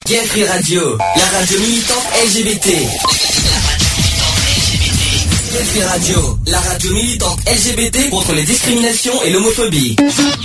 Gay Free Radio, la radio militante LGBT. Gay Free Radio, la radio militante LGBT contre les discriminations et l'homophobie.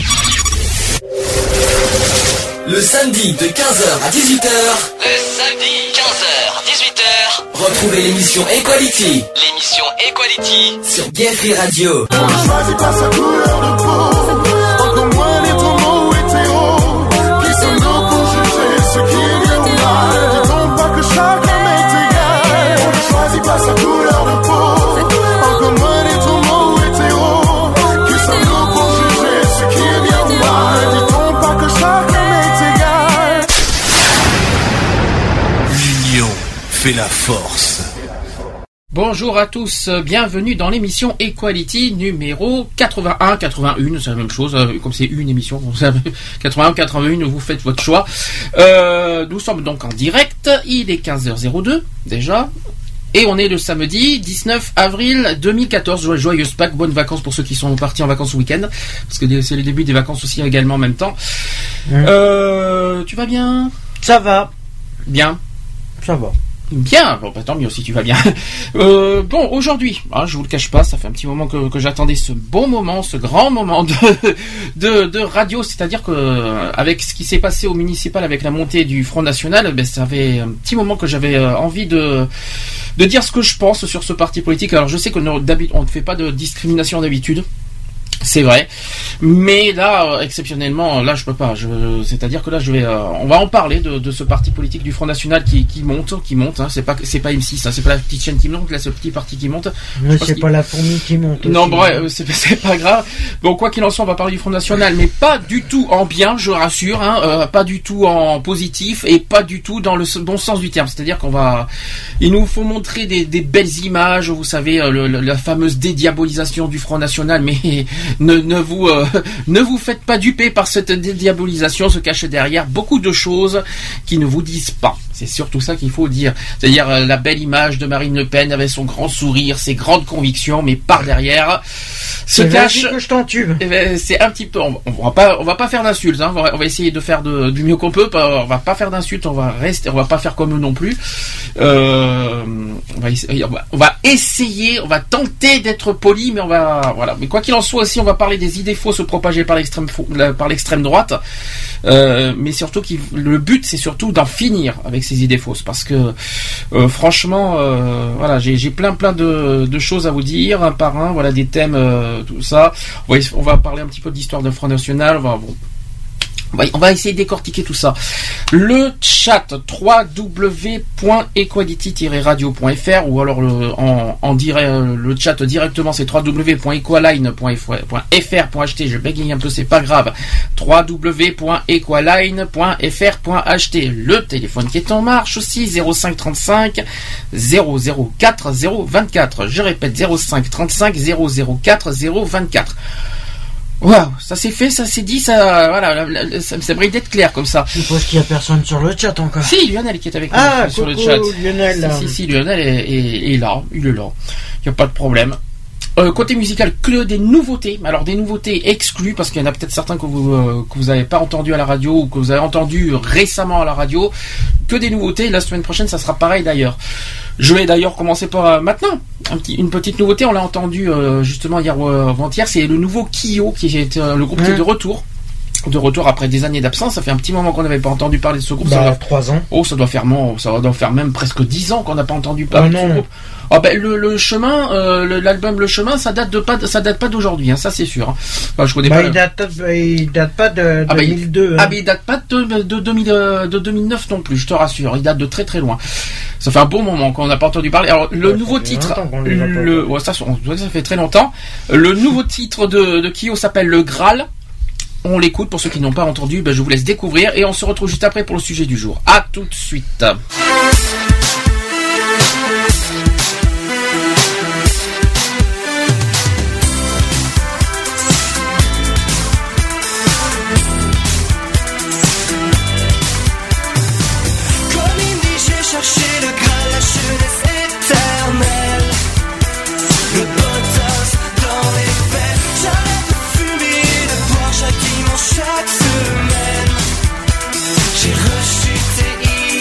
Le samedi de 15h à 18h. Le samedi 15h 18h. Retrouvez l'émission Equality. L'émission Equality sur Gay Free Radio. On ne choisit pas sa couleur de peau. Encore moins les homo hétéros. Qui sommes-nous pour juger ce qui est bien ou mal? Dit-on pas que chaque homme est égal? On ne choisit pas sa couleur de peau. Encore moins les homo hétéros. Qui sommes-nous pour juger ce qui est bien ou mal? Dit-on pas que chaque homme est égal? L'union fait la force. Bonjour à tous, bienvenue dans l'émission Equality numéro 81, 81, c'est la même chose, comme c'est une émission, 81, 81, vous faites votre choix. Nous sommes donc en direct, il est 15h02 déjà, et on est le samedi 19 avril 2014, joyeuse Pâques, bonnes vacances pour ceux qui sont partis en vacances ce week-end, parce que c'est le début des vacances aussi également en même temps. Tu vas bien? Ça va. Bien. Ça va. Bien, bon, bah, tant mieux si tu vas bien. Bon, aujourd'hui, je vous le cache pas, ça fait un petit moment que j'attendais ce beau moment, ce grand moment de radio, c'est-à-dire que avec ce qui s'est passé au municipal avec la montée du Front National, ben ça fait un petit moment que j'avais envie de dire ce que je pense sur ce parti politique. Alors je sais que d'habitude on ne fait pas de discrimination d'habitude. C'est vrai, mais là exceptionnellement, là je peux pas. C'est-à-dire que là on va en parler de ce parti politique du Front National qui monte. Hein, c'est pas M6, hein, c'est pas la petite chaîne qui monte, là c'est le petit parti qui monte. Mais c'est pas la fourmi qui monte. Non, aussi. Bref, c'est pas grave. Bon, quoi qu'il en soit, on va parler du Front National, mais pas du tout en bien, je rassure, hein, pas du tout en positif et pas du tout dans le bon sens du terme. C'est-à-dire il nous faut montrer des belles images, vous savez, la fameuse dédiabolisation du Front National, mais ne vous faites pas duper par cette dédiabolisation, se cache derrière beaucoup de choses qui ne vous disent pas. C'est surtout ça qu'il faut dire. C'est-à-dire la belle image de Marine Le Pen avec son grand sourire, ses grandes convictions, mais par derrière se cache. Que je t'entube. C'est un petit peu. On va pas faire d'insultes. Hein, on va essayer de faire du mieux qu'on peut. On va pas faire d'insultes. On va pas faire comme eux non plus. On va essayer. On va tenter d'être poli, mais voilà. Mais quoi qu'il en soit aussi, on va parler des idées fausses propagées par l'extrême droite. Mais surtout le but c'est surtout d'en finir avec ces idées fausses, parce que franchement voilà, j'ai plein de choses à vous dire un par un, voilà, des thèmes, tout ça. On va parler un petit peu d'histoire de Front National, on va essayer de décortiquer tout ça. Le chat www.equality-radio.fr ou alors le chat directement c'est www.equaline.fr.ht. Je bégaye un peu, c'est pas grave. www.equaline.fr.ht. Le téléphone qui est en marche aussi 0535 004 024. Je répète 0535 004 024. Waouh, ça s'est fait, ça s'est dit, ça, voilà, ça brille d'être clair comme ça. Je suppose qu'il y a personne sur le chat encore. Si, Lionel qui est avec nous sur le chat. Lionel. Si, Lionel est là, il est là. Il n'y a pas de problème. Côté musical, que des nouveautés. Alors des nouveautés exclues, parce qu'il y en a peut-être certains que vous n'avez pas entendu à la radio ou que vous avez entendu récemment à la radio. Que des nouveautés. La semaine prochaine, ça sera pareil d'ailleurs. Je vais d'ailleurs commencer par maintenant une petite nouveauté. On l'a entendu justement hier ou avant-hier. C'est le nouveau Kyo qui est le groupe qui est de retour. De retour après des années d'absence. Ça fait un petit moment qu'on n'avait pas entendu parler de ce groupe. 3 ans. Oh, ça doit faire même presque 10 ans qu'on n'a pas entendu parler de ce groupe. Ah ben le chemin, l'album Le Chemin, ça date pas d'aujourd'hui, hein, ça c'est sûr. Enfin, je connais pas. Il date pas de 2002. Ah mais il date pas de 2009 non plus, je te rassure. Il date de très très loin. Ça fait un bon moment qu'on n'a pas entendu parler. Alors le nouveau titre, ça fait très longtemps. Le nouveau titre de Kyo s'appelle Le Graal. On l'écoute pour ceux qui n'ont pas entendu. Je vous laisse découvrir et on se retrouve juste après pour le sujet du jour. À tout de suite. Chaque semaine, j'ai rechuté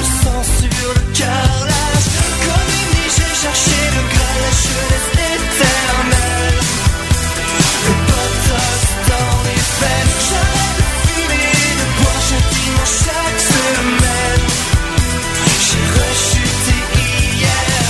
le sang sur le carrelage. Comme une nuit j'ai cherché le graal, la jeunesse éternelle. Le botox dans les veines, j'arrête de fumer, de boire chaque dimanche, chaque semaine. J'ai rechuté hier.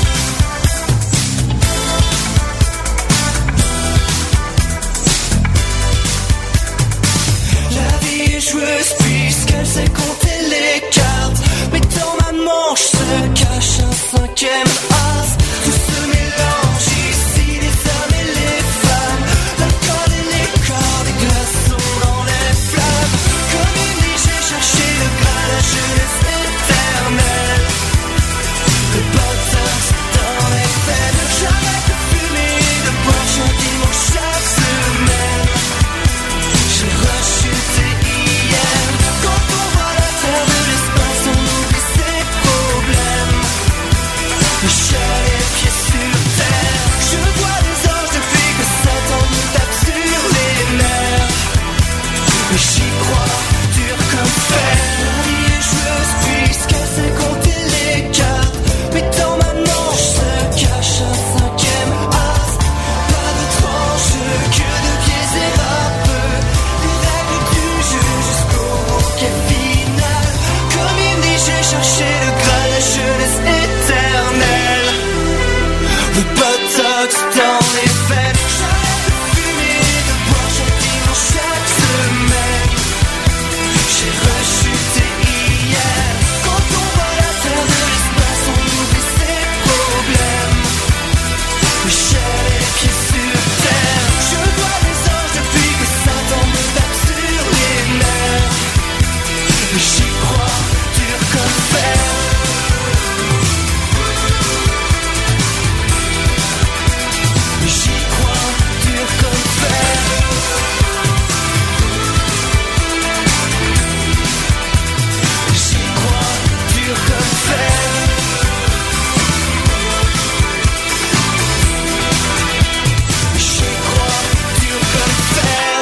La vie est joueuse puisqu'elle sait compter les cartes. Mais dans ma manche se cache un cinquième as. Tout se mélange ici, les hommes et les femmes. L'alcool et les corps, des glaçons dans les flammes. Comme une nuit j'ai cherché le graal, la jeunesse éternelle. Le botox dans les veines, j'arrête de fumer, de boire chaque dimanche, chaque semaine. J'ai rechuté hier. Quand on voit la terre de l'espace, on oublie ses problèmes. Je suis les pieds sur terre. Je vois les anges depuis que Satan me tape sur les nerfs. Mais j'y crois, dur comme fer. La vie est joueuse puisqu'elle sait compter les cartes. Mais dans ma manche se cache un cinquième as. Pas de tranche, que de pieds et vapeux. Les règles du jeu jusqu'au banquet final. Comme une nuit j'ai cherché le graal, la jeunesse éternelle. Le botox dans les veines, j'arrête de fumer, de boire chaque dimanche, chaque semaine. J'ai rechuté hier. Quand on voit la terre de l'espace, on oublie ses problèmes. J'ai les pieds sur terre. Je vois les anges depuis que Satan me tape sur les nerfs. J'y crois, dur comme fer. J'y crois, dur comme fer. J'y crois, dur comme fer. J'y crois, dur comme fer.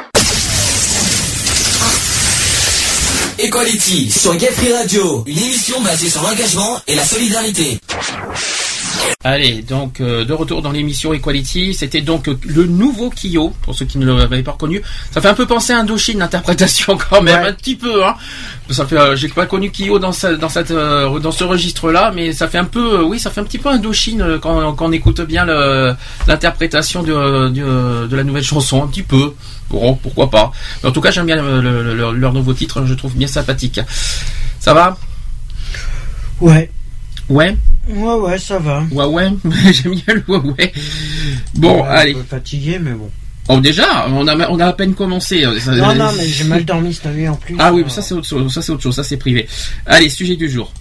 Equality sur Gay Free Radio, une émission basée sur l'engagement et la solidarité. Allez, donc de retour dans l'émission Equality, c'était donc le nouveau Kyo, pour ceux qui ne l'avaient pas reconnu. Ça fait un peu penser à Indochine, l'interprétation quand même, un petit peu. Hein. Ça fait, j'ai pas connu Kyo dans ce registre-là, mais ça fait un peu, oui, ça fait un petit peu Indochine quand on écoute bien l'interprétation de la nouvelle chanson, un petit peu. Bon, pourquoi pas. Mais en tout cas, j'aime bien leur nouveau titre, je trouve bien sympathique. Ça va ? Ouais. Ouais. Ouais, ça va. Ouais, j'aime bien le ouais. Bon, allez. Un peu fatigué, mais bon. Oh, déjà, on a à peine commencé. Non, mais j'ai mal dormi cette nuit en plus. Ah oui, mais ça c'est autre chose, ça c'est privé. Allez, sujet du jour.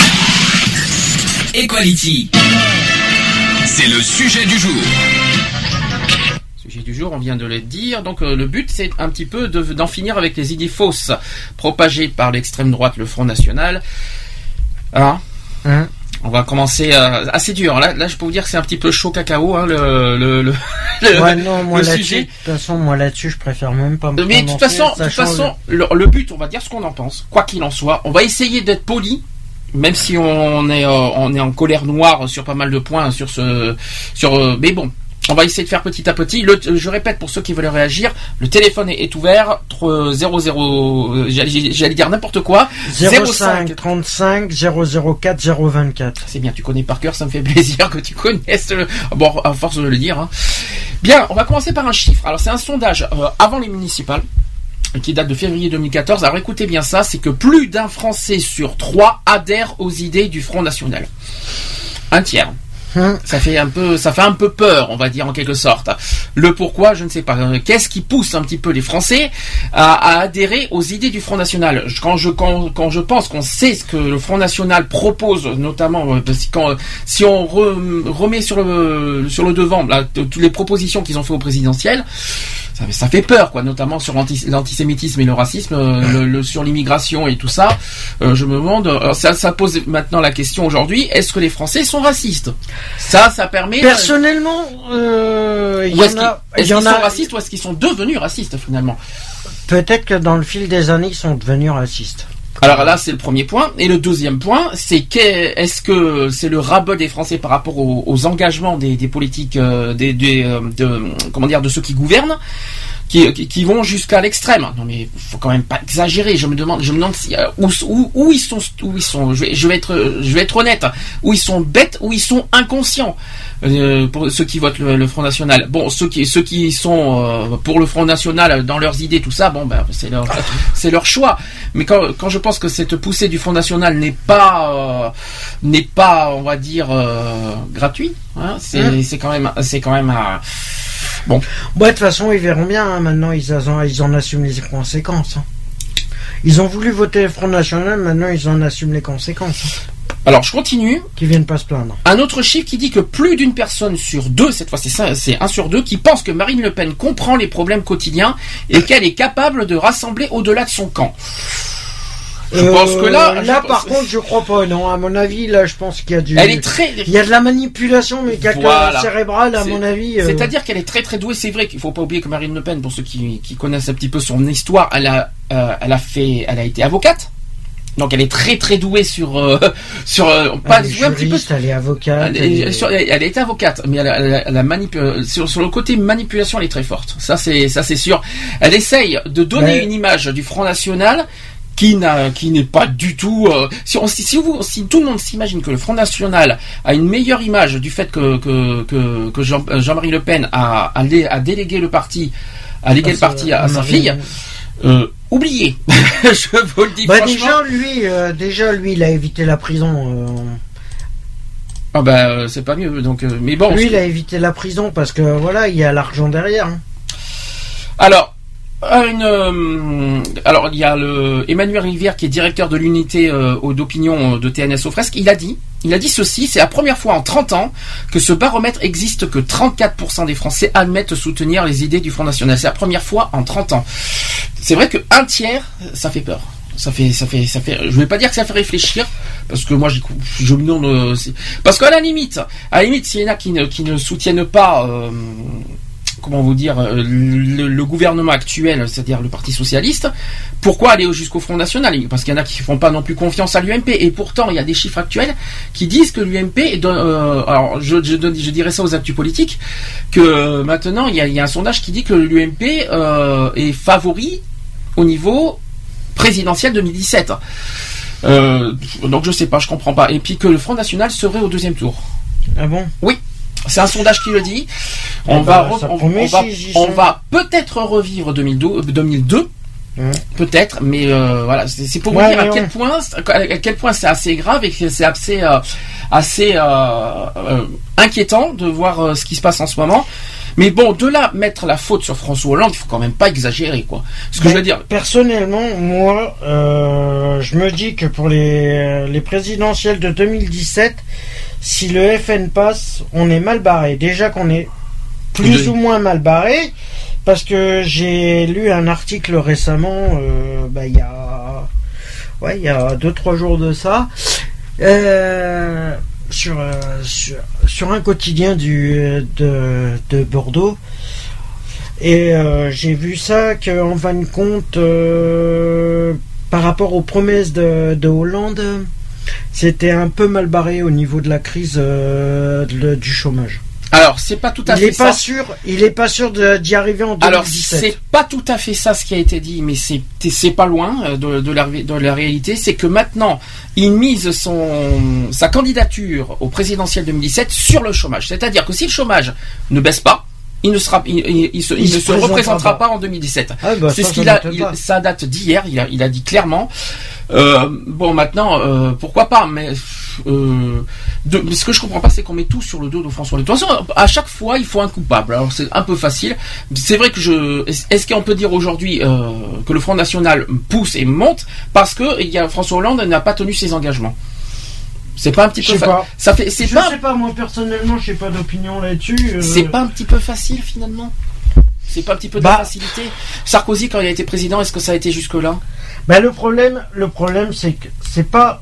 Equality. C'est le sujet du jour. Sujet du jour, on vient de le dire. Donc le but, c'est un petit peu d'en finir avec les idées fausses propagées par l'extrême droite, le Front National. Hein? On va commencer assez dur. Là, je peux vous dire que c'est un petit peu chaud cacao, hein, ouais, non, moi le là-dessus, sujet. de toute façon, moi là-dessus, je préfère même pas me Mais de toute façon, le but, on va dire ce qu'on en pense. Quoi qu'il en soit, on va essayer d'être poli, même si on est en colère noire sur pas mal de points mais bon. On va essayer de faire petit à petit. Je répète pour ceux qui veulent réagir, le téléphone est ouvert. 00, j'allais dire n'importe quoi. 05 35 004 024. C'est bien, tu connais par cœur, ça me fait plaisir que tu connaisses. Bon, à force de le dire. Hein. Bien, on va commencer par un chiffre. Alors c'est un sondage avant les municipales, qui date de février 2014. Alors écoutez bien ça, c'est que plus d'un Français sur 3 adhère aux idées du Front National. Un tiers. Ça fait un peu peur, on va dire en quelque sorte. Le pourquoi, je ne sais pas. Qu'est-ce qui pousse un petit peu les Français à adhérer aux idées du Front National ? Quand je pense qu'on sait ce que le Front National propose, notamment si on remet sur le devant là, toutes les propositions qu'ils ont fait au présidentiel, ça fait peur, quoi, notamment sur l'antisémitisme et le racisme, sur l'immigration et tout ça. Je me demande, ça pose maintenant la question aujourd'hui, est-ce que les Français sont racistes ? Ça permet... Personnellement, est-ce qu'ils sont racistes ou est-ce qu'ils sont devenus racistes finalement ? Peut-être que dans le fil des années, ils sont devenus racistes. Alors là, c'est le premier point. Et le deuxième point, c'est est-ce que c'est le ras-bol des Français par rapport aux engagements des politiques, comment dire, de ceux qui gouvernent, qui vont jusqu'à l'extrême. Non mais faut quand même pas exagérer. Je me demande si, où ils sont. Je vais être honnête. Où ils sont bêtes, où ils sont inconscients. Pour ceux qui votent le Front National. Bon, ceux qui sont pour le Front National dans leurs idées, tout ça, bon ben c'est leur choix. Mais quand je pense que cette poussée du Front National n'est pas, on va dire, gratuit, hein, c'est quand même bon. Bon, de toute façon, ils verront bien. Hein, maintenant, ils en assument les conséquences. Hein. Ils ont voulu voter le Front National, maintenant ils en assument les conséquences. Hein. Alors, je continue. Qui viennent pas se plaindre. Un autre chiffre qui dit que plus d'une personne sur deux, cette fois c'est 1 sur 2, qui pense que Marine Le Pen comprend les problèmes quotidiens et qu'elle est capable de rassembler au-delà de son camp. Je pense que là, par contre, je crois pas. Non, à mon avis, là, je pense qu'il y a il y a de la manipulation, mais cérébrale, à mon avis. C'est-à-dire qu'elle est très très douée. C'est vrai qu'il faut pas oublier que Marine Le Pen, pour ceux qui connaissent un petit peu son histoire, elle a été avocate. Donc elle est très très douée sur pas jouer un petit peu. Elle est avocate. Elle est avocate, mais sur le côté manipulation, elle est très forte. Ça c'est sûr. Elle essaye de donner une image du Front National qui n'est pas du tout. Si tout le monde s'imagine que le Front National a une meilleure image du fait que Jean-Marie Le Pen a délégué le parti, à sa fille. Oubliez, je vous le dis franchement. Déjà lui, il a évité la prison. C'est pas mieux. Donc, mais bon. Lui, il a évité la prison parce que voilà, il y a l'argent derrière. Hein. Alors il y a Emmanuel Rivière qui est directeur de l'unité d'opinion de TNS aux Fresques. Il a dit ceci: c'est la première fois en 30 ans que ce baromètre existe, que 34% des Français admettent soutenir les idées du Front National. C'est la première fois en 30 ans. C'est vrai que un tiers, ça fait peur. Ça fait. Je vais pas dire que ça fait réfléchir, parce que moi je me demande. Parce qu'à la limite, s'il y en a qui ne soutiennent pas. Comment vous dire, le gouvernement actuel, c'est-à-dire le Parti Socialiste, pourquoi aller jusqu'au Front National? Parce qu'il y en a qui ne font pas non plus confiance à l'UMP, et pourtant il y a des chiffres actuels qui disent que l'UMP alors je dirais ça aux actus politiques, que maintenant il y a un sondage qui dit que l'UMP est favori au niveau présidentiel 2017. Donc je sais pas, je comprends pas. Et puis que le Front National serait au deuxième tour. Ah bon? Oui. C'est un sondage qui le dit. On va peut-être revivre 2002, peut-être, mais voilà, c'est pour vous dire à quel point c'est assez grave et que c'est assez inquiétant de voir ce qui se passe en ce moment. Mais bon, de là mettre la faute sur François Hollande, il faut quand même pas exagérer, quoi. Ce que je veux dire. Personnellement, moi, je me dis que pour les présidentielles de 2017, si le FN passe, on est mal barré. Déjà qu'on est plus ou moins mal barré, parce que j'ai lu un article récemment, il y a 2-3 jours de ça, sur un quotidien de Bordeaux, et j'ai vu ça qu'en fin de compte, par rapport aux promesses de Hollande, c'était un peu mal barré au niveau de la crise du chômage. Alors, c'est pas tout à fait ça. Il est pas sûr d'y arriver en 2017. Alors, c'est pas tout à fait ça ce qui a été dit, mais c'est pas loin de la réalité. C'est que maintenant, il mise sa candidature au présidentiel 2017 sur le chômage. C'est-à-dire que si le chômage ne baisse pas, il ne se représentera pas en 2017. C'est ce qu'il a. Ça date d'hier. Il a dit clairement. Maintenant, pourquoi pas, mais ce que je comprends pas, c'est qu'on met tout sur le dos de François Hollande. De toute façon, à chaque fois, il faut un coupable. Alors c'est un peu facile. C'est vrai que est-ce qu'on peut dire aujourd'hui que le Front National pousse et monte parce que François Hollande n'a pas tenu ses engagements? C'est pas un petit peu facile. Je sais pas, moi personnellement, j'ai pas d'opinion là-dessus. C'est pas un petit peu facile finalement? C'est pas un petit peu de facilité? Sarkozy, quand il a été président, est-ce que ça a été jusque-là? Le problème, c'est que c'est pas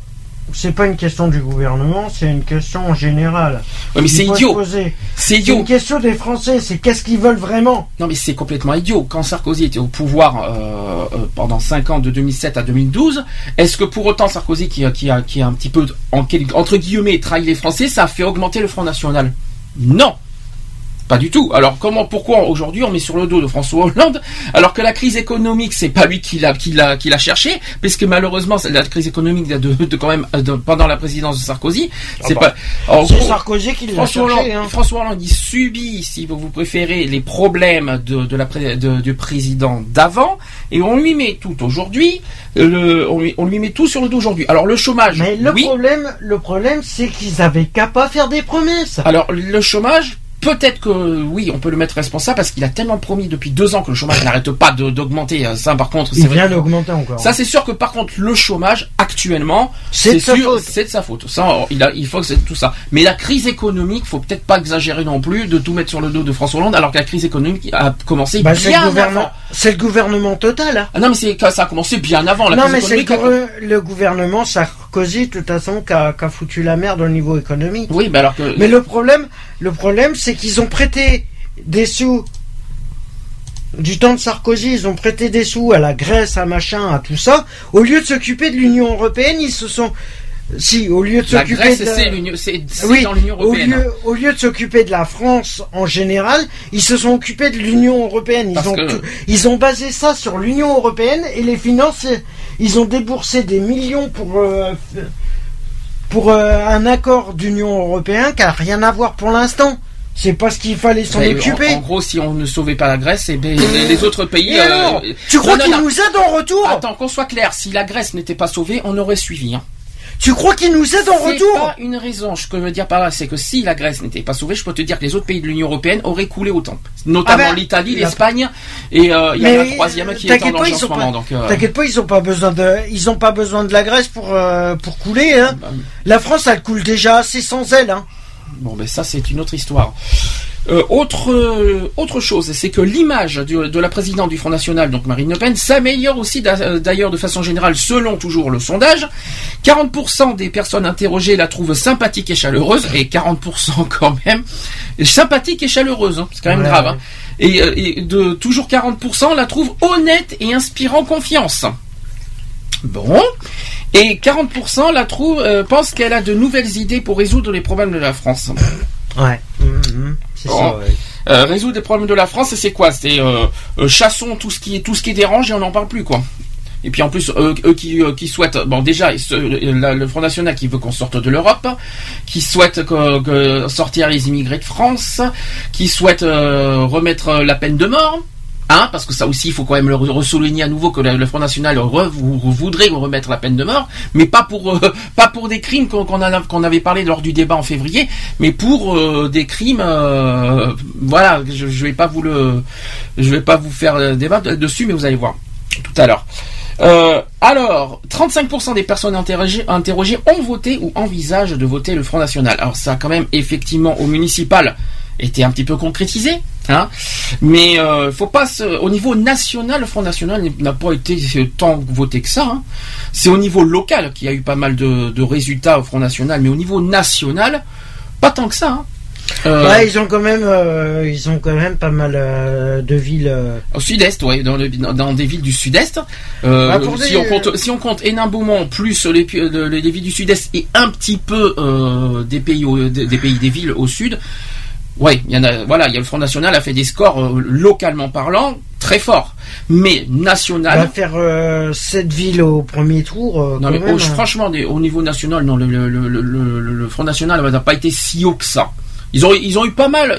c'est pas une question du gouvernement, c'est une question en général. Ouais, mais c'est idiot. C'est idiot. C'est une question des Français, c'est qu'est-ce qu'ils veulent vraiment. Non, mais c'est complètement idiot. Quand Sarkozy était au pouvoir pendant 5 ans, de 2007 à 2012, est-ce que pour autant Sarkozy, qui a un petit peu, entre guillemets, trahi les Français, ça a fait augmenter le Front National? Non. Pas du tout. Alors pourquoi aujourd'hui on met sur le dos de François Hollande alors que la crise économique c'est pas lui qui l'a cherché, parce que malheureusement la crise économique pendant la présidence de Sarkozy, c'est Sarkozy qui l'a cherché. François Hollande il subit, si vous préférez, les problèmes du président d'avant, et on lui met tout aujourd'hui. On lui met tout sur le dos aujourd'hui. Alors le chômage. Mais le problème c'est qu'ils avaient qu'à pas faire des promesses. Alors le chômage. Peut-être que oui, on peut le mettre responsable parce qu'il a tellement promis depuis 2 ans que le chômage n'arrête pas d'augmenter. Ça, par contre, il vient d'augmenter encore. Ça, c'est sûr que par contre, le chômage actuellement, c'est de sa faute. Ça, il faut que c'est tout ça. Mais la crise économique, faut peut-être pas exagérer non plus de tout mettre sur le dos de François Hollande, alors que la crise économique a commencé bien avant. C'est le gouvernement total. Hein. Ah non, mais ça a commencé bien avant. Le gouvernement Sarkozy, de toute façon, qui a foutu la merde au niveau économique. Oui, mais alors que. Mais le problème, c'est qu'ils ont prêté des sous du temps de Sarkozy, ils ont prêté des sous à la Grèce, à machin, à tout ça. Au lieu de s'occuper de l'Union européenne, ils se sont... au lieu de s'occuper dans l'Union européenne. Au lieu de s'occuper de la France en général, ils se sont occupés de l'Union européenne. Ils ont basé ça sur l'Union européenne et les finances. Ils ont déboursé des millions pour un accord d'Union européenne qui n'a rien à voir pour l'instant. C'est pas ce qu'il fallait s'en occuper. En gros, si on ne sauvait pas la Grèce, les autres pays... tu crois qu'ils nous aident en retour? Attends, qu'on soit clair, si la Grèce n'était pas sauvée, on aurait suivi. Hein. Tu crois qu'ils nous aident en retour? C'est pas une raison. Ce que je veux dire par là, c'est que si la Grèce n'était pas sauvée, je peux te dire que les autres pays de l'Union européenne auraient coulé autant. Notamment l'Italie, l'Espagne, et il y a la troisième qui est en danger en ce moment. T'inquiète pas, ils ont pas besoin de la Grèce pour couler. Hein. La France, elle coule déjà assez sans elle. Hein. Bon, ben ça, c'est une autre histoire. Autre chose, c'est que l'image de la présidente du Front National, donc Marine Le Pen, s'améliore aussi d'ailleurs de façon générale, selon toujours le sondage. 40% des personnes interrogées la trouvent sympathique et chaleureuse, et 40% quand même sympathique et chaleureuse, hein, c'est quand même grave. Hein. Et de toujours 40% la trouvent honnête et inspirant confiance. Bon. Et 40% la pensent qu'elle a de nouvelles idées pour résoudre les problèmes de la France. Ouais. C'est ça, ouais. Résoudre les problèmes de la France, c'est quoi? C'est chassons tout ce qui dérange et on n'en parle plus, quoi. Et puis en plus, eux qui souhaitent, bon déjà, le Front National qui veut qu'on sorte de l'Europe, qui souhaite sortir les immigrés de France, qui souhaite remettre la peine de mort. Hein, parce que ça aussi, il faut quand même le ressouligner à nouveau que le Front National voudrait remettre la peine de mort, mais pas pour des crimes qu'on avait parlé lors du débat en février, mais pour des crimes, voilà, je vais pas vous faire débat dessus, mais vous allez voir tout à l'heure. Alors, 35% des personnes interrogées ont voté ou envisagent de voter le Front National. Alors ça a quand même effectivement au municipal été un petit peu concrétisé, hein. Mais faut pas au niveau national, le Front National n'a pas été tant voté que ça. Hein. C'est au niveau local qu'il y a eu pas mal de résultats au Front National, mais au niveau national, pas tant que ça. Hein. Ils ont quand même pas mal de villes au sud-est, ouais, dans des villes du sud-est. Si on compte Hénin-Beaumont plus les villes du sud-est et un petit peu des villes au sud. Ouais, il y a le Front National a fait des scores localement parlant très forts, mais national. On va faire 7 villes au premier tour. Non, mais franchement, au niveau national, non, le Front National n'a pas été si haut que ça. Ils ont eu pas mal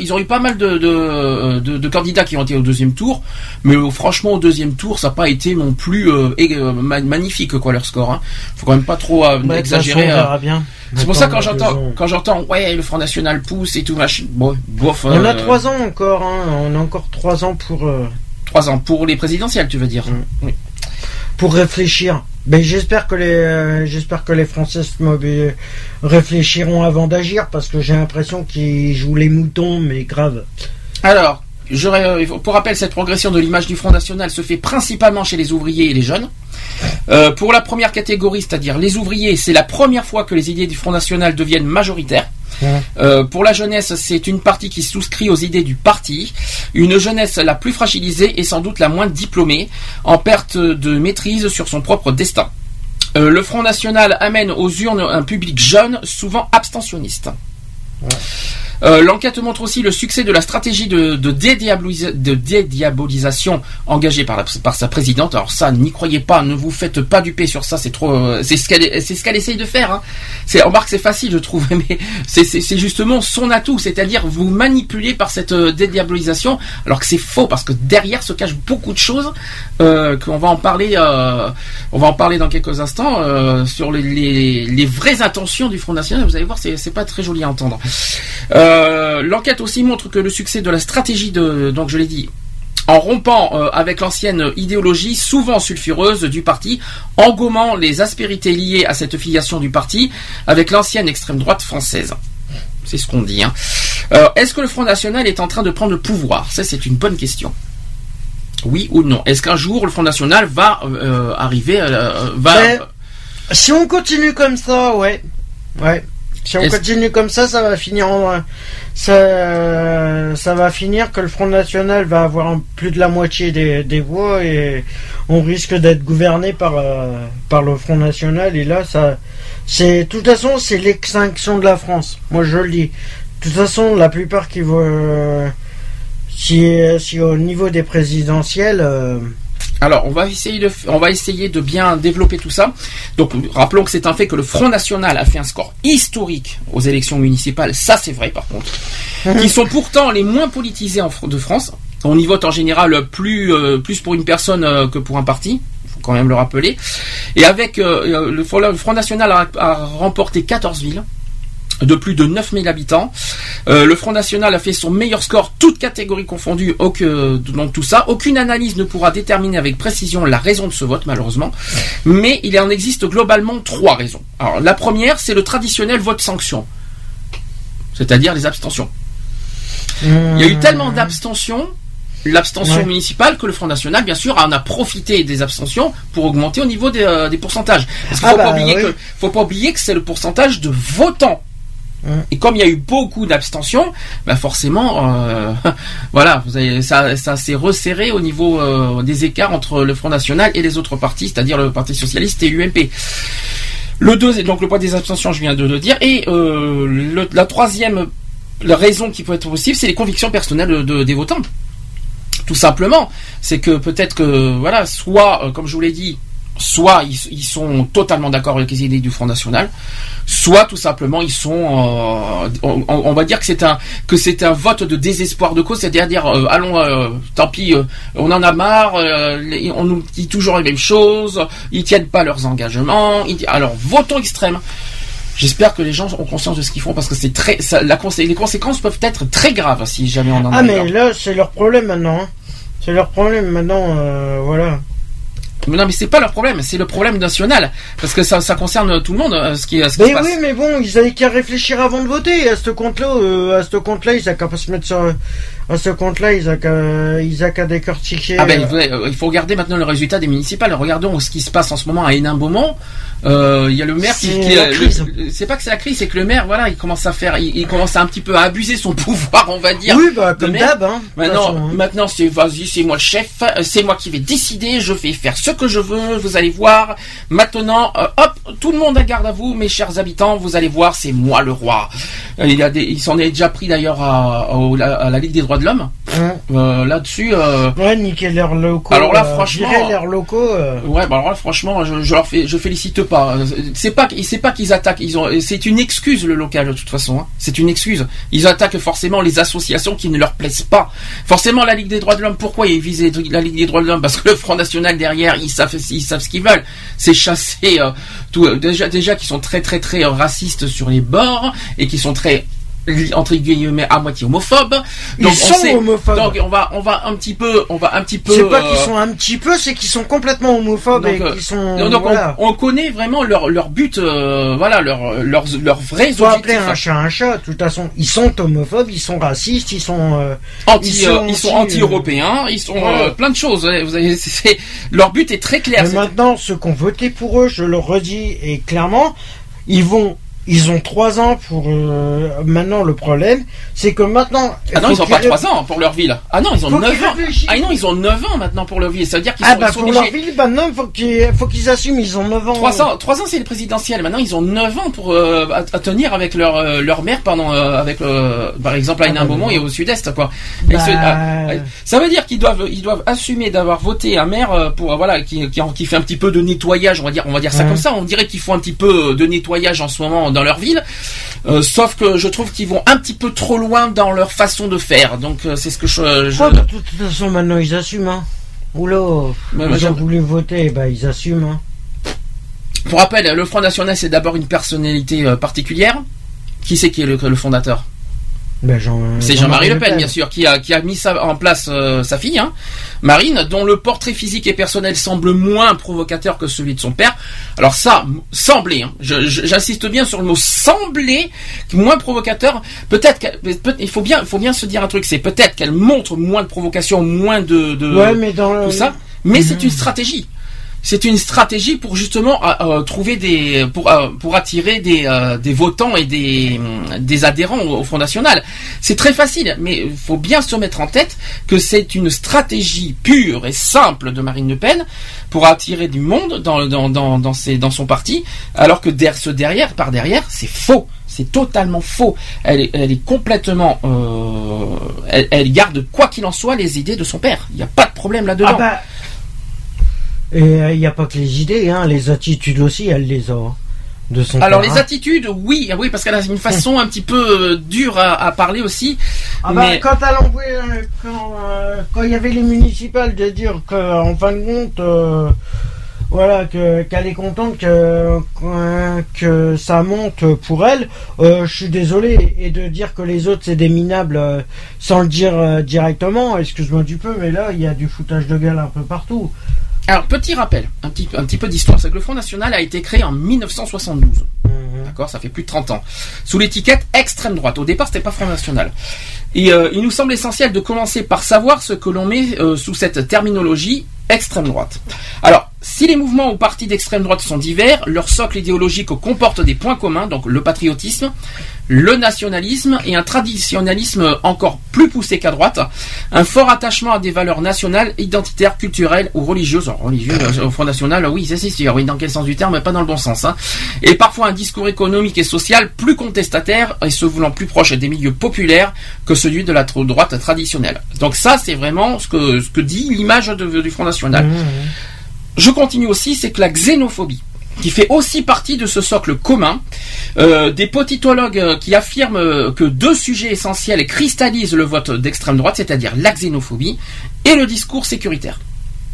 de candidats qui ont été au deuxième tour, mais franchement au deuxième tour ça n'a pas été non plus magnifique quoi leur score. Hein. Faut quand même pas trop exagérer. On verra bien. C'est pour ça quand j'entends ouais le Front National pousse et tout machin. Bon, bof. On a 3 ans encore. Hein. On a encore 3 ans pour. 3 ans pour les présidentielles, tu veux dire. Oui. Pour réfléchir. Ben j'espère que les Français réfléchiront avant d'agir parce que j'ai l'impression qu'ils jouent les moutons mais grave. Alors pour rappel, cette progression de l'image du Front National se fait principalement chez les ouvriers et les jeunes. Pour la première catégorie, c'est-à-dire les ouvriers, c'est la première fois que les idées du Front National deviennent majoritaires. Pour la jeunesse, c'est une partie qui souscrit aux idées du parti, une jeunesse la plus fragilisée et sans doute la moins diplômée, en perte de maîtrise sur son propre destin. Le Front National amène aux urnes un public jeune, souvent abstentionniste. L'enquête montre aussi le succès de la stratégie de dédiabolisation engagée par sa présidente. Alors ça, n'y croyez pas, ne vous faites pas duper sur ça, c'est trop, c'est ce qu'elle essaye de faire. Hein. On remarque, c'est facile, je trouve, mais c'est justement son atout, c'est-à-dire vous manipulez par cette dédiabolisation, alors que c'est faux parce que derrière se cachent beaucoup de choses. Qu'on va en parler, dans quelques instants sur les vraies intentions du Front National. Vous allez voir, c'est pas très joli à entendre. L'enquête aussi montre que le succès de la stratégie donc je l'ai dit, en rompant avec l'ancienne idéologie souvent sulfureuse du parti, en gommant les aspérités liées à cette filiation du parti avec l'ancienne extrême droite française. C'est ce qu'on dit. Hein. Est-ce que le Front National est en train de prendre le pouvoir ? Ça, c'est une bonne question. Oui ou non ? Est-ce qu'un jour le Front National va arriver Si on continue comme ça, ouais. Si on continue comme ça, ça va finir ça va finir que le Front National va avoir plus de la moitié des voix et on risque d'être gouverné par le Front National. Et là, de toute façon, c'est l'extinction de la France. Moi, je le dis. De toute façon, la plupart qui vont, si au niveau des présidentielles. Alors, on va essayer de bien développer tout ça. Donc, rappelons que c'est un fait que le Front National a fait un score historique aux élections municipales. Ça, c'est vrai, par contre. Qui sont pourtant les moins politisés de France. On y vote en général plus pour une personne que pour un parti. Il faut quand même le rappeler. Et avec le Front National a remporté 14 villes. De plus de 9000 habitants. Le Front National a fait son meilleur score, toutes catégories confondues, donc tout ça. Aucune analyse ne pourra déterminer avec précision la raison de ce vote, malheureusement. Mais il en existe globalement 3 raisons. Alors, la première, c'est le traditionnel vote sanction. C'est-à-dire les abstentions. Il y a eu tellement d'abstentions, l'abstention municipale, que le Front National, bien sûr, en a profité des abstentions pour augmenter au niveau des pourcentages. Parce qu'il faut pas oublier que c'est le pourcentage de votants. Et comme il y a eu beaucoup d'abstentions, forcément, voilà, ça s'est resserré au niveau des écarts entre le Front National et les autres partis, c'est-à-dire le Parti Socialiste et UMP. Le 2, donc le poids des abstentions, je viens de le dire, et la troisième raison qui peut être possible, c'est les convictions personnelles des votants. Tout simplement, c'est que peut-être que, voilà, soit, comme je vous l'ai dit, soit ils sont totalement d'accord avec les idées du Front National, soit tout simplement ils sont, on va dire que c'est un vote de désespoir de cause, c'est-à-dire allons, tant pis, on en a marre, on nous dit toujours les mêmes choses, ils tiennent pas leurs engagements, alors votons extrême. J'espère que les gens ont conscience de ce qu'ils font parce que les conséquences peuvent être très graves si jamais on en a. Ah mais là c'est leur problème maintenant. Hein. C'est leur problème maintenant, voilà. Non mais c'est pas leur problème, c'est le problème national parce que ça concerne tout le monde ce qui se mais passe. Oui, mais bon, ils avaient qu'à réfléchir avant de voter. À ce compte-là, ils n'ont qu'à pas se mettre sur. À ce compte-là, ils n'ont qu'à décortiquer. Ah ben il faut regarder maintenant le résultat des municipales. Regardons ce qui se passe en ce moment à Hénin-Beaumont. Il y a le maire c'est pas que c'est la crise, c'est que le maire, voilà, il commence à un petit peu à abuser son pouvoir, on va dire. Oui, comme d'hab. Hein, maintenant c'est moi le chef, c'est moi qui vais décider, je vais faire ce que je veux, vous allez voir. Maintenant, hop, tout le monde à garde à vous, mes chers habitants, vous allez voir, c'est moi le roi. Il s'en est déjà pris d'ailleurs à la Ligue des droits de l'homme. Là-dessus. Niquer leurs locaux. Alors là, franchement. Leurs locaux. Ouais, alors là, franchement, je félicite pas. C'est pas qu'ils attaquent. C'est une excuse le local de toute façon. Hein. C'est une excuse. Ils attaquent forcément les associations qui ne leur plaisent pas. Forcément, la Ligue des droits de l'homme. Pourquoi ils visent la Ligue des droits de l'homme ? Parce que le Front National derrière, ils savent ce qu'ils veulent. C'est chasser déjà qui sont très très très racistes sur les bords et qui sont très entre guillemets à moitié homophobes. Donc ils sont homophobes. Donc on va un petit peu. C'est pas qu'ils sont un petit peu, c'est qu'ils sont complètement homophobes donc, et qu'ils sont. Donc voilà. on connaît vraiment leur but, voilà leur vrai faut objectif. Appeler un chat. De toute façon, ils sont homophobes, ils sont racistes, ils sont anti-européens, ils sont plein de choses. Vous avez, leur but est très clair. Mais maintenant, ceux qui ont voté pour eux, je le redis et clairement, ils ont 3 ans pour maintenant. Le problème, c'est que maintenant. Ah non, ils n'ont pas 3 ans pour leur ville. Ah non, ils ont 9 ans. Ah non, ils ont 9 ans maintenant pour leur ville. Ça veut dire qu'ils sont pour obligés. Leur ville, maintenant, il faut qu'ils assument. Ils ont 9 ans. 3 ans, c'est le présidentiel. Maintenant, ils ont 9 ans pour à tenir avec leur maire pendant par exemple à Hénin-Beaumont et au Sud-Est, quoi. Ça veut dire qu'ils doivent assumer d'avoir voté un maire pour qui fait un petit peu de nettoyage. On va dire ça comme ça. On dirait qu'ils font un petit peu de nettoyage en ce moment dans leur ville, sauf que je trouve qu'ils vont un petit peu trop loin dans leur façon de faire. Donc c'est ce que de toute façon maintenant ils assument. Hein. Oula, ils ont voulu voter, ils assument. Hein. Pour rappel, le Front National c'est d'abord une personnalité particulière. Qui c'est qui est le fondateur? C'est Jean-Marie Le Pen, bien sûr, qui a mis ça en place, sa fille, hein, Marine, dont le portrait physique et personnel semble moins provocateur que celui de son père. Alors ça, semblait, hein, j'insiste bien sur le mot semblait, moins provocateur. Il faut bien se dire un truc, c'est peut-être qu'elle montre moins de provocation, moins de tout ça, mais c'est une stratégie. C'est une stratégie pour justement trouver pour attirer des votants et des adhérents au Front National. C'est très facile, mais il faut bien se mettre en tête que c'est une stratégie pure et simple de Marine Le Pen pour attirer du monde dans son parti, alors que par derrière, c'est faux. C'est totalement faux. Elle est complètement. Elle garde quoi qu'il en soit les idées de son père. Il n'y a pas de problème là-dedans. Et il n'y a pas que les idées, hein, les attitudes aussi, elle les a. De son Alors père, les attitudes, oui, parce qu'elle a une façon un petit peu dure à parler aussi. Mais... Quand elle envoyait, quand il y avait les municipales de dire qu'en fin de compte, qu'elle est contente que ça monte pour elle, je suis désolé, et de dire que les autres c'est des minables sans le dire directement, excuse-moi du peu, mais là il y a du foutage de gueule un peu partout. Alors, petit rappel, un petit peu d'histoire, c'est que le Front National a été créé en 1972. D'accord, ça fait plus de 30 ans. Sous l'étiquette extrême droite. Au départ, c'était pas Front National. Et il nous semble essentiel de commencer par savoir ce que l'on met sous cette terminologie extrême droite. Alors, si les mouvements ou partis d'extrême droite sont divers, leur socle idéologique comporte des points communs, donc le patriotisme, le nationalisme et un traditionnalisme encore plus poussé qu'à droite, un fort attachement à des valeurs nationales, identitaires, culturelles ou religieuses. Au Front National, oui, c'est sûr, oui, dans quel sens du terme, pas dans le bon sens, hein. Et parfois un discours économique et social plus contestataire et se voulant plus proche des milieux populaires que celui de la droite traditionnelle. Donc ça, c'est vraiment ce que dit l'image du Front National. Je continue aussi, c'est que la xénophobie, qui fait aussi partie de ce socle commun, des politologues qui affirment que 2 sujets essentiels cristallisent le vote d'extrême droite, c'est-à-dire la xénophobie et le discours sécuritaire. D'accord ?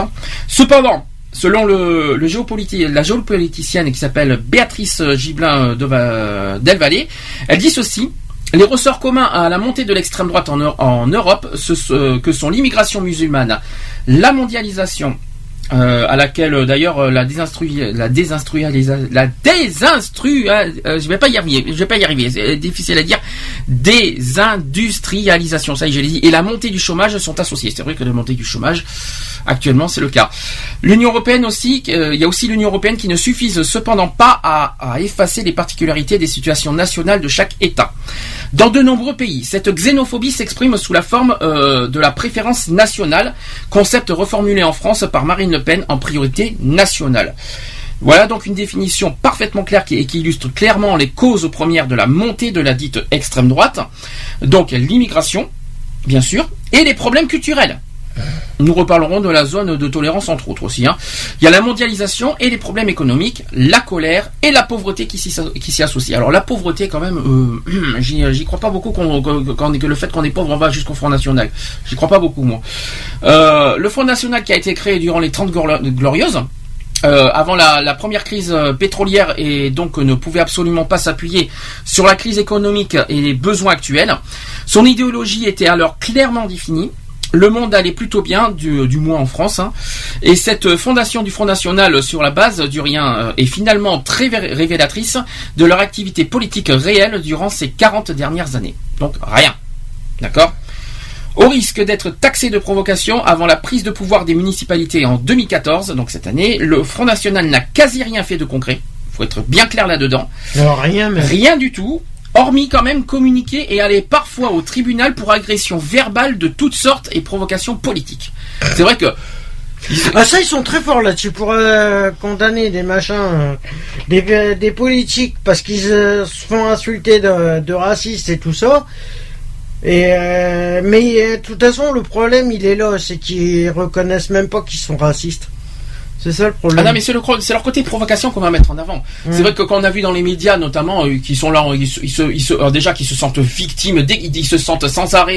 Cependant, selon la géopoliticienne qui s'appelle Béatrice Gibelin Del Valle, elle dit ceci: les ressorts communs à la montée de l'extrême droite en Europe, que sont l'immigration musulmane, la mondialisation, à laquelle d'ailleurs je vais pas y arriver, c'est difficile à dire, désindustrialisation, ça y est, je l'ai dit, et la montée du chômage sont associés. C'est vrai que la montée du chômage, actuellement, c'est le cas. L'Union européenne aussi, il y a aussi l'Union européenne qui ne suffise cependant pas à effacer les particularités des situations nationales de chaque État. Dans de nombreux pays, cette xénophobie s'exprime sous la forme de la préférence nationale, concept reformulé en France par Marine Le Pen en priorité nationale. Voilà donc une définition parfaitement claire qui illustre clairement les causes premières de la montée de la dite extrême droite. Donc l'immigration, bien sûr, et les problèmes culturels. Nous reparlerons de la zone de tolérance entre autres aussi. Hein. Il y a la mondialisation et les problèmes économiques, la colère et la pauvreté qui s'y associent. Alors la pauvreté quand même, j'y crois pas beaucoup que le fait qu'on est pauvre on va jusqu'au Front National. J'y crois pas beaucoup moi. Le Front National qui a été créé durant les 30 Glorieuses avant la première crise pétrolière et donc ne pouvait absolument pas s'appuyer sur la crise économique et les besoins actuels. Son idéologie était alors clairement définie. Le monde allait plutôt bien, du moins en France, hein. Et cette fondation du Front National sur la base du rien est finalement très révélatrice de leur activité politique réelle durant ces 40 dernières années. Donc rien. D'accord ? Au risque d'être taxé de provocation avant la prise de pouvoir des municipalités en 2014, donc cette année, le Front National n'a quasi rien fait de concret. Il faut être bien clair là-dedans. Non, rien, mais... Rien du tout. Hormis quand même communiquer et aller parfois au tribunal pour agression verbale de toutes sortes et provocations politiques. C'est vrai que... Ah ça, ils sont très forts là-dessus pour condamner des machins, des politiques parce qu'ils se font insulter de racistes et tout ça. Mais de toute façon, le problème il est là, c'est qu'ils reconnaissent même pas qu'ils sont racistes. C'est ça le problème. Ah non, mais c'est leur côté provocation qu'on va mettre en avant. C'est vrai que quand on a vu dans les médias, notamment, qui sont là, déjà qu'ils se sentent victimes, ils se sentent sans arrêt,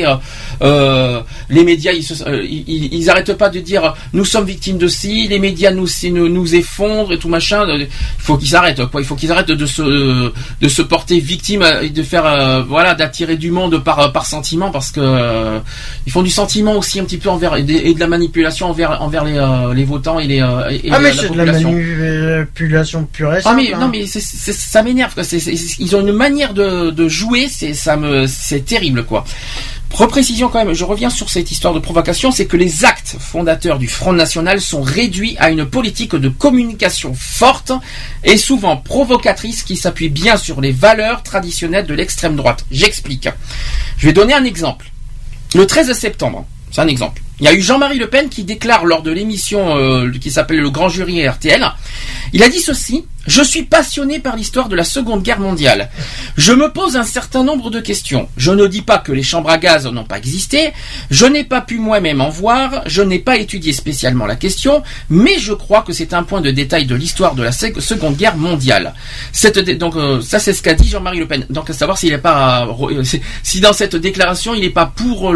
les médias, ils arrêtent pas de dire, nous sommes victimes de ci, les médias nous effondrent et tout machin. Il faut qu'ils arrêtent, quoi. Il faut qu'ils arrêtent de se porter victime et de faire, d'attirer du monde par sentiment, parce que, ils font du sentiment aussi un petit peu et de la manipulation envers les votants et mais c'est de la manipulation pure et simple. Non mais ça m'énerve, quoi. Ils ont une manière de jouer, c'est terrible, quoi. Reprécision quand même, je reviens sur cette histoire de provocation, c'est que les actes fondateurs du Front National sont réduits à une politique de communication forte et souvent provocatrice qui s'appuie bien sur les valeurs traditionnelles de l'extrême droite. J'explique. Je vais donner un exemple. Le 13 septembre, c'est un exemple. Il y a eu Jean-Marie Le Pen qui déclare lors de l'émission qui s'appelle Le Grand Jury RTL, il a dit ceci: « Je suis passionné par l'histoire de la Seconde Guerre mondiale. Je me pose un certain nombre de questions. Je ne dis pas que les chambres à gaz n'ont pas existé, je n'ai pas pu moi-même en voir, je n'ai pas étudié spécialement la question, mais je crois que c'est un point de détail de l'histoire de la Seconde Guerre mondiale. » Donc ça c'est ce qu'a dit Jean-Marie Le Pen. Donc à savoir s'il n'est pas si dans cette déclaration il n'est pas pour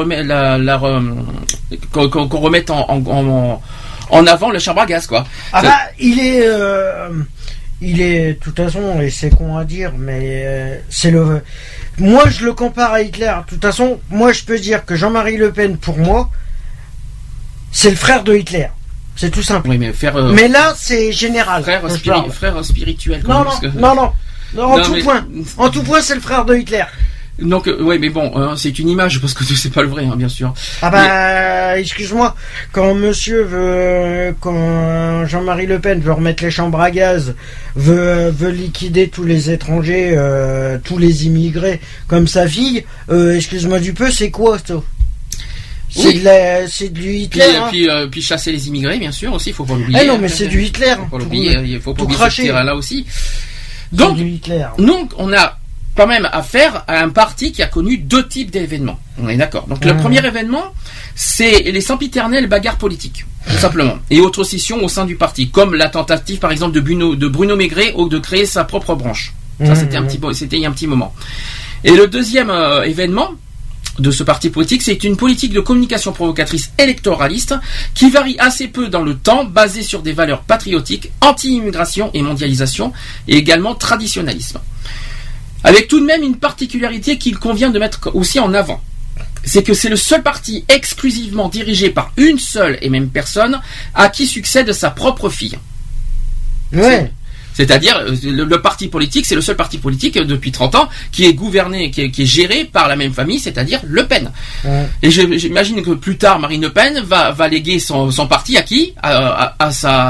qu'on remette en avant le chambre à gaz, quoi. Il est de toute façon, et c'est con à dire, mais moi je le compare à Hitler. De toute façon, moi je peux dire que Jean-Marie Le Pen, pour moi, c'est le frère de Hitler. C'est tout simple. Oui, mais là, c'est général. Frère spirituel. Non, en tout point, c'est le frère de Hitler. Donc, mais bon, c'est une image parce que c'est pas le vrai, hein, bien sûr. Excuse-moi, quand Jean-Marie Le Pen veut remettre les chambres à gaz, veut liquider tous les étrangers, tous les immigrés comme sa fille, excuse-moi du peu, c'est quoi ça? C'est du Hitler. Puis chasser les immigrés, bien sûr aussi, faut pas l'oublier. Non, mais c'est du Hitler. Faut pas l'oublier, faut pas oublier ce terrain-là aussi. Donc, du Hitler. Donc, on a quand même affaire à un parti qui a connu deux types d'événements. On est d'accord. Donc le premier événement, c'est les sempiternelles bagarres politiques, tout simplement, et autres scissions au sein du parti, comme la tentative par exemple de Bruno Maigret de créer sa propre branche. Ça c'était il y a un petit moment. Et le deuxième événement de ce parti politique, c'est une politique de communication provocatrice électoraliste qui varie assez peu dans le temps, basée sur des valeurs patriotiques, anti-immigration et mondialisation, et également traditionnalisme. Avec tout de même une particularité qu'il convient de mettre aussi en avant. C'est que c'est le seul parti exclusivement dirigé par une seule et même personne à qui succède sa propre fille. Ouais. C'est-à-dire, le parti politique, c'est le seul parti politique depuis 30 ans qui est gouverné, qui est géré par la même famille, c'est-à-dire Le Pen. Ouais. Et j'imagine que plus tard, Marine Le Pen va léguer son parti à qui? À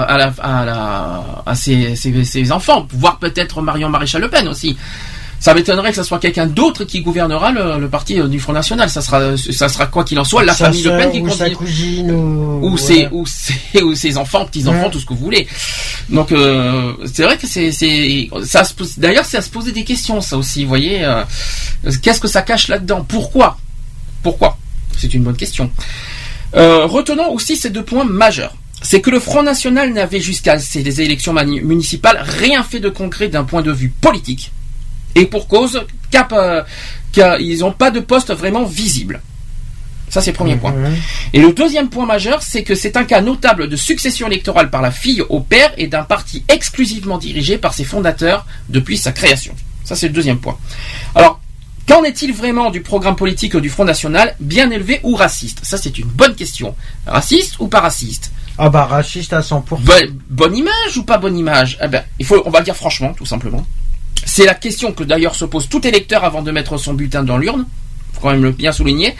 ses enfants, voire peut-être Marion Maréchal Le Pen aussi. Ça m'étonnerait que ce soit quelqu'un d'autre qui gouvernera le parti du Front National. Ça sera quoi qu'il en soit la famille Le Pen qui continue. Sa cousine ou ses enfants, petits-enfants, tout ce que vous voulez. Donc c'est vrai que d'ailleurs c'est à se poser des questions, ça aussi, vous voyez. Qu'est-ce que ça cache là-dedans? Pourquoi? C'est une bonne question. Retenons aussi ces deux points majeurs. C'est que le Front National n'avait jusqu'à ces élections municipales rien fait de concret d'un point de vue politique. Et pour cause, ils n'ont pas de poste vraiment visible. Ça, c'est le premier point. Et le deuxième point majeur, c'est que c'est un cas notable de succession électorale par la fille au père et d'un parti exclusivement dirigé par ses fondateurs depuis sa création. Ça, c'est le deuxième point. Alors, qu'en est-il vraiment du programme politique du Front National, bien élevé ou raciste? Ça, c'est une bonne question. Raciste ou pas raciste? Ah bah, raciste à 100%. Bonne image ou pas bonne image? Eh ben, on va le dire franchement, tout simplement. C'est la question que d'ailleurs se pose tout électeur avant de mettre son bulletin dans l'urne. Faut quand même le bien souligner.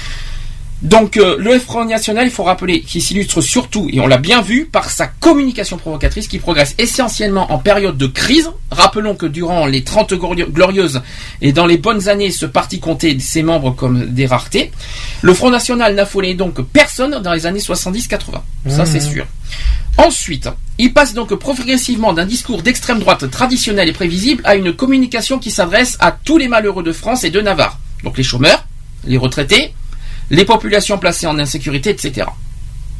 Donc le Front National, il faut rappeler qu'il s'illustre surtout, et on l'a bien vu, par sa communication provocatrice qui progresse essentiellement en période de crise. Rappelons que durant les 30 glorieuses et dans les bonnes années, ce parti comptait ses membres comme des raretés. Le Front National n'affolait donc personne dans les années 70-80. Ça, c'est sûr. Ensuite, il passe donc progressivement d'un discours d'extrême droite traditionnel et prévisible à une communication qui s'adresse à tous les malheureux de France et de Navarre. Donc les chômeurs, les retraités, les populations placées en insécurité, etc. D'accord ?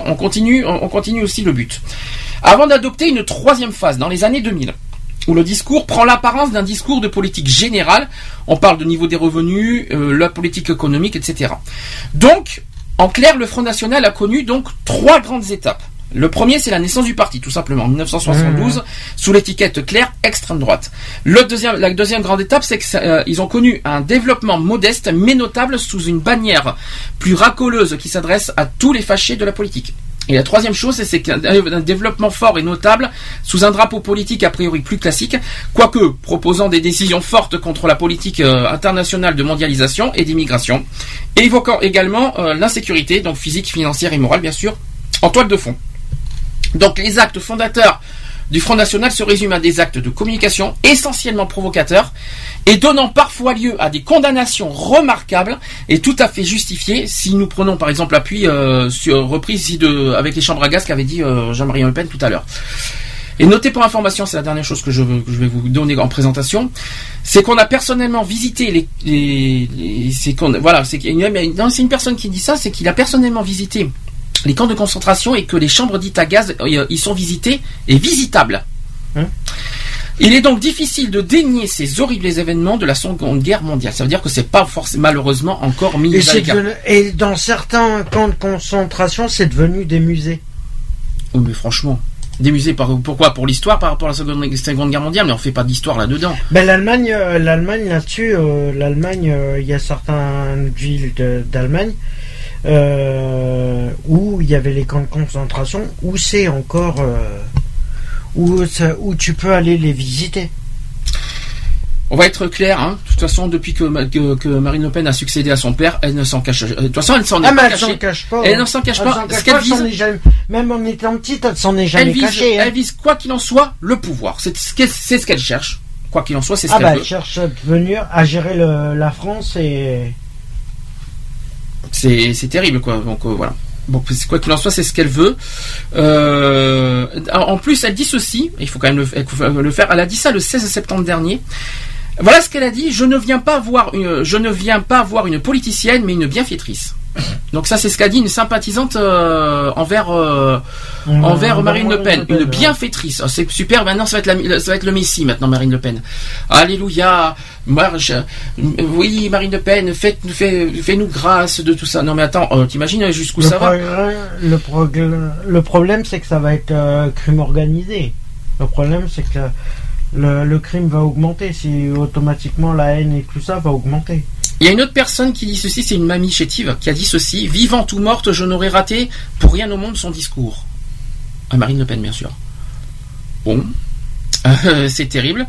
On continue aussi le but. Avant d'adopter une troisième phase dans les années 2000, où le discours prend l'apparence d'un discours de politique générale, on parle de niveau des revenus, la politique économique, etc. Donc, en clair, le Front National a connu donc 3 grandes étapes. Le premier, c'est la naissance du parti, tout simplement, en 1972, sous l'étiquette claire extrême droite. La deuxième grande étape, c'est qu'ils ont connu un développement modeste mais notable sous une bannière plus racoleuse qui s'adresse à tous les fâchés de la politique. Et la troisième chose, c'est qu'un développement fort et notable sous un drapeau politique a priori plus classique, quoique proposant des décisions fortes contre la politique internationale de mondialisation et d'immigration, et évoquant également l'insécurité, donc physique, financière et morale, bien sûr, en toile de fond. Donc les actes fondateurs du Front National se résument à des actes de communication essentiellement provocateurs et donnant parfois lieu à des condamnations remarquables et tout à fait justifiées si nous prenons par exemple l'appui sur reprise ici avec les chambres à gaz qu'avait dit Jean-Marie Le Pen tout à l'heure. Et notez pour information, c'est la dernière chose que je vais vous donner en présentation, c'est qu'on a personnellement visité c'est une personne qui dit ça, c'est qu'il a personnellement visité les camps de concentration et que les chambres dites à gaz y sont visitées et visitables. Il est donc difficile de dénier ces horribles événements de la Seconde Guerre mondiale. Ça veut dire que c'est pas forcément malheureusement encore mis à l'écart. Et dans certains camps de concentration, c'est devenu des musées. Oh mais franchement, des musées pourquoi? Pour l'histoire par rapport à la Seconde Guerre mondiale, mais on fait pas d'histoire là-dedans. Ben l'Allemagne là-dessus, il y a certaines villes d'Allemagne où il y avait les camps de concentration, où c'est encore où tu peux aller les visiter. On va être clair, hein. De toute façon, depuis que Marine Le Pen a succédé à son père, elle ne s'en cache. De toute façon, elle s'en est pas cachée. Elle ne s'en cache pas. Ce qu'elle vise, même en étant petite, elle s'en est jamais cachée. Elle vise quoi qu'il en soit le pouvoir. C'est ce qu'elle cherche. Quoi qu'il en soit, c'est ce qu'elle veut. Elle cherche à venir à gérer la France et. C'est terrible, quoi. Donc voilà. Bon, quoi qu'il en soit, c'est ce qu'elle veut. En plus, elle dit ceci. Il faut quand même le faire. Elle a dit ça le 16 septembre dernier. Voilà ce qu'elle a dit. Je ne viens pas voir une politicienne, mais une bienfaitrice. Donc ça, c'est ce qu'a dit une sympathisante envers Marine Le Pen, une bienfaitrice. Oh, c'est super. Maintenant, ça va être le Messie. Maintenant, Marine Le Pen. Alléluia. Oui, Marine Le Pen, fais-nous grâce de tout ça. Non, mais attends, t'imagines jusqu'où ça va? Le problème, c'est que ça va être crime organisé. Le problème, c'est que le crime va augmenter. Si automatiquement la haine et tout ça va augmenter. Il y a une autre personne qui dit ceci, c'est une mamie chétive qui a dit ceci: vivante ou morte, je n'aurais raté pour rien au monde son discours. À Marine Le Pen, bien sûr. Bon, c'est terrible.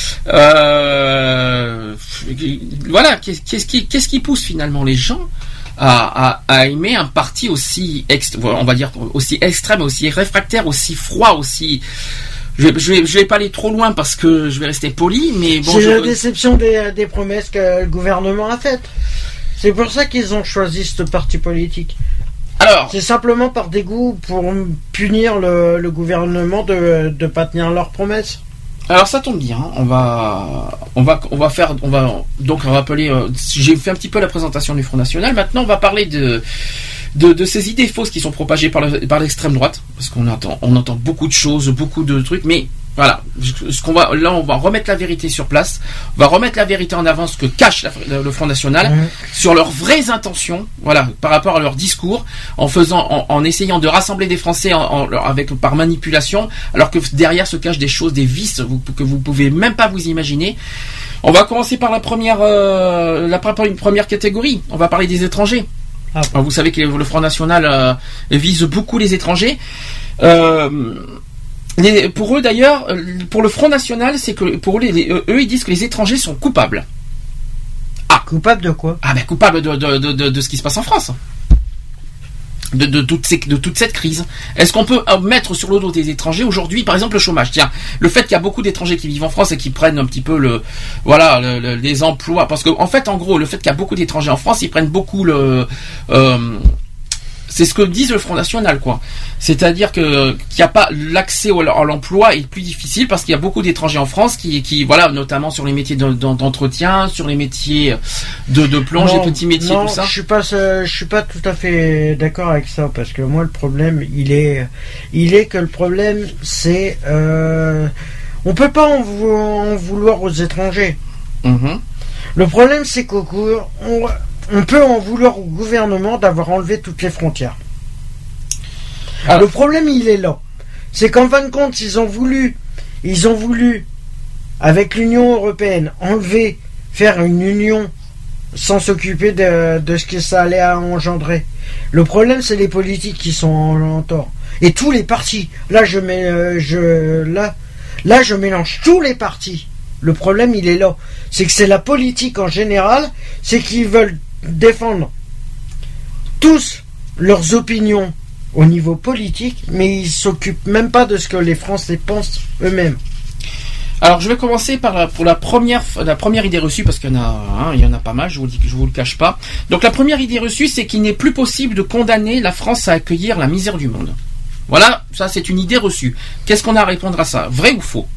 Voilà, qu'est-ce qui pousse finalement les gens à aimer un parti aussi on va dire aussi extrême, aussi réfractaire, aussi froid, aussi. Je vais pas aller trop loin parce que je vais rester poli, mais bon. C'est la déception des promesses que le gouvernement a faites. C'est pour ça qu'ils ont choisi ce parti politique. Alors, c'est simplement par dégoût pour punir le gouvernement de pas tenir leurs promesses. Alors ça tombe bien, on va donc rappeler. J'ai fait un petit peu la présentation du Front National. Maintenant, on va parler de ces idées fausses qui sont propagées par l'extrême droite, parce qu'on entend beaucoup de choses, beaucoup de trucs, mais Voilà. On va remettre la vérité sur place. On va remettre la vérité en avant, ce que cache le Front National sur leurs vraies intentions. Voilà, par rapport à leur discours, en essayant de rassembler des Français par manipulation, alors que derrière se cachent des choses, des vices que vous pouvez même pas vous imaginer. On va commencer par la première catégorie. On va parler des étrangers. Ah bon. Alors, vous savez que le Front National vise beaucoup les étrangers. Pour eux d'ailleurs, pour le Front National, c'est que pour eux, ils disent que les étrangers sont coupables. Ah, coupables de quoi? Ah ben coupables de ce qui se passe en France. De toute cette crise. Est-ce qu'on peut mettre sur le dos des étrangers aujourd'hui, par exemple, le chômage? Tiens, le fait qu'il y a beaucoup d'étrangers qui vivent en France et qui prennent un petit peu les emplois, parce que en fait, en gros, le fait qu'il y a beaucoup d'étrangers en France, ils prennent beaucoup c'est ce que disent le Front National, quoi. C'est-à-dire qu'il n'y a pas l'accès à l'emploi est plus difficile parce qu'il y a beaucoup d'étrangers en France qui voilà, notamment sur les métiers d'entretien, sur les métiers de plonge, les petits métiers, tout ça. Je suis pas tout à fait d'accord avec ça parce que moi le problème il est que le problème c'est on peut pas en vouloir aux étrangers. Le problème c'est qu'au cours on peut en vouloir au gouvernement d'avoir enlevé toutes les frontières. Le problème, il est là. C'est qu'en fin de compte, ils ont voulu, avec l'Union européenne, faire une union sans s'occuper de ce que ça allait engendrer. Le problème, c'est les politiques qui sont en tort. Et tous les partis. Là, je mélange tous les partis. Le problème, il est là. C'est que c'est la politique en général, c'est qu'ils veulent défendre tous leurs opinions au niveau politique, mais ils s'occupent même pas de ce que les Français pensent eux-mêmes. Alors je vais commencer pour la première idée reçue parce qu'il y en a pas mal, je vous le cache pas. Donc la première idée reçue, c'est qu'il n'est plus possible de condamner la France à accueillir la misère du monde. Voilà, ça c'est une idée reçue. Qu'est-ce qu'on a à répondre à ça? Vrai ou faux?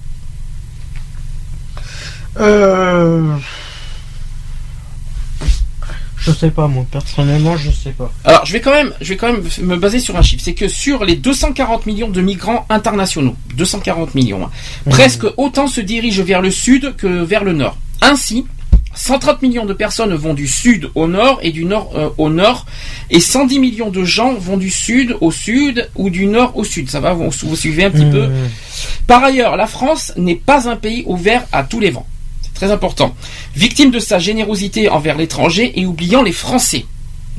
Je sais pas, moi, personnellement, je sais pas. Alors, je vais quand même me baser sur un chiffre. C'est que sur les 240 millions de migrants internationaux, 240 millions, presque autant se dirigent vers le sud que vers le nord. Ainsi, 130 millions de personnes vont du sud au nord et du nord au nord, et 110 millions de gens vont du sud au sud ou du nord au sud. Ça va, vous suivez un petit peu. Par ailleurs, la France n'est pas un pays ouvert à tous les vents. Très important. Victime de sa générosité envers l'étranger et oubliant les Français. D'accord ?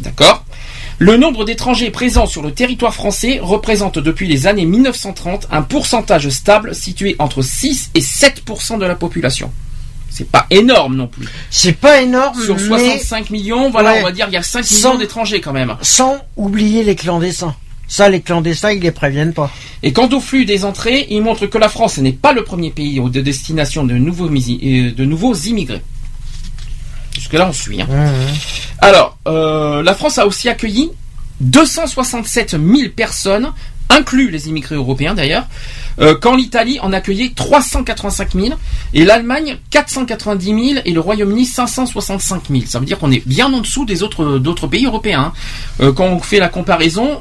Le nombre d'étrangers présents sur le territoire français représente depuis les années 1930 un pourcentage stable situé entre 6 et 7% de la population. C'est pas énorme non plus. C'est pas énorme, sur 65 millions, voilà, ouais, on va dire il y a 5 millions d'étrangers quand même. Sans oublier les clandestins. Ça, les clandestins, ils les préviennent pas. Et quant au flux des entrées, il montre que la France n'est pas le premier pays de destination de nouveaux immigrés. Jusque-là, on suit. Alors, la France a aussi accueilli 267 000 personnes, inclus les immigrés européens d'ailleurs, quand l'Italie en accueillait 385 000, et l'Allemagne 490 000, et le Royaume-Uni 565 000. Ça veut dire qu'on est bien en dessous d'autres pays européens. Quand on fait la comparaison,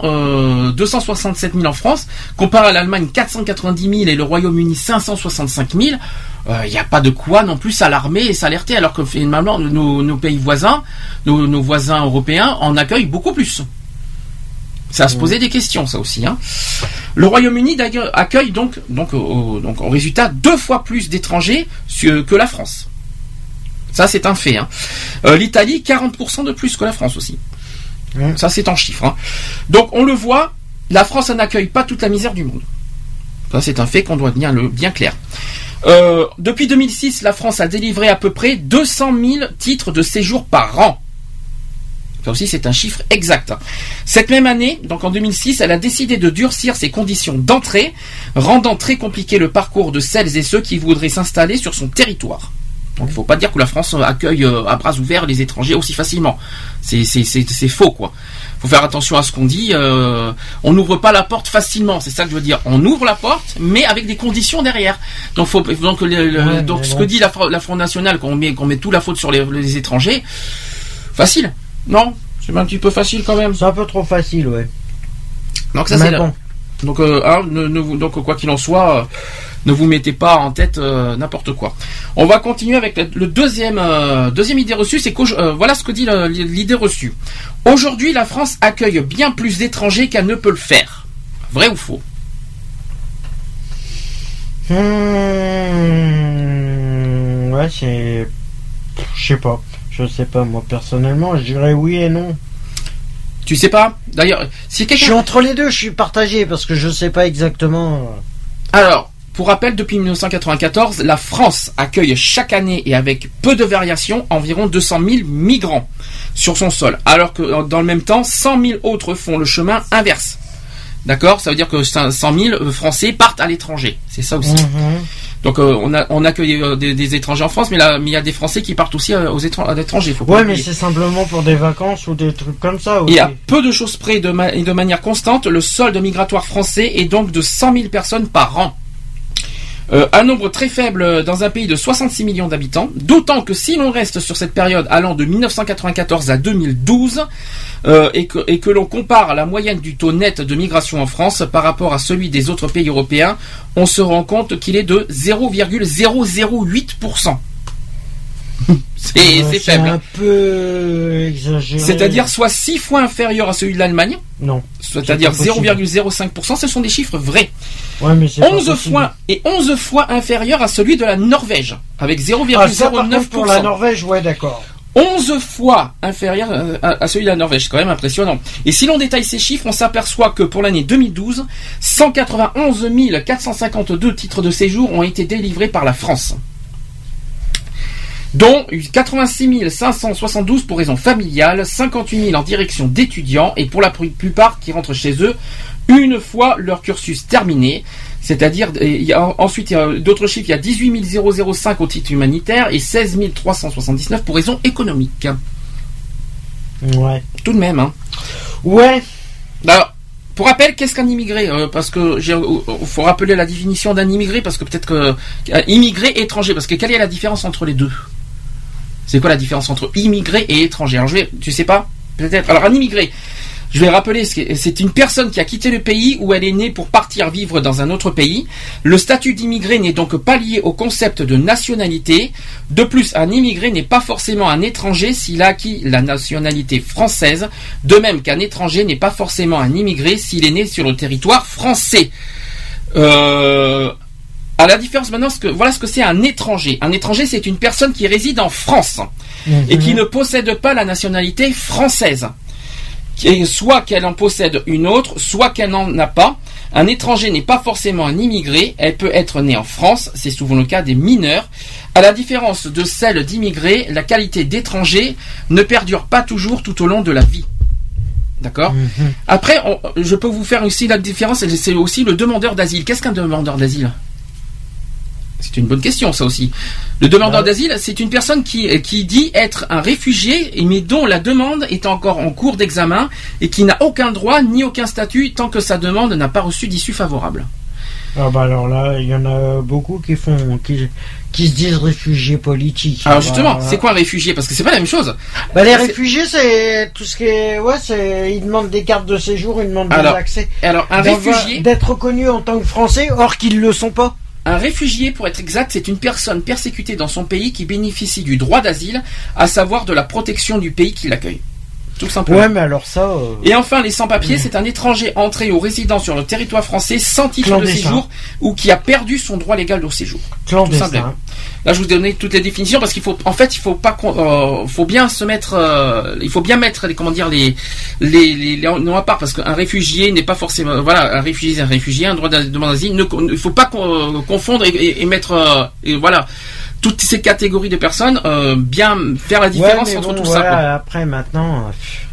267 000 en France, comparé à l'Allemagne 490 000 et le Royaume-Uni 565 000, il n'y a pas de quoi non plus s'alarmer et s'alerter, alors que finalement nos pays voisins, nos voisins européens en accueillent beaucoup plus. Ça a se poser des questions, ça aussi. Le Royaume-Uni d'ailleurs accueille donc au résultat 2 fois plus d'étrangers que la France. Ça, c'est un fait. L'Italie, 40% de plus que la France aussi. Ça, c'est en chiffres. Donc, on le voit, la France n'accueille pas toute la misère du monde. Ça, c'est un fait qu'on doit bien clair. Depuis 2006, la France a délivré à peu près 200 000 titres de séjour par an. Ça aussi, c'est un chiffre exact. Cette même année, donc en 2006, elle a décidé de durcir ses conditions d'entrée, rendant très compliqué le parcours de celles et ceux qui voudraient s'installer sur son territoire. Donc il ne faut pas dire que la France accueille à bras ouverts les étrangers aussi facilement. C'est faux, quoi. Il faut faire attention à ce qu'on dit. On n'ouvre pas la porte facilement, c'est ça que je veux dire. On ouvre la porte, mais avec des conditions derrière. Donc ce que dit la Front National, qu'on met toute la faute sur les étrangers, facile. Non, c'est un petit peu facile quand même. C'est un peu trop facile, ouais. Donc ça, c'est bon. Donc quoi qu'il en soit, Ne vous mettez pas en tête n'importe quoi. On va continuer avec le deuxième idée reçue, c'est que voilà ce que dit l'idée reçue. Aujourd'hui, la France accueille bien plus d'étrangers qu'elle ne peut le faire. Vrai ou faux? Ouais, c'est... Je sais pas, moi personnellement, je dirais oui et non. Tu sais pas? D'ailleurs, si quelqu'un... Je suis entre les deux, je suis partagé, parce que je sais pas exactement... Alors, pour rappel, depuis 1994, la France accueille chaque année et avec peu de variations environ 200 000 migrants sur son sol, alors que dans le même temps, 100 000 autres font le chemin inverse. D'accord? Ça veut dire que 100 000 Français partent à l'étranger. C'est ça aussi. Donc on accueille des étrangers en France, mais il y a des Français qui partent aussi à l'étranger. Ouais, mais c'est simplement pour des vacances ou des trucs comme ça. Et à peu de choses près et de manière constante, le solde migratoire français est donc de 100 000 personnes par an. Un nombre très faible dans un pays de 66 millions d'habitants, d'autant que si l'on reste sur cette période allant de 1994 à 2012 et que l'on compare la moyenne du taux net de migration en France par rapport à celui des autres pays européens, on se rend compte qu'il est de 0,008%. C'est faible. Un peu exagéré. C'est-à-dire soit 6 fois inférieur à celui de l'Allemagne. Non. C'est-à-dire 0,05%, ce sont des chiffres vrais. Ouais, mais c'est 11 fois inférieur à celui de la Norvège, avec 0,09%. Pour la Norvège, ouais, d'accord. 11 fois inférieur à celui de la Norvège, c'est quand même impressionnant. Et si l'on détaille ces chiffres, on s'aperçoit que pour l'année 2012, 191 452 titres de séjour ont été délivrés par la France, dont 86 572 pour raison familiale, 58 000 en direction d'étudiants et pour la plupart qui rentrent chez eux une fois leur cursus terminé. C'est-à-dire, ensuite il y a d'autres chiffres, il y a 18 005 au titre humanitaire et 16 379 pour raison économique. Ouais. Tout de même, hein. Ouais. Alors, pour rappel, qu'est-ce qu'un immigré? Parce que faut rappeler la définition d'un immigré, parce que peut-être que immigré et étranger, parce que quelle est la différence entre les deux? C'est quoi la différence entre immigré et étranger? Alors tu sais pas? Peut-être. Alors un immigré, je vais rappeler, c'est une personne qui a quitté le pays où elle est née pour partir vivre dans un autre pays. Le statut d'immigré n'est donc pas lié au concept de nationalité. De plus, un immigré n'est pas forcément un étranger s'il a acquis la nationalité française, de même qu'un étranger n'est pas forcément un immigré s'il est né sur le territoire français. À la différence maintenant, voilà ce que c'est un étranger. Un étranger, c'est une personne qui réside en France et qui ne possède pas la nationalité française. Soit qu'elle en possède une autre, soit qu'elle n'en a pas. Un étranger n'est pas forcément un immigré, elle peut être née en France, c'est souvent le cas des mineurs. À la différence de celle d'immigré, la qualité d'étranger ne perdure pas toujours tout au long de la vie. D'accord ? Après, je peux vous faire aussi la différence, c'est aussi le demandeur d'asile. Qu'est-ce qu'un demandeur d'asile ? C'est une bonne question, ça aussi. Le demandeur d'asile, c'est une personne qui dit être un réfugié, mais dont la demande est encore en cours d'examen et qui n'a aucun droit ni aucun statut tant que sa demande n'a pas reçu d'issue favorable. Ah bah alors là, il y en a beaucoup qui se disent réfugiés politiques. Alors justement, c'est quoi un réfugié? Parce que c'est pas la même chose. Bah les réfugiés, c'est tout ce qui est... Ouais, ils demandent des cartes de séjour, ils demandent des accès. Alors un réfugié... D'être reconnu en tant que Français, or qu'ils le sont pas. Un réfugié, pour être exact, c'est une personne persécutée dans son pays qui bénéficie du droit d'asile, à savoir de la protection du pays qui l'accueille. Tout simplement. Ouais, mais alors ça... Et enfin, les sans-papiers, c'est un étranger entré ou résident sur le territoire français sans titre de séjour ou qui a perdu son droit légal au séjour. Tout simplement. Là, je vous ai donné toutes les définitions parce qu'il faut, en fait, faut bien se mettre, il faut bien mettre les noms à part parce qu'un réfugié n'est pas forcément, voilà, un réfugié c'est un réfugié, un droit de demande d'asile, il faut pas confondre et mettre, voilà. Toutes ces catégories de personnes, bien faire la différence entre tout ça. Quoi. Après, maintenant...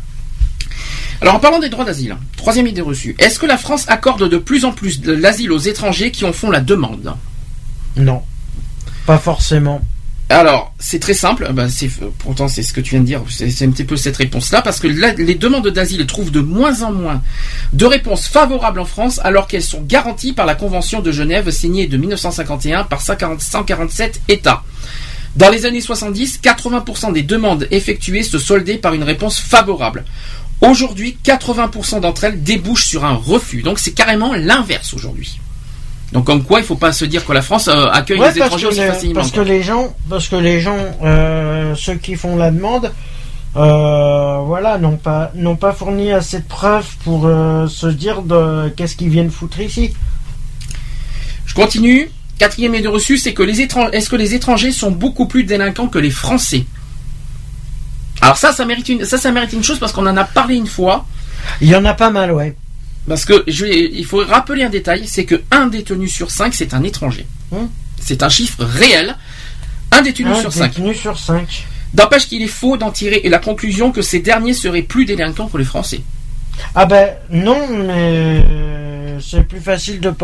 Alors, en parlant des droits d'asile, troisième idée reçue, est-ce que la France accorde de plus en plus de l'asile aux étrangers qui en font la demande? Non, pas forcément. Alors, c'est très simple, pourtant c'est ce que tu viens de dire, c'est un petit peu cette réponse-là, parce que les demandes d'asile trouvent de moins en moins de réponses favorables en France, alors qu'elles sont garanties par la Convention de Genève signée de 1951 par 147 États. Dans les années 70, 80% des demandes effectuées se soldaient par une réponse favorable. Aujourd'hui, 80% d'entre elles débouchent sur un refus, donc c'est carrément l'inverse aujourd'hui. Donc comme quoi, il faut pas se dire que la France accueille les étrangers aussi facilement. Parce que les gens, ceux qui font la demande, n'ont pas fourni assez de preuves pour se dire qu'est-ce qu'ils viennent foutre ici. Je continue. 4e idée reçue, c'est que est-ce que les étrangers sont beaucoup plus délinquants que les Français? Alors ça mérite une chose parce qu'on en a parlé une fois. Il y en a pas mal, ouais. Parce que il faut rappeler un détail, c'est que 1 détenu sur 5, c'est un étranger. C'est un chiffre réel. 1 détenu sur 5. D'empêche qu'il est faux d'en tirer la conclusion que ces derniers seraient plus délinquants que les Français. Ah ben non, mais c'est plus facile de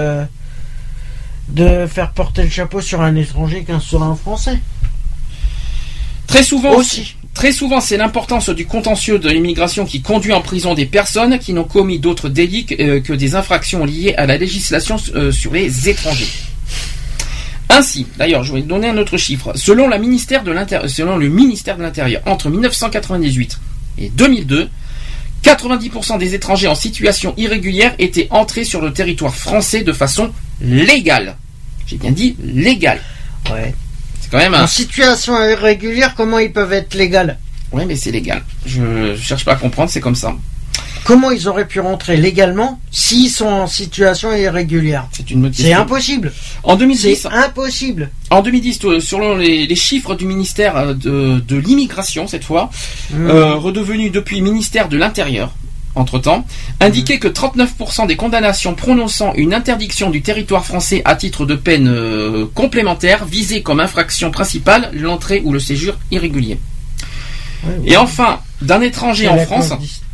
faire porter le chapeau sur un étranger qu'un sur un Français. Très souvent, c'est l'importance du contentieux de l'immigration qui conduit en prison des personnes qui n'ont commis d'autres délits que des infractions liées à la législation sur les étrangers. Ainsi, d'ailleurs, je vais donner un autre chiffre. Selon le ministère de l'Intérieur, entre 1998 et 2002, 90% des étrangers en situation irrégulière étaient entrés sur le territoire français de façon légale. J'ai bien dit légale. Ouais. C'est quand même en situation irrégulière, comment ils peuvent être légaux? Oui, mais c'est légal. Je cherche pas à comprendre, c'est comme ça. Comment ils auraient pu rentrer légalement s'ils sont en situation irrégulière? C'est une autre question. C'est impossible. En 2010, c'est impossible. En 2010, selon les chiffres du ministère de l'immigration, cette fois, redevenu depuis ministère de l'Intérieur, entre-temps, indiquait que 39% des condamnations prononçant une interdiction du territoire français à titre de peine complémentaire visaient comme infraction principale l'entrée ou le séjour irrégulier. Et enfin, d'un étranger en France...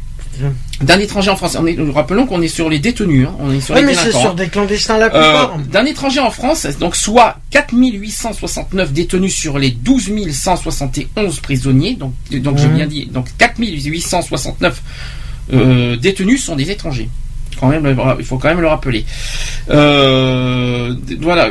rappelons qu'on est sur les détenus, on est sur les délinquants. C'est sur des clandestins la plupart. D'un étranger en France, donc soit 4869 détenus sur les 12 171 prisonniers, donc j'ai bien dit, donc 4869 détenus sont des étrangers. Il faut quand même le rappeler. Voilà,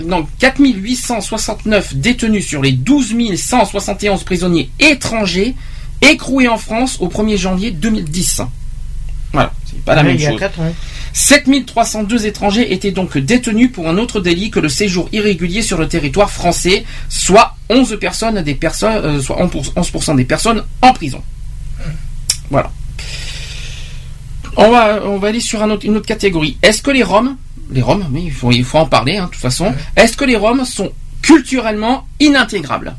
4869 détenus sur les 12 171 prisonniers étrangers écroués en France au 1er janvier 2010. Voilà, c'est pas la même chose. 7302 étrangers étaient donc détenus pour un autre délit que le séjour irrégulier sur le territoire français, soit 11% des personnes en prison. Voilà. On va aller sur une autre catégorie. Est-ce que les Roms, mais il faut en parler, de toute façon. Est-ce que les Roms sont culturellement inintégrables?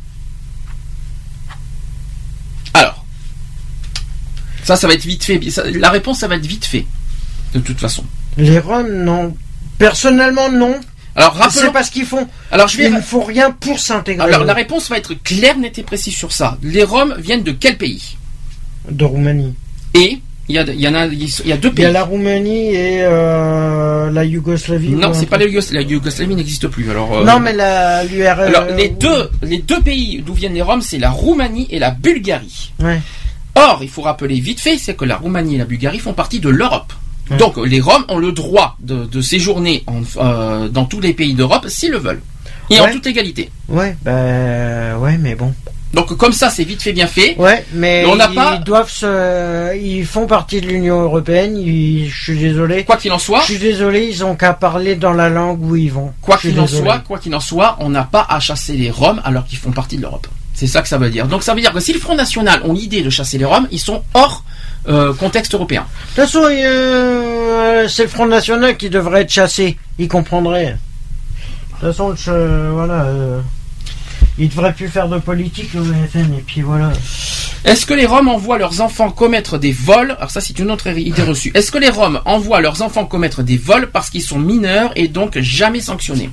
Alors, ça va être vite fait. La réponse, ça va être vite fait, de toute façon. Les Roms, non. Personnellement, non. Alors, rappelons... C'est pas ce qu'ils font. Alors, il ne faut rien pour s'intégrer. Alors, la réponse va être claire, nette et précise sur ça. Les Roms viennent de quel pays? De Roumanie. Et il y a 2 pays. Il y a la Roumanie et la Yougoslavie. Non, c'est pas la Yougoslavie n'existe plus. Alors non, mais l'URL. Alors les deux pays d'où viennent les Roms, c'est la Roumanie et la Bulgarie. Ouais. Or, il faut rappeler vite fait, c'est que la Roumanie et la Bulgarie font partie de l'Europe. Ouais. Donc les Roms ont le droit de séjourner dans tous les pays d'Europe s'ils le veulent. Et en toute égalité. Ouais, mais bon. Donc comme ça, c'est vite fait, bien fait. Ouais, mais ils font partie de l'Union européenne. Je suis désolé. Quoi qu'il en soit. Je suis désolé, ils ont qu'à parler dans la langue où ils vont. Quoi qu'il en soit, on n'a pas à chasser les Roms alors qu'ils font partie de l'Europe. C'est ça que ça veut dire. Donc ça veut dire que si le Front National ont l'idée de chasser les Roms, ils sont hors contexte européen. De toute façon, c'est le Front National qui devrait être chassé. Ils comprendraient. De toute façon, ils devraient plus faire de politique au FN, et puis voilà. Est-ce que les Roms envoient leurs enfants commettre des vols? Alors ça, c'est une autre idée reçue. Est-ce que les Roms envoient leurs enfants commettre des vols parce qu'ils sont mineurs et donc jamais sanctionnés?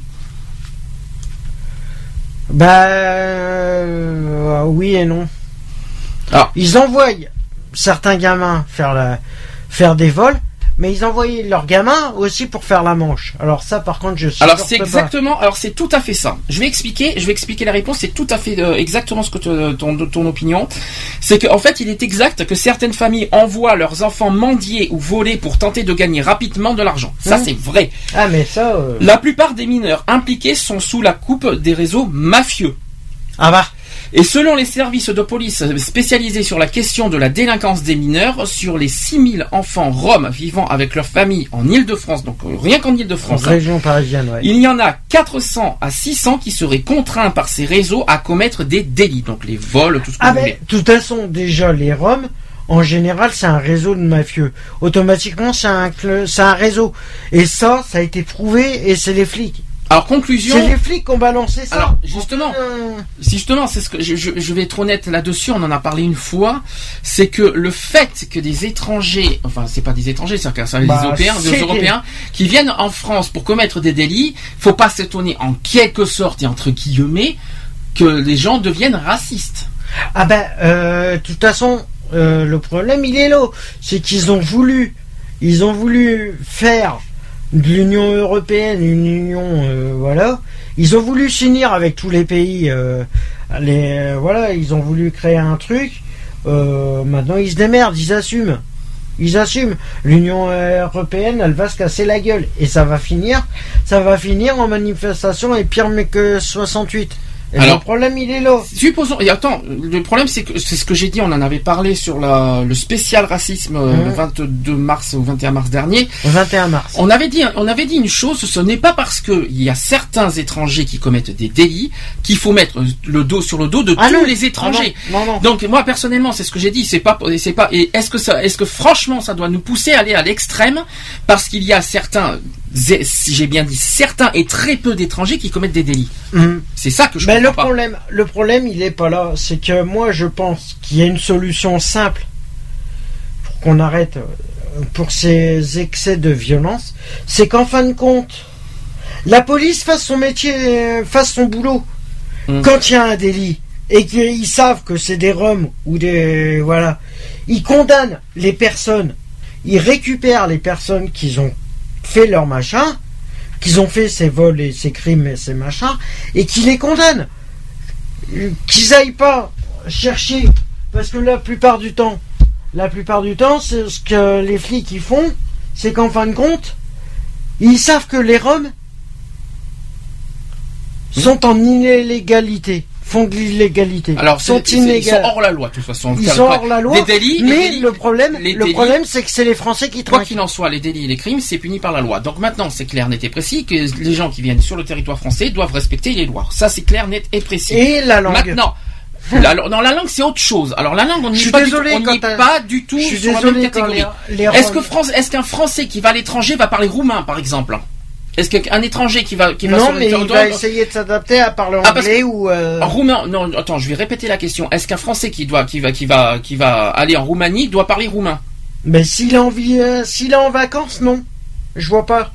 Oui et non. Alors, ils envoient certains gamins faire des vols, mais ils envoyaient leurs gamins aussi pour faire la manche. Alors ça, par contre, je suis. Alors c'est exactement. Alors c'est tout à fait ça. Je vais expliquer la réponse. C'est tout à fait exactement ce que ton opinion. C'est qu'en fait, il est exact que certaines familles envoient leurs enfants mendier ou voler pour tenter de gagner rapidement de l'argent. Ça, c'est vrai. Ah mais ça. La plupart des mineurs impliqués sont sous la coupe des réseaux mafieux. Ah bah. Et selon les services de police spécialisés sur la question de la délinquance des mineurs, sur les 6000 enfants roms vivant avec leur famille en Île-de-France, donc rien qu'en Île-de-France, région parisienne, ouais. Il y en a 400 à 600 qui seraient contraints par ces réseaux à commettre des délits, donc les vols, tout ce que vous voulez. De toute façon, déjà, les Roms, en général, c'est un réseau de mafieux. Automatiquement, c'est un réseau. Et ça a été prouvé, et c'est les flics. Alors, conclusion. C'est les flics qui ont balancé ça. Alors, justement, c'est ce que je vais être honnête là-dessus, on en a parlé une fois, c'est que le fait que des étrangers, enfin, c'est pas des étrangers, c'est des Européens, qui viennent en France pour commettre des délits, faut pas s'étonner en quelque sorte, et entre guillemets, que les gens deviennent racistes. De toute façon, le problème, il est là. C'est qu'ils ont voulu faire de l'Union européenne une union, voilà. Ils ont voulu s'unir avec tous les pays, ils ont voulu créer un truc. Maintenant, ils se démerdent, ils assument. L'Union européenne, elle va se casser la gueule et ça va finir en manifestation et pire mais que 68. Et alors, le problème, il est là. Supposons, et attends, le problème, c'est que, c'est ce que j'ai dit, on en avait parlé sur le spécial racisme, le 22 mars ou 21 mars dernier. 21 mars. On avait dit une chose, ce n'est pas parce que il y a certains étrangers qui commettent des délits qu'il faut mettre le dos sur le dos de tous les étrangers. Non. Donc, moi, personnellement, c'est ce que j'ai dit, et est-ce que franchement, ça doit nous pousser à aller à l'extrême parce qu'il y a certains, si j'ai bien dit, certains et très peu d'étrangers qui commettent des délits. C'est ça que je comprends pas. Le problème, il est pas là. C'est que moi, je pense qu'il y a une solution simple pour qu'on arrête pour ces excès de violence. C'est qu'en fin de compte, la police fasse son métier, fasse son boulot. Quand il y a un délit et qu'ils savent que c'est des Roms ou des... Voilà. Ils condamnent les personnes. Ils récupèrent les personnes qui ont fait leur machin, qu'ils ont fait ces vols et ces crimes et ces machins, et qu'ils les condamnent. Qu'ils aillent pas chercher, parce que la plupart du temps, c'est ce que les flics ils font, c'est qu'en fin de compte, ils savent que les Roms sont en illégalité. Font de l'illégalité. Alors, ils sont hors la loi, de toute façon. Ils sont hors la loi. Des délits, le problème, c'est que c'est les Français qui quoi qu'il en soit, les délits et les crimes, c'est puni par la loi. Donc maintenant, c'est clair, net et précis que les gens qui viennent sur le territoire français doivent respecter les lois. Ça, c'est clair, net et précis. Et la langue. Maintenant, la langue, c'est autre chose. Alors, la langue, on n'y est pas du tout sur la même catégorie. Est-ce qu'un Français qui va à l'étranger va parler roumain, par exemple? Est-ce qu'un étranger qui va non, sur le territoire... Non, mais il va essayer de s'adapter à parler anglais ou... En roumain... Non, attends, je vais répéter la question. Est-ce qu'un Français qui va aller en Roumanie doit parler roumain? Mais s'il est en vacances, non. Je vois pas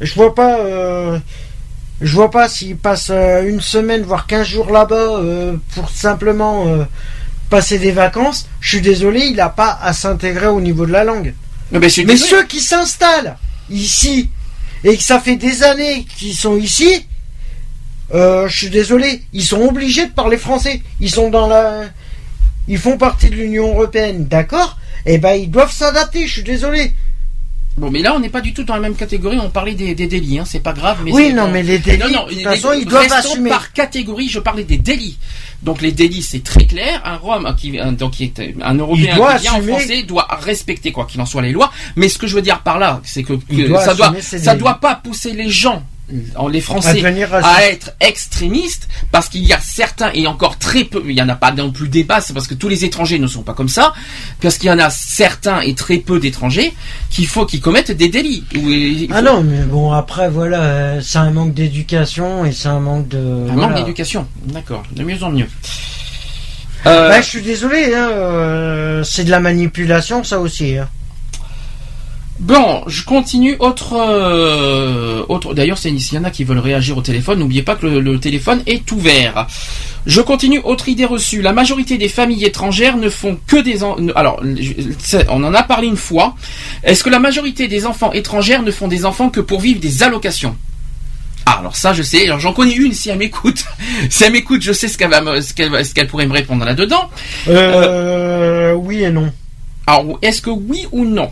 s'il passe une semaine, voire 15 jours là-bas pour simplement passer des vacances. Je suis désolé, il n'a pas à s'intégrer au niveau de la langue. Mais ceux qui s'installent ici... et que ça fait des années qu'ils sont ici, je suis désolé, ils sont obligés de parler français. Ils font partie de l'Union européenne, d'accord? Eh ben, ils doivent s'adapter, je suis désolé. Bon, mais là, on n'est pas du tout dans la même catégorie, on parlait des délits, hein, c'est pas grave. Mais oui, non, mais les délits, de toute façon, ils doivent assumer. Par catégorie, je parlais des délits. Donc, les délits, c'est très clair. Un Rome, qui est un Européen qui vient en français, doit respecter, quoi qu'il en soit, les lois. Mais ce que je veux dire par là, c'est que ça doit pas pousser les gens, les Français, à être extrémistes, parce qu'il y a certains, et encore très peu, il y en a pas non plus débat, c'est parce que tous les étrangers ne sont pas comme ça, parce qu'il y en a certains et très peu d'étrangers qui commettent des délits. Non, mais bon, après, voilà, c'est un manque d'éducation et c'est un manque de... manque d'éducation, d'accord, de mieux en mieux. Je suis désolé, c'est de la manipulation, ça aussi, hein. Bon, je continue. Autre. D'ailleurs, s'il y en a qui veulent réagir au téléphone, n'oubliez pas que le téléphone est ouvert. Je continue. Autre idée reçue. La majorité des familles étrangères ne font que des alors, on en a parlé une fois. Est-ce que la majorité des enfants étrangères ne font des enfants que pour vivre des allocations? Ah, alors ça, je sais. Alors, j'en connais une. Si elle m'écoute, je sais ce qu'elle pourrait me répondre là-dedans. Oui et non. Alors, est-ce que oui ou non?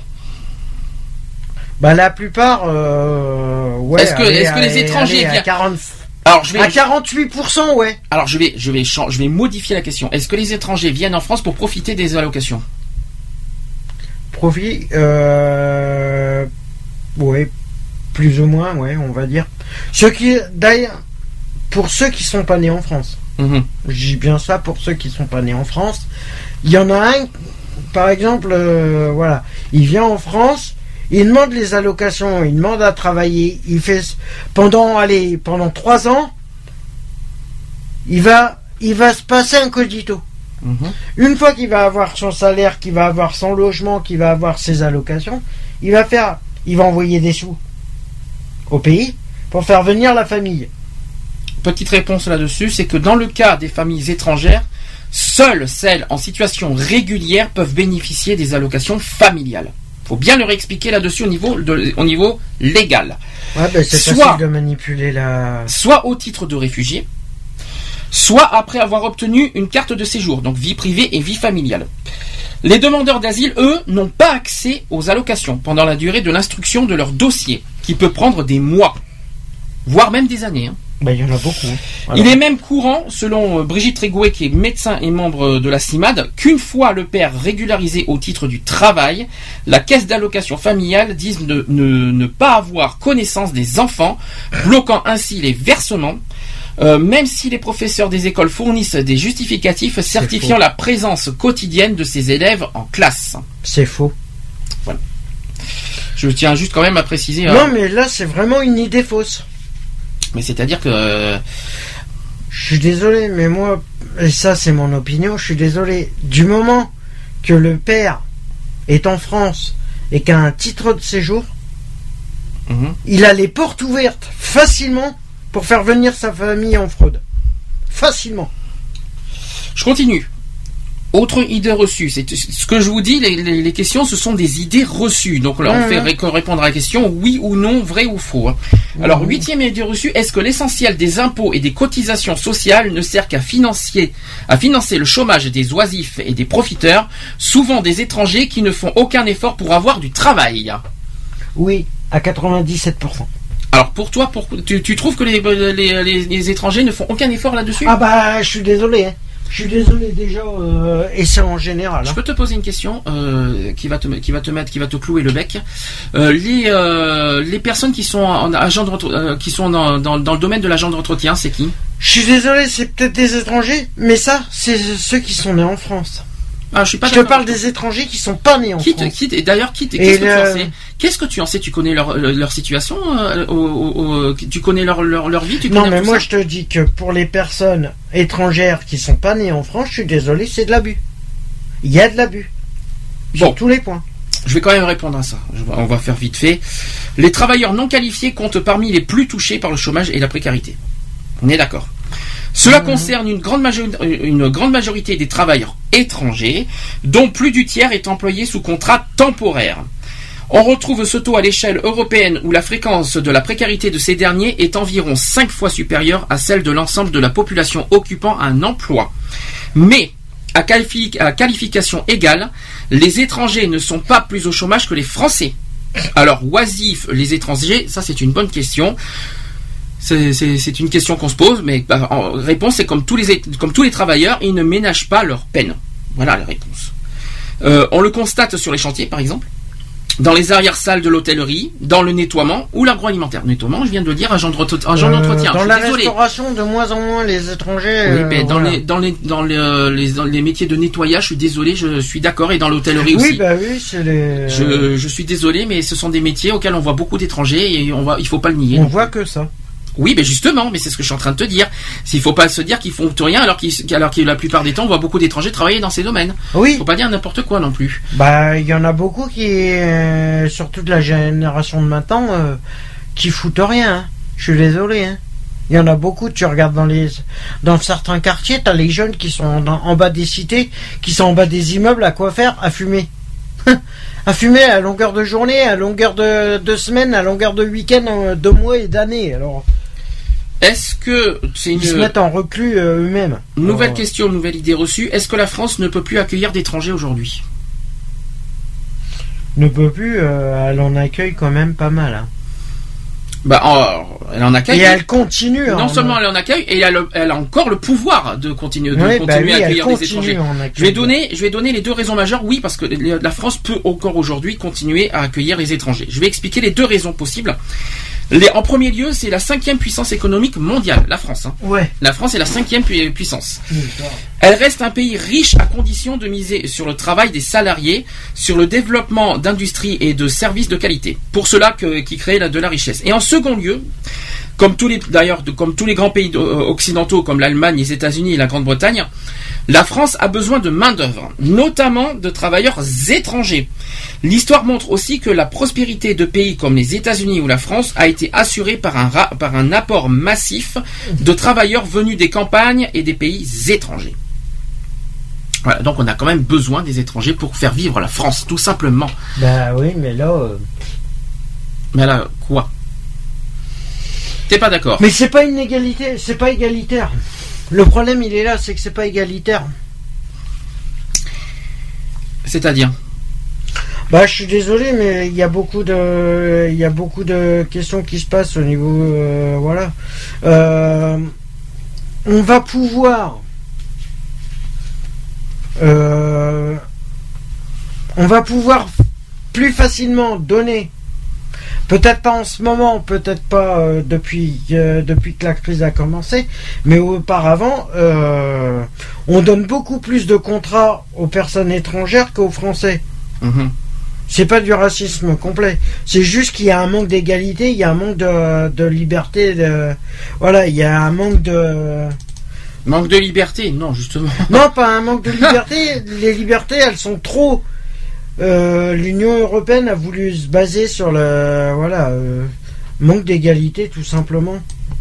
Bah, la plupart, ouais. Est-ce que les étrangers viennent... Alors je vais à 48%, ouais. Alors je vais modifier la question. Est-ce que les étrangers viennent en France pour profiter des allocations? Profit, ouais, plus ou moins, ouais, on va dire. D'ailleurs, pour ceux qui sont pas nés en France, je dis bien ça, pour ceux qui sont pas nés en France, il y en a un, par exemple, voilà, il vient en France, il demande les allocations, il demande à travailler, il fait pendant 3 ans, il va se passer un cogito. Une fois qu'il va avoir son salaire, qu'il va avoir son logement, qu'il va avoir ses allocations, il va envoyer des sous au pays pour faire venir la famille. Petite réponse là-dessus, c'est que dans le cas des familles étrangères, seules celles en situation régulière peuvent bénéficier des allocations familiales. Faut bien leur expliquer là-dessus au niveau légal. Ouais, ben c'est facile de manipuler soit au titre de réfugié, soit après avoir obtenu une carte de séjour, donc vie privée et vie familiale. Les demandeurs d'asile, eux, n'ont pas accès aux allocations pendant la durée de l'instruction de leur dossier, qui peut prendre des mois, voire même des années. Ben, il y en a beaucoup. Alors. Il est même courant, selon Brigitte Régouet, qui est médecin et membre de la CIMAD, qu'une fois le père régularisé au titre du travail, la caisse d'allocation familiale dise ne pas avoir connaissance des enfants, bloquant ainsi les versements. Même si les professeurs des écoles fournissent des justificatifs certifiant la présence quotidienne de ces élèves en classe. C'est faux. Voilà. Je tiens juste quand même à préciser... Non, mais là, c'est vraiment une idée fausse. Mais c'est-à-dire que... Je suis désolé, mais moi, et ça c'est mon opinion, je suis désolé. Du moment que le père est en France et qu'a un titre de séjour, il a les portes ouvertes facilement pour faire venir sa famille en fraude. Facilement. Je continue. Autre idée reçue. C'est ce que je vous dis, les questions, ce sont des idées reçues. Donc là, on fait répondre à la question oui ou non, vrai ou faux. Alors, 8e idée reçue, est-ce que l'essentiel des impôts et des cotisations sociales ne sert qu'à financer le chômage des oisifs et des profiteurs, souvent des étrangers qui ne font aucun effort pour avoir du travail? Oui, à 97%. Alors pour toi, tu trouves que les étrangers ne font aucun effort là-dessus? Ah bah je suis désolé. Je suis désolé déjà, et c'est en général. Je peux te poser une question qui va te clouer le bec. Les personnes qui sont qui sont dans le domaine de l'agent d'entretien, c'est qui? Je suis désolé, c'est peut-être des étrangers, mais ça, c'est ceux qui sont nés en France. Ah, je te parle des étrangers qui sont pas nés en France. Qu'est-ce que tu en sais? Tu connais leur situation, tu connais leur vie, Non, mais moi je te dis que pour les personnes étrangères qui sont pas nées en France, je suis désolé, c'est de l'abus. Il y a de l'abus. Sur tous les points. Je vais quand même répondre à ça. On va faire vite fait. Les travailleurs non qualifiés comptent parmi les plus touchés par le chômage et la précarité. On est d'accord. Cela concerne une grande majorité des travailleurs étrangers, dont plus du tiers est employé sous contrat temporaire. On retrouve ce taux à l'échelle européenne où la fréquence de la précarité de ces derniers est environ 5 fois supérieure à celle de l'ensemble de la population occupant un emploi. Mais, à qualification égale, les étrangers ne sont pas plus au chômage que les Français. Alors, oisifs, les étrangers, ça c'est une bonne question. C'est une question qu'on se pose, mais en réponse, c'est comme tous les travailleurs, ils ne ménagent pas leur peine. Voilà la réponse. On le constate sur les chantiers, par exemple, dans les arrière-salles de l'hôtellerie, dans le nettoiement ou l'agroalimentaire. Nettoiement, je viens de le dire, agent d'entretien. Dans la restauration, de moins en moins, les étrangers... Oui, mais dans les métiers de nettoyage, je suis désolé, je suis d'accord, et dans l'hôtellerie aussi. Oui, bah oui, c'est les... Je suis désolé, mais ce sont des métiers auxquels on voit beaucoup d'étrangers, et il faut pas le nier. On voit que ça. Oui, mais justement, mais c'est ce que je suis en train de te dire. S'il faut pas se dire qu'ils font rien, alors que la plupart des temps, on voit beaucoup d'étrangers travailler dans ces domaines. Oui. Faut pas dire n'importe quoi non plus. Bah, il y en a beaucoup qui, surtout de la génération de maintenant, qui foutent rien. Hein. Je suis désolé. Hein. Il y en a beaucoup. Tu regardes dans certains quartiers, t'as les jeunes qui sont en bas des cités, qui sont en bas des immeubles, à quoi faire? À fumer. À fumer à longueur de journée, à longueur de semaine, à longueur de week-end, de mois et d'années. Alors. Est-ce que c'est ils se mettent en reclus eux-mêmes? Nouvelle question, nouvelle idée reçue. Est-ce que la France ne peut plus accueillir d'étrangers aujourd'hui? Ne peut plus, elle en accueille quand même pas mal. Hein. Elle en accueille. Et elle continue. Non seulement elle en accueille, et elle a encore le pouvoir de continuer à accueillir des étrangers. Je vais donner les deux raisons majeures. Oui, parce que la France peut encore aujourd'hui continuer à accueillir les étrangers. Je vais expliquer les deux raisons possibles. En premier lieu, c'est la 5e puissance économique mondiale, la France. Ouais. La France est la 5e puissance. Elle reste un pays riche à condition de miser sur le travail des salariés, sur le développement d'industries et de services de qualité. Pour cela qui crée de la richesse. Et en second lieu, comme tous les grands pays occidentaux comme l'Allemagne, les États-Unis et la Grande-Bretagne, la France a besoin de main-d'œuvre, notamment de travailleurs étrangers. L'histoire montre aussi que la prospérité de pays comme les États-Unis ou la France a été assurée par un apport massif de travailleurs venus des campagnes et des pays étrangers. Voilà, donc on a quand même besoin des étrangers pour faire vivre la France, tout simplement. Bah oui, mais là... Mais là, quoi ? T'es pas d'accord ? Mais c'est pas une égalité, c'est pas égalitaire. Le problème, il est là, c'est que c'est pas égalitaire. C'est-à-dire ? Bah, je suis désolé, mais il y a beaucoup de questions qui se passent au niveau, voilà. On va pouvoir plus facilement donner. Peut-être pas en ce moment, peut-être pas depuis que la crise a commencé, mais auparavant, on donne beaucoup plus de contrats aux personnes étrangères qu'aux Français. Mmh. C'est pas du racisme complet. C'est juste qu'il y a un manque d'égalité, il y a un manque de liberté. Voilà, il y a un manque de... Manque de liberté, non, justement. Non, pas un manque de liberté. Les libertés, elles sont trop... L'Union européenne a voulu se baser sur le manque d'égalité, tout simplement.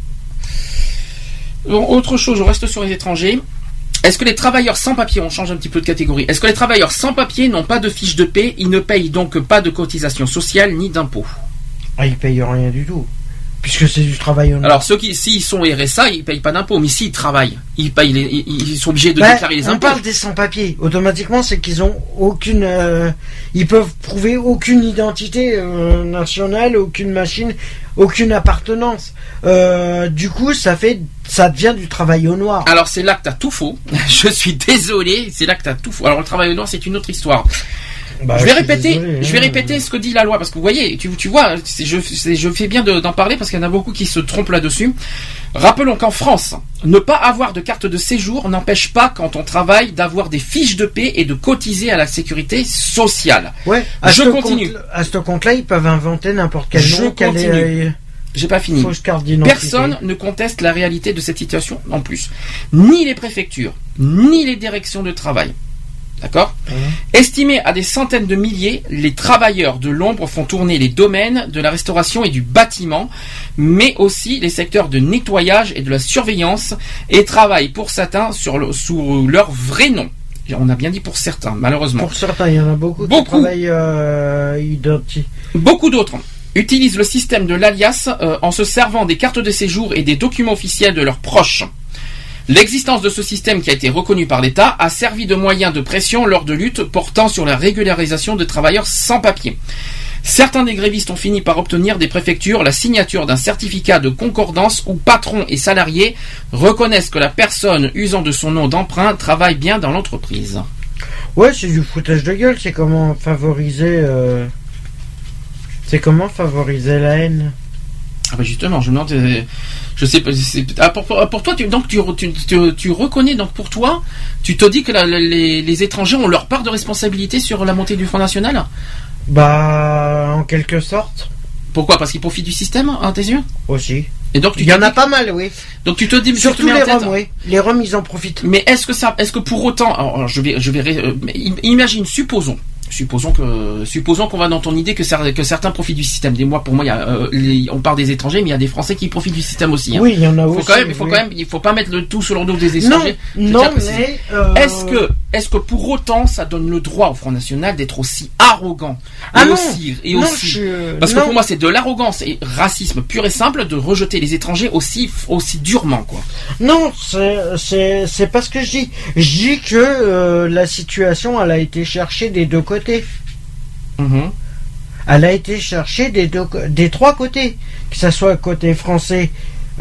Bon, autre chose, je reste sur les étrangers. Est-ce que les travailleurs sans papier, on change un petit peu de catégorie, est-ce que les travailleurs sans papier n'ont pas de fiche de paie, ils ne payent donc pas de cotisation sociale ni d'impôts? Ils payent rien du tout. Puisque c'est du travail honnête. Alors, s'ils sont RSA, ils payent pas d'impôts, mais s'ils travaillent, ils sont obligés de déclarer les impôts. On parle des sans-papiers. Automatiquement, c'est qu'ils ont aucune, ils peuvent prouver aucune identité nationale, aucune machine, aucune appartenance. Du coup, ça devient du travail au noir. Alors, c'est là que t'as tout faux. Je suis désolé, c'est là que t'as tout faux. Alors, le travail au noir, c'est une autre histoire. Je vais répéter ce que dit la loi, parce que vous voyez, tu vois, je fais bien d'en parler parce qu'il y en a beaucoup qui se trompent là-dessus. Rappelons qu'en France, ne pas avoir de carte de séjour n'empêche pas, quand on travaille, d'avoir des fiches de paie et de cotiser à la sécurité sociale. Ouais. Je continue. À ce compte-là, ils peuvent inventer n'importe quel nom. J'ai pas fini. Personne ne conteste la réalité de cette situation en plus. Ni les préfectures, ni les directions de travail. D'accord ? Estimés à des centaines de milliers, les travailleurs de l'ombre font tourner les domaines de la restauration et du bâtiment, mais aussi les secteurs de nettoyage et de la surveillance, et travaillent pour certains sous leur vrai nom. On a bien dit pour certains, malheureusement. Pour certains, il y en a beaucoup qui travaillent identiques. Beaucoup d'autres utilisent le système de l'alias en se servant des cartes de séjour et des documents officiels de leurs proches. L'existence de ce système qui a été reconnu par l'État a servi de moyen de pression lors de luttes portant sur la régularisation de travailleurs sans papier. Certains des grévistes ont fini par obtenir des préfectures la signature d'un certificat de concordance où patrons et salariés reconnaissent que la personne usant de son nom d'emprunt travaille bien dans l'entreprise. Ouais, c'est du foutage de gueule, c'est comment favoriser la haine. Ah bah justement, je me demande, je sais pas, pour toi, tu reconnais, donc pour toi, tu te dis que les étrangers ont leur part de responsabilité sur la montée du Front National ? Bah, en quelque sorte. Pourquoi ? Parce qu'ils profitent du système, à tes yeux ? Aussi. Et donc il y en a pas mal, oui. Donc tu te dis, surtout les Roms, oui. Les Roms, ils en profitent. Mais est-ce que pour autant, alors imagine, supposons qu'on va dans ton idée que certains profitent du système. Pour moi, on parle des étrangers, mais il y a des Français qui profitent du système aussi. Hein. Oui, il y en a aussi. Il faut pas mettre le tout sur le dos des étrangers. Non, mais est-ce que pour autant, ça donne le droit au Front National d'être aussi arrogant parce que pour moi, c'est de l'arrogance et racisme pur et simple de rejeter les étrangers aussi durement, quoi. Non, c'est pas ce que je dis. Je dis que la situation, elle a été cherchée des deux côtés. elle a été cherchée des trois côtés, que ça soit côté français,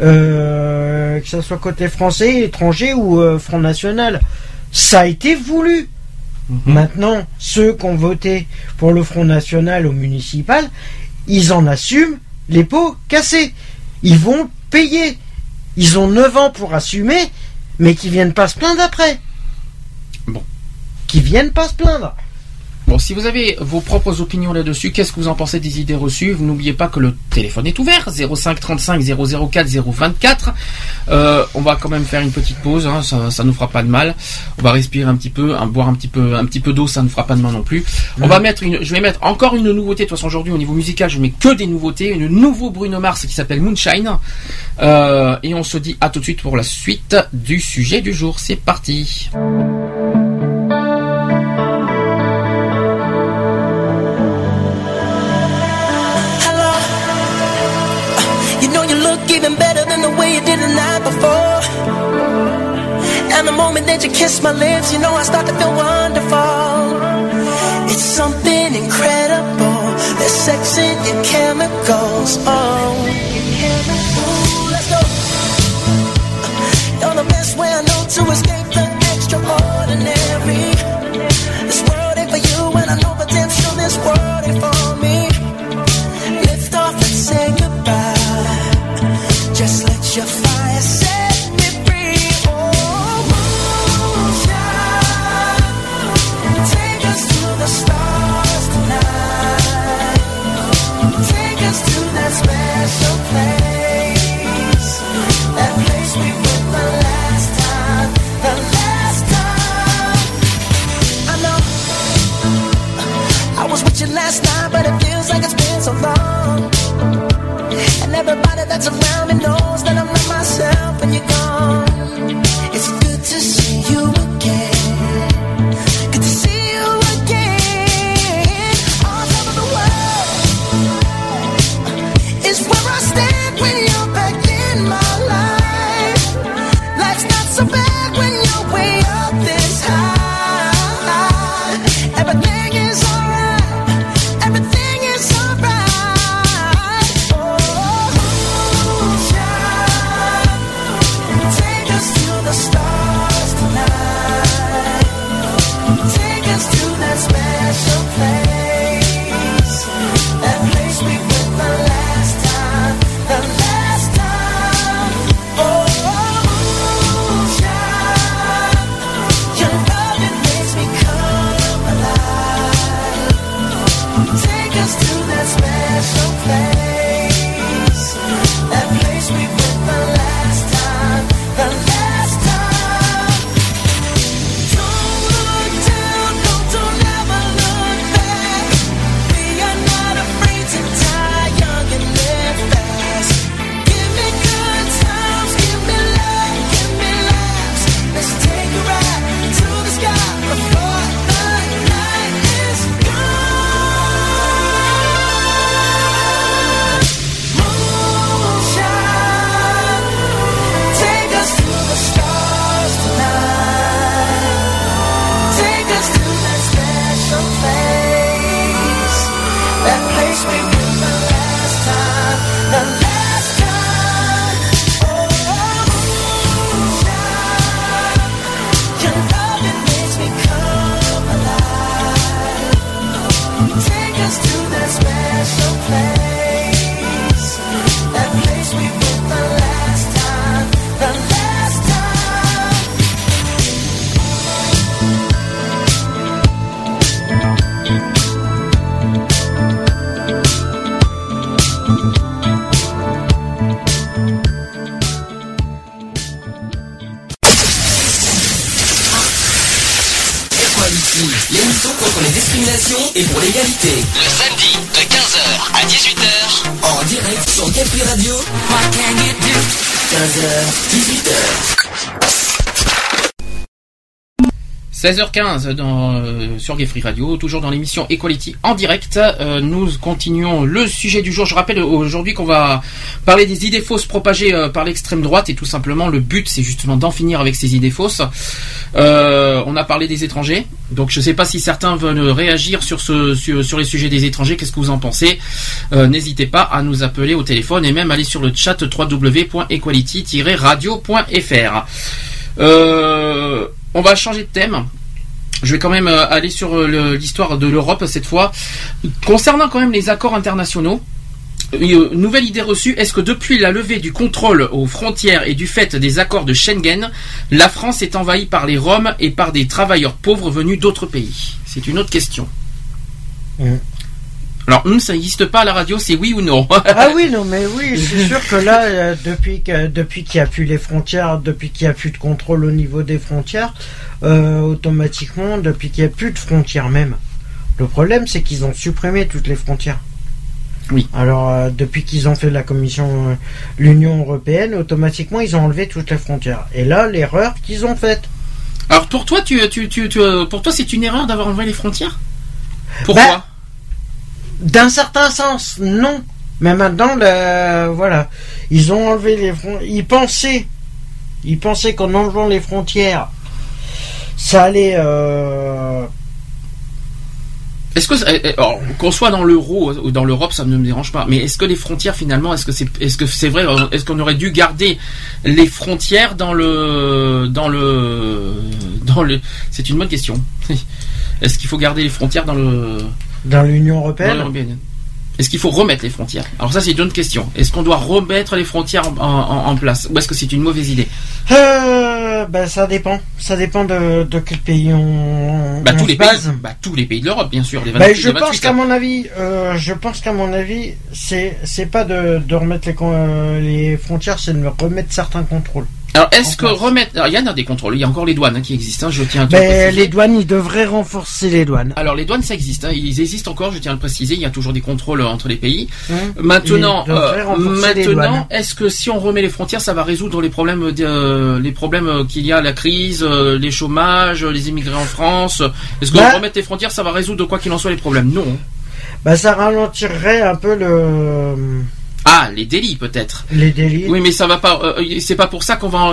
étranger ou Front National. Ça a été voulu. Maintenant, ceux qui ont voté pour le Front National au municipal, ils en assument les pots cassés. Ils vont payer. Ils ont 9 ans pour assumer, mais qui viennent pas se plaindre après. Bon. Qui viennent pas se plaindre. Bon, si vous avez vos propres opinions là-dessus, qu'est-ce que vous en pensez des idées reçues? Vous n'oubliez pas que le téléphone est ouvert, 05 35 004 024. On va quand même faire une petite pause, hein, ça nous fera pas de mal. On va respirer un petit peu, boire un petit peu d'eau, ça ne fera pas de mal non plus. Je vais mettre encore une nouveauté. De toute façon, aujourd'hui, au niveau musical, je mets que des nouveautés. Un nouveau Bruno Mars qui s'appelle Moonshine. Et on se dit à tout de suite pour la suite du sujet du jour. C'est parti. Even better than the way you did the night before. And the moment that you kiss my lips, you know I start to feel wonderful. It's something incredible. There's sex in your chemicals. Oh, ooh, let's go. You're the best way I know to escape the extraordinary. This world ain't for you, and I know for damn sure this world ain't for me. Lift off and say goodbye. Just let your fire set me free. Oh, moonshine, take us to the stars tonight. Take us to that special place. That place we went the last time. The last time. I know I was with you last night, but it feels like it's been so long. And everybody that's around me knows that I'm not myself when you're gone. It's good to see you again. Good to see you again. On top of the world is where I stand when you're back in my life. Life's not so bad when you're way up this high. Everything is alright. Everything is alright. Stars tonight. Take us to that special place. That place we went the last time. The last time. Oh, moonshine. Your love, it makes me come alive. Take us to that special place. That place we went the last time. The last time. L'émission contre les discriminations et pour l'égalité. Le samedi de 15h à 18h. En direct sur Gay Free Radio. 15h, 18h. 16h15 sur Gay Free Radio, toujours dans l'émission Equality en direct. Nous continuons le sujet du jour. Je rappelle aujourd'hui qu'on va parler des idées fausses propagées par l'extrême droite et tout simplement le but c'est justement d'en finir avec ces idées fausses. On a parlé des étrangers, donc je ne sais pas si certains veulent réagir sur les sujets des étrangers. Qu'est-ce que vous en pensez? N'hésitez pas à nous appeler au téléphone et même aller sur le chat www.equality-radio.fr. On va changer de thème. Je vais quand même aller sur l'histoire de l'Europe cette fois. Concernant quand même les accords internationaux, nouvelle idée reçue, est-ce que depuis la levée du contrôle aux frontières et du fait des accords de Schengen, la France est envahie par les Roms et par des travailleurs pauvres venus d'autres pays? C'est une autre question. Alors, ça n'existe pas à la radio, c'est oui ou non? Ah oui, non, mais oui, c'est sûr que là, depuis qu'il n'y a plus les frontières, depuis qu'il n'y a plus de contrôle au niveau des frontières, automatiquement, depuis qu'il n'y a plus de frontières même. Le problème, c'est qu'ils ont supprimé toutes les frontières. Oui. Alors, depuis qu'ils ont fait la commission, l'Union Européenne, automatiquement, ils ont enlevé toutes les frontières. Et là, l'erreur qu'ils ont faite. Alors, pour toi, pour toi, c'est une erreur d'avoir enlevé les frontières? Pourquoi? D'un certain sens, non. Mais maintenant, voilà, ils ont enlevé les frontières. Ils pensaient qu'en enlevant les frontières, ça allait. Est-ce que qu'on soit dans l'euro ou dans l'Europe, ça ne me dérange pas. Mais est-ce que les frontières, finalement, est-ce que c'est vrai? Est-ce qu'on aurait dû garder les frontières dans le C'est une bonne question. Est-ce qu'il faut garder les frontières dans l'Union européenne? Est-ce qu'il faut remettre les frontières? Alors ça, c'est une autre question. Est-ce qu'on doit remettre les frontières en place? Ou est-ce que c'est une mauvaise idée? Ça dépend. Ça dépend de quel pays on tous les base. Pays. Tous les pays de l'Europe, bien sûr. Je pense qu'à mon avis, c'est pas de remettre les frontières, c'est de remettre certains contrôles. Alors, est-ce que remettre... Alors, il y en a des contrôles, il y a encore les douanes qui existent, je tiens à préciser. Les douanes, ils devraient renforcer les douanes. Alors, les douanes, ça existe, ils existent encore, je tiens à le préciser, il y a toujours des contrôles entre les pays. Maintenant, est-ce que si on remet les frontières, ça va résoudre les problèmes qu'il y a, la crise, les chômages, les immigrés en France? Est-ce que remettre les frontières, ça va résoudre quoi qu'il en soit les problèmes? Non. Ça ralentirait un peu les délits peut-être. Les délits. Oui, mais ça va pas. C'est pas pour ça qu'on va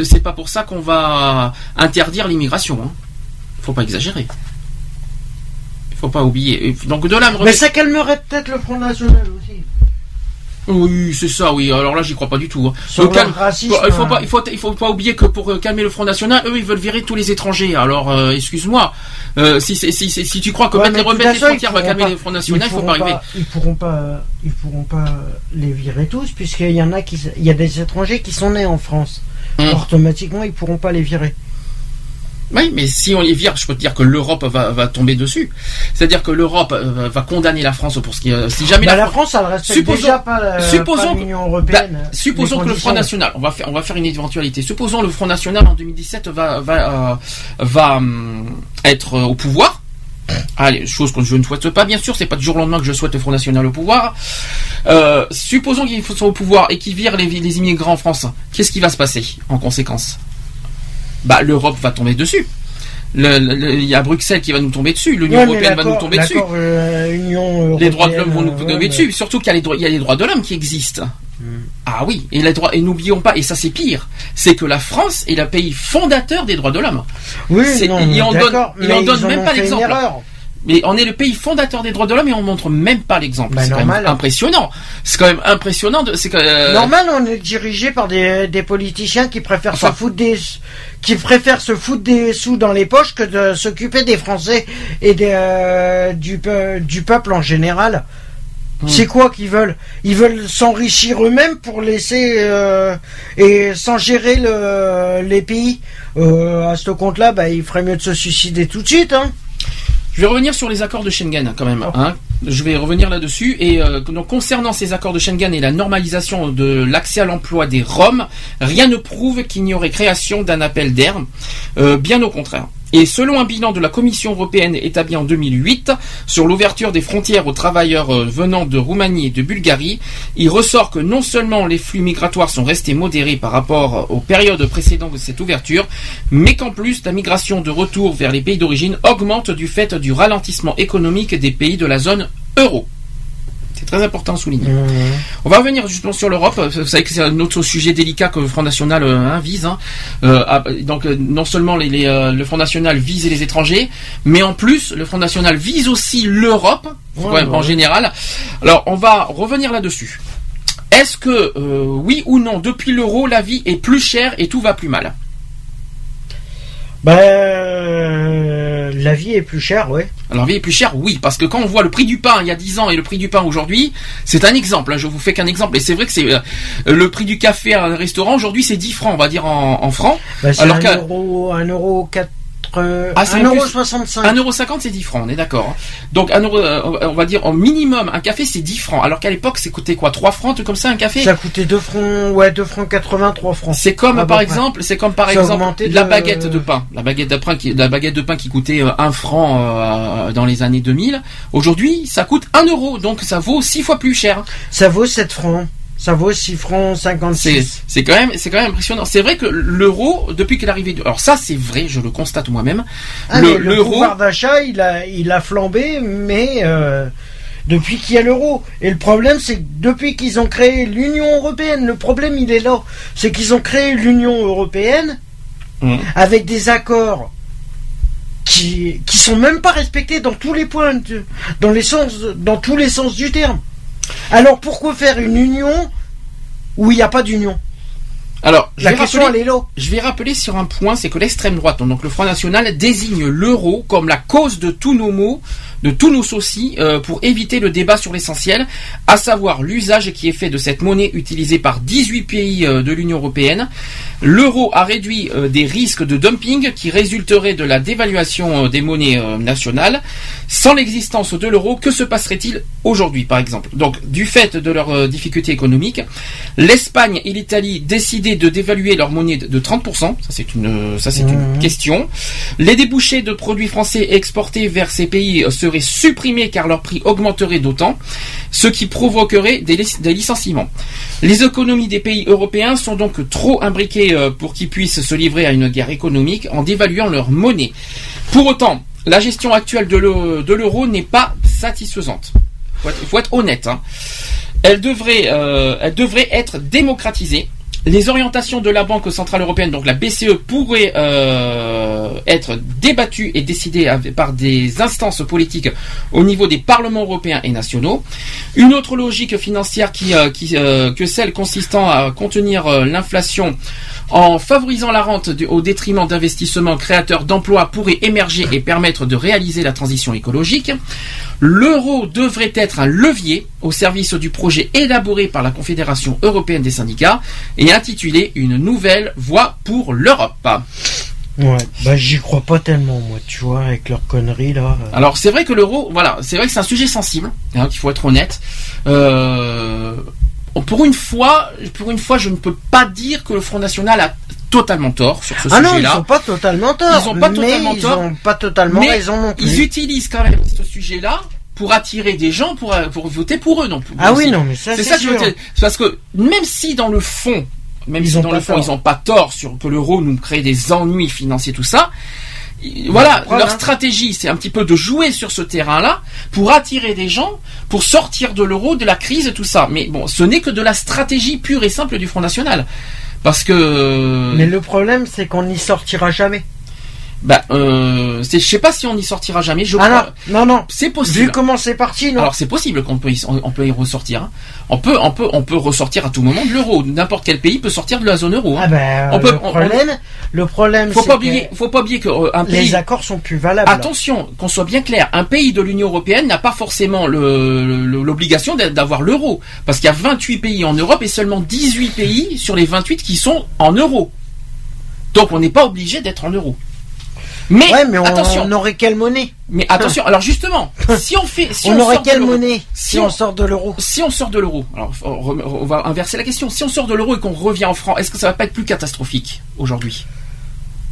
interdire l'immigration. Faut pas exagérer. Faut pas oublier. Donc de là. Mais ça calmerait peut-être le Front National aussi. Oui, c'est ça. Oui. Alors là, j'y crois pas du tout. Racisme, il faut pas oublier que pour calmer le Front National, eux, ils veulent virer tous les étrangers. Alors, excuse-moi. Si tu crois que remettre les frontières va calmer le Front National, il faut pas arriver. Ils pourront pas les virer tous, puisqu'il y a des étrangers qui sont nés en France. Automatiquement, ils pourront pas les virer. Oui, mais si on les vire, je peux te dire que l'Europe va tomber dessus. C'est-à-dire que l'Europe va condamner la France pour ce qui si jamais la France, elle respecte déjà pas l'Union européenne. Supposons que le Front National, on va faire une éventualité. Supposons le Front National en 2017 va être au pouvoir. Allez, chose que je ne souhaite pas, bien sûr, c'est pas du jour au lendemain que je souhaite le Front National au pouvoir. Supposons qu'ils sont au pouvoir et qu'ils virent les immigrants en France. Qu'est-ce qui va se passer en conséquence? L'Europe va tomber dessus. Il y a Bruxelles qui va nous tomber dessus. L'Union européenne va nous tomber dessus. Les droits de l'homme vont nous tomber dessus. Surtout qu'il y a les droits de l'homme qui existent. Ah oui, et n'oublions pas, et ça c'est pire, c'est que la France est le pays fondateur des droits de l'homme. Oui, et on donne même pas l'exemple. Mais on est le pays fondateur des droits de l'homme et on montre même pas l'exemple. C'est quand même impressionnant. C'est quand même impressionnant. Normal, on est dirigé par des politiciens qui préfèrent se foutre des sous dans les poches que de s'occuper des Français et du peuple en général. C'est quoi qu'ils veulent? Ils veulent s'enrichir eux-mêmes pour laisser et sans gérer les pays. À ce compte-là, il ferait mieux de se suicider tout de suite. Je vais revenir sur les accords de Schengen quand même. Je vais revenir là-dessus. Et donc concernant ces accords de Schengen et la normalisation de l'accès à l'emploi des Roms, rien ne prouve qu'il n'y aurait création d'un appel d'air. Bien au contraire. Et selon un bilan de la Commission européenne établi en 2008 sur l'ouverture des frontières aux travailleurs venant de Roumanie et de Bulgarie, il ressort que non seulement les flux migratoires sont restés modérés par rapport aux périodes précédentes de cette ouverture, mais qu'en plus la migration de retour vers les pays d'origine augmente du fait du ralentissement économique des pays de la zone euro. C'est très important à souligner. On va revenir justement sur l'Europe. Vous savez que c'est un autre sujet délicat que le Front National vise. Donc non seulement le Front National vise les étrangers, mais en plus le Front National vise aussi l'Europe en général. Alors on va revenir là-dessus. Est-ce que oui ou non, depuis l'euro, la vie est plus chère et tout va plus mal? La vie est plus chère, ouais. Alors, la vie est plus chère, oui, parce que quand on voit le prix du pain il y a 10 ans et le prix du pain aujourd'hui, c'est un exemple, hein, je vous fais qu'un exemple, et c'est vrai que c'est le prix du café à un restaurant, aujourd'hui c'est 10 francs, on va dire en francs. C'est alors 1,65€. 1,50€ c'est 10 francs, on est d'accord. Donc on va dire en minimum un café c'est 10 francs. Alors qu'à l'époque c'est coûtait quoi, 3 francs, tout comme ça un café? Ça coûtait 2 francs, 2 francs 80, 3 francs. C'est comme par exemple la baguette de pain. La baguette de pain qui coûtait 1 franc dans les années 2000. Aujourd'hui, ça coûte 1 euro, donc ça vaut 6 fois plus cher. Ça vaut 7 francs. Ça vaut 6 francs 56. C'est quand même impressionnant. C'est vrai que l'euro, depuis qu'il est arrivé, alors ça c'est vrai, je le constate moi-même. Le pouvoir d'achat, il a flambé, mais depuis qu'il y a l'euro. Et le problème, c'est que depuis qu'ils ont créé l'Union européenne, le problème il est là, c'est qu'ils ont créé l'Union européenne avec des accords qui sont même pas respectés dans tous les points, dans tous les sens du terme. Alors pourquoi faire une union où il n'y a pas d'union? Alors, la question elle est là. Je vais rappeler sur un point, c'est que l'extrême droite, donc le Front National, désigne l'euro comme la cause de tous nos maux, de tous nos soucis, pour éviter le débat sur l'essentiel, à savoir l'usage qui est fait de cette monnaie utilisée par 18 pays de l'Union européenne. L'euro a réduit des risques de dumping qui résulteraient de la dévaluation des monnaies nationales. Sans l'existence de l'euro, que se passerait-il aujourd'hui, par exemple? Donc, du fait de leurs difficultés économiques, l'Espagne et l'Italie décidaient de dévaluer leur monnaie de 30%. Ça, c'est une question. Les débouchés de produits français exportés vers ces pays seraient supprimés car leur prix augmenterait d'autant, ce qui provoquerait des licenciements. Les économies des pays européens sont donc trop imbriquées pour qu'ils puissent se livrer à une guerre économique en dévaluant leur monnaie. Pour autant, la gestion actuelle de l'euro n'est pas satisfaisante. Faut être honnête. Elle devrait être démocratisée. Les orientations de la Banque Centrale Européenne, donc la BCE, pourraient être débattues et décidées par des instances politiques au niveau des parlements européens et nationaux. Une autre logique financière que celle consistant à contenir l'inflation en favorisant la rente au détriment d'investissements créateurs d'emplois pourrait émerger et permettre de réaliser la transition écologique. L'euro devrait être un levier au service du projet élaboré par la Confédération européenne des syndicats et intitulé Une nouvelle voie pour l'Europe. Ouais, j'y crois pas tellement, moi, tu vois, avec leurs conneries là. Alors c'est vrai que l'euro, c'est vrai que c'est un sujet sensible, qu'il faut être honnête. Pour une fois, je ne peux pas dire que le Front National a totalement tort sur ce sujet-là. Non, ils sont pas totalement tort. Ils ont pas totalement raison non plus. Ils utilisent quand même ce sujet-là pour attirer des gens pour voter pour eux. Oui, non, mais ça c'est ça sûr. Parce que même si dans le fond, ils n'ont pas tort sur que l'euro nous crée des ennuis financiers, tout ça. Leur stratégie, c'est un petit peu de jouer sur ce terrain-là pour attirer des gens, pour sortir de l'euro, de la crise, tout ça. Mais bon, ce n'est que de la stratégie pure et simple du Front National. Parce que... Mais le problème, c'est qu'on n'y sortira jamais. Je sais pas si on y sortira jamais. Non. C'est possible. Vu comment c'est parti, non. Alors c'est possible qu'on peut y ressortir. Hein. On peut ressortir à tout moment de l'euro. N'importe quel pays peut sortir de la zone euro. Hein. Le problème, faut pas oublier que un pays. Les accords sont plus valables. Attention, qu'on soit bien clair. Un pays de l'Union européenne n'a pas forcément l'obligation d'avoir l'euro, parce qu'il y a 28 pays en Europe et seulement 18 pays sur les 28 qui sont en euro. Donc on n'est pas obligé d'être en euro. Mais attention, on aurait quelle monnaie? Mais attention, alors justement, on aurait quelle monnaie si on sort de l'euro? Si on sort de l'euro, alors on va inverser la question. Si on sort de l'euro et qu'on revient en francs, est-ce que ça va pas être plus catastrophique aujourd'hui?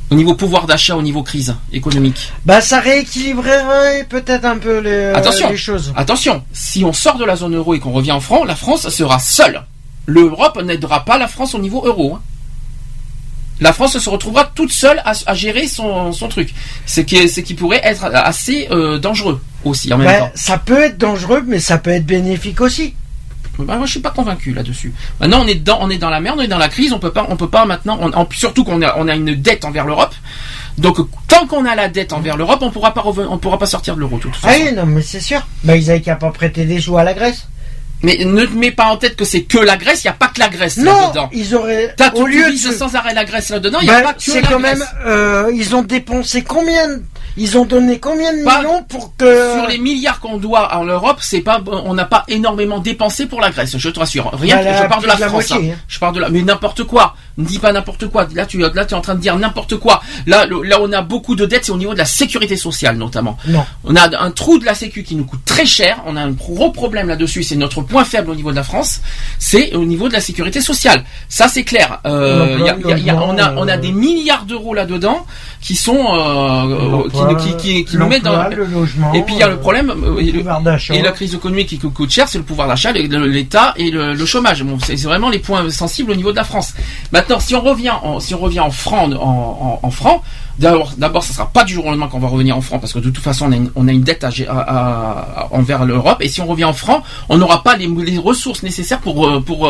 Au niveau pouvoir d'achat, au niveau crise économique. Bah, ça rééquilibrerait peut-être un peu les choses. Attention, si on sort de la zone euro et qu'on revient en franc, la France sera seule. L'Europe n'aidera pas la France au niveau euro. Hein. La France se retrouvera toute seule à gérer son truc. Ce qui pourrait être assez dangereux aussi en même temps. Ça peut être dangereux, mais ça peut être bénéfique aussi. Moi, je suis pas convaincu là-dessus. Maintenant, on est dans la merde, on est dans la crise. On peut pas maintenant. Surtout qu'on a une dette envers l'Europe. Donc, tant qu'on a la dette envers l'Europe, on pourra pas sortir de l'euro. De toute façon. Ah oui, non, mais c'est sûr. Ils avaient qu'à pas prêter des sous à la Grèce. Mais ne te mets pas en tête que c'est que la Grèce, il n'y a pas que la Grèce là-dedans. Non, ils auraient... Au lieu de sans arrêt la Grèce là-dedans, il n'y a pas que c'est la quand Grèce. Même, ils ont dépensé combien... Ils ont donné combien de millions pour que... Sur les milliards qu'on doit en Europe, on n'a pas énormément dépensé pour la Grèce, je te rassure. Rien, je parle de la France. Moitié, hein. Je parle de mais n'importe quoi. Ne dis pas n'importe quoi. Là, tu es en train de dire n'importe quoi. Là, on a beaucoup de dettes, c'est au niveau de la sécurité sociale, notamment. Non. On a un trou de la sécu qui nous coûte très cher. On a un gros problème là-dessus. C'est notre point faible au niveau de la France. C'est au niveau de la sécurité sociale. Ça, c'est clair. On a des milliards d'euros là-dedans qui sont, qui nous mettent dans le logement. Et puis il y a le problème, et la crise économique qui coûte cher, c'est le pouvoir d'achat, l'État et le chômage. Bon, c'est vraiment les points sensibles au niveau de la France. Maintenant, si on revient en franc, en franc, d'abord, ça sera pas du jour au lendemain qu'on va revenir en franc, parce que de toute façon, on a une dette envers l'Europe, et si on revient en franc, on n'aura pas les ressources nécessaires pour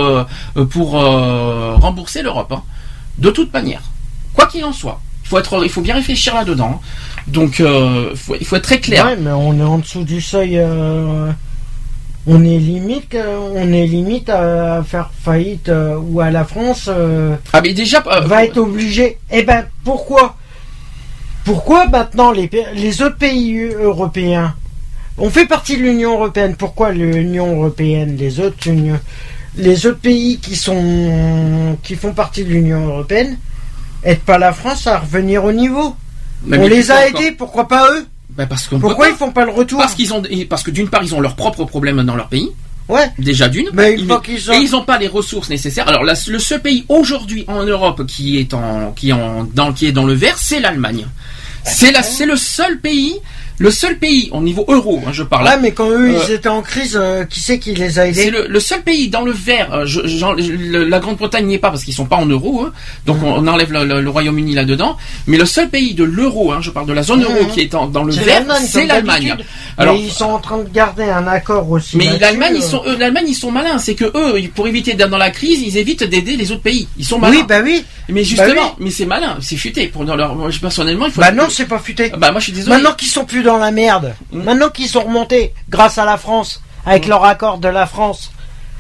rembourser l'Europe. Hein. De toute manière, quoi qu'il en soit. Il faut bien réfléchir là-dedans. Donc, il faut être très clair. Ouais, mais on est en dessous du seuil. On est limite à faire faillite ou à la France. Mais déjà, va être obligé. Eh ben, pourquoi maintenant les autres pays européens? On fait partie de l'Union européenne. Pourquoi l'Union européenne? Les autres pays qui font partie de l'Union européenne aident pas la France à revenir au niveau. On les a aidés, pourquoi pas eux? Pourquoi ils font pas le retour? Parce que d'une part ils ont leurs propres problèmes dans leur pays. Ouais. Déjà d'une. Mais ils n'ont pas les ressources nécessaires. Alors le seul pays aujourd'hui en Europe qui est dans le vert, c'est l'Allemagne. C'est le seul pays. Le seul pays au niveau euro, je parle. Ouais, mais quand eux ils étaient en crise, qui c'est qui les a aidés? C'est le seul pays dans le vert. La Grande-Bretagne n'y est pas parce qu'ils sont pas en euro, hein, donc on enlève le Royaume-Uni là-dedans. Mais le seul pays de l'euro, je parle de la zone euro qui est dans le vert, c'est l'Allemagne. Alors ils sont en train de garder un accord aussi. Mais l'Allemagne, ils sont malins. C'est que eux, pour éviter d'être dans la crise, ils évitent d'aider les autres pays. Ils sont malins. Oui. Mais justement, mais c'est malin, c'est futé. Moi, personnellement, il faut. Non, c'est pas futé. Moi, je suis désolé. Maintenant qu'ils sont plus dans la merde, maintenant qu'ils sont remontés grâce à la France, avec leur accord de la France,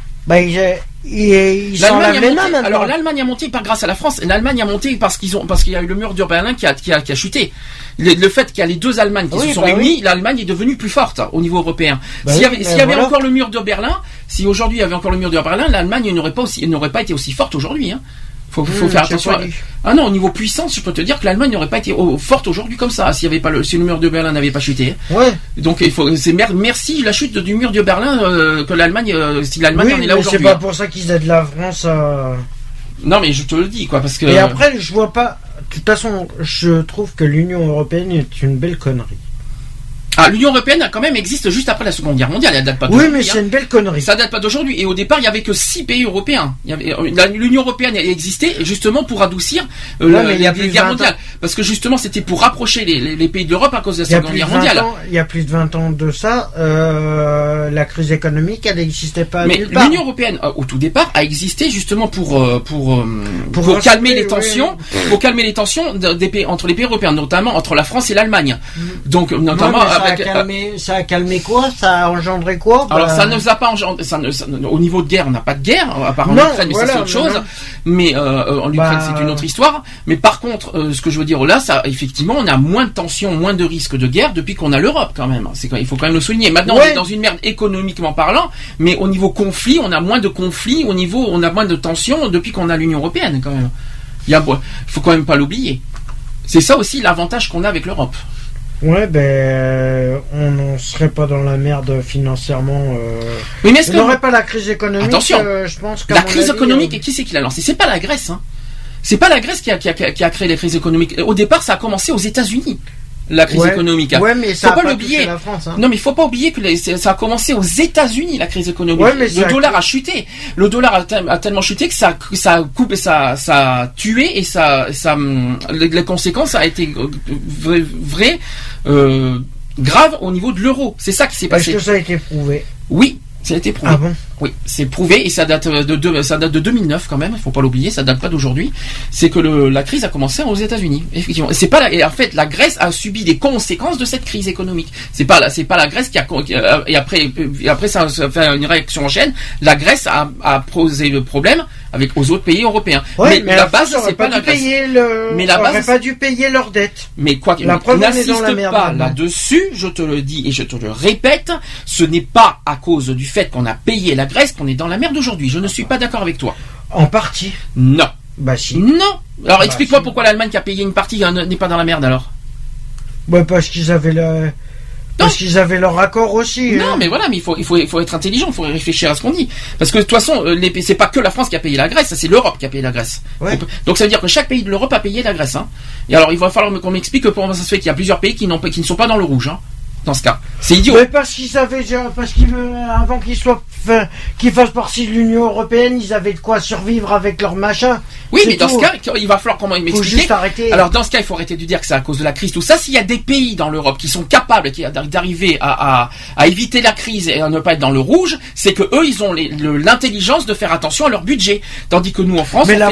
ils s'enlèvent les mains maintenant. Alors l'Allemagne a monté pas grâce à la France, l'Allemagne a monté parce qu'il y a eu le mur de Berlin qui a chuté. Le fait qu'il y a les deux Allemagnes qui se sont réunies, l'Allemagne est devenue plus forte au niveau européen. S'il y avait encore le mur de Berlin, si aujourd'hui il y avait encore le mur de Berlin, l'Allemagne n'aurait pas été aussi forte aujourd'hui. Hein. Faut faire attention. Non, au niveau puissance, je peux te dire que l'Allemagne n'aurait pas été forte aujourd'hui comme ça si le mur de Berlin n'avait pas chuté. Ouais. Donc merci la chute du mur de Berlin que l'Allemagne, si l'Allemagne en est là aujourd'hui. C'est pas pour ça qu'ils aident la France. Non, mais je te le dis parce que. Et après, je vois pas. De toute façon, je trouve que l'Union européenne est une belle connerie. L'Union européenne quand même existe juste après la Seconde Guerre mondiale. Elle date pas d'aujourd'hui. Oui, mais c'est une belle connerie. Ça date pas d'aujourd'hui. Et au départ, il y avait que 6 pays européens. L'Union européenne existait justement pour adoucir les guerres mondiales. Parce que justement, c'était pour rapprocher les pays de l'Europe à cause de la Seconde Guerre mondiale. Il y a plus de 20 ans de ça, la crise économique, elle n'existait pas. Mais l'Union européenne, au tout départ, a existé justement pour calmer les tensions, pour calmer les tensions des pays entre les pays européens, notamment entre la France et l'Allemagne. Donc, notamment. Ça a calmé quoi? Ça a engendré quoi? Alors ça ne nous a pas engendré. Au niveau de guerre, on n'a pas de guerre, à part en Ukraine, mais ça c'est autre chose. Mais en Ukraine, c'est une autre histoire. Mais par contre, ce que je veux dire là, ça, effectivement, on a moins de tensions, moins de risques de guerre depuis qu'on a l'Europe quand même. Il faut quand même le souligner. Maintenant, on est dans une merde économiquement parlant, mais au niveau conflit, on a moins de conflits. On a moins de tensions depuis qu'on a l'Union européenne quand même. Il faut quand même pas l'oublier. C'est ça aussi l'avantage qu'on a avec l'Europe. Ouais, on n'en serait pas dans la merde financièrement. Oui, mais est-ce on n'aurait pas la crise économique? Attention, je pense la crise économique, qui c'est qui l'a lancée? C'est pas la Grèce, hein. C'est pas la Grèce qui a créé les crises économiques. Au départ, ça a commencé aux États-Unis. La crise économique. Ouais, mais ça faut a pas l'oublier. La France, hein. Non, mais il faut pas oublier que ça a commencé aux États-Unis, la crise économique. Ouais, mais le dollar a chuté. Le dollar a tellement chuté que ça a coupé, ça a tué et les conséquences a été grave au niveau de l'euro. C'est ça qui s'est passé. Est-ce que ça a été prouvé? Oui. Ça a été prouvé. Ah bon? Oui, c'est prouvé et ça date de 2009 quand même. Il faut pas l'oublier, ça date pas d'aujourd'hui. C'est que la crise a commencé aux États-Unis. Effectivement, c'est pas et en fait la Grèce a subi des conséquences de cette crise économique. C'est pas la Grèce qui a et après ça fait une réaction en chaîne. La Grèce a posé le problème aux autres pays européens. Ouais, mais la base c'est pas la Grèce. Mais la base pas dû payer leurs dettes. Mais quoi qu'il n'insiste pas là-dessus, je te le dis et je te le répète, ce n'est pas à cause du fait qu'on a payé la Grèce qu'on est dans la merde aujourd'hui. Je ne suis pas d'accord avec toi. En partie. Non. Bah si. Non. Alors explique-moi pourquoi l'Allemagne qui a payé une partie n'est pas dans la merde alors. Bah parce qu'ils avaient qu'ils avaient leur accord aussi. Non, mais voilà, mais il faut être intelligent, il faut réfléchir à ce qu'on dit. Parce que de toute façon, c'est pas que la France qui a payé la Grèce, c'est l'Europe qui a payé la Grèce. Ouais. Donc ça veut dire que chaque pays de l'Europe a payé la Grèce. Hein. Et alors il va falloir qu'on m'explique comment ça se fait qu'il y a plusieurs pays qui ne sont pas dans le rouge. Hein. Dans ce cas, c'est idiot. Mais parce avant qu'ils fassent partie de l'Union européenne, ils avaient de quoi survivre avec leur machin. Oui, mais dans ce cas, il va falloir comment m'expliquer. Faut juste arrêter. Alors dans ce cas, il faut arrêter de dire que c'est à cause de la crise, tout ça. S'il y a des pays dans l'Europe qui sont capables d'arriver à éviter la crise et à ne pas être dans le rouge, c'est que eux, ils ont l'intelligence de faire attention à leur budget. Tandis que nous en France, la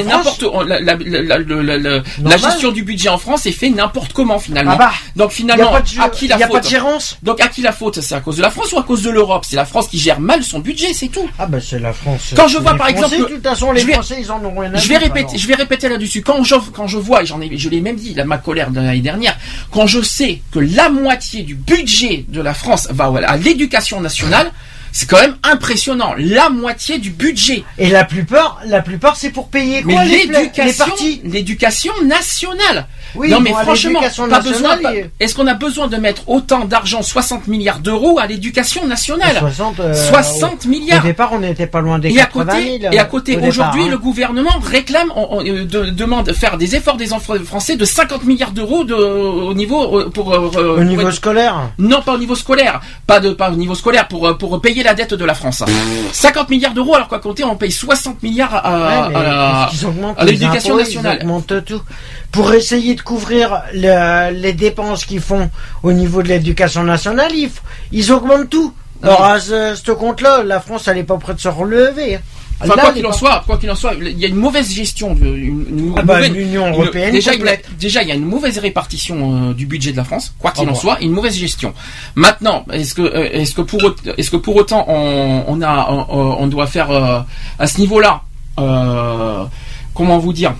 gestion du budget en France est fait n'importe comment finalement. Ah bah, donc finalement, à qui la faute? Il n'y a pas de gérance. Donc à qui la faute? C'est à cause de la France ou à cause de l'Europe? C'est la France qui gère mal son budget, c'est tout. Ah bah c'est la France. Quand je vois par exemple, de toute façon les Français ils en ont rien à je vais répéter là-dessus. Quand je vois, et je l'ai même dit, ma colère de l'année dernière, quand je sais que la moitié du budget de la France va à l'éducation nationale, c'est quand même impressionnant. La moitié du budget. Et la plupart c'est pour payer quoi? L'éducation nationale. Oui, non mais franchement, pas besoin. Est-ce qu'on a besoin de mettre autant d'argent, 60 milliards d'euros à l'éducation nationale? 60 milliards. Au départ, on n'était pas loin des 80 000. Et à côté, aujourd'hui, le gouvernement réclame, demande de faire des efforts des enfants français de 50 milliards d'euros au niveau scolaire. Non, pas au niveau scolaire, pas au niveau scolaire pour payer la dette de la France. 50 milliards d'euros alors qu'à côté, on paye 60 milliards à l'éducation nationale. Ils augmentent tout pour essayer de couvrir les dépenses qu'ils font au niveau de l'éducation nationale, ils augmentent tout. Alors à ce compte-là, la France elle est pas prête de se relever. Enfin, quoi qu'il en soit, il y a une mauvaise gestion de l'Union européenne. Déjà, il y a une mauvaise répartition du budget de la France, quoi qu'il en soit, une mauvaise gestion. Maintenant, est-ce que pour autant on doit faire à ce niveau-là, comment vous dire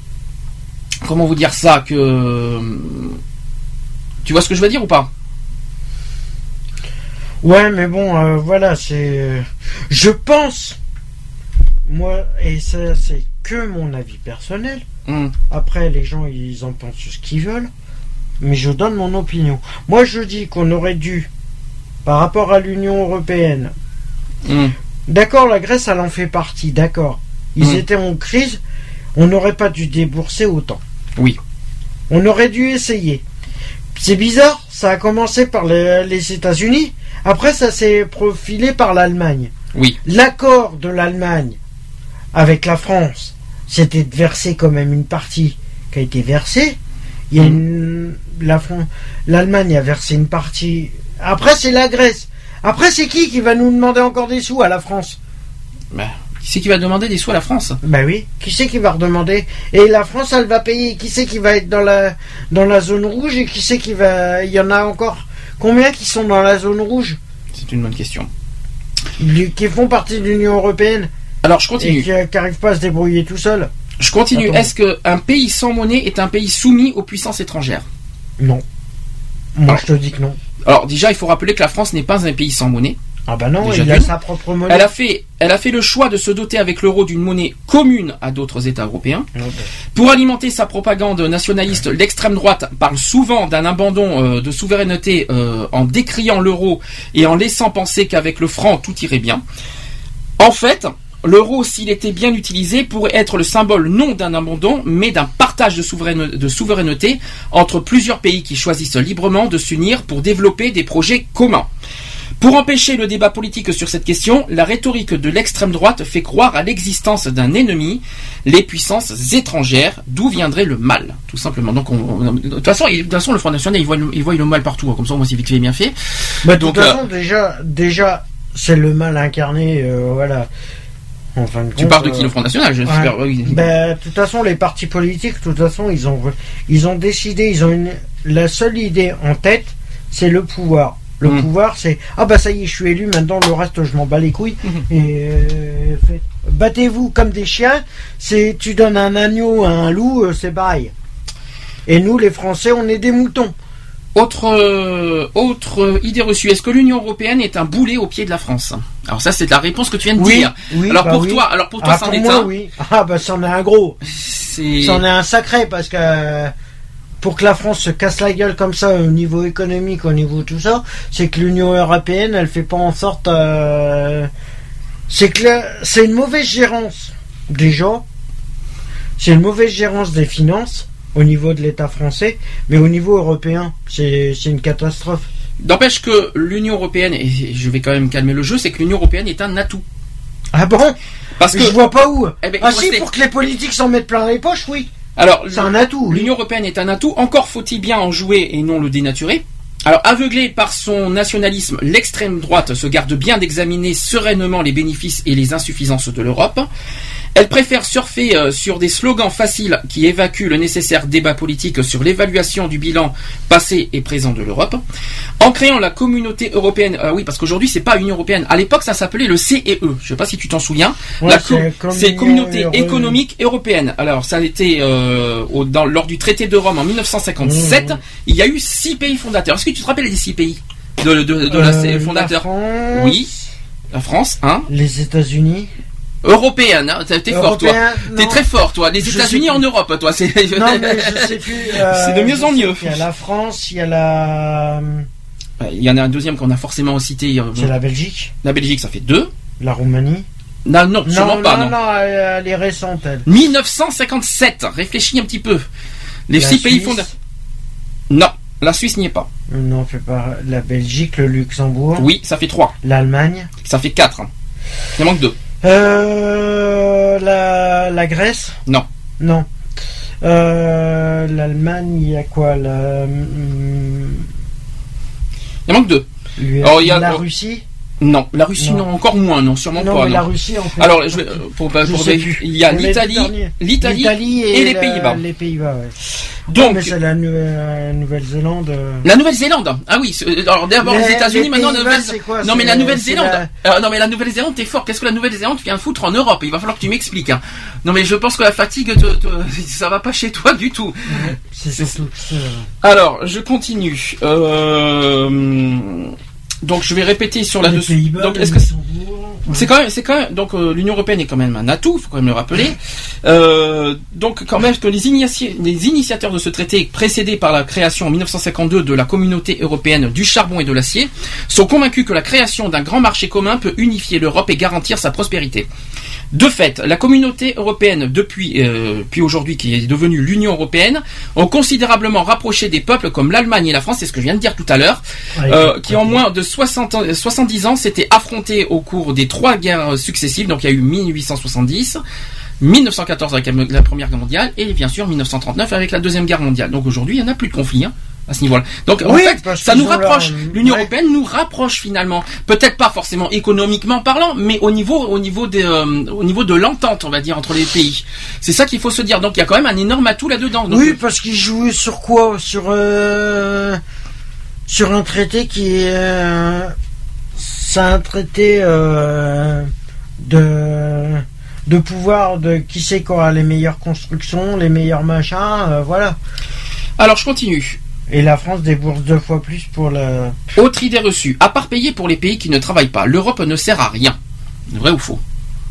ça, que tu vois ce que je veux dire ou pas? Ouais, mais bon, voilà, je pense, moi, et ça c'est que mon avis personnel. Après, les gens ils en pensent ce qu'ils veulent, mais je donne mon opinion. Moi, je dis qu'on aurait dû, par rapport à l'Union européenne, d'accord, la Grèce elle en fait partie, d'accord, ils étaient en crise. On n'aurait pas dû débourser autant. Oui. On aurait dû essayer. C'est bizarre, ça a commencé par les États-Unis, après ça s'est profilé par l'Allemagne. Oui. L'accord de l'Allemagne avec la France, c'était de verser quand même une partie qui a été versée. Il y a l'Allemagne a versé une partie. Après c'est la Grèce. Après c'est qui va nous demander encore des sous à la France? Qui c'est qui va demander des sous à la France? Ben oui, qui c'est qui va redemander? Et la France, elle va payer. Qui c'est qui va être dans la zone rouge? Et qui c'est qui va... Il y en a encore combien qui sont dans la zone rouge? C'est une bonne question. Qui font partie de l'Union européenne. Alors je continue. Et qui n'arrivent pas à se débrouiller tout seul. Je continue. Attends. Est-ce qu'un pays sans monnaie est un pays soumis aux puissances étrangères? Non. Moi, je te dis que non. Alors déjà, il faut rappeler que la France n'est pas un pays sans monnaie. Ah bah non, il a sa propre monnaie. Elle a fait le choix de se doter avec l'euro d'une monnaie commune à d'autres États européens. Okay. Pour alimenter sa propagande nationaliste, l'extrême droite parle souvent d'un abandon de souveraineté en décriant l'euro et en laissant penser qu'avec le franc tout irait bien. En fait, L'euro, s'il était bien utilisé, pourrait être le symbole non d'un abandon, mais d'un partage de souveraineté entre plusieurs pays qui choisissent librement de s'unir pour développer des projets communs. Pour empêcher le débat politique sur cette question, la rhétorique de l'extrême droite fait croire à l'existence d'un ennemi, les puissances étrangères, d'où viendrait le mal, tout simplement. Donc, de toute façon, le Front National, il voit le mal partout, comme ça, moi, c'est vite fait, bien fait. Bah, de toute façon, déjà, c'est le mal incarné, voilà. En fin de compte, tu parles de qui, le Front National, oui. Bah, de toute façon, les partis politiques, de toute façon, ils ont décidé, la seule idée en tête, c'est le pouvoir. Le pouvoir, c'est ça y est, je suis élu, maintenant le reste, je m'en bats les couilles. Et battez-vous comme des chiens. Tu donnes un agneau à un loup, c'est pareil. Et nous, les Français, on est des moutons. Autre idée reçue. Est-ce que l'Union européenne est un boulet au pied de la France? Alors ça, c'est la réponse que tu viens de dire. Oui, alors pour toi, c'en est un. Oui. C'en est un gros. C'en est un sacré parce que. Pour que la France se casse la gueule comme ça au niveau économique, au niveau tout ça, c'est que l'Union européenne, elle fait pas en sorte... c'est une mauvaise gérance, déjà. C'est une mauvaise gérance des finances au niveau de l'État français, mais au niveau européen, c'est une catastrophe. N'empêche que l'Union européenne, et je vais quand même calmer le jeu, c'est que l'Union européenne est un atout. Ah bon? Parce que je vois pas où. Pour que les politiques s'en mettent plein les poches, oui. Alors, c'est un atout. L'Union européenne est un atout. Encore faut-il bien en jouer et non le dénaturer. Alors, aveuglée par son nationalisme, l'extrême droite se garde bien d'examiner sereinement les bénéfices et les insuffisances de l'Europe. Elle préfère surfer sur des slogans faciles qui évacuent le nécessaire débat politique sur l'évaluation du bilan passé et présent de l'Europe. En créant la communauté européenne, oui, parce qu'aujourd'hui c'est pas Union européenne. À l'époque ça s'appelait le CEE. Je sais pas si tu t'en souviens. Ouais, c'est Communauté économique européenne. Alors ça a été lors du traité de Rome en 1957. Il y a eu 6 pays fondateurs. Est-ce que tu te rappelles des 6 pays de la fondateur? Oui, la France, hein. Les États-Unis. Européenne, hein, t'es fort toi. T'es très fort toi. Les États-Unis en Europe, toi. Non mais je sais plus. C'est de mieux en mieux. Il y a la France, il y a la. Il y en a un deuxième qu'on a forcément cité. C'est la Belgique. La Belgique, ça fait 2. La Roumanie. Non, sûrement pas. Non, elle est récente. Elle. 1957. Réfléchis un petit peu. Les 6 pays fondateurs. Non, la Suisse n'y est pas. Non, fait pas. La Belgique, le Luxembourg. Oui, ça fait 3. L'Allemagne. Ça fait 4. Il manque 2. La Grèce. Non. L'Allemagne, il y a quoi Il manque 2. La Russie. Non, la Russie non, encore moins, non, sûrement pas. Mais la Russie en fait. Alors, il y a l'Italie et les Pays-Bas. Les Pays-Bas, ouais. Donc, mais c'est la Nouvelle-Zélande. La Nouvelle-Zélande. Ah oui. Alors d'abord les États-Unis, maintenant Non mais la Nouvelle-Zélande. Non mais la Nouvelle-Zélande, t'es fort. Qu'est-ce que la Nouvelle-Zélande vient foutre en Europe? Il va falloir que tu m'expliques. Hein. Non mais je pense que la fatigue, ça va pas chez toi du tout. C'est surtout ça. Alors, je continue. Donc je vais répéter sur la dessus. Donc est-ce que c'est quand même donc l'Union européenne est quand même un atout, faut quand même le rappeler. Donc quand même que les initiateurs de ce traité, précédés par la création en 1952 de la Communauté européenne du charbon et de l'acier, sont convaincus que la création d'un grand marché commun peut unifier l'Europe et garantir sa prospérité. De fait, la Communauté européenne puis aujourd'hui qui est devenue l'Union européenne, ont considérablement rapproché des peuples comme l'Allemagne et la France, c'est ce que je viens de dire tout à l'heure, qui en moins de 70 ans s'étaient affrontés au cours des 3 guerres successives. Donc il y a eu 1870, 1914 avec la Première Guerre mondiale et bien sûr 1939 avec la Deuxième Guerre mondiale. Donc aujourd'hui il n'y en a plus de conflit à ce niveau-là. Donc en fait ça nous rapproche. L'Union européenne nous rapproche finalement. Peut-être pas forcément économiquement parlant, mais au niveau de l'entente, on va dire, entre les pays. C'est ça qu'il faut se dire. Donc il y a quand même un énorme atout là-dedans. Donc, oui, parce qu'ils jouaient sur quoi? Sur un traité qui est c'est un traité de pouvoir, de qui sait quoi, les meilleures constructions, les meilleurs machins, voilà. Alors je continue. Et la France débourse 2 fois plus pour la... Autre idée reçue. À part payer pour les pays qui ne travaillent pas, l'Europe ne sert à rien. Vrai ou faux?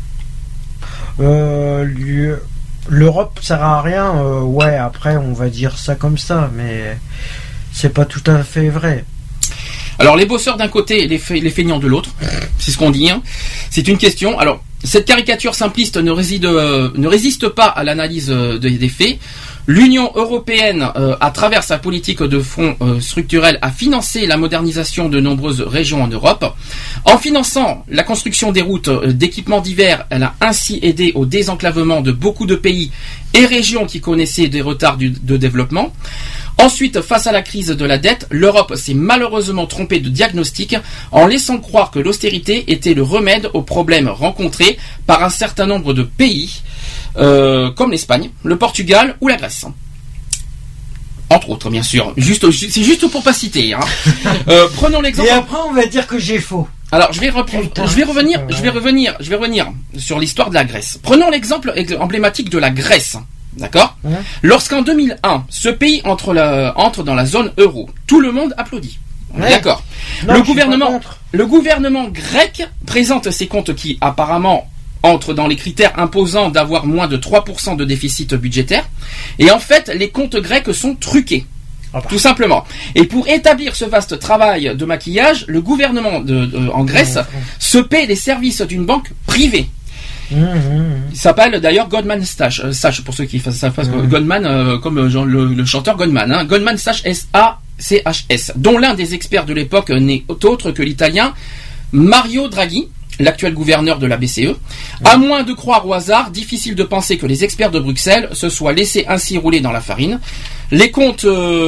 L'Europe sert à rien, ouais, après on va dire ça comme ça, mais c'est pas tout à fait vrai. Alors les bosseurs d'un côté et les feignants de l'autre, c'est ce qu'on dit. Hein. C'est une question. Alors Cette caricature simpliste ne résiste pas à l'analyse des faits. L'Union européenne, à travers sa politique de fonds structurels, a financé la modernisation de nombreuses régions en Europe. En finançant la construction des routes, d'équipements divers, elle a ainsi aidé au désenclavement de beaucoup de pays et régions qui connaissaient des retards de développement. Ensuite, face à la crise de la dette, l'Europe s'est malheureusement trompée de diagnostic en laissant croire que l'austérité était le remède aux problèmes rencontrés par un certain nombre de pays, comme l'Espagne, le Portugal ou la Grèce. Entre autres, bien sûr. C'est juste pour pas citer. Hein. Prenons l'exemple. Et après, on va dire que j'ai faux. Alors, je vais revenir sur l'histoire de la Grèce. Prenons l'exemple emblématique de la Grèce. D'accord ? Lorsqu'en 2001, ce pays entre dans la zone euro, tout le monde applaudit. D'accord. Le gouvernement grec présente ses comptes qui, apparemment, entrent dans les critères imposant d'avoir moins de 3% de déficit budgétaire. Et en fait, les comptes grecs sont truqués. Tout simplement. Et pour établir ce vaste travail de maquillage, le gouvernement en Grèce se paie les services d'une banque privée. Il s'appelle d'ailleurs Goldman Sachs, pour ceux qui savent pas Goldman, comme le chanteur Goldman, hein, Goldman Sachs S.A.C.H.S, dont l'un des experts de l'époque n'est autre que l'italien Mario Draghi, l'actuel gouverneur de la BCE. À moins de croire au hasard, difficile de penser que les experts de Bruxelles se soient laissés ainsi rouler dans la farine. Les comptes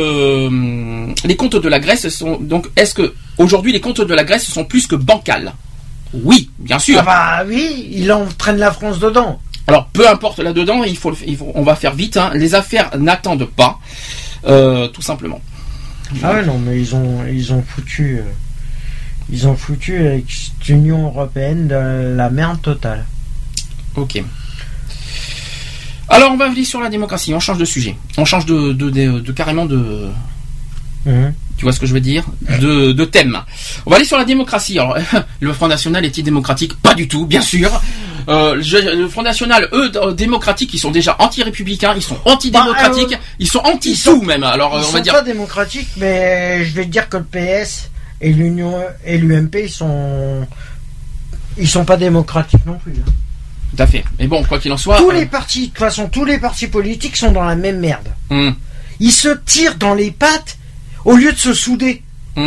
de la Grèce sont donc, est-ce que aujourd'hui les comptes de la Grèce sont plus que bancals? Oui, bien sûr. Ah bah oui, il entraîne la France dedans. Alors peu importe là-dedans, on va faire vite. Hein. Les affaires n'attendent pas, tout simplement. Ah ouais, non, mais ils ont foutu avec cette Union européenne de la merde totale. Ok. Alors on va aller sur la démocratie. On change de sujet. On change de carrément de. Tu vois ce que je veux dire, de thème. On va aller sur la démocratie. Alors, le Front National est-il démocratique? Pas du tout, bien sûr. Le Front National, eux, démocratiques, ils sont déjà anti-républicains, ils sont anti-démocratiques, ils sont anti-tout même. Alors, on va dire. Ils sont pas démocratiques, mais je vais te dire que le PS et l'Union et l'UMP, ils sont pas démocratiques non plus. Hein. Tout à fait. Mais bon, quoi qu'il en soit. Tous les partis, de toute façon, tous les partis politiques sont dans la même merde. Ils se tirent dans les pattes au lieu de se souder.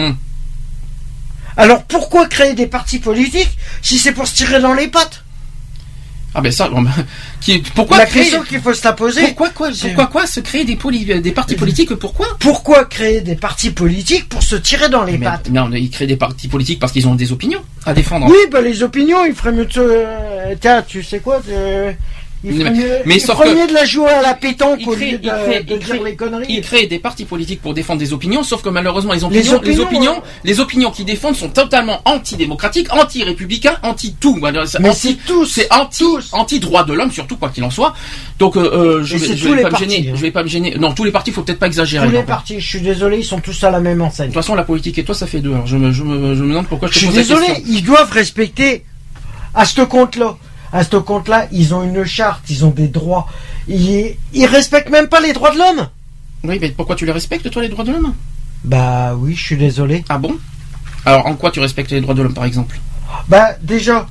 Alors pourquoi créer des partis politiques si c'est pour se tirer dans les pattes? Ah ben ça, pourquoi la question qu'il faut se la poser. Pourquoi se créer des partis politiques? Pourquoi créer des partis politiques pour se tirer dans les pattes? Non, ils créent des partis politiques parce qu'ils ont des opinions à défendre. Oui, bah les opinions, il ferait mieux de se... Tiens, tu sais quoi il ferait mieux de la jouer à la pétanque au lieu de dire les conneries. Ils créent des partis politiques pour défendre des opinions, sauf que malheureusement les opinions qu'ils défendent sont totalement anti-démocratiques, anti-républicains, anti-tout. Mais c'est tous. C'est anti-droit de l'homme, surtout quoi qu'il en soit. Donc je vais pas me gêner. Non, tous les partis, faut peut-être pas exagérer. Tous les partis, je suis désolé, ils sont tous à la même enseigne. De toute façon, la politique et toi, ça fait deux. Alors je me demande pourquoi je te pose la question. Je suis désolé, ils doivent respecter à ce compte-là. À ce compte-là, ils ont une charte, ils ont des droits. Ils respectent même pas les droits de l'homme. Oui, mais pourquoi tu les respectes, toi, les droits de l'homme? Bah oui, je suis désolé. Ah bon? Alors, en quoi tu respectes les droits de l'homme, par exemple? Bah déjà,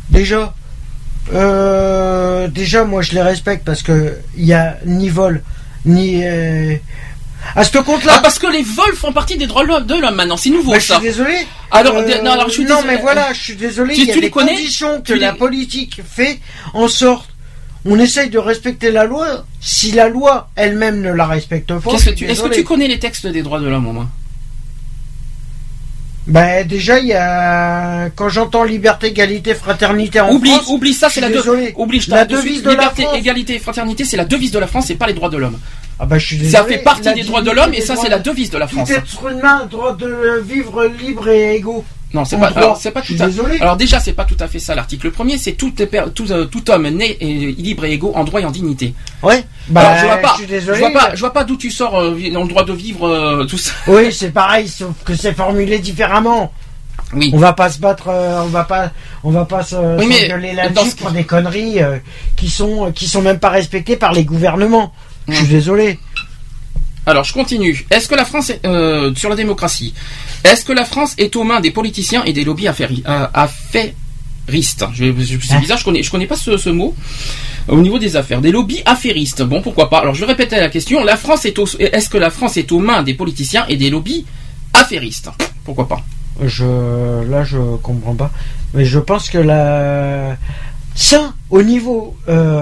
moi je les respecte parce que il y a ni vol, ni... À ce compte-là. Ah, parce que les vols font partie des droits de l'homme maintenant, c'est nouveau, ça. Je suis désolé. Alors je suis désolé. Non, mais voilà, je suis désolé. Il y a des conditions que la politique fait en sorte. On essaye de respecter la loi. Si la loi elle-même ne la respecte pas. Est-ce que tu connais les textes des droits de l'homme au moins? Ben déjà il y a quand j'entends liberté, égalité, fraternité en France. Oublie ça, c'est la devise de liberté, égalité, fraternité, c'est la devise de la France, c'est pas les droits de l'homme. Ah bah je suis désolé. Ça fait partie des droits de l'homme et ça c'est la devise de la France. Tout être humain, droit de vivre libre et égaux. Non, c'est pas tout à fait. Alors déjà, c'est pas tout à fait ça. L'article 1er, c'est tout homme né libre et égaux en droit et en dignité. Ouais. Bah, alors, je vois pas d'où tu sors dans le droit de vivre tout ça. Oui, c'est pareil, sauf que c'est formulé différemment. Oui. On va pas se battre, on va pas s'engueuler là-dessus pour des conneries qui sont même pas respectées par les gouvernements. Je suis désolé. Alors, je continue. Est-ce que la France est, sur la démocratie, est-ce que la France est aux mains des politiciens et des lobbies affairistes. C'est bizarre, je connais pas ce mot. Au niveau des affaires, des lobbies affairistes. Bon, pourquoi pas. Alors, je vais répéter la question. Est-ce que la France est aux mains des politiciens et des lobbies affairistes? Pourquoi pas? Là, je comprends pas. Mais je pense que ça, au niveau,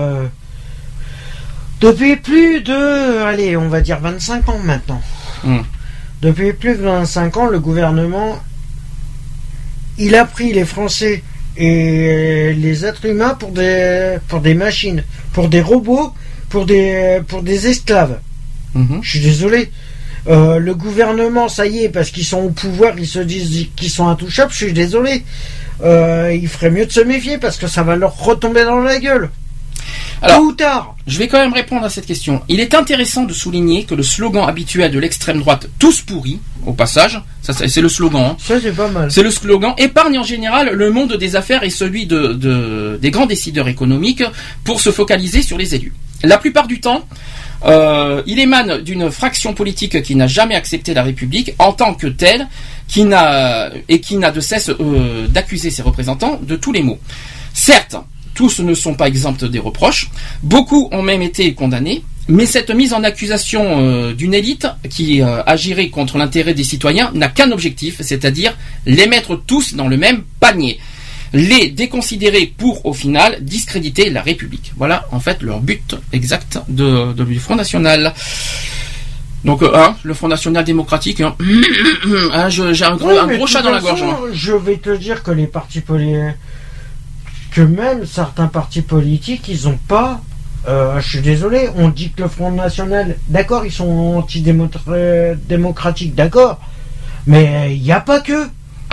depuis plus de, allez, on va dire 25 ans maintenant. Depuis plus de 25 ans, le gouvernement, il a pris les Français et les êtres humains pour des machines, pour des robots, pour des esclaves. Je suis désolé. Le gouvernement, ça y est, parce qu'ils sont au pouvoir, ils se disent qu'ils sont intouchables. Je suis désolé. Il ferait mieux de se méfier parce que ça va leur retomber dans la gueule. Alors, tôt ou tard. Je vais quand même répondre à cette question. Il est intéressant de souligner que le slogan habituel de l'extrême droite, tous pourris, au passage, ça c'est le slogan. Hein. Ça c'est pas mal. C'est le slogan, épargne en général le monde des affaires et celui des grands décideurs économiques pour se focaliser sur les élus. La plupart du temps, il émane d'une fraction politique qui n'a jamais accepté la République en tant que telle, qui n'a de cesse d'accuser ses représentants de tous les maux. Certes, tous ne sont pas exempts des reproches, beaucoup ont même été condamnés, mais cette mise en accusation d'une élite qui agirait contre l'intérêt des citoyens n'a qu'un objectif, c'est-à-dire les mettre tous dans le même panier. Les déconsidérer pour, au final, discréditer la République. Voilà, en fait, leur but exact du Front National. Donc, le Front National démocratique, j'ai un gros chat dans la gorge. Je vais te dire que les partis politiques, que même certains partis politiques, ils ont pas... je suis désolé, on dit que le Front National, d'accord, ils sont antidémocratiques, d'accord, mais il n'y a pas que.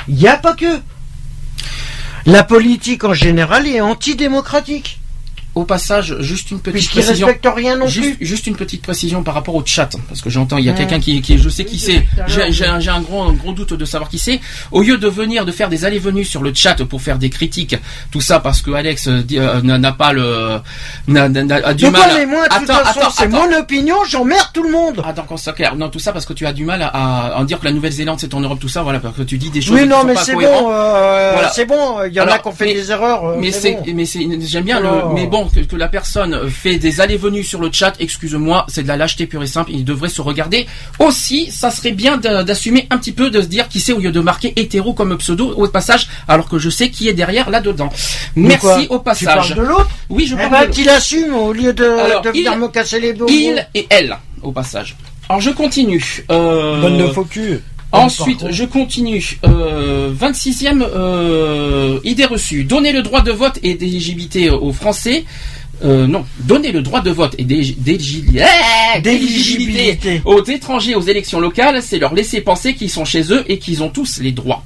La politique en général est antidémocratique. Au passage, juste une petite Puisqu'ils précision. respectent rien non plus. Juste une petite précision par rapport au chat, parce que j'entends, il y a quelqu'un qui je sais qui c'est. J'ai un gros doute de savoir qui c'est. Au lieu de faire des allées-venues sur le chat pour faire des critiques, tout ça parce que Alex n'a pas a du mal. Mais moi, de toute façon, c'est mon opinion, j'emmerde tout le monde. Attends, qu'on soit clair. Non, tout ça parce que tu as du mal à en dire que la Nouvelle-Zélande c'est en Europe, tout ça, voilà, parce que tu dis des choses. Oui, non, qui mais sont pas c'est cohérentes. bon. Voilà. C'est bon. Il y en a qui ont fait des erreurs. J'aime bien mais bon, que la personne fait des allées-venues sur le chat, excuse-moi, c'est de la lâcheté pure et simple, il devrait se regarder. Aussi, ça serait bien d'assumer un petit peu, de se dire qui c'est au lieu de marquer hétéro comme pseudo au passage, alors que je sais qui est derrière là-dedans. Merci au passage. Tu parles de l'autre? Oui, je parle de l'autre. Qu'il assume au lieu de venir me casser les bouts. Il et elle, au passage. Alors je continue. Bonne de faux cul. Ensuite, je continue. 26e idée reçue. Donner le droit de vote et d'éligibilité aux Français. Non, donner le droit de vote et d'éligibilité aux étrangers aux élections locales, c'est leur laisser penser qu'ils sont chez eux et qu'ils ont tous les droits.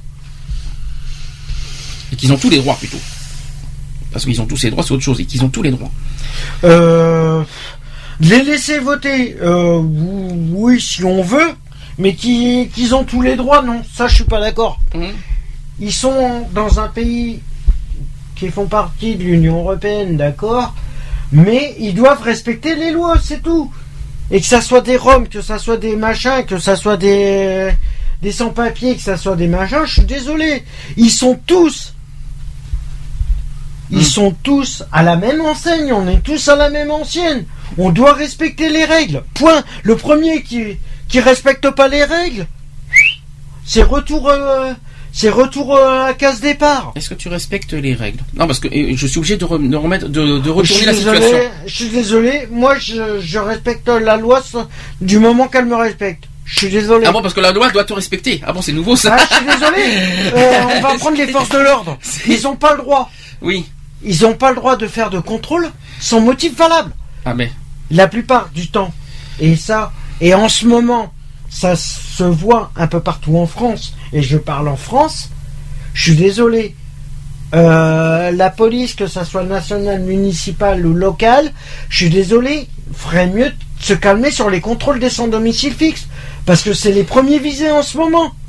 Et qu'ils ont tous les droits plutôt. Parce qu'ils ont tous les droits, c'est autre chose, et qu'ils ont tous les droits. Les laisser voter, oui, si on veut, mais qu'ils ont tous les droits, non, ça je suis pas d'accord. Ils sont dans un pays qui font partie de l'Union Européenne, d'accord, mais ils doivent respecter les lois, c'est tout. Et que ça soit des Roms, que ça soit des machins, que ça soit des sans-papiers, que ça soit des machins, je suis désolé. Ils sont tous à la même enseigne, on est tous à la même ancienne. On doit respecter les règles. Point. Le premier qui respecte pas les règles, c'est retour à case départ. Est-ce que tu respectes les règles? Non, parce que je suis obligé de retourner la situation. Je suis désolé. Moi, je respecte la loi du moment qu'elle me respecte. Je suis désolé. Ah bon, parce que la loi doit te respecter. Ah bon, c'est nouveau ça. Ah, je suis désolé. On va prendre les forces de l'ordre. Ils ont pas le droit. Oui. Ils n'ont pas le droit de faire de contrôle sans motif valable. Ah mais. La plupart du temps. Et en ce moment, ça se voit un peu partout en France. Et je parle en France. Je suis désolé. La police, que ça soit nationale, municipale ou locale, je suis désolé, ferait mieux de se calmer sur les contrôles des sans-domicile fixe. Parce que c'est les premiers visés en ce moment.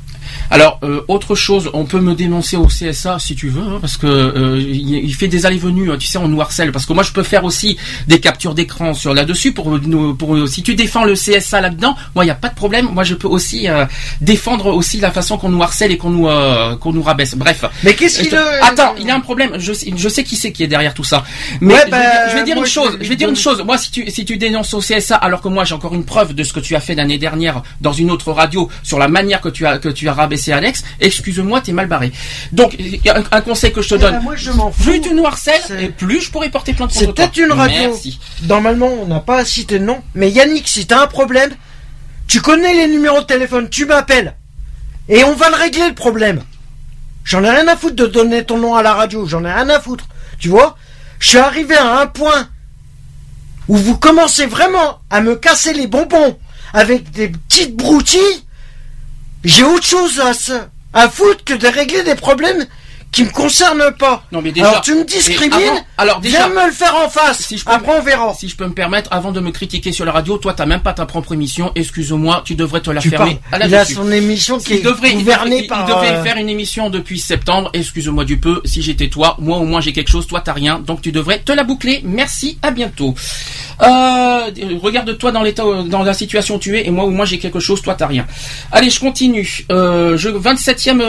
Alors, autre chose, on peut me dénoncer au CSA si tu veux, hein, parce que il fait des allées-venues, tu sais, on nous harcèle, parce que moi je peux faire aussi des captures d'écran sur là-dessus pour si tu défends le CSA là-dedans, moi il y a pas de problème, moi je peux aussi défendre aussi la façon qu'on nous harcèle et qu'on nous rabaisse. Bref. Mais qu'est-ce qu'il Attends, il y a un problème, je sais qui c'est qui est derrière tout ça. Mais je vais dire une chose, moi si tu dénonces au CSA alors que moi j'ai encore une preuve de ce que tu as fait l'année dernière dans une autre radio sur la manière que tu as rabaissé Alex, excuse-moi, t'es mal barré. Donc un conseil que je te donne, moi, je m'en fous. plus tu nous harcèles et plus je pourrais porter plainte contre toi. C'est peut-être une radio. Merci. Normalement, on n'a pas à citer de nom, mais Yannick, si t'as un problème, tu connais les numéros de téléphone, tu m'appelles et on va le régler le problème. J'en ai rien à foutre de donner ton nom à la radio, j'en ai rien à foutre. Tu vois, je suis arrivé à un point où vous commencez vraiment à me casser les bonbons avec des petites broutilles. J'ai autre chose à foutre que de régler des problèmes qui me concernent pas. Non, mais déjà, alors tu me discrimines, viens me le faire en face. Si après on verra. Si je peux me permettre, avant de me critiquer sur la radio, toi t'as même pas ta propre émission, excuse-moi, tu devrais te la fermer à la Il a son émission qui est gouvernée par... Il devrait faire une émission depuis septembre, excuse-moi du peu, si j'étais toi, moi au moins j'ai quelque chose, toi t'as rien, donc tu devrais te la boucler, merci, à bientôt. Regarde-toi dans la situation où tu es, et moi au moins j'ai quelque chose, toi t'as rien. Allez, je continue. 27e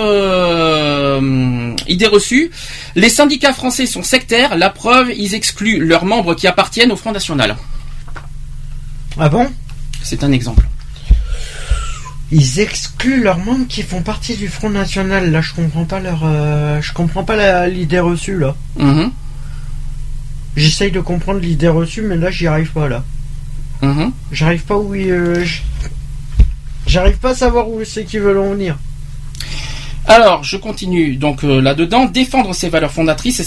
idée reçue. Les syndicats français sont sectaires. La preuve, ils excluent leurs membres qui appartiennent au Front National. Ah bon ? C'est un exemple. Ils excluent leurs membres qui font partie du Front National. Là, je comprends pas l'idée reçue là. Mm-hmm. J'essaye de comprendre l'idée reçue, mais là, j'y arrive pas là. Mm-hmm. J'arrive pas où j'arrive pas à savoir où c'est qu'ils veulent en venir. Alors, je continue donc là-dedans. Défendre ses valeurs fondatrices,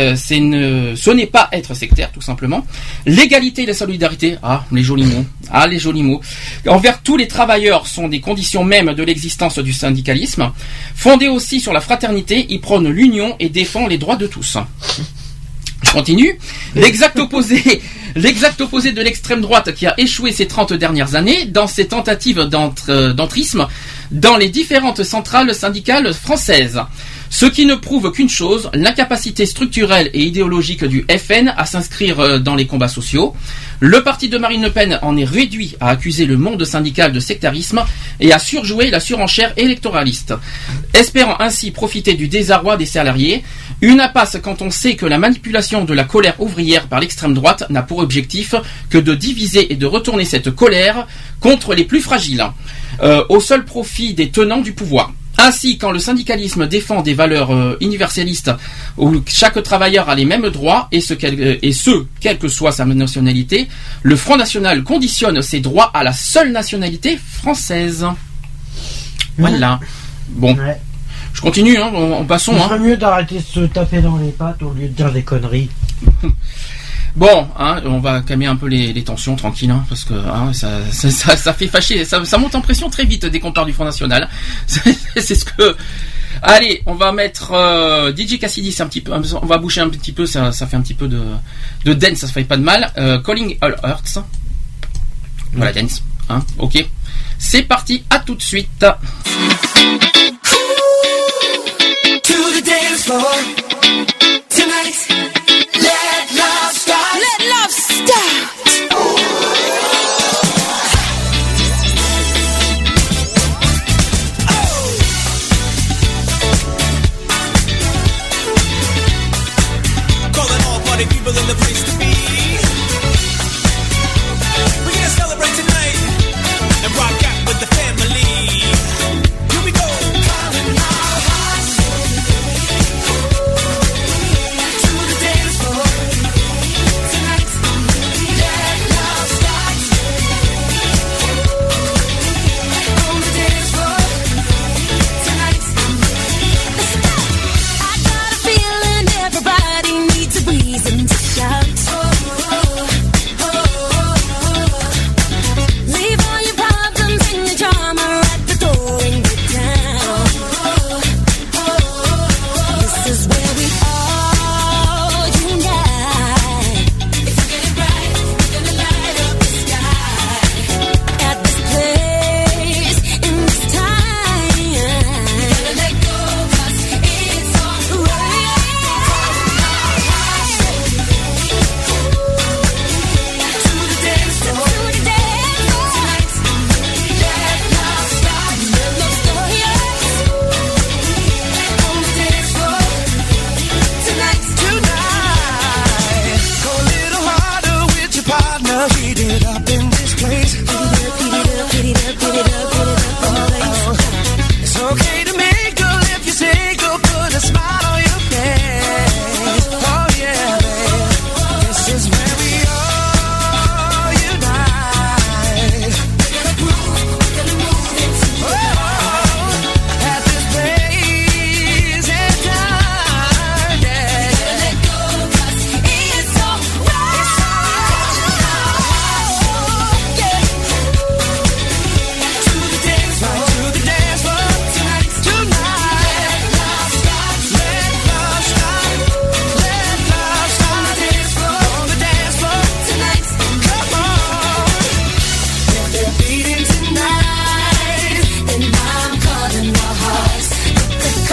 ce n'est pas être sectaire, tout simplement. L'égalité et la solidarité, les jolis mots. Envers tous les travailleurs sont des conditions mêmes de l'existence du syndicalisme. Fondé aussi sur la fraternité, il prône l'union et défend les droits de tous. Je continue. L'exact opposé de l'extrême droite qui a échoué ces 30 dernières années dans ses tentatives d'entrisme dans les différentes centrales syndicales françaises. Ce qui ne prouve qu'une chose, l'incapacité structurelle et idéologique du FN à s'inscrire dans les combats sociaux. Le parti de Marine Le Pen en est réduit à accuser le monde syndical de sectarisme et à surjouer la surenchère électoraliste, espérant ainsi profiter du désarroi des salariés. Une impasse quand on sait que la manipulation de la colère ouvrière par l'extrême droite n'a pour objectif que de diviser et de retourner cette colère contre les plus fragiles, au seul profit des tenants du pouvoir. Ainsi, quand le syndicalisme défend des valeurs universalistes où chaque travailleur a les mêmes droits et ce quelle que soit sa nationalité, le Front National conditionne ses droits à la seule nationalité française. Voilà. Bon. Ouais. Je continue, on passons. Il serait mieux d'arrêter de se taper dans les pattes au lieu de dire des conneries. Bon, on va calmer un peu les tensions, tranquille, parce que ça fait fâcher, ça monte en pression très vite dès qu'on parle du Front National. C'est ce que... Allez, on va mettre DJ Cassidy, on va boucher un petit peu, ça fait un petit peu de dance, ça se fait pas de mal. Calling All Hearts. Voilà, dance, ok. C'est parti, à tout de suite. To the dance floor tonight. Let love start. Let love start. Calling all party people in the place to be. We're gonna celebrate tonight and rock out with the family. Here we go.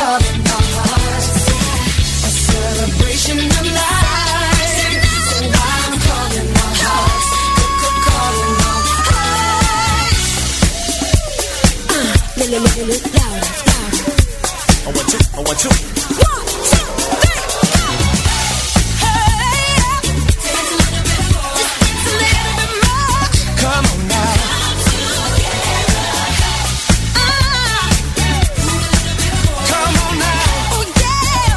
calling our hearts. A celebration of life. So I'm calling our hearts. Calling our hearts. Louder, louder. I want you. One, two, three. Hey, dance a little bit more. Just dance a little bit more. Come on now. Come on now. Oh yeah.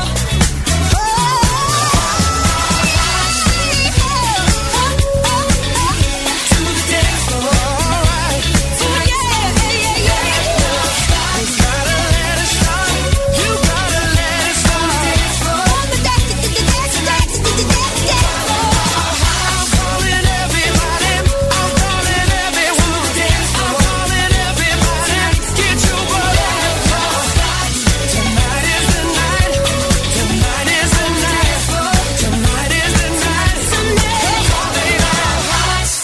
To the dance floor. All right. Oh yeah, yeah, yeah. You gotta let it start. You gotta let it start. On the dance, I'm calling everybody. I'm calling everyone. I'm calling everybody. Get your butt on the floor. Tonight is the night. Tonight is the night. Tonight is the night. Calling our hearts.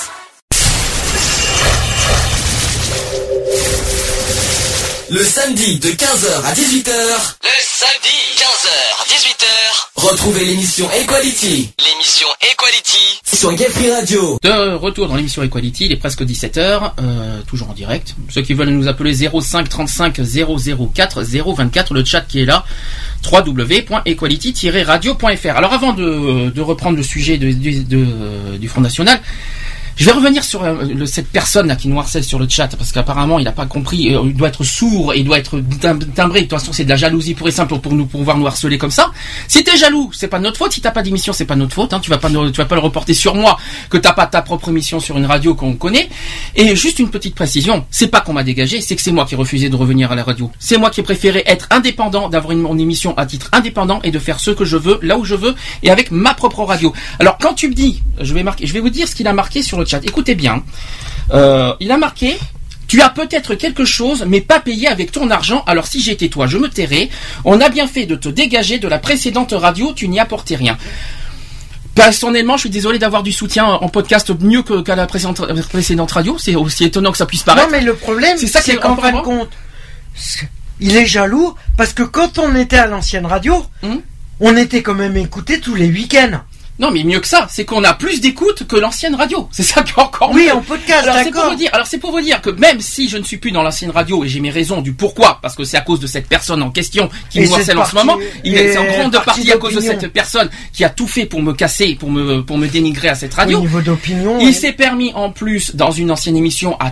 Le samedi de 15h à 18h. Le samedi 15h à 18h. Retrouvez l'émission Equality. L'émission Equality sur Gay Free Radio. De retour dans l'émission Equality, il est presque 17h, toujours en direct. Ceux qui veulent nous appeler 05 35 004 024, le chat qui est là, www.equality-radio.fr. Alors avant de reprendre le sujet du Front National, je vais revenir sur cette personne là qui nous harcèle sur le chat, parce qu'apparemment il n'a pas compris, il doit être sourd et il doit être timbré. De toute façon c'est de la jalousie pure et simple pour pouvoir nous harceler comme ça. Si t'es jaloux, c'est pas de notre faute. Si t'as pas d'émission, c'est pas de notre faute, hein. Tu vas pas le reporter sur moi que t'as pas ta propre émission sur une radio qu'on connaît. Et juste une petite précision, c'est pas qu'on m'a dégagé, c'est que c'est moi qui ai refusé de revenir à la radio. C'est moi qui ai préféré être indépendant, d'avoir mon émission à titre indépendant et de faire ce que je veux, là où je veux et avec ma propre radio. Alors quand tu me dis, je vais vous dire ce qu'il a marqué sur le chat. Écoutez bien, il a marqué: tu as peut-être quelque chose, mais pas payé avec ton argent. Alors si j'étais toi, je me tairais. On a bien fait de te dégager de la précédente radio. Tu n'y apportais rien. Personnellement, je suis désolé d'avoir du soutien en podcast mieux qu'à la précédente radio. C'est aussi étonnant que ça puisse paraître. Non, mais le problème, c'est qu'en fin de compte, il est jaloux parce que quand on était à l'ancienne radio, on était quand même écouté tous les week-ends. Non, mais mieux que ça, c'est qu'on a plus d'écoute que l'ancienne radio. C'est ça qui est encore mieux. Oui, en podcast, alors, d'accord. C'est pour vous dire que même si je ne suis plus dans l'ancienne radio et j'ai mes raisons du pourquoi, parce que c'est à cause de cette personne en question qui nous harcèle en ce moment, c'est en grande partie à cause de cette personne qui a tout fait pour me casser, pour me dénigrer à cette radio. Au niveau d'opinion. Il s'est permis en plus, dans une ancienne émission, à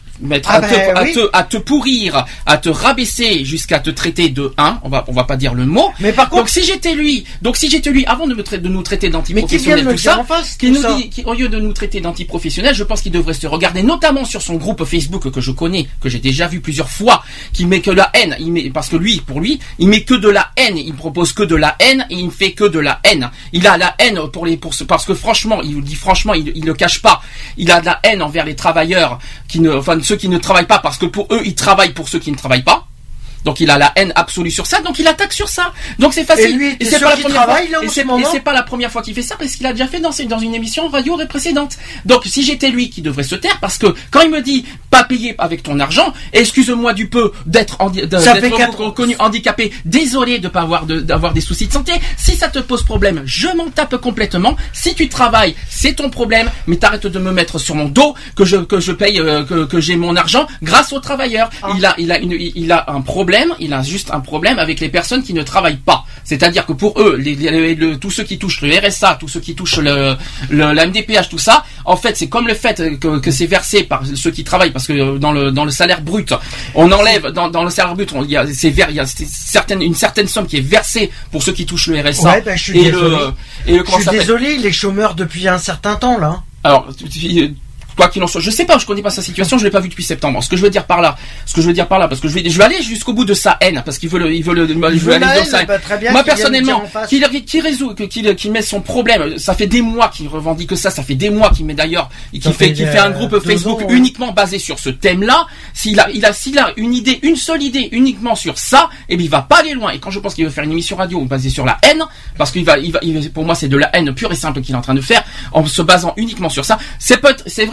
te pourrir, à te rabaisser jusqu'à te traiter de 1. On va pas dire le mot. Mais par contre, donc si j'étais lui, avant de nous traiter d'antiprofessionnels, tout ça, au lieu de nous traiter d'antiprofessionnels, je pense qu'il devrait se regarder, notamment sur son groupe Facebook que je connais, que j'ai déjà vu plusieurs fois, qui met que la haine. Parce que pour lui, il met que de la haine. Il propose que de la haine et il ne fait que de la haine. Il a la haine parce que franchement, il le cache pas. Il a de la haine envers les travailleurs ceux qui ne travaillent pas, parce que pour eux, ils travaillent pour ceux qui ne travaillent pas. Donc il a la haine absolue sur ça, donc il attaque sur ça. Donc c'est facile. Et lui, c'est pas la première fois. Et c'est pas la première fois qu'il fait ça, parce qu'il a déjà fait dans une émission radio précédente. Donc si j'étais lui, qui devrait se taire, parce que quand il me dit pas payé avec ton argent, excuse-moi du peu d'être reconnu handicapé, désolé de pas d'avoir des soucis de santé. Si ça te pose problème, je m'en tape complètement. Si tu travailles, c'est ton problème, mais t'arrêtes de me mettre sur mon dos que je paye, que j'ai mon argent grâce aux travailleurs. Il a un problème. Il a juste un problème avec les personnes qui ne travaillent pas. C'est-à-dire que pour eux, tous ceux qui touchent le RSA, tous ceux qui touchent la MDPH, tout ça, en fait, c'est comme le fait que c'est versé par ceux qui travaillent, parce que dans le salaire brut, on enlève dans le salaire brut, il y a une certaine somme qui est versée pour ceux qui touchent le RSA. Ouais, je suis désolé, il est chômeur depuis un certain temps là. Alors, quoi qu'il en soit, je sais pas, je connais pas sa situation, je l'ai pas vu depuis septembre. Ce que je veux dire par là, parce que je vais aller jusqu'au bout de sa haine, parce qu'il veut aller dans sa haine. Moi personnellement, qu'il met son problème, ça fait des mois qu'il revendique ça fait des mois qu'il met d'ailleurs, qu'il fait un groupe Facebook uniquement basé sur ce thème-là. S'il a une seule idée uniquement sur ça, et bien il va pas aller loin. Et quand je pense qu'il veut faire une émission radio basée sur la haine, parce qu'il pour moi c'est de la haine pure et simple qu'il est en train de faire, en se basant uniquement sur ça. C'est vrai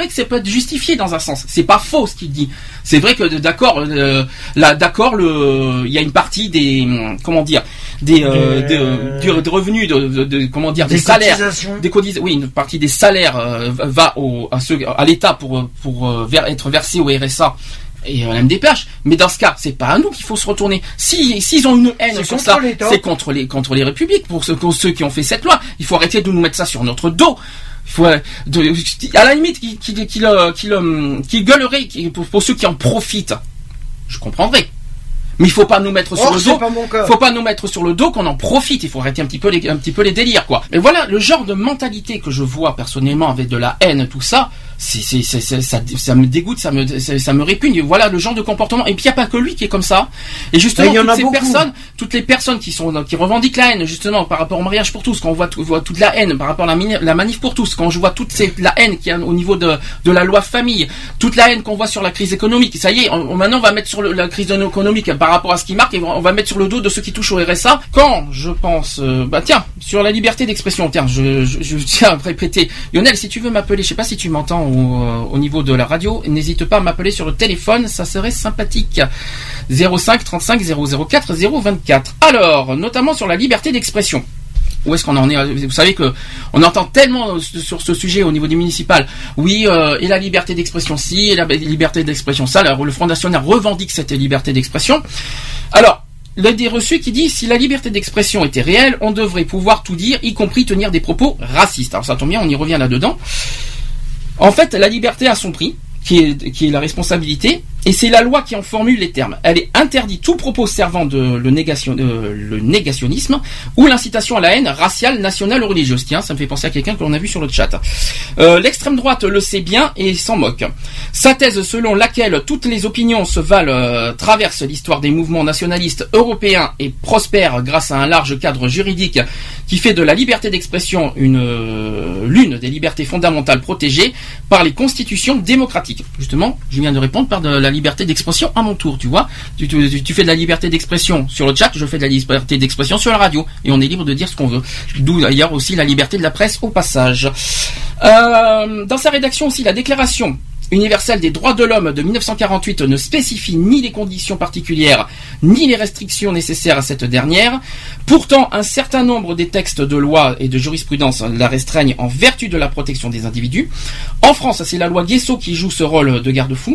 que ça peut être justifié dans un sens. C'est pas faux ce qu'il dit. C'est vrai que d'accord, il y a une partie des des revenus des salaires, oui, une partie des salaires va à l'État pour être versé au RSA et à la MDPH, mais dans ce cas, c'est pas à nous qu'il faut se retourner. S'ils ont une haine sur ça, c'est contre les républiques, pour ceux qui ont fait cette loi. Il faut arrêter de nous mettre ça sur notre dos. Il faut, à la limite, qu'il gueulerait pour ceux qui en profitent. Je comprendrais. Mais il faut pas nous mettre sur le dos. Faut pas nous mettre sur le dos qu'on en profite. Il faut arrêter un petit peu les délires, quoi. Mais voilà, le genre de mentalité que je vois personnellement avec de la haine, tout ça, ça me dégoûte, ça me répugne. Voilà le genre de comportement. Et puis il y a pas que lui qui est comme ça. Et justement, toutes les personnes qui revendiquent la haine, justement, par rapport au mariage pour tous, quand on voit toute la haine par rapport à la manif pour tous, quand je vois la haine qu'il y a au niveau de la loi famille, toute la haine qu'on voit sur la crise économique. Ça y est, maintenant on va mettre sur la crise économique par rapport à ce qui marque, et on va mettre sur le dos de ceux qui touchent au RSA. Quand je pense, sur la liberté d'expression, je tiens à répéter. Lionel, si tu veux m'appeler, je sais pas si tu m'entends au niveau de la radio, n'hésite pas à m'appeler sur le téléphone, ça serait sympathique. 05 35 004 024. Alors, notamment sur la liberté d'expression. Où est-ce qu'on en est? Vous savez que on entend tellement sur ce sujet au niveau du municipal. Oui, et la liberté d'expression et la liberté d'expression ça. Le Front National revendique cette liberté d'expression. Alors, l'idée reçue qui dit si la liberté d'expression était réelle, on devrait pouvoir tout dire, y compris tenir des propos racistes. Alors ça tombe bien, on y revient là-dedans. En fait, la liberté a son prix, qui est la responsabilité, et c'est la loi qui en formule les termes. Elle est interdite tout propos servant le négationnisme ou l'incitation à la haine raciale, nationale ou religieuse. Tiens, ça me fait penser à quelqu'un que l'on a vu sur le chat. L'extrême droite le sait bien et s'en moque. Sa thèse selon laquelle toutes les opinions se valent traverse l'histoire des mouvements nationalistes européens et prospère grâce à un large cadre juridique qui fait de la liberté d'expression l'une des libertés fondamentales protégées par les constitutions démocratiques. Justement, je viens de répondre par de la liberté d'expression à mon tour, tu vois. Tu fais de la liberté d'expression sur le chat, je fais de la liberté d'expression sur la radio, et on est libre de dire ce qu'on veut. D'où d'ailleurs aussi la liberté de la presse au passage. Dans sa rédaction aussi, la déclaration universelle des droits de l'homme de 1948 ne spécifie ni les conditions particulières ni les restrictions nécessaires à cette dernière. Pourtant, un certain nombre des textes de loi et de jurisprudence la restreignent en vertu de la protection des individus. En France, c'est la loi Guesso qui joue ce rôle de garde-fou.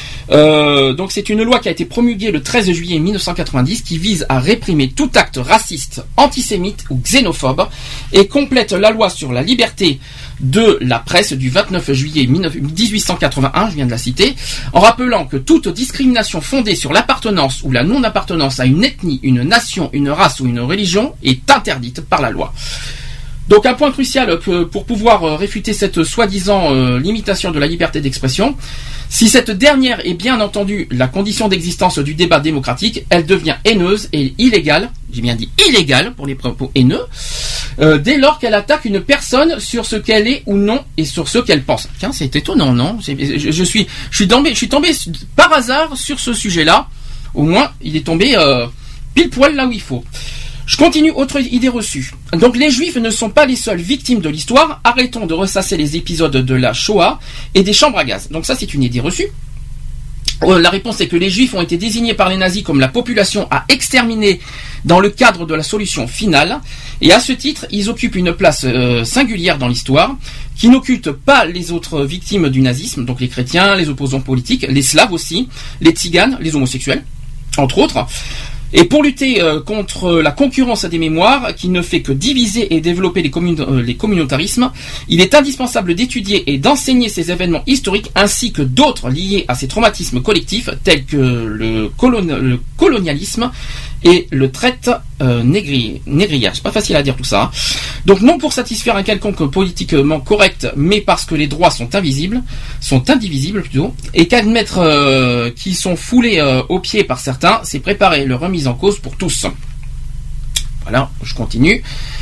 Donc c'est une loi qui a été promulguée le 13 juillet 1990 qui vise à réprimer tout acte raciste, antisémite ou xénophobe et complète la loi sur la liberté de la presse du 29 juillet 1881, je viens de la citer, en rappelant que toute discrimination fondée sur l'appartenance ou la non-appartenance à une ethnie, une nation, une race ou une religion est interdite par la loi. Donc un point crucial pour pouvoir réfuter cette soi-disant limitation de la liberté d'expression, si cette dernière est bien entendu la condition d'existence du débat démocratique, elle devient haineuse et illégale, j'ai bien dit illégale pour les propos haineux, dès lors qu'elle attaque une personne sur ce qu'elle est ou non et sur ce qu'elle pense. Tiens, c'est étonnant, non? Je suis tombé par hasard sur ce sujet-là. Au moins, il est tombé pile poil là où il faut. Je continue, autre idée reçue. Donc les Juifs ne sont pas les seules victimes de l'histoire. Arrêtons de ressasser les épisodes de la Shoah et des chambres à gaz. Donc ça, c'est une idée reçue. La réponse est que les Juifs ont été désignés par les nazis comme la population à exterminer dans le cadre de la solution finale. Et à ce titre, ils occupent une place singulière dans l'histoire, qui n'occulte pas les autres victimes du nazisme, donc les chrétiens, les opposants politiques, les slaves aussi, les tziganes, les homosexuels, entre autres. Et pour lutter contre la concurrence des mémoires, qui ne fait que diviser et développer les communautarismes, il est indispensable d'étudier et d'enseigner ces événements historiques ainsi que d'autres liés à ces traumatismes collectifs tels que le colonialisme et le traite négrière. C'est pas facile à dire tout ça. Hein. Donc non pour satisfaire un quelconque politiquement correct, mais parce que les droits sont indivisibles plutôt, et qu'admettre qu'ils sont foulés aux pieds par certains, c'est préparer leur remise en cause pour tous. Voilà, je continue.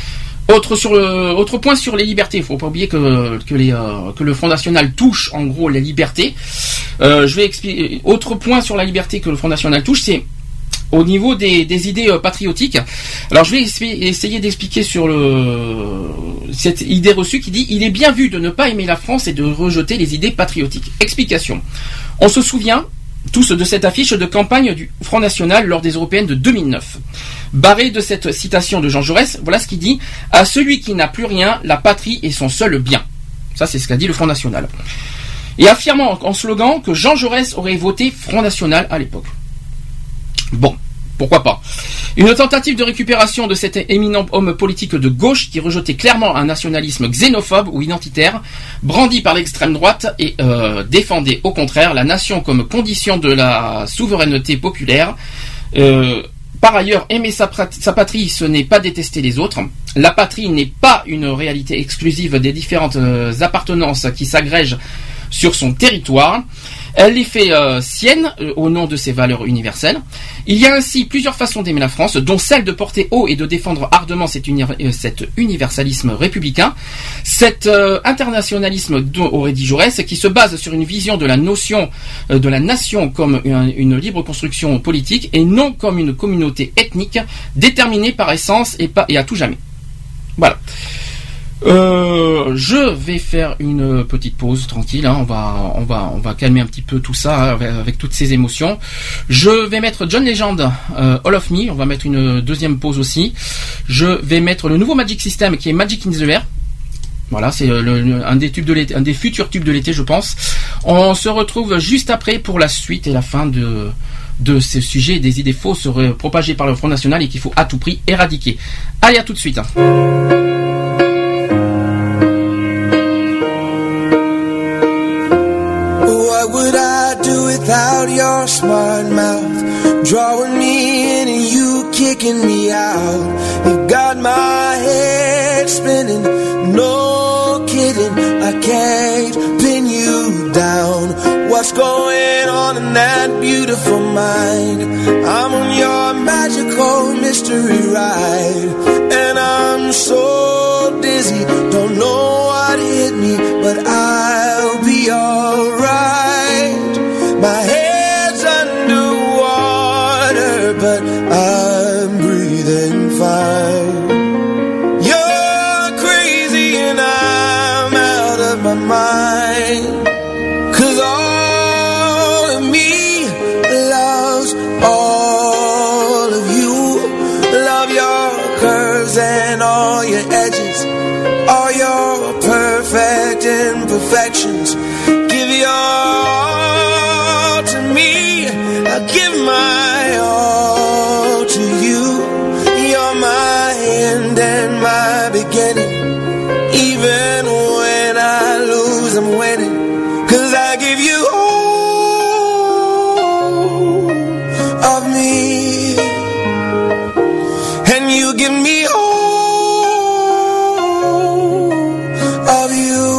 Autre point sur les libertés. Il ne faut pas oublier que le Front National touche en gros les libertés. Je vais expliquer. Autre point sur la liberté que le Front National touche, c'est au niveau des idées patriotiques. Alors je vais essayer d'expliquer sur cette idée reçue qui dit: il est bien vu de ne pas aimer la France et de rejeter les idées patriotiques. Explication. On se souvient tous de cette affiche de campagne du Front National lors des Européennes de 2009. Barré de cette citation de Jean Jaurès, voilà ce qu'il dit: à celui qui n'a plus rien, la patrie est son seul bien. Ça, c'est ce qu'a dit le Front National. Et affirmant en slogan que Jean Jaurès aurait voté Front National à l'époque. Bon, pourquoi pas. Une tentative de récupération de cet éminent homme politique de gauche qui rejetait clairement un nationalisme xénophobe ou identitaire, brandi par l'extrême droite et défendait au contraire la nation comme condition de la souveraineté populaire. Par ailleurs, aimer sa patrie, ce n'est pas détester les autres. La patrie n'est pas une réalité exclusive des différentes appartenances qui s'agrègent sur son territoire. Elle les fait siennes au nom de ses valeurs universelles. Il y a ainsi plusieurs façons d'aimer la France, dont celle de porter haut et de défendre ardemment cet universalisme républicain, cet internationalisme aurait dit Jaurès, qui se base sur une vision de la notion de la nation comme une libre construction politique et non comme une communauté ethnique déterminée par essence et à tout jamais. Voilà. Je vais faire une petite pause tranquille, hein. On va calmer un petit peu tout ça avec toutes ces émotions. Je vais mettre John Legend, All of Me. On va mettre une deuxième pause aussi. Je vais mettre le nouveau Magic System qui est Magic in the Air. Voilà, c'est un des tubes de l'été, un des futurs tubes de l'été, je pense. On se retrouve juste après pour la suite et la fin de ce sujet des idées fausses propagées par le Front National et qu'il faut à tout prix éradiquer. Allez, à tout de suite. Without your smart mouth drawing me in and you kicking me out, you got my head spinning, no kidding, I can't pin you down. What's going on in that beautiful mind? I'm on your magical mystery ride, and I'm so dizzy, don't know what hit me, but I'll be alright. My head's underwater, but I'm breathing fine. You're crazy and I'm out of my mind. 'Cause all of me loves all of you. Love your curves and all your edges, all your perfect imperfections. Give your to me, I give my all to you. You're my end and my beginning. Even when I lose, I'm winning. 'Cause I give you all of me, and you give me all of you.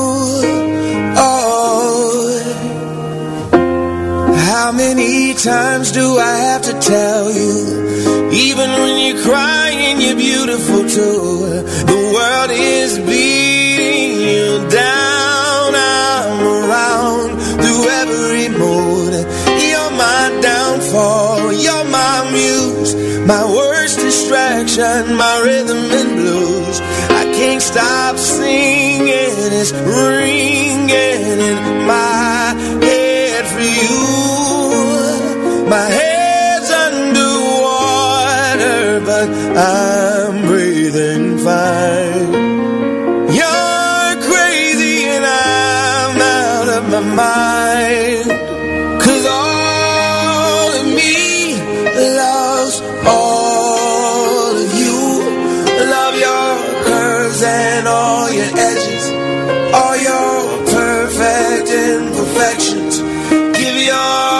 How many times do I have to tell you? Even when you're crying, you're beautiful too. The world is beating you down. I'm around through every mood. You're my downfall, you're my muse, my worst distraction, my rhythm and blues. I can't stop singing, it's ringing in my head for you. My head's underwater, but I'm breathing fine. You're crazy and I'm out of my mind. 'Cause all of me loves all of you. Love your curves and all your edges, all your perfect imperfections. Give your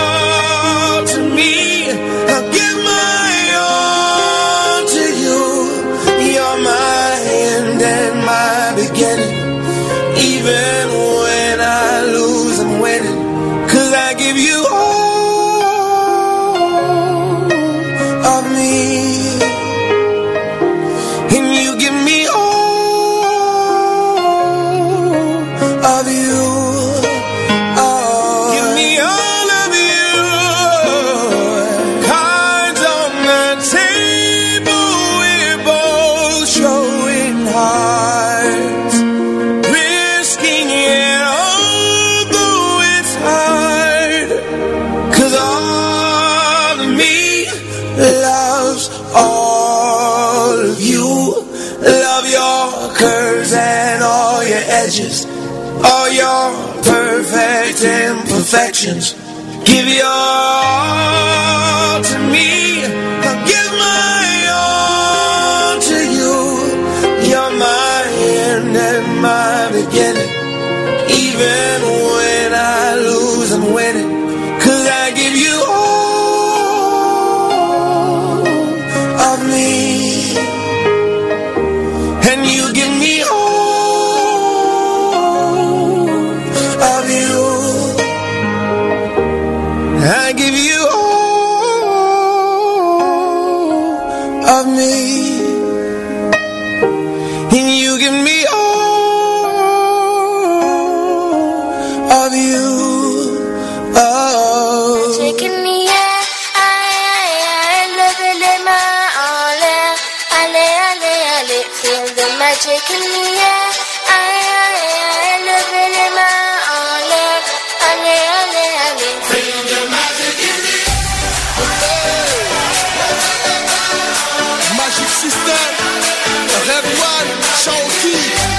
even when I lose, I'm winning. 'Cause I give you all of me, and you give me all edges. All your perfect imperfections. Give your all to me. I'll give my all to you. You're my end and my beginning. Even when I lose, I'm winning. 'Cause I give you all of me. And you give me all of you. I give you all of me. And you give me all of you. Oh. Taking me out, levez les mains en l'air. Allez, allez, allez, feel the magic in the air. Levez les mains en l'air. Allez, allez, allez, feel the magic in the air. Magic System, Rev One, Shawty.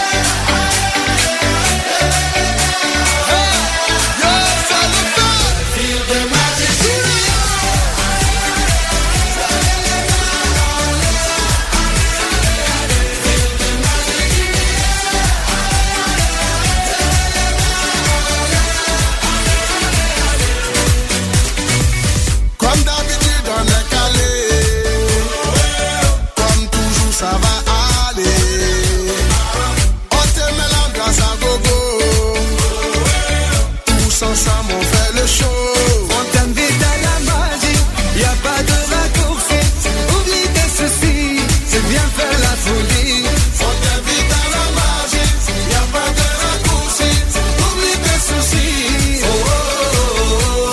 Comme d'habitude on est calé. Comme toujours ça va aller. On te met l'ambiance à gogo. Tous ensemble on fait le show. On t'invite à la magie, y a pas de raccourci. Oublie tes soucis, c'est bien faire la folie. On t'invite à la magie, y a pas de raccourci. Oublie tes soucis. Oh, oh, oh, oh.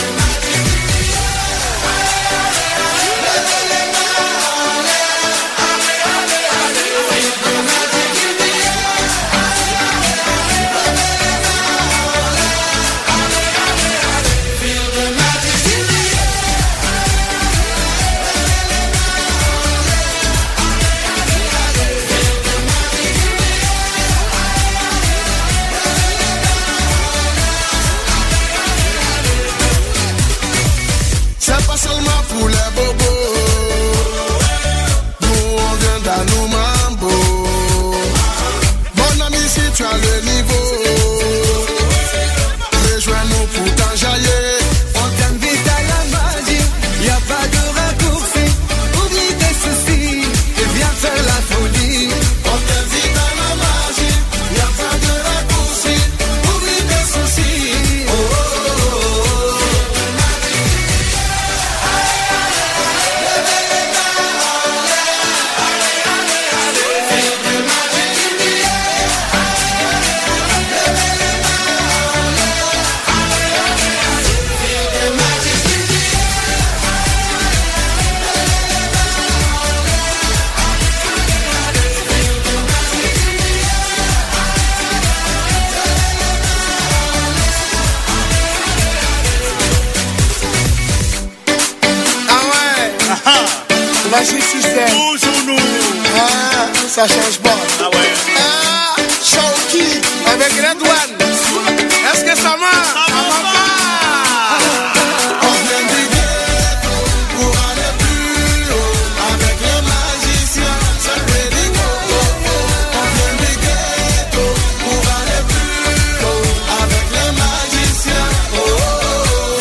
C'est pas seulement pour les bobos. Nous on vient dans nos mambo. Mon ami, si tu as le niveau, rejoins-nous pour t'enjailler. On t'invite à la magie, y a pas de raccourci. Oublie tes soucis, et viens faire la folie. On t'invite à la magie, y a pas de raccourci. Oublie tes soucis. Oh, oh, oh, oh. Ah ouais, Magic System. Toujours nous. Ah, ça change pas. Ah ouais. Ah, Shawty avec Red One. Est-ce que ça marche? Ça va pas. On vient du ghetto pour aller plus haut. Avec les magiciens, c'est ready go. On vient du ghetto pour aller plus haut. Avec les magiciens. Oh, oh, oh.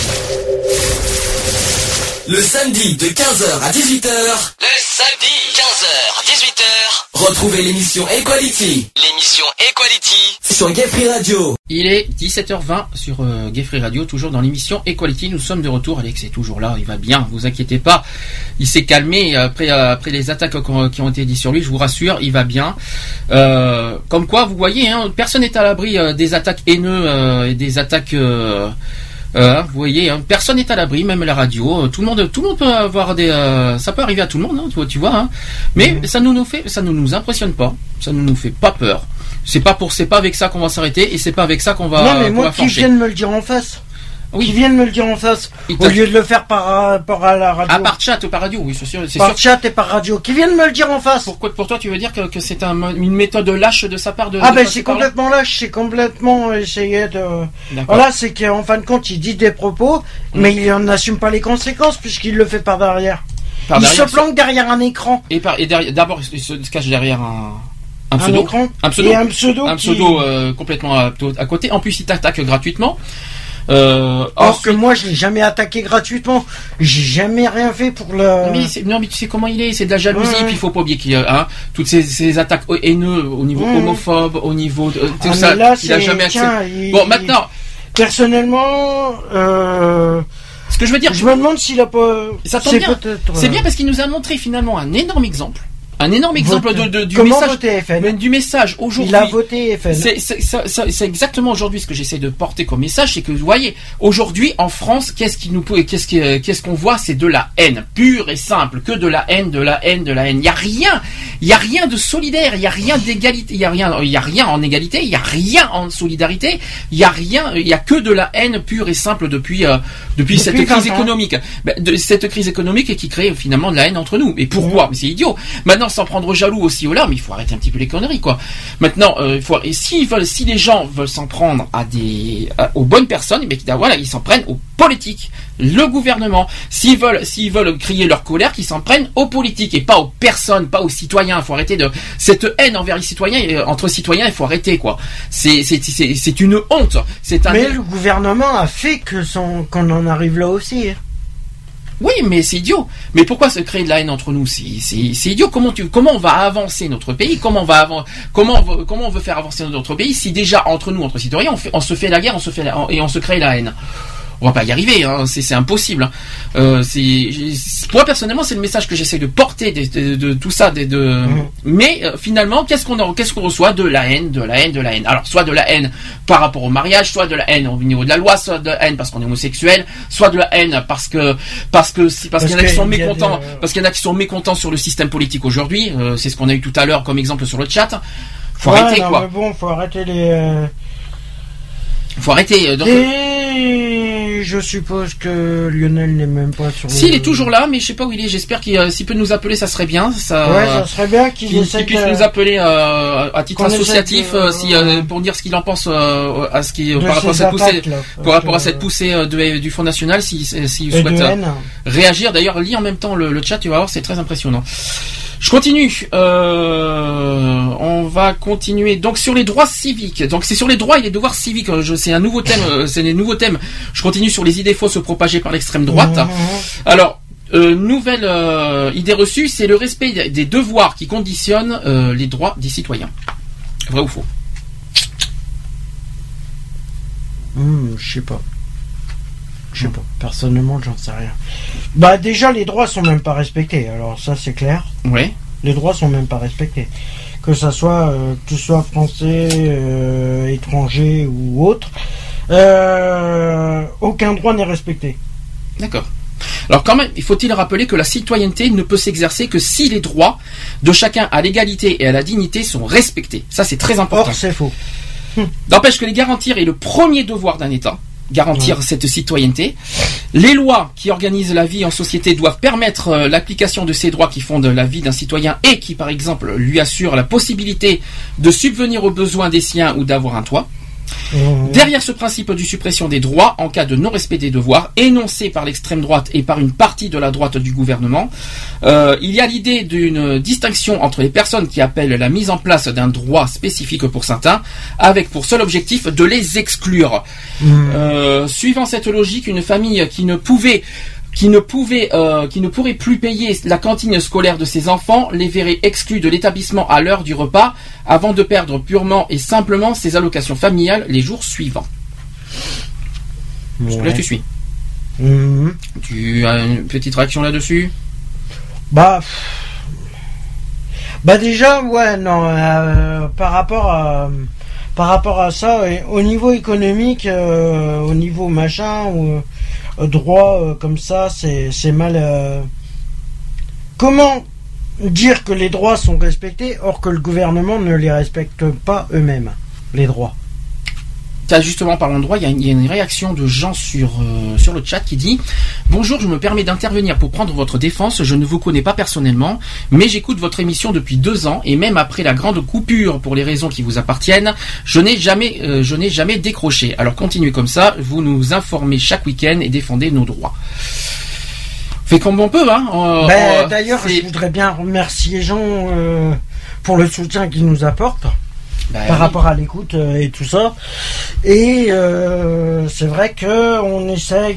Le samedi de 15h à 18h. Le samedi 15h 15h, 18h, retrouvez l'émission Equality. L'émission Equality sur Gay Free Radio. Il est 17h20 sur Gay Free Radio, toujours dans l'émission Equality. Nous sommes de retour. Alex est toujours là, il va bien, vous inquiétez pas. Il s'est calmé après les attaques qui ont été dites sur lui, je vous rassure, il va bien. Comme quoi, vous voyez, hein, personne n'est à l'abri des attaques haineuses et des attaques... vous voyez, hein, personne n'est à l'abri, même la radio. Tout le monde peut avoir des. Ça peut arriver à tout le monde, hein, tu vois. Hein. Mais ça ne nous impressionne pas. Ça ne nous fait pas peur. C'est pas avec ça qu'on va s'arrêter et c'est pas avec ça qu'on va. Non, mais moi, qui viennent me le dire en face. Oui. Qui viennent me le dire en face, au lieu de le faire par rapport à la radio. Ah, par chat ou par radio, oui, c'est sûr. Par chat et par radio, qui viennent me le dire en face. Pourquoi, pour toi, tu veux dire que c'est une méthode lâche de sa part de... Ah, ben c'est complètement lâche, c'est complètement essayer de... Voilà, c'est qu'en fin de compte, il dit des propos, mais il n'assume pas les conséquences, puisqu'il le fait par derrière. Il se planque derrière un écran. Et d'abord, il se cache derrière un pseudo. Et un pseudo complètement à côté. En plus, il t'attaque gratuitement. Or que moi je l'ai jamais attaqué gratuitement, j'ai jamais rien fait pour le. Mais tu sais comment il est, c'est de la jalousie. Puis il faut pas oublier qu'il y a toutes ces attaques haineuses au niveau homophobe, au niveau de tout ça. Là, il a jamais accepté. Bon, maintenant, personnellement, ce que je veux dire, je me demande s'il a pas. Ça tombe bien. C'est bien parce qu'il nous a montré finalement un énorme exemple. Un énorme exemple du message aujourd'hui. Il a voté FN. C'est exactement aujourd'hui ce que j'essaie de porter comme message, c'est que vous voyez, aujourd'hui en France, qu'est-ce qu'on voit, c'est de la haine pure et simple, que de la haine, de la haine, de la haine. Il y a rien de solidaire, il y a rien d'égalité, il y a rien en égalité, il y a rien en solidarité, il y a que de la haine pure et simple depuis cette crise économique. Cette crise économique qui crée finalement de la haine entre nous. Et pourquoi? Mais c'est idiot. Maintenant, sans prendre jaloux aussi au là, mais il faut arrêter un petit peu les conneries, quoi. Maintenant, si les gens veulent s'en prendre aux bonnes personnes, mais voilà, ils s'en prennent aux politiques, le gouvernement. S'ils veulent crier leur colère, qu'ils s'en prennent aux politiques et pas aux personnes, pas aux citoyens. Il faut arrêter cette haine envers les citoyens, entre citoyens, il faut arrêter, quoi. C'est une honte. Mais le gouvernement a fait qu'on en arrive là aussi. Oui, mais c'est idiot. Mais pourquoi se créer de la haine entre nous? C'est idiot. Comment on va avancer notre pays? Comment on veut faire avancer notre pays si déjà entre nous, entre citoyens, on se fait la guerre, et on se crée la haine? On va pas y arriver, hein. C'est impossible. Moi personnellement, c'est le message que j'essaie de porter de tout ça, mais finalement, qu'est-ce qu'on reçoit? De la haine, de la haine, de la haine. Alors, soit de la haine par rapport au mariage, soit de la haine au niveau de la loi, soit de la haine parce qu'on est homosexuel, soit de la haine parce qu'il y en a qui sont mécontents, parce qu'il y en a qui sont mécontents sur le système politique aujourd'hui. C'est ce qu'on a eu tout à l'heure comme exemple sur le chat. Faut arrêter, quoi. Mais bon, faut arrêter les. Faut arrêter. Et je suppose que Lionel n'est même pas sur. Si, il est toujours là, mais je sais pas où il est. J'espère s'il peut nous appeler, ça serait bien. Ça serait bien qu'il puisse nous appeler à titre associatif, pour dire ce qu'il en pense par rapport à cette poussée du Front National, s'il souhaite réagir. D'ailleurs, lis en même temps le chat, tu vas voir, c'est très impressionnant. Je continue. On va continuer. Donc sur les droits civiques. Donc c'est sur les droits et les devoirs civiques. C'est un nouveau thème. C'est des nouveaux thèmes. Je continue sur les idées fausses propagées par l'extrême droite. Alors nouvelle idée reçue, c'est le respect des devoirs qui conditionnent les droits des citoyens. Vrai ou faux? Je sais pas. Personnellement, j'en sais rien. Bah déjà, les droits sont même pas respectés. Alors ça, c'est clair. Oui. Les droits sont même pas respectés. Que ça soit français, étranger ou autre, aucun droit n'est respecté. D'accord. Alors quand même, faut-il rappeler que la citoyenneté ne peut s'exercer que si les droits de chacun à l'égalité et à la dignité sont respectés. Ça, c'est très important. Or, c'est faux. N'empêche que les garantir est le premier devoir d'un État. Garantir cette citoyenneté. Les lois qui organisent la vie en société doivent permettre l'application de ces droits qui fondent la vie d'un citoyen et qui, par exemple, lui assurent la possibilité de subvenir aux besoins des siens ou d'avoir un toit. Derrière ce principe de suppression des droits en cas de non-respect des devoirs, énoncé par l'extrême droite et par une partie de la droite du gouvernement, il y a l'idée d'une distinction entre les personnes qui appellent la mise en place d'un droit spécifique pour certains, avec pour seul objectif de les exclure. Suivant cette logique, une famille qui ne pouvait qui ne pourraient plus payer la cantine scolaire de ses enfants les verrait exclus de l'établissement à l'heure du repas avant de perdre purement et simplement ses allocations familiales les jours suivants. Ouais. Là, tu suis. Tu as une petite réaction là-dessus? Bah déjà, ouais, non, par rapport à ça, au niveau économique, au niveau machin, droit comme ça, c'est mal. Comment dire que les droits sont respectés or que le gouvernement ne les respecte pas eux-mêmes, les droits? Justement, parlant de droit, il y a une réaction de Jean sur le chat qui dit « Bonjour, je me permets d'intervenir pour prendre votre défense. Je ne vous connais pas personnellement, mais j'écoute votre émission depuis 2 ans et même après la grande coupure pour les raisons qui vous appartiennent, je n'ai jamais décroché. Alors continuez comme ça, vous nous informez chaque week-end et défendez nos droits. » Fait comme on peut, hein. D'ailleurs, je voudrais bien remercier Jean pour le soutien qu'il nous apporte. Par rapport à l'écoute et tout ça. Et c'est vrai qu'on essaye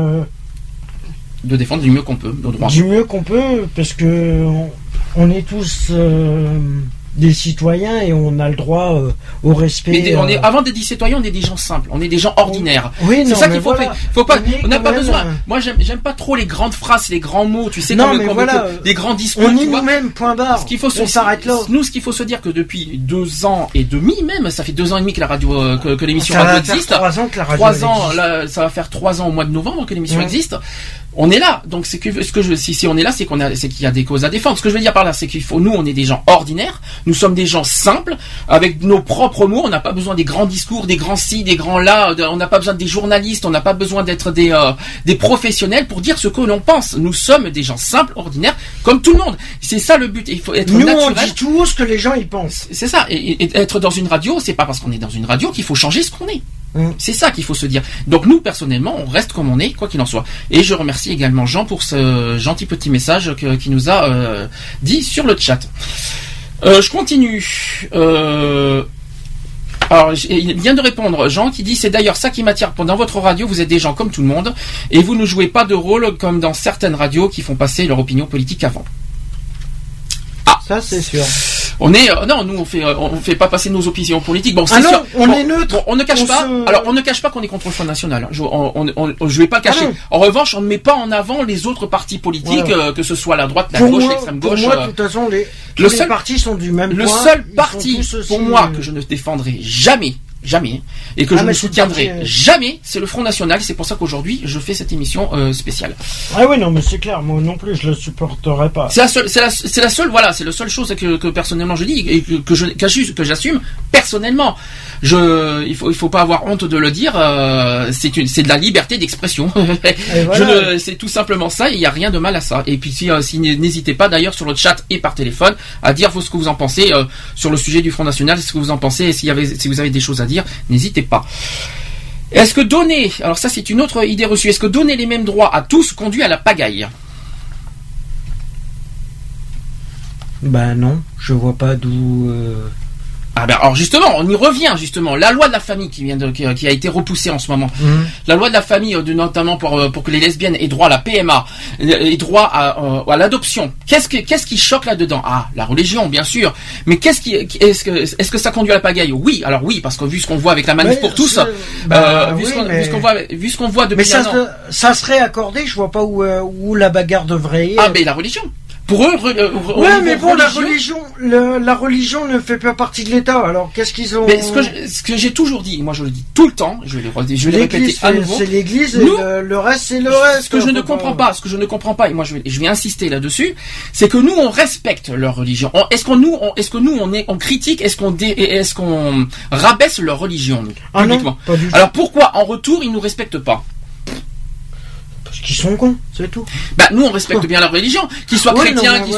de défendre du mieux qu'on peut nos droits. Du mieux qu'on peut, parce que on est tous des citoyens et on a le droit au respect. Mais avant d'être des citoyens, on est des gens simples, on est des gens ordinaires. Oui, c'est non, ça qu'il faut voilà. faut pas. On n'a pas besoin. Moi, j'aime pas trop les grandes phrases, les grands mots. Tu sais, des grands discours. On est nous-mêmes, point barre. Ce qu'il faut on s'arrête là. Nous, ce qu'il faut se dire que depuis 2 ans et demi, même, ça fait 2 ans et demi que la radio, que l'émission radio existe. 3 ans que la radio 3 ans, là, ça va faire 3 ans au mois de novembre que l'émission existe. On est là, donc si on est là, c'est qu'il y a des causes à défendre. Ce que je veux dire par là, c'est nous, on est des gens ordinaires, nous sommes des gens simples, avec nos propres mots. On n'a pas besoin des grands discours, des grands ci, des grands là. On n'a pas besoin des journalistes, on n'a pas besoin d'être des professionnels pour dire ce que l'on pense. Nous sommes des gens simples, ordinaires, comme tout le monde. C'est ça le but. Il faut être naturel. Nous, on dit tout ce que les gens y pensent. C'est ça. Et être dans une radio, c'est pas parce qu'on est dans une radio qu'il faut changer ce qu'on est. C'est ça qu'il faut se dire. Donc nous, personnellement, on reste comme on est, quoi qu'il en soit. Et je remercie également Jean pour ce gentil petit message qu'il nous a dit sur le chat. Je continue. Alors, il vient de répondre Jean qui dit « C'est d'ailleurs ça qui m'attire. Dans votre radio, vous êtes des gens comme tout le monde et vous ne jouez pas de rôle comme dans certaines radios qui font passer leur opinion politique avant. » Ah, ça c'est sûr. On est non, nous on fait pas passer nos opinions politiques. Bon, c'est sûr. On est neutre. Bon, on ne cache pas. Alors, on ne cache pas qu'on est contre le Front National. Je vais pas le cacher. En revanche, on ne met pas en avant les autres partis politiques, que ce soit la droite, la gauche, l'extrême gauche. Pour moi, de toute façon, tous les partis sont du même point. Le seul parti pour moi que je ne défendrai jamais, et que je ne soutiendrai jamais, c'est le Front National. C'est pour ça qu'aujourd'hui je fais cette émission spéciale. Ah oui, non, mais c'est clair, moi non plus je le supporterai pas. C'est la seule, voilà, c'est la seule chose que personnellement je dis et que j'assume personnellement. Il faut pas avoir honte de le dire. C'est de la liberté d'expression. Voilà. C'est tout simplement ça. Il y a rien de mal à ça. Et puis n'hésitez pas d'ailleurs sur le chat et par téléphone à dire ce que vous en pensez sur le sujet du Front National, ce que vous en pensez et si vous avez des choses à dire, n'hésitez pas. Est-ce que donner, alors ça c'est une autre idée reçue, est-ce que donner les mêmes droits à tous conduit à la pagaille? Ben non, je vois pas d'où... Ah ben alors justement, on y revient justement. La loi de la famille qui a été repoussée en ce moment. La loi de la famille, notamment pour que les lesbiennes aient droit à la PMA, aient droit à l'adoption. Qu'est-ce qui choque là-dedans? Ah, la religion, bien sûr. Mais est-ce que ça conduit à la pagaille? Oui, alors oui, parce que vu ce qu'on voit avec la manif pour tous, vu ce qu'on voit depuis un an. Mais ça serait accordé. Je vois pas où la bagarre devrait. Ah ben la religion. Pour eux, mais bon, la religion ne fait pas partie de l'État. Alors, qu'est-ce qu'ils ont? Mais ce que j'ai toujours dit, moi je le dis tout le temps, je vais le répéter à nouveau. C'est l'Église, et le reste c'est le reste. Ce que je ne comprends pas, et moi je vais insister là-dessus, c'est que nous on respecte leur religion. Est-ce que nous on critique, est-ce qu'on rabaisse leur religion publiquement? Non, pas du tout. Alors pourquoi en retour ils nous respectent pas? Qui sont cons, c'est tout. Bah nous on respecte bien leur religion, qu'ils soient chrétiens, qu'ils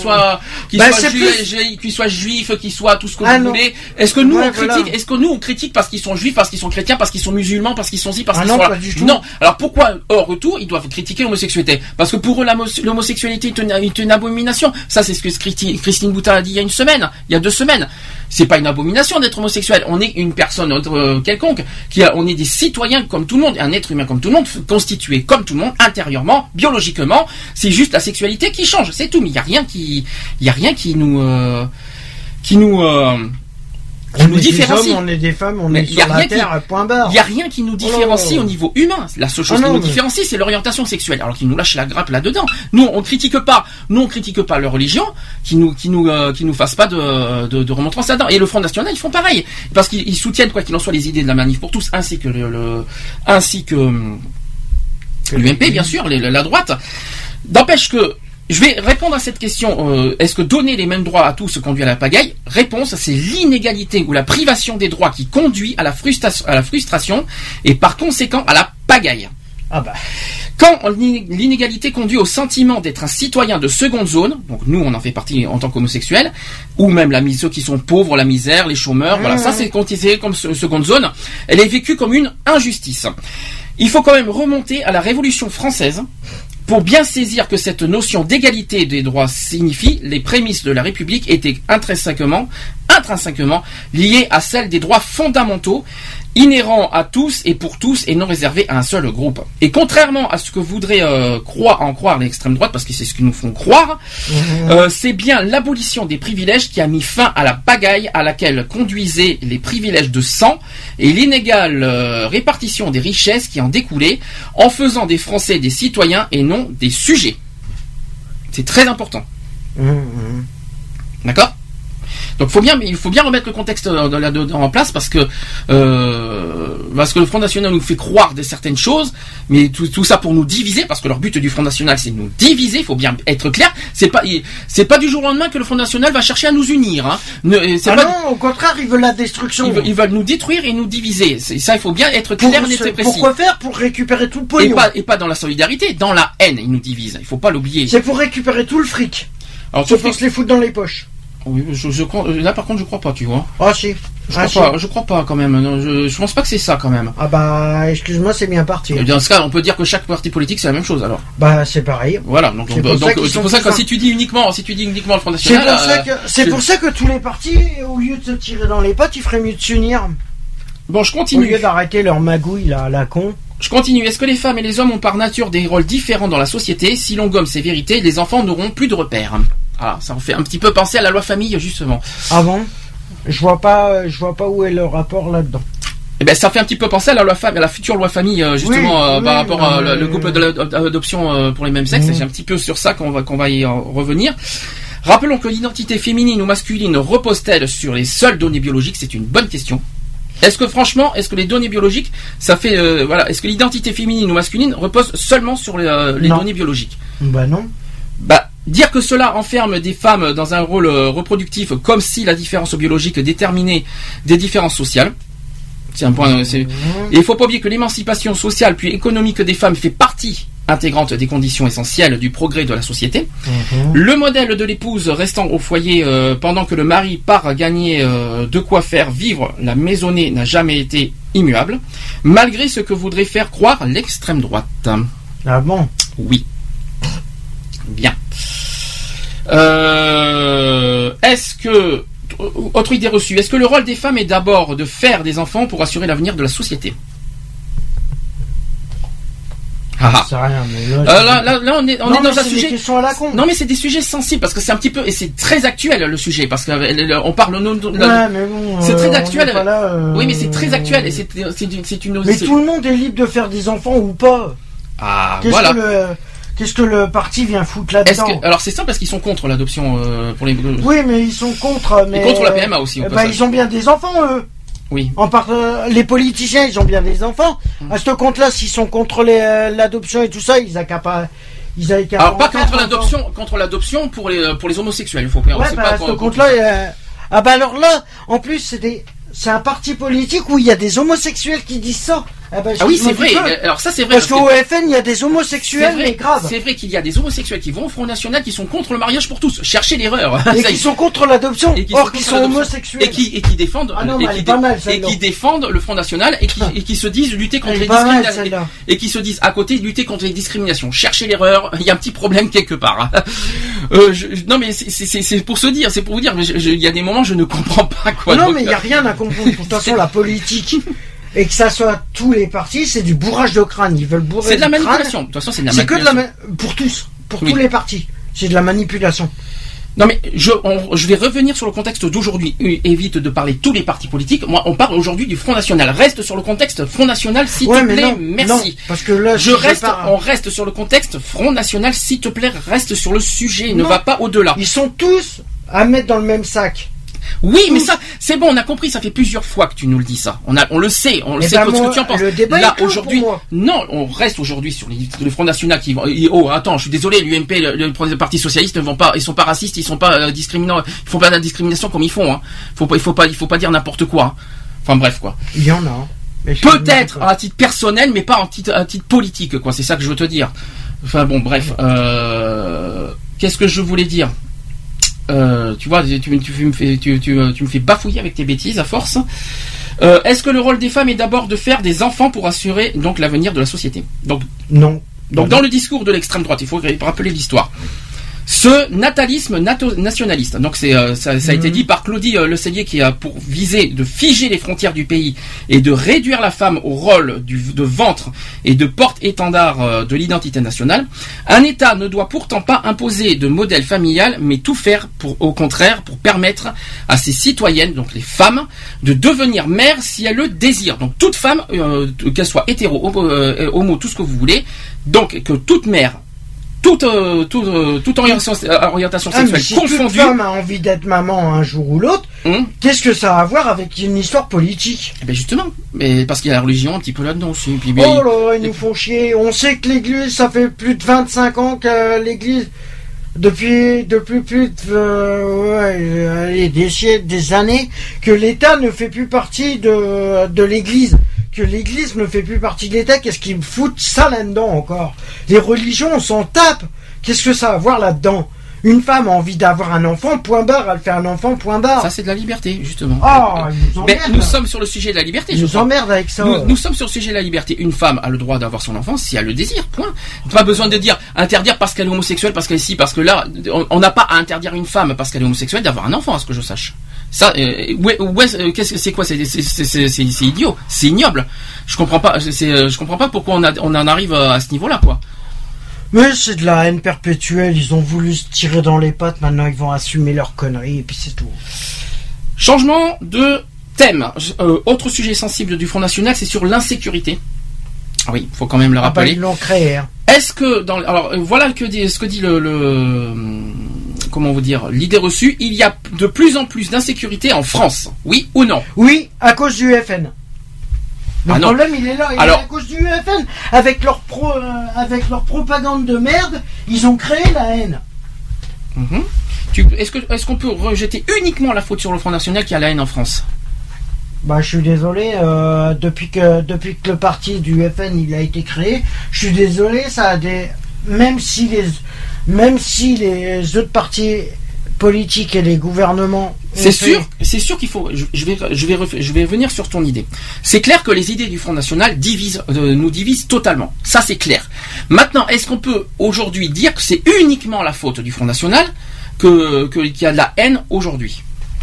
soient juifs, qu'ils soient tout ce que vous voulez. Est-ce que nous on critique? Est-ce que nous on critique parce qu'ils sont juifs, parce qu'ils sont chrétiens, parce qu'ils sont musulmans, parce qu'ils sont ci, parce qu'ils sont là? Non. Alors pourquoi hors retour ils doivent critiquer l'homosexualité? Parce que pour eux l'homosexualité est une abomination. Ça c'est ce que Christine Boutin a dit il y a 2 semaines. C'est pas une abomination d'être homosexuel. On est une personne quelconque. On est des citoyens comme tout le monde, un être humain comme tout le monde, constitué comme tout le monde, intérieurement, biologiquement. C'est juste la sexualité qui change, c'est tout. Mais il y a rien qui nous différencie. On est des femmes, on est sur la terre, point barre. Il y a rien qui nous différencie au niveau humain. La seule chose qui nous différencie, c'est l'orientation sexuelle. Alors qu'ils nous lâchent la grappe là-dedans. Nous, on critique pas leur religion, qui nous fasse pas de remontrance là-dedans. Et le Front National, ils font pareil. Parce qu'ils soutiennent, quoi qu'il en soit, les idées de la manif pour tous, ainsi que l'UMP, bien sûr, la droite. D'empêche que, je vais répondre à cette question. Est-ce que donner les mêmes droits à tous conduit à la pagaille? Réponse, c'est l'inégalité ou la privation des droits qui conduit à la frustration et par conséquent à la pagaille. Ah bah. Quand l'inégalité conduit au sentiment d'être un citoyen de seconde zone, donc nous on en fait partie en tant qu'homosexuels, ou même ceux qui sont pauvres, la misère, les chômeurs, voilà, ça c'est considéré comme seconde zone, elle est vécue comme une injustice. Il faut quand même remonter à la Révolution française pour bien saisir que cette notion d'égalité des droits signifie les prémices de la République étaient intrinsèquement liées à celles des droits fondamentaux, inhérents à tous et pour tous et non réservés à un seul groupe. Et contrairement à ce que voudrait croire l'extrême droite, parce que c'est ce qu'ils nous font croire, c'est bien l'abolition des privilèges qui a mis fin à la pagaille à laquelle conduisaient les privilèges de sang et l'inégale répartition des richesses qui en découlaient, en faisant des Français des citoyens et non des sujets. C'est très important. D'accord ? Donc il faut bien remettre le contexte en place parce que le Front National nous fait croire de certaines choses, mais tout ça pour nous diviser, parce que leur but du Front National c'est de nous diviser. Il faut bien être clair. C'est pas du jour au lendemain que le Front National va chercher à nous unir. Hein. Non, au contraire, ils veulent la destruction. Ils veulent nous détruire et nous diviser. Ça, il faut bien être clair et précis. Pourquoi faire? Pour récupérer tout le pognon. Et pas dans la solidarité, dans la haine. Ils nous divisent. Il faut pas l'oublier. C'est pour récupérer tout le fric. Alors, c'est pour se les foutre dans les poches. Oui, là par contre je crois pas, tu vois. Ah si. Je crois pas quand même. Non, je pense pas que c'est ça quand même. Ah bah excuse-moi, c'est bien parti. Dans ce cas, on peut dire que chaque parti politique c'est la même chose alors. Bah c'est pareil. Voilà, donc c'est pour ça que si tu dis uniquement le Front National. C'est pour ça que tous les partis, au lieu de se tirer dans les pattes, ils feraient mieux de s'unir. Bon, je continue. Au lieu d'arrêter leur magouille là, la con. Je continue. Est-ce que les femmes et les hommes ont par nature des rôles différents dans la société? Si l'on gomme ces vérités, les enfants n'auront plus de repères. Ah, ça en fait un petit peu penser à la loi famille justement. Ah bon? Je vois pas où est le rapport là-dedans. Eh ben ça fait un petit peu penser à la future loi famille justement par rapport à le couple d'adoption pour les mêmes sexes. C'est un petit peu sur ça qu'on va y revenir. Rappelons que l'identité féminine ou masculine repose-t-elle sur les seules données biologiques? C'est une bonne question. Est-ce que les données biologiques, ça fait est-ce que l'identité féminine ou masculine repose seulement sur les données biologiques? Bah non. Dire que cela enferme des femmes dans un rôle reproductif comme si la différence biologique déterminait des différences sociales. C'est un point. Et il faut pas oublier que l'émancipation sociale puis économique des femmes fait partie intégrante des conditions essentielles du progrès de la société. Le modèle de l'épouse restant au foyer pendant que le mari part gagner de quoi faire vivre la maisonnée n'a jamais été immuable, malgré ce que voudrait faire croire l'extrême droite. Ah bon? Oui. Bien. Est-ce que autre idée reçue, est-ce que le rôle des femmes est d'abord de faire des enfants pour assurer l'avenir de la société? C'est rien, mais là on est dans un sujet. À la con. Non mais c'est des sujets sensibles parce que c'est un petit peu et c'est très actuel le sujet parce que on parle mais bon, c'est très actuel. Oui, mais c'est très actuel et c'est une. Mais tout le monde est libre de faire des enfants ou pas. Ah voilà. Qu'est-ce que le parti vient foutre là-dedans? Alors c'est ça parce qu'ils sont contre l'adoption pour les. Oui, mais ils sont contre. Mais et contre la PMA aussi. Ils ont bien des enfants eux. Oui. Les politiciens, ils ont bien des enfants. À ce compte-là, s'ils sont contre l'adoption et tout ça, ils accaparent. Alors pas contre l'adoption pour les homosexuels. Il faut pas. Ouais, à ce compte-là. Alors là, en plus, c'est un parti politique où il y a des homosexuels qui disent ça. Ah oui, c'est vrai. Alors ça, c'est vrai. Parce qu'au FN, il y a des homosexuels, mais grave. C'est vrai qu'il y a des homosexuels qui vont au Front National qui sont contre le mariage pour tous. Cherchez l'erreur. Et qui sont contre l'adoption. Or, qui sont homosexuels. Et qui défendent. Ah non, mais elle est pas mal, celle-là. Et qui défendent le Front National et qui se disent lutter contre les discriminations. Et qui se disent à côté lutter contre les discriminations. Cherchez l'erreur. Il y a un petit problème quelque part. Non, mais c'est pour se dire, c'est pour vous dire. Il y a des moments, je ne comprends pas quoi. Non, mais il y a rien à comprendre. De toute façon, la politique. Et que ça soit tous les partis, c'est du bourrage de crâne. Ils veulent bourrer. C'est de la manipulation. De toute façon, c'est de la manipulation. C'est que de la pour tous, tous les partis. C'est de la manipulation. Non mais je vais revenir sur le contexte d'aujourd'hui. Évite de parler tous les partis politiques. Moi, on parle aujourd'hui du Front National. Reste sur le contexte Front National, s'il te plaît. Non, merci. Non, parce que là, on reste sur le contexte Front National, s'il te plaît. Reste sur le sujet. Ne va pas au-delà. Ils sont tous à mettre dans le même sac. Oui, mais ça, c'est bon, on a compris, ça fait plusieurs fois que tu nous le dis ça. On le sait, ce que tu en penses. Le débat là, aujourd'hui, non, on reste aujourd'hui sur le Front National qui vont, attends, je suis désolé, l'UMP, le Parti Socialiste ils sont pas racistes, ils sont pas discriminants, ils font pas de la discrimination comme ils font, hein. Il faut pas dire n'importe quoi, hein. Enfin, bref, quoi. Il y en a, hein. Peut-être à titre personnel, mais pas à titre politique, quoi. C'est ça que je veux te dire. Enfin, bon, bref, qu'est-ce que je voulais dire? Tu vois, tu me fais bafouiller avec tes bêtises à force. Est-ce que le rôle des femmes est d'abord de faire des enfants pour assurer donc l'avenir de la société? Donc non. Donc dans le discours de l'extrême droite, il faut rappeler l'histoire. Ce natalisme nationaliste, donc ça a été dit par Claudie Le Cellier, qui a pour viser de figer les frontières du pays et de réduire la femme au rôle de ventre et de porte-étendard de l'identité nationale. Un État ne doit pourtant pas imposer de modèle familial, mais tout faire au contraire pour permettre à ses citoyennes, donc les femmes, de devenir mères si elles le désirent. Donc toute femme, qu'elle soit hétéro, homo, tout ce que vous voulez, donc que toute mère, toute orientation sexuelle si confondue. Toute femme a envie d'être maman un jour ou l'autre, qu'est-ce que ça a à voir avec une histoire politique? Eh ben justement, mais parce qu'il y a la religion un petit peu là-dedans aussi. Puis, oh là, ils nous font chier. On sait que l'Église, ça fait plus de 25 ans que l'Église, depuis plus de des années, que l'État ne fait plus partie de l'Église. Que l'Église ne fait plus partie de l'État, qu'est-ce qu'ils me foutent ça là-dedans encore? Les religions, on s'en tape. Qu'est-ce que ça a à voir là-dedans? Une femme a envie d'avoir un enfant, point barre, elle fait un enfant, point barre. Ça, c'est de la liberté, justement. Mais nous sommes sur le sujet de la liberté. Ils nous emmerdent avec ça. Nous sommes sur le sujet de la liberté. Une femme a le droit d'avoir son enfant si elle le désire, point. Pas besoin de dire interdire parce qu'elle est homosexuelle, parce qu'elle est ci, parce que là, on n'a pas à interdire une femme parce qu'elle est homosexuelle d'avoir un enfant, à ce que je sache. Ça, qu'est-ce que c'est quoi? C'est idiot, c'est ignoble. Je comprends pas pourquoi on en arrive à ce niveau-là, quoi. Mais c'est de la haine perpétuelle. Ils ont voulu se tirer dans les pattes. Maintenant, ils vont assumer leurs conneries et puis c'est tout. Changement de thème. Autre sujet sensible du Front National, c'est sur l'insécurité. Ah oui, faut quand même le rappeler. Ils l'ont créé. Hein. Est-ce que voilà ce que dit comment vous dire, l'idée reçue, il y a de plus en plus d'insécurité en France, oui ou non? Oui, à cause du FN. Le problème, il est là, il est à cause du FN. Avec leur propagande de merde, ils ont créé la haine. Est-ce qu'on peut rejeter uniquement la faute sur le Front National qui a la haine en France? Bah, je suis désolé, depuis que le parti du FN il a été créé, je suis désolé, ça a des, même si les autres partis politiques et les gouvernements, c'est sûr qu'il faut. Je vais revenir sur ton idée. C'est clair que les idées du Front National nous divisent totalement. Ça, c'est clair. Maintenant, est-ce qu'on peut aujourd'hui dire que c'est uniquement la faute du Front National qu'il y a de la haine aujourd'hui?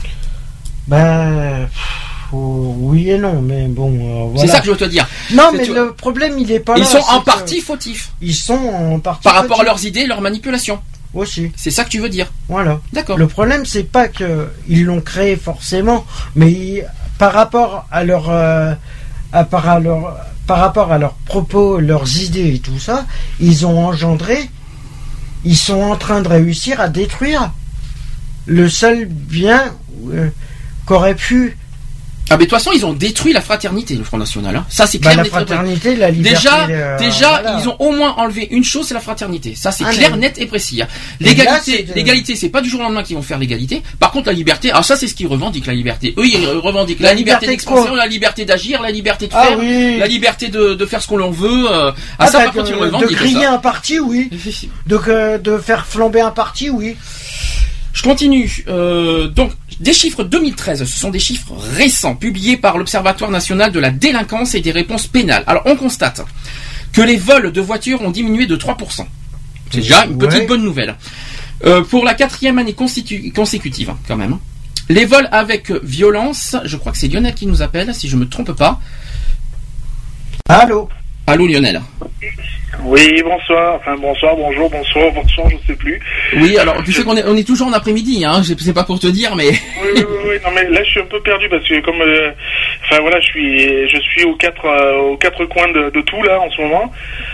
Oui et non, mais bon, voilà. C'est ça que je veux te dire. Non, mais le problème, il est pas là. Ils sont en partie fautifs. Ils sont en partie par rapport à leurs idées, leurs manipulations. Aussi. C'est ça que tu veux dire. Voilà. D'accord. Le problème, c'est pas que ils l'ont créé forcément, mais par rapport à par rapport à leurs propos, leurs idées et tout ça, ils sont en train de réussir à détruire le seul bien qu'aurait pu Ah mais de toute façon ils ont détruit la fraternité, le Front National. Hein. Ça c'est clair. La fraternité, la liberté. Déjà ils ont au moins enlevé une chose, c'est la fraternité. Ça c'est clair, net et précis. Hein. L'égalité, c'est pas du jour au lendemain qu'ils vont faire l'égalité. Par contre la liberté, alors ça c'est ce qu'ils revendiquent, la liberté. Eux ils revendiquent la liberté d'expression, la liberté d'agir, la liberté de faire, la liberté de faire ce qu'on l'en veut. Ça par contre ils revendiquent. De griller un parti, oui. De faire flamber un parti, oui. Je continue. Donc, des chiffres 2013, ce sont des chiffres récents, publiés par l'Observatoire national de la délinquance et des réponses pénales. Alors, on constate que les vols de voitures ont diminué de 3%. C'est déjà une petite bonne nouvelle. Pour la 4e année consécutive, quand même. Les vols avec violence, je crois que c'est Lionel qui nous appelle, si je me trompe pas. Allô, Lionel. Oui, bonsoir, bonjour, je sais plus. Oui, alors tu sais qu'on est toujours en après-midi, hein, c'est pas pour te dire, mais... Oui, non mais là je suis un peu perdu parce que comme... je suis aux quatre coins de tout là en ce moment.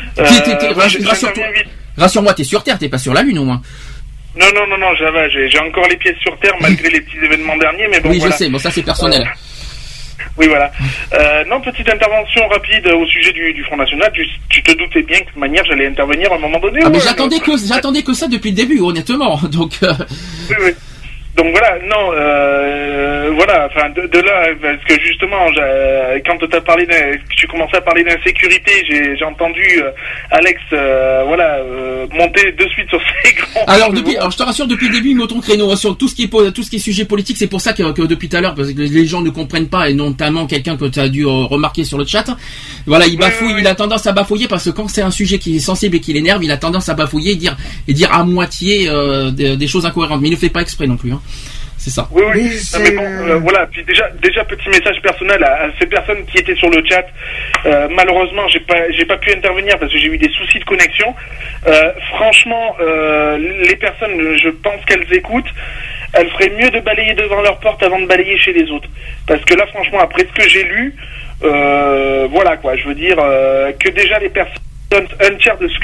Rassure-moi, t'es sur Terre, t'es pas sur la Lune au moins. Non, ça va, j'ai encore les pieds sur Terre malgré les petits événements derniers, mais bon. Oui, je sais, bon ça c'est personnel. Oui, voilà. Non, petite intervention rapide au sujet du Front National. Tu te doutais bien que de toute manière j'allais intervenir à un moment donné. Ah, mais j'attendais que ça depuis le début, honnêtement. Donc. Oui. Donc voilà, voilà, enfin de là, parce que justement, quand tu commençais à parler d'insécurité, j'ai entendu Alex, monter de suite sur ses grands. Alors je te rassure, depuis le début, ils mettent ton créneau sur tout ce qui est sujet politique. C'est pour ça que depuis tout à l'heure, parce que les gens ne comprennent pas, et notamment quelqu'un que tu as dû remarquer sur le chat. Voilà, il bafouille, il a tendance à bafouiller parce que quand c'est un sujet qui est sensible et qui l'énerve, il a tendance à bafouiller et dire à moitié des choses incohérentes. Mais il ne fait pas exprès non plus. Hein. C'est ça. Oui. Non, mais bon, voilà. Puis déjà petit message personnel à ces personnes qui étaient sur le chat. Malheureusement, j'ai pas pu intervenir parce que j'ai eu des soucis de connexion. Franchement, les personnes, je pense qu'elles écoutent. Elles feraient mieux de balayer devant leur porte avant de balayer chez les autres. Parce que là, franchement, après ce que j'ai lu, voilà quoi. Je veux dire que déjà les personnes, un tiers de ce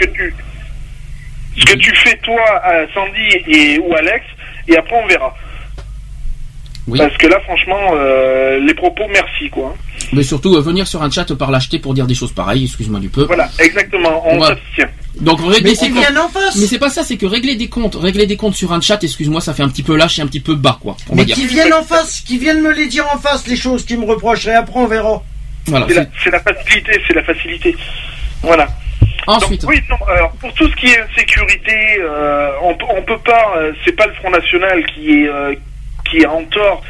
que tu fais toi, Sandy ou Alex, et après on verra. Oui. Parce que là, franchement, les propos, merci, quoi. Mais surtout, venir sur un chat par l'acheter pour dire des choses pareilles, excuse-moi du peu. Voilà, exactement, on s'abstient. Donc, régler ses comptes. Mais c'est pas ça, c'est que régler des comptes sur un chat, excuse-moi, ça fait un petit peu lâche et un petit peu bas, quoi. Mais qui viennent en face, qui viennent me les dire en face, les choses qu'ils me reprocheraient, après on verra. Voilà. C'est la facilité. Voilà. Ensuite. Donc, oui, non, alors, pour tout ce qui est insécurité, on peut pas, c'est pas le Front National qui est en tort,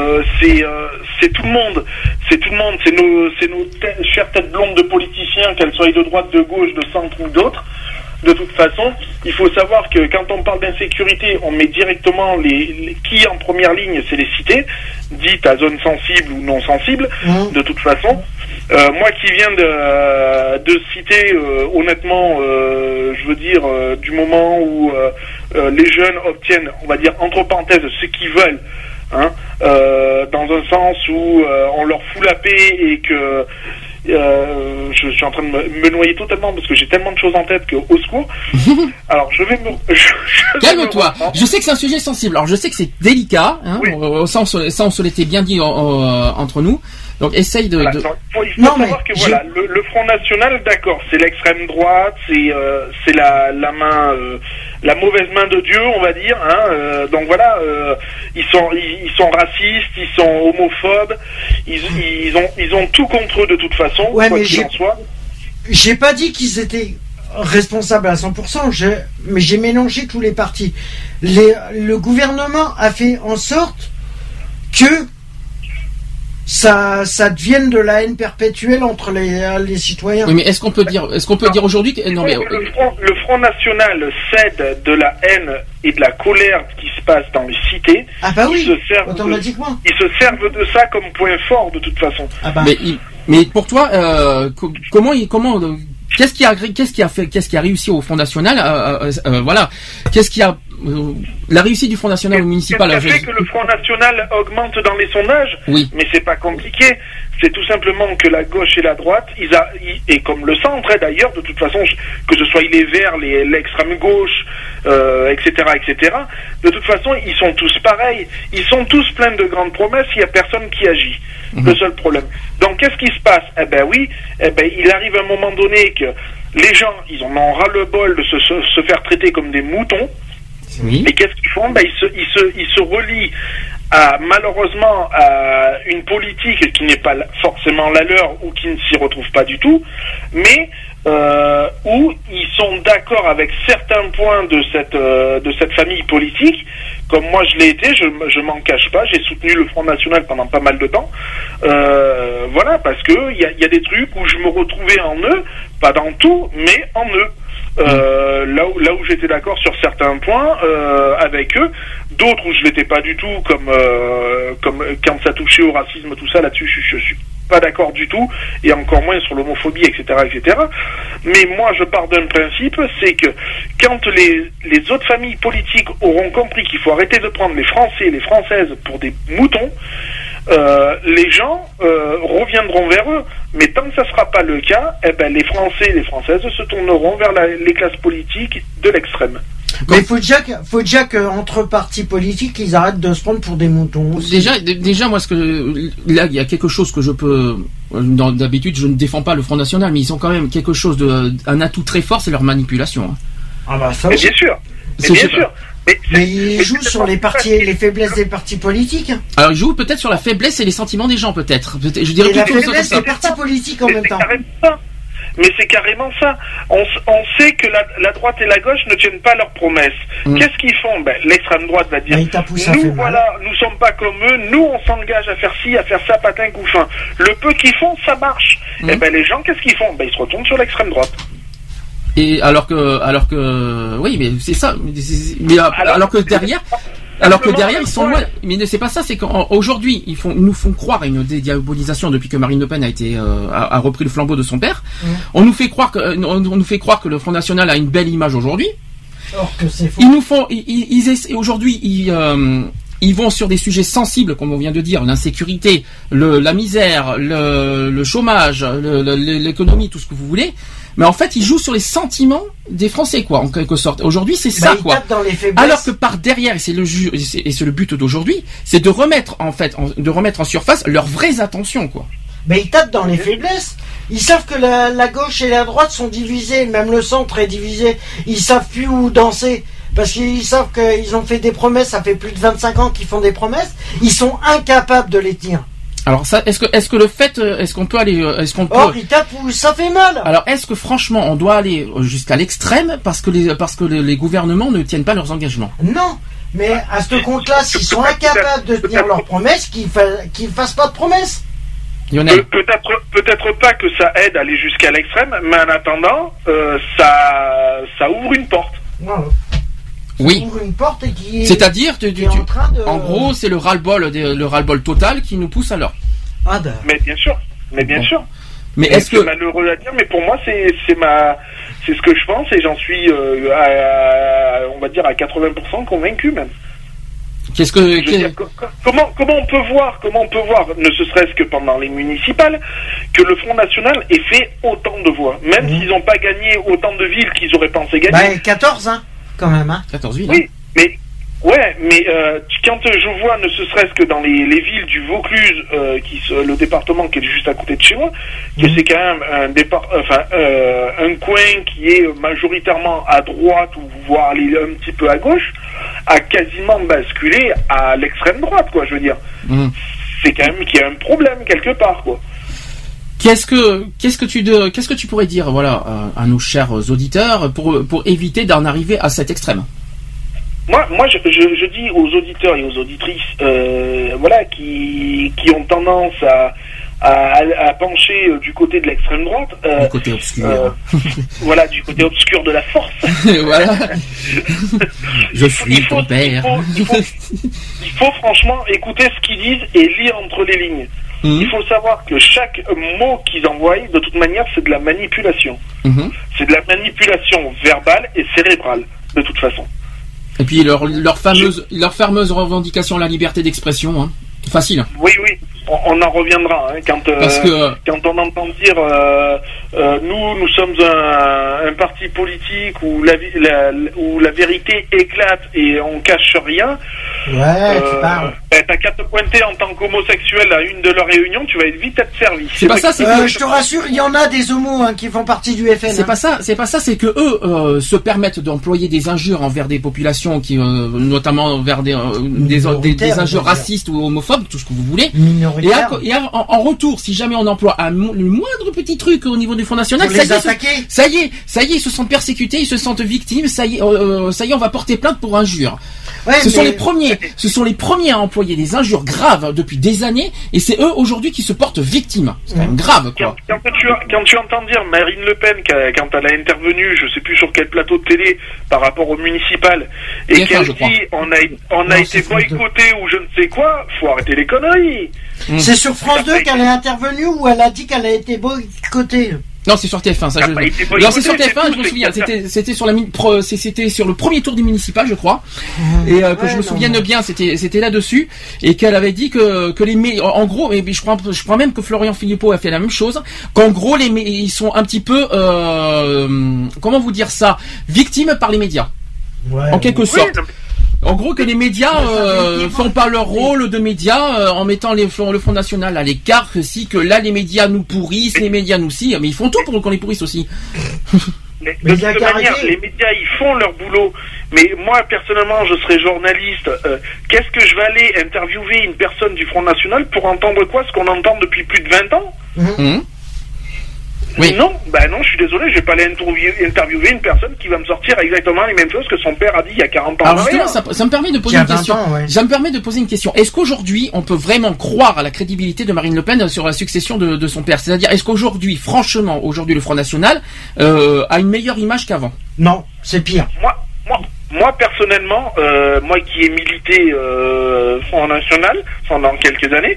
c'est tout le monde, c'est nos chères têtes blondes de politiciens, qu'elles soient de droite, de gauche, de centre ou d'autres. De toute façon, il faut savoir que quand on parle d'insécurité, on met directement qui en première ligne, c'est les cités, dites à zone sensible ou non sensible, de toute façon. Moi qui viens de citer, honnêtement, je veux dire, du moment où les jeunes obtiennent, on va dire, entre parenthèses, ce qu'ils veulent, hein, dans un sens où on leur fout la paix et que je suis en train de me noyer totalement parce que j'ai tellement de choses en tête qu'au secours. Alors je vais calme-toi. Je sais que c'est un sujet sensible. Alors je sais que c'est délicat. Hein, oui. Ça on se l'était bien dit entre nous. Donc essaye de. Voilà, donc, il faut savoir que voilà, le Front National, d'accord, c'est l'extrême droite, c'est la main, la mauvaise main de Dieu, on va dire. Hein, donc voilà, ils sont racistes, ils sont homophobes, ils ont tout contre eux de toute façon, ouais, quoi qu'il en soit. J'ai pas dit qu'ils étaient responsables à 100%, mais j'ai mélangé tous les partis. Le gouvernement a fait en sorte que ça devienne de la haine perpétuelle entre les citoyens. Oui, mais est-ce qu'on peut dire aujourd'hui que non mais le Front National cède de la haine et de la colère qui se passe dans les cités. Ah bah oui. Automatiquement. Ils se servent de ça comme point fort de toute façon. Ah bah. Mais pour toi, comment qu'est-ce qui a réussi au Front National voilà, qu'est-ce qui a la réussite du Front National au municipal. Ça fait que le Front National augmente dans les sondages, oui. Mais c'est pas compliqué. c'est tout simplement que la gauche et la droite, et comme le centre d'ailleurs, de toute façon, que ce soit les Verts, l'extrême gauche, etc., etc., de toute façon, ils sont tous pareils. Ils sont tous pleins de grandes promesses, il n'y a personne qui agit. Le seul problème. Donc, qu'est-ce qui se passe? Il arrive un moment donné que les gens, ils en ont ras-le-bol de se faire traiter comme des moutons. Oui. Et qu'est-ce qu'ils font? Ils se relient malheureusement à une politique qui n'est pas forcément la leur ou qui ne s'y retrouve pas du tout, mais où ils sont d'accord avec certains points de cette famille politique, comme moi je l'ai été, je m'en cache pas, j'ai soutenu le Front National pendant pas mal de temps, voilà, parce que il y a des trucs où je me retrouvais en eux, pas dans tout, mais en eux. Là où j'étais d'accord sur certains points avec eux, d'autres où je l'étais pas du tout, comme quand ça touchait au racisme, tout ça, là-dessus je suis pas d'accord du tout, et encore moins sur l'homophobie, etc., etc. Mais moi je pars d'un principe, c'est que quand les autres familles politiques auront compris qu'il faut arrêter de prendre les Français et les Françaises pour des moutons, les gens reviendront vers eux. Mais tant que ça ne sera pas le cas, les Français et les Françaises se tourneront vers les classes politiques de l'extrême. Mais il faut déjà qu'entre partis politiques, ils arrêtent de se prendre pour des moutons aussi. Déjà, moi, là, il y a quelque chose que je peux... D'habitude, je ne défends pas le Front National, mais ils ont quand même quelque chose un atout très fort, c'est leur manipulation. Hein. Ah bah ça mais bien sûr. Mais ils jouent sur les faiblesses des partis politiques. Alors ils jouent peut-être sur la faiblesse et les sentiments des gens, peut-être. Je dirais et la faiblesse des partis politiques en même temps. Mais c'est carrément ça. On sait que la droite et la gauche ne tiennent pas leurs promesses. Qu'est-ce qu'ils font? L'extrême droite va dire, nous sommes pas comme eux, nous on s'engage à faire ci, à faire ça, patin couffin. Le peu qu'ils font, ça marche. Et les gens, qu'est-ce qu'ils font? Ils se retournent sur l'extrême droite. Et alors que oui, mais c'est ça. Mais alors que derrière ils sont loin. Mais c'est pas ça, c'est qu'aujourd'hui ils nous font croire à une dédiabolisation depuis que Marine Le Pen a repris le flambeau de son père. On nous fait croire que le Front National a une belle image aujourd'hui. Or que c'est faux. Ils nous font, aujourd'hui ils vont sur des sujets sensibles, comme on vient de dire, l'insécurité, la misère, le chômage, l'économie, tout ce que vous voulez. Mais en fait, ils jouent sur les sentiments des Français, quoi, en quelque sorte. Aujourd'hui, c'est ça, quoi. Alors que par derrière, et c'est le but d'aujourd'hui, c'est de remettre en surface leurs vraies intentions, quoi. Mais ils tapent dans les faiblesses. Ils savent que la gauche et la droite sont divisées, même le centre est divisé. Ils savent plus où danser. Parce qu'ils savent qu'ils ont fait des promesses, ça fait plus de 25 ans qu'ils font des promesses. Ils sont incapables de les tenir. Alors ça, est-ce qu'on peut aller, Or, ils tapent où ça fait mal. Alors, est-ce que franchement, on doit aller jusqu'à l'extrême parce que les gouvernements ne tiennent pas leurs engagements? Non, mais à ce compte-là, s'ils sont incapables de tenir leurs promesses, qu'ils fassent pas de promesses. Peut-être pas que ça aide à aller jusqu'à l'extrême, mais en attendant, ça ouvre une porte. Voilà. Oui. Une porte et c'est-à-dire, en gros, c'est le ras-le-bol total qui nous pousse à l'heure. Mais bien sûr. Mais est-ce que c'est malheureux à dire, mais pour moi c'est ce que je pense et j'en suis on va dire à 80% convaincu même. Comment on peut voir, ne serait-ce que pendant les municipales, que le Front National ait fait autant de voix, même s'ils n'ont pas gagné autant de villes qu'ils auraient pensé gagner. 14, hein, quand même, hein. 14 villes. Oui, mais quand je vois, ne serait-ce que dans les villes du Vaucluse, le département qui est juste à côté de chez moi, que c'est quand même un coin qui est majoritairement à droite ou voire aller un petit peu à gauche, a quasiment basculé à l'extrême droite, quoi. Je veux dire, c'est quand même qu'il y a un problème quelque part, quoi. Qu'est-ce que tu pourrais dire, voilà, à nos chers auditeurs pour éviter d'en arriver à cet extrême? Moi, je dis aux auditeurs et aux auditrices, voilà, qui ont tendance à pencher du côté de l'extrême droite, du côté obscur, voilà, du côté obscur de la force. Voilà. Je suis ton père. Il faut franchement écouter ce qu'ils disent et lire entre les lignes. Il faut savoir que chaque mot qu'ils envoient, de toute manière, c'est de la manipulation. C'est de la manipulation verbale et cérébrale, de toute façon. Et puis leur fameuse revendication à la liberté d'expression, hein. Facile. Oui. on en reviendra quand on entend dire nous sommes un parti politique où la vérité éclate et on cache rien. Ouais, tu parles. T'as qu'à te pointer en tant qu'homosexuel à une de leurs réunions, tu vas vite être servi. C'est pas ça, c'est que je te rassure, il y en a des homos qui font partie du FN. C'est pas ça, c'est que eux se permettent d'employer des injures envers des populations qui, notamment envers des injures racistes ou homophobes, tout ce que vous voulez. Et en retour, si jamais on emploie le moindre petit truc au niveau du Front National, ça y est, ils se sentent persécutés, ils se sentent victimes, ça y est, on va porter plainte pour injures. Ouais, ce sont les premiers à employer des injures graves depuis des années, et c'est eux aujourd'hui qui se portent victimes. C'est quand même grave, quoi. Quand tu entends dire Marine Le Pen, quand elle a intervenu, je sais plus sur quel plateau de télé, par rapport au municipal, et qu'elle dit on a été boycotté ou je ne sais quoi, faut arrêter les conneries. C'est sur France 2 qu'elle est intervenue ou elle a dit qu'elle a été boycottée? Non, c'est sur TF1, ça. Alors c'est sur TF1, je me souviens. C'était sur le premier tour du municipal, je crois. Et que je me souvienne bien, c'était là-dessus, et qu'elle avait dit que les en gros, et je crois même que Florian Philippot a fait la même chose. Qu'en gros, ils sont un petit peu, comment vous dire ça, victimes par les médias, en quelque sorte. En gros, que les médias font pas leur rôle de médias en mettant le Front National à l'écart, que là les médias nous pourrissent, les médias nous mais ils font tout pour qu'on les pourrisse aussi. De toute manière, les médias ils font leur boulot, mais moi personnellement je serais journaliste, qu'est-ce que je vais aller interviewer une personne du Front National pour entendre quoi, ce qu'on entend depuis plus de 20 ans? Oui. Non, je suis désolé, je vais pas aller interviewer une personne qui va me sortir exactement les mêmes choses que son père a dit il y a 40 ans. Alors justement, ça me permet de poser une question. Ça me permet de poser une question. Est-ce qu'aujourd'hui, on peut vraiment croire à la crédibilité de Marine Le Pen sur la succession de son père? C'est-à-dire, est-ce qu'aujourd'hui, franchement, le Front National a une meilleure image qu'avant? Non, c'est pire. Moi personnellement, moi qui ai milité Front National pendant quelques années,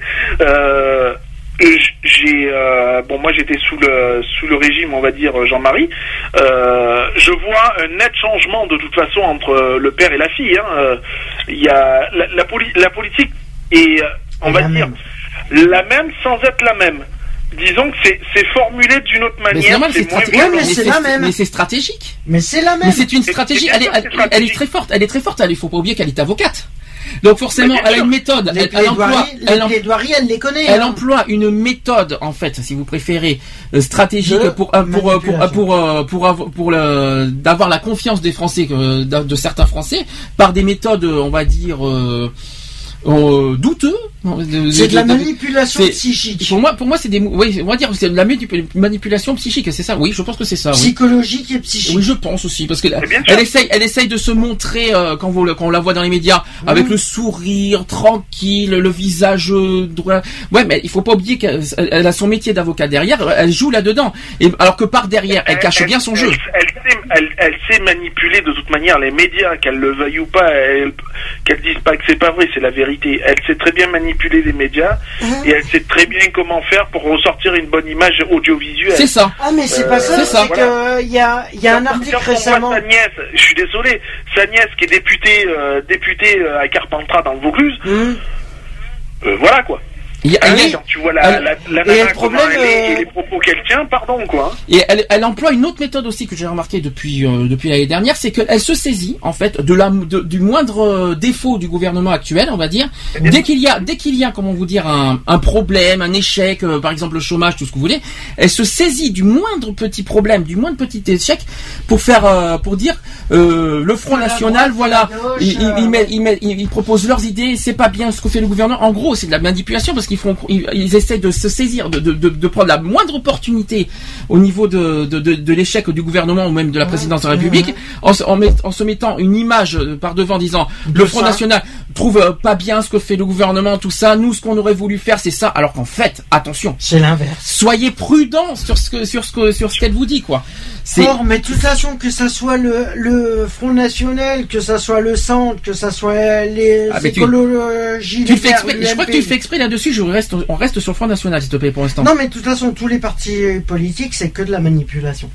moi j'étais sous le régime, on va dire, Jean-Marie. Je vois un net changement de toute façon entre le père et la fille. Il y a la politique est, on va dire, la même sans être la même. Disons que c'est formulé d'une autre manière. Mais c'est stratégique. Mais c'est la même. Mais c'est une stratégie. Elle est très forte. Elle est très forte. Il faut pas oublier qu'elle est avocate. Donc forcément, elle a une méthode. Les plaidoiries, elle les connaît. Elle emploie une méthode, en fait, si vous préférez, stratégique pour d'avoir la confiance des Français, de certains Français, par des méthodes, on va dire. Douteux. C'est de la manipulation psychique. Pour moi, c'est on va dire, c'est de la manipulation psychique, c'est ça. Oui, je pense que c'est ça. Psychologique et psychique. Oui, je pense aussi, parce que elle essaye de se montrer quand on la voit dans les médias avec le sourire tranquille, le visage droit. Ouais, mais il faut pas oublier qu'elle a son métier d'avocat derrière. Elle joue là-dedans, et alors que par derrière, elle cache bien son jeu. Elle sait manipuler de toute manière les médias, qu'elle le veuille ou pas, qu'elle dise pas que c'est pas vrai, c'est la vérité. Elle sait très bien manipuler les médias et elle sait très bien comment faire pour ressortir une bonne image audiovisuelle. C'est ça. Ah mais c'est pas ça, c'est que il y a un article récemment. Sa nièce, je suis désolé, sa nièce qui est députée à Carpentras dans le Vaucluse. Voilà quoi. Quand tu vois la problème et les propos qu'elle tient, pardon quoi. Et elle emploie une autre méthode aussi que j'ai remarqué depuis l'année dernière, c'est qu'elle se saisit en fait du moindre défaut du gouvernement actuel, on va dire. Dès qu'il y a comment vous dire un problème, un échec, par exemple le chômage, tout ce que vous voulez, elle se saisit du moindre petit problème, du moindre petit échec pour dire le Front National, voilà, ils proposent leurs idées, c'est pas bien ce que fait le gouvernement. En gros, c'est de la manipulation parce qu'ils essayent de se saisir, de prendre la moindre opportunité au niveau de l'échec du gouvernement ou même de la présidence de la République, en se mettant une image par devant, disant le Front National trouve pas bien ce que fait le gouvernement, tout ça. Nous, ce qu'on aurait voulu faire, c'est ça. Alors qu'en fait, attention, c'est l'inverse. Soyez prudents sur ce qu'elle vous dit, quoi. Mais de toute façon, que ça soit le Front National, que ça soit le Centre, que ça soit les écologistes. Je crois que tu fais exprès là-dessus. On reste sur le Front National, s'il te plaît, pour l'instant. Non, mais de toute façon, tous les partis politiques, c'est que de la manipulation.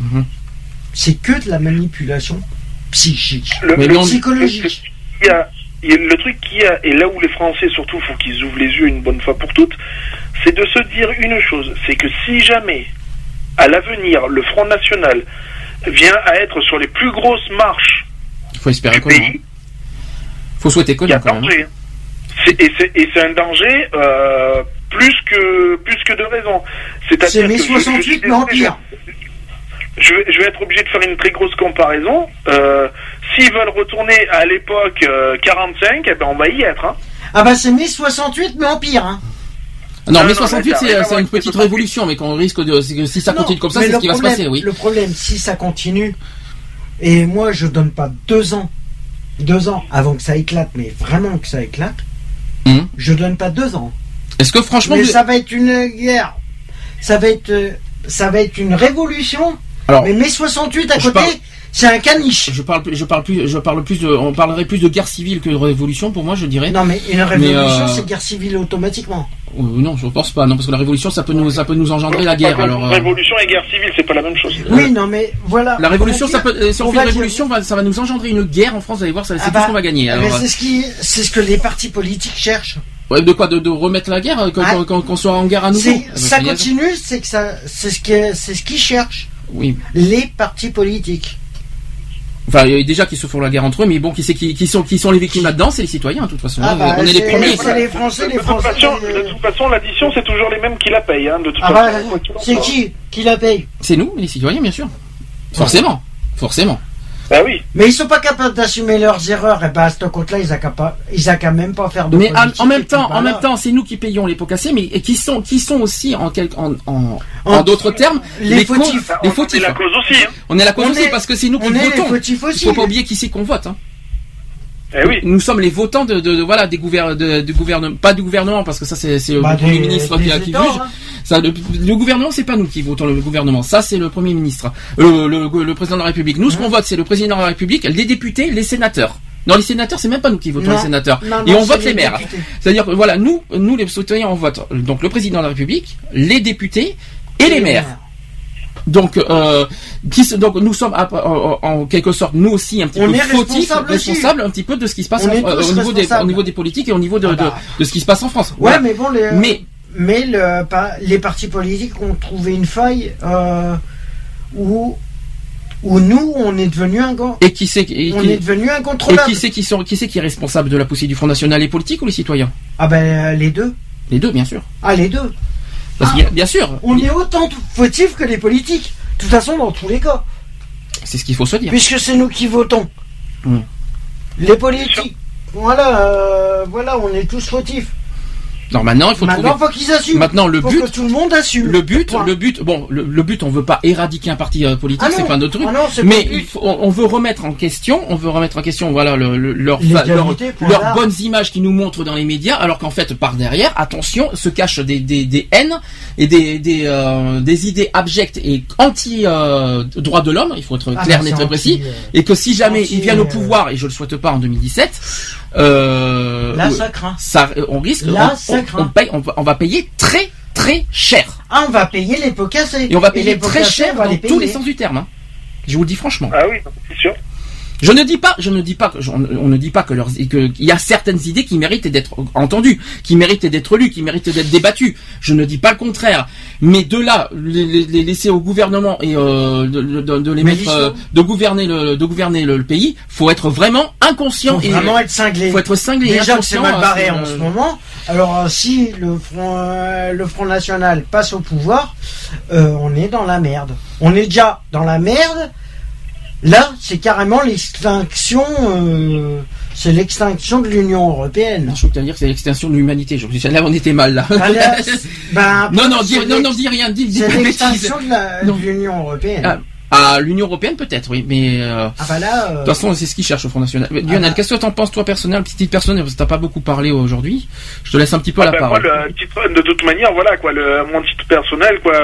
C'est que de la manipulation psychique, psychologique. le truc qu'il y a, et là où les Français surtout, faut qu'ils ouvrent les yeux une bonne fois pour toutes, c'est de se dire une chose, c'est que si jamais, à l'avenir, le Front National vient à être sur les plus grosses marches il faut espérer du pays, faut souhaiter il y a quand même. danger. C'est un danger plus que de raison. C'est-à-dire C'est mai que 68 mais en pire. Je vais être obligé de faire une très grosse comparaison. S'ils veulent retourner à l'époque 45, eh ben on va y être. Hein. Ah bah c'est mai 68 mais en pire. Hein. Non, mais 68 c'est une petite révolution, mais qu'on risque de si ça continue comme ça, c'est ce qui va se passer, oui. Le problème, si ça continue, et moi je donne pas 2 ans avant que ça éclate, mais vraiment que ça éclate, je donne pas 2 ans. Est-ce que franchement, mais ça va être une guerre, ça va être une révolution. Alors, mais mai 68 à côté, c'est un caniche. On parlerait plus de guerre civile que de révolution pour moi, je dirais. Non, mais une révolution, c'est guerre civile automatiquement. Non, je pense pas. Non, parce que la révolution, ça peut nous engendrer la guerre. Alors, révolution et guerre civile, c'est pas la même chose. Oui, non, mais voilà. La révolution, si on fait une révolution, ça va nous engendrer une guerre en France. Vous allez voir, c'est tout ce qu'on va gagner. Alors, c'est ce que les partis politiques cherchent. Ouais, de quoi, de remettre la guerre qu'on soit en guerre à nouveau. Ça continue, c'est ce qu'ils cherchent. Oui. Les partis politiques. Enfin, il y a déjà qui se font la guerre entre eux, mais bon, qui sont les victimes là-dedans, c'est les citoyens, de toute façon. On est les premiers. C'est les Français, De toute façon, l'addition, c'est toujours les mêmes qui la payent. Hein, de toute façon. C'est qui la paye? C'est nous, les citoyens, bien sûr. Forcément. Bah oui. Mais ils sont pas capables d'assumer leurs erreurs, et à ce compte-là, ils a qu'à même pas faire de politique. Mais en même temps, c'est nous qui payons les pots cassés, mais qui sont aussi en d'autres termes les fautifs. On est la cause aussi. Hein. On est la cause aussi parce que c'est nous qui votons. Il faut pas oublier qui c'est qu'on vote. Hein. Eh oui. Nous sommes les votants des gouvernements, pas du gouvernement parce que ça c'est le Premier ministre qui juge. Hein. Ça, le gouvernement, c'est pas nous qui votons le gouvernement, ça c'est le Premier ministre, le président de la République. Nous, ce qu'on vote, c'est le président de la République, les députés, les sénateurs. Non, les sénateurs, c'est même pas nous qui votons les sénateurs. Et on vote les maires. C'est-à-dire que voilà, nous les citoyens, on vote donc le président de la République, les députés et les maires. Donc, nous sommes en quelque sorte nous aussi un petit peu fautifs, responsables un petit peu de ce qui se passe au niveau des politiques et au niveau de ce qui se passe en France. Ouais, voilà. Mais bon, les partis politiques ont trouvé une faille où nous on est devenu devenu incontrôlable. Et qui c'est qui est responsable de la poussée du Front National, les politiques ou les citoyens? Ah ben les deux. Les deux, bien sûr. Ah les deux. Parce que, bien sûr. On est autant fautifs que les politiques. De toute façon, dans tous les cas. C'est ce qu'il faut se dire. Puisque c'est nous qui votons. Les politiques. Voilà, on est tous fautifs. Non, maintenant, il faut faut qu'ils assument. Maintenant, le but. Faut que tout le monde assume. Le but, on veut pas éradiquer un parti politique, c'est pas notre truc. Mais on veut remettre en question, voilà, leurs bonnes images qui nous montrent dans les médias, alors qu'en fait, par derrière, attention, se cachent des haines et des idées abjectes et anti, droits de l'homme, il faut être clair, net et précis, et que si jamais ils viennent au pouvoir, et je le souhaite pas en 2017, là, ça craint. On risque. Là, on va payer très très cher. Ah, on va payer les pots cassés. Et on va payer très cher dans tous les sens du terme. Hein. Je vous le dis franchement. Ah oui, c'est sûr. On ne dit pas qu'il y a certaines idées qui méritent d'être entendues, qui méritent d'être lues, qui méritent d'être débattues. Je ne dis pas le contraire. Mais de là, les laisser au gouvernement et de les mettre, de gouverner le pays, faut être vraiment inconscient. Faut vraiment être cinglé. Faut être cinglé. Déjà que c'est mal barré en ce moment. Alors si le Front National passe au pouvoir, on est dans la merde. On est déjà dans la merde. Là, c'est carrément l'extinction. C'est l'extinction de l'Union européenne. Je veux dire que c'est l'extinction de l'humanité. Là, on était mal là. Non, dis rien. C'est l'extinction de l'Union européenne. L'Union européenne peut-être, oui, mais là. De toute façon, c'est ce qu'ils cherchent au Front National. Lionel, qu'est-ce que t'en penses toi personnel, petite personnelle, parce que t'as pas beaucoup parlé aujourd'hui. Je te laisse un petit peu la parole. Moi, de toute manière, voilà quoi, mon titre personnel, quoi.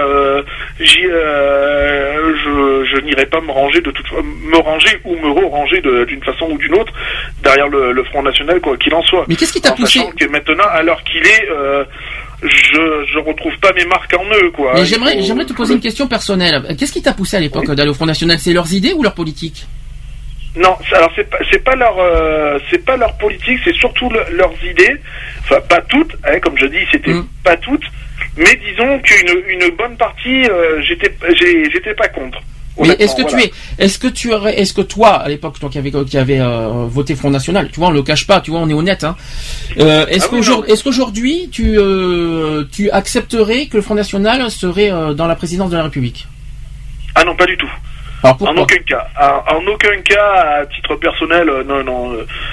Je n'irai pas me ranger ou me re-ranger d'une façon ou d'une autre derrière le Front National, quoi qu'il en soit. Mais qu'est-ce qui t'a poussé? Sachant que maintenant, à l'heure qu'il est, je retrouve pas mes marques en eux, quoi. Mais j'aimerais te poser une question personnelle. Qu'est-ce qui t'a poussé à l'époque d'aller au Front National? C'est leurs idées ou leur politique? Non, alors c'est pas leur politique, c'est surtout leurs idées. Enfin, pas toutes, hein, comme je dis, c'était pas toutes, mais disons qu'une bonne partie, j'étais pas contre. Mais est-ce que toi, à l'époque, toi qui avait voté Front National, tu vois, on le cache pas, tu vois, on est honnête, hein. Est-ce qu'aujourd'hui, tu accepterais que le Front National serait dans la présidence de la République? Ah non, pas du tout. Alors pourquoi? En aucun cas. En aucun cas, à titre personnel, non.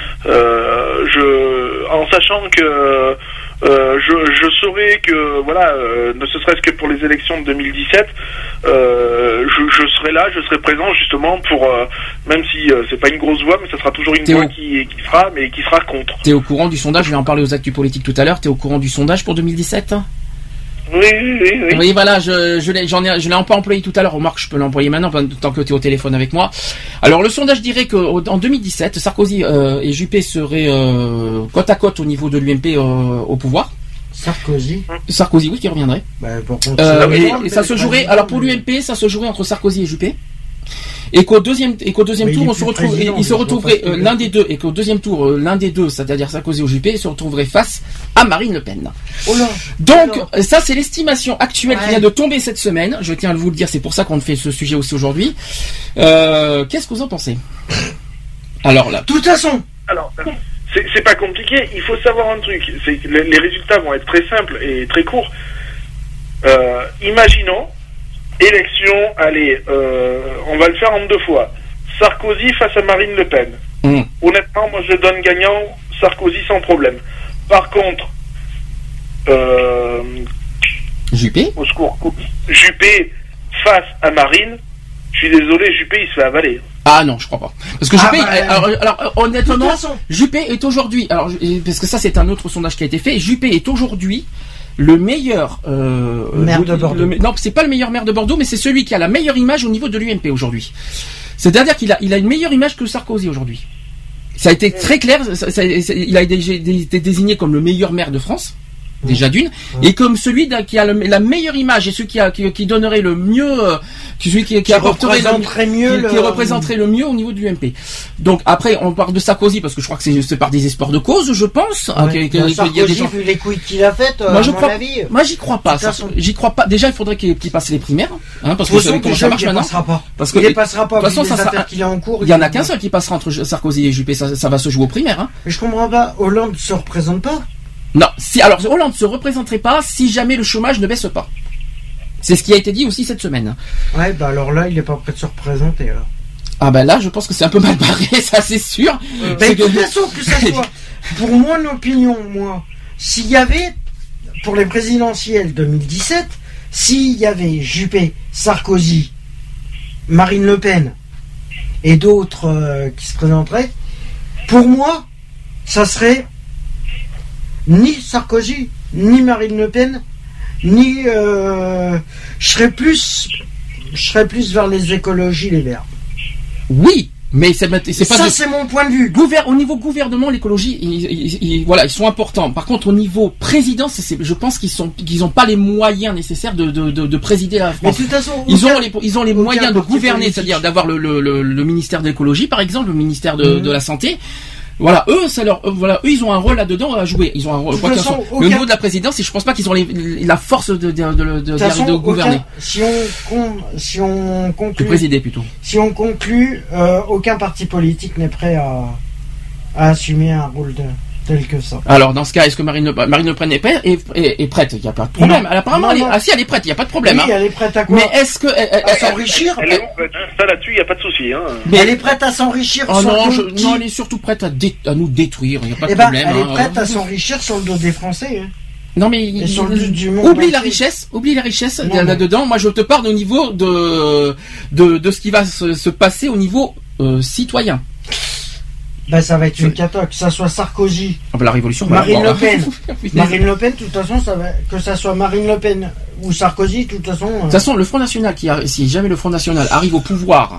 En sachant que je saurais que, voilà, ne serait-ce que pour les élections de 2017, je serai là, je serai présent justement pour, même si c'est pas une grosse voix, mais ça sera toujours une voix qui sera contre. T'es au courant du sondage? Je vais en parler aux actus politiques tout à l'heure. T'es au courant du sondage pour 2017? Oui. Oui, voilà, je l'ai un peu employé tout à l'heure. Remarque, je peux l'employer maintenant, tant que tu es au téléphone avec moi. Alors, le sondage dirait qu'en 2017, Sarkozy et Juppé seraient côte à côte au niveau de l'UMP au pouvoir. Sarkozy, oui, qui reviendrait. Bah, pour continuer, et ça se jouerait. Alors, pour l'UMP, ça se jouerait entre Sarkozy et Juppé. Et qu'au deuxième tour, il se retrouverait l'un des deux, et qu'au deuxième tour, l'un des deux, c'est-à-dire Sarkozy ou Juppé, se retrouverait face à Marine Le Pen. Donc, ça, c'est l'estimation actuelle qui vient de tomber cette semaine. Je tiens à vous le dire, c'est pour ça qu'on fait ce sujet aussi aujourd'hui. Qu'est-ce que vous en pensez? Alors là. De toute façon. Alors, c'est pas compliqué. Il faut savoir un truc. C'est que les résultats vont être très simples et très courts. Imaginons. Élection, allez, on va le faire en 2 fois. Sarkozy face à Marine Le Pen. Honnêtement, moi je donne gagnant Sarkozy sans problème. Par contre, Juppé, au secours, Juppé face à Marine, je suis désolé, Juppé il se fait avaler. Ah non, je crois pas. Parce que Juppé, alors honnêtement, Juppé est aujourd'hui, parce que ça c'est un autre sondage qui a été fait, Juppé est aujourd'hui le meilleur maire de Bordeaux. Non, c'est pas le meilleur maire de Bordeaux, mais c'est celui qui a la meilleure image au niveau de l'UMP aujourd'hui. C'est-à-dire qu'il a une meilleure image que Sarkozy aujourd'hui. Ça a été très clair. Il a été désigné comme le meilleur maire de France. Déjà d'une, et comme celui qui a la meilleure image et celui qui donnerait le mieux, celui qui représenterait le mieux au niveau du MP. Donc après on parle de Sarkozy parce que je crois que c'est par désespoir de cause, je pense. Sarkozy, vu les couilles qu'il a faites, moi j'y crois pas. J'y crois pas. Déjà il faudrait qu'il passe les primaires, hein, parce que vous savez comment ça marche maintenant. Parce que il passera pas. De toute façon, qu'il est en cours. Il y en a qu'un seul qui passera entre Sarkozy et Juppé. Ça va se jouer aux primaires. Hein. Mais je comprends pas. Hollande se représente pas. Non, alors Hollande se représenterait pas si jamais le chômage ne baisse pas. C'est ce qui a été dit aussi cette semaine. Ouais, bah alors là, il est pas prêt de se représenter alors. Ah bah là, je pense que c'est un peu mal barré, ça c'est sûr. De toute façon, que ça soit, pour mon opinion, s'il y avait, pour les présidentielles 2017, s'il y avait Juppé, Sarkozy, Marine Le Pen et d'autres qui se présenteraient, pour moi, ça serait ni Sarkozy, ni Marine Le Pen, ni je serais plus vers les écologies, les Verts. Oui, mais c'est pas ça, c'est mon point de vue. Au niveau gouvernement, l'écologie, ils sont importants. Par contre, au niveau présidence, je pense qu'ils ont pas les moyens nécessaires de présider la France. Mais de toute façon, ils ont les moyens de gouverner, c'est-à-dire d'avoir le ministère de l'écologie, par exemple, le ministère de la santé. Voilà, eux, ils ont un rôle là-dedans à jouer. Ils ont un rôle. Au niveau de la présidence, je pense pas qu'ils ont la force de gouverner. Si on conclut. De présider plutôt. Si on conclut, aucun parti politique n'est prêt à assumer un rôle tel que ça. Alors, dans ce cas, est-ce que Marine Le Pen est prête? Il n'y a pas de problème. Apparemment, elle est prête. Il n'y a pas de problème. Oui, elle est prête à quoi? Mais est-ce que à s'enrichir? Ça là-dessus, il n'y a pas de souci. Hein. Mais elle est prête à s'enrichir. Non, elle est surtout prête à nous détruire. Il n'y a pas de problème. Elle est prête à s'enrichir sur le dos des Français. Hein. Non mais oublie la richesse là-dedans. Moi, je te parle au niveau de ce qui va se passer au niveau citoyen. Ben ça va être une cata, que ça soit Sarkozy, la révolution, Marine Le Pen. Marine Le Pen, de toute façon, que ça soit Marine Le Pen ou Sarkozy, de toute façon. De toute façon, le Front National si jamais le Front National arrive au pouvoir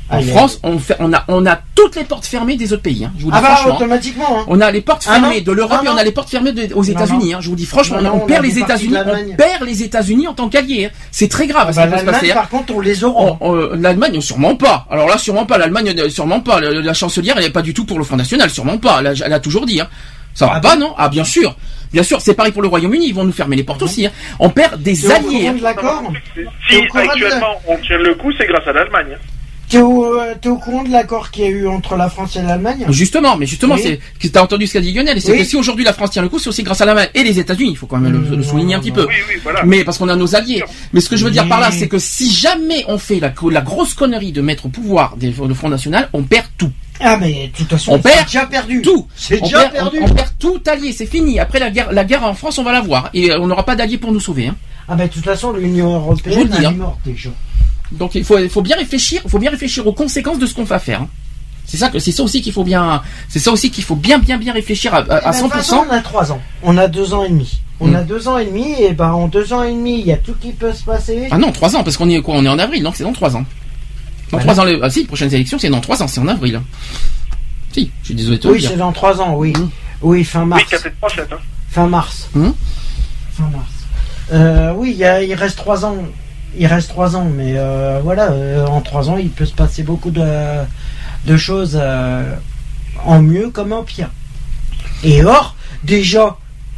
En France, on a toutes les portes fermées des autres pays. Hein. Je vous dis franchement. Automatiquement. Hein. On a les portes fermées de l'Europe et on a les portes fermées aux États-Unis. Hein. Je vous dis franchement, on perd les États-Unis. On perd les États-Unis en tant qu'alliés. Hein. C'est très grave. L'Allemagne, par contre, on les aura. L'Allemagne, sûrement pas. Alors là, sûrement pas. L'Allemagne, sûrement pas. La chancelière, elle n'est pas du tout pour le Front National. Sûrement pas. Elle a toujours dit. Hein. Ça va pas, non? Ah, bien sûr. Bien sûr, c'est pareil pour le Royaume-Uni, ils vont nous fermer les portes aussi. Hein. On perd des alliés. De l'accord si actuellement on tient le coup, c'est grâce à l'Allemagne. T'es au courant de l'accord qu'il y a eu entre la France et l'Allemagne? Justement, oui. T'as entendu ce qu'a dit Lionel, c'est que si aujourd'hui la France tient le coup, c'est aussi grâce à l'Allemagne et les États-Unis, il faut quand même le souligner un petit peu. Oui, voilà. Mais parce qu'on a nos alliés. Mais ce que je veux dire par là, c'est que si jamais on fait la grosse connerie de mettre au pouvoir le Front National, on perd tout. Ah mais de toute façon, on perd déjà perdu. Tout. C'est déjà perdu. On perd tout allié, c'est fini. Après la guerre en France, on va la voir et on n'aura pas d'alliés pour nous sauver. Hein. Ah ben de toute façon, l'Union européenne est morte déjà. Donc il faut bien réfléchir. Il faut bien réfléchir aux conséquences de ce qu'on va faire. Hein. C'est ça aussi qu'il faut bien réfléchir à 100%. De toute façon, on a 3 ans. On a 2 ans et demi. A 2 ans et demi et en 2 ans et demi, il y a tout qui peut se passer. Ah non, 3 ans parce qu'on est quoi? On est en avril, donc c'est dans 3 ans. Dans 3 ans, les prochaines élections, c'est dans 3 ans, c'est en avril. Si, je suis désolé de te le dire. Oui, c'est dans 3 ans, oui. Oui, fin mars. Oui, peut-être prochaine. Hein. Fin mars. Fin mars. Oui, il reste 3 ans. Il reste 3 ans, mais voilà, en 3 ans, il peut se passer beaucoup de choses en mieux comme en pire. Et or, déjà,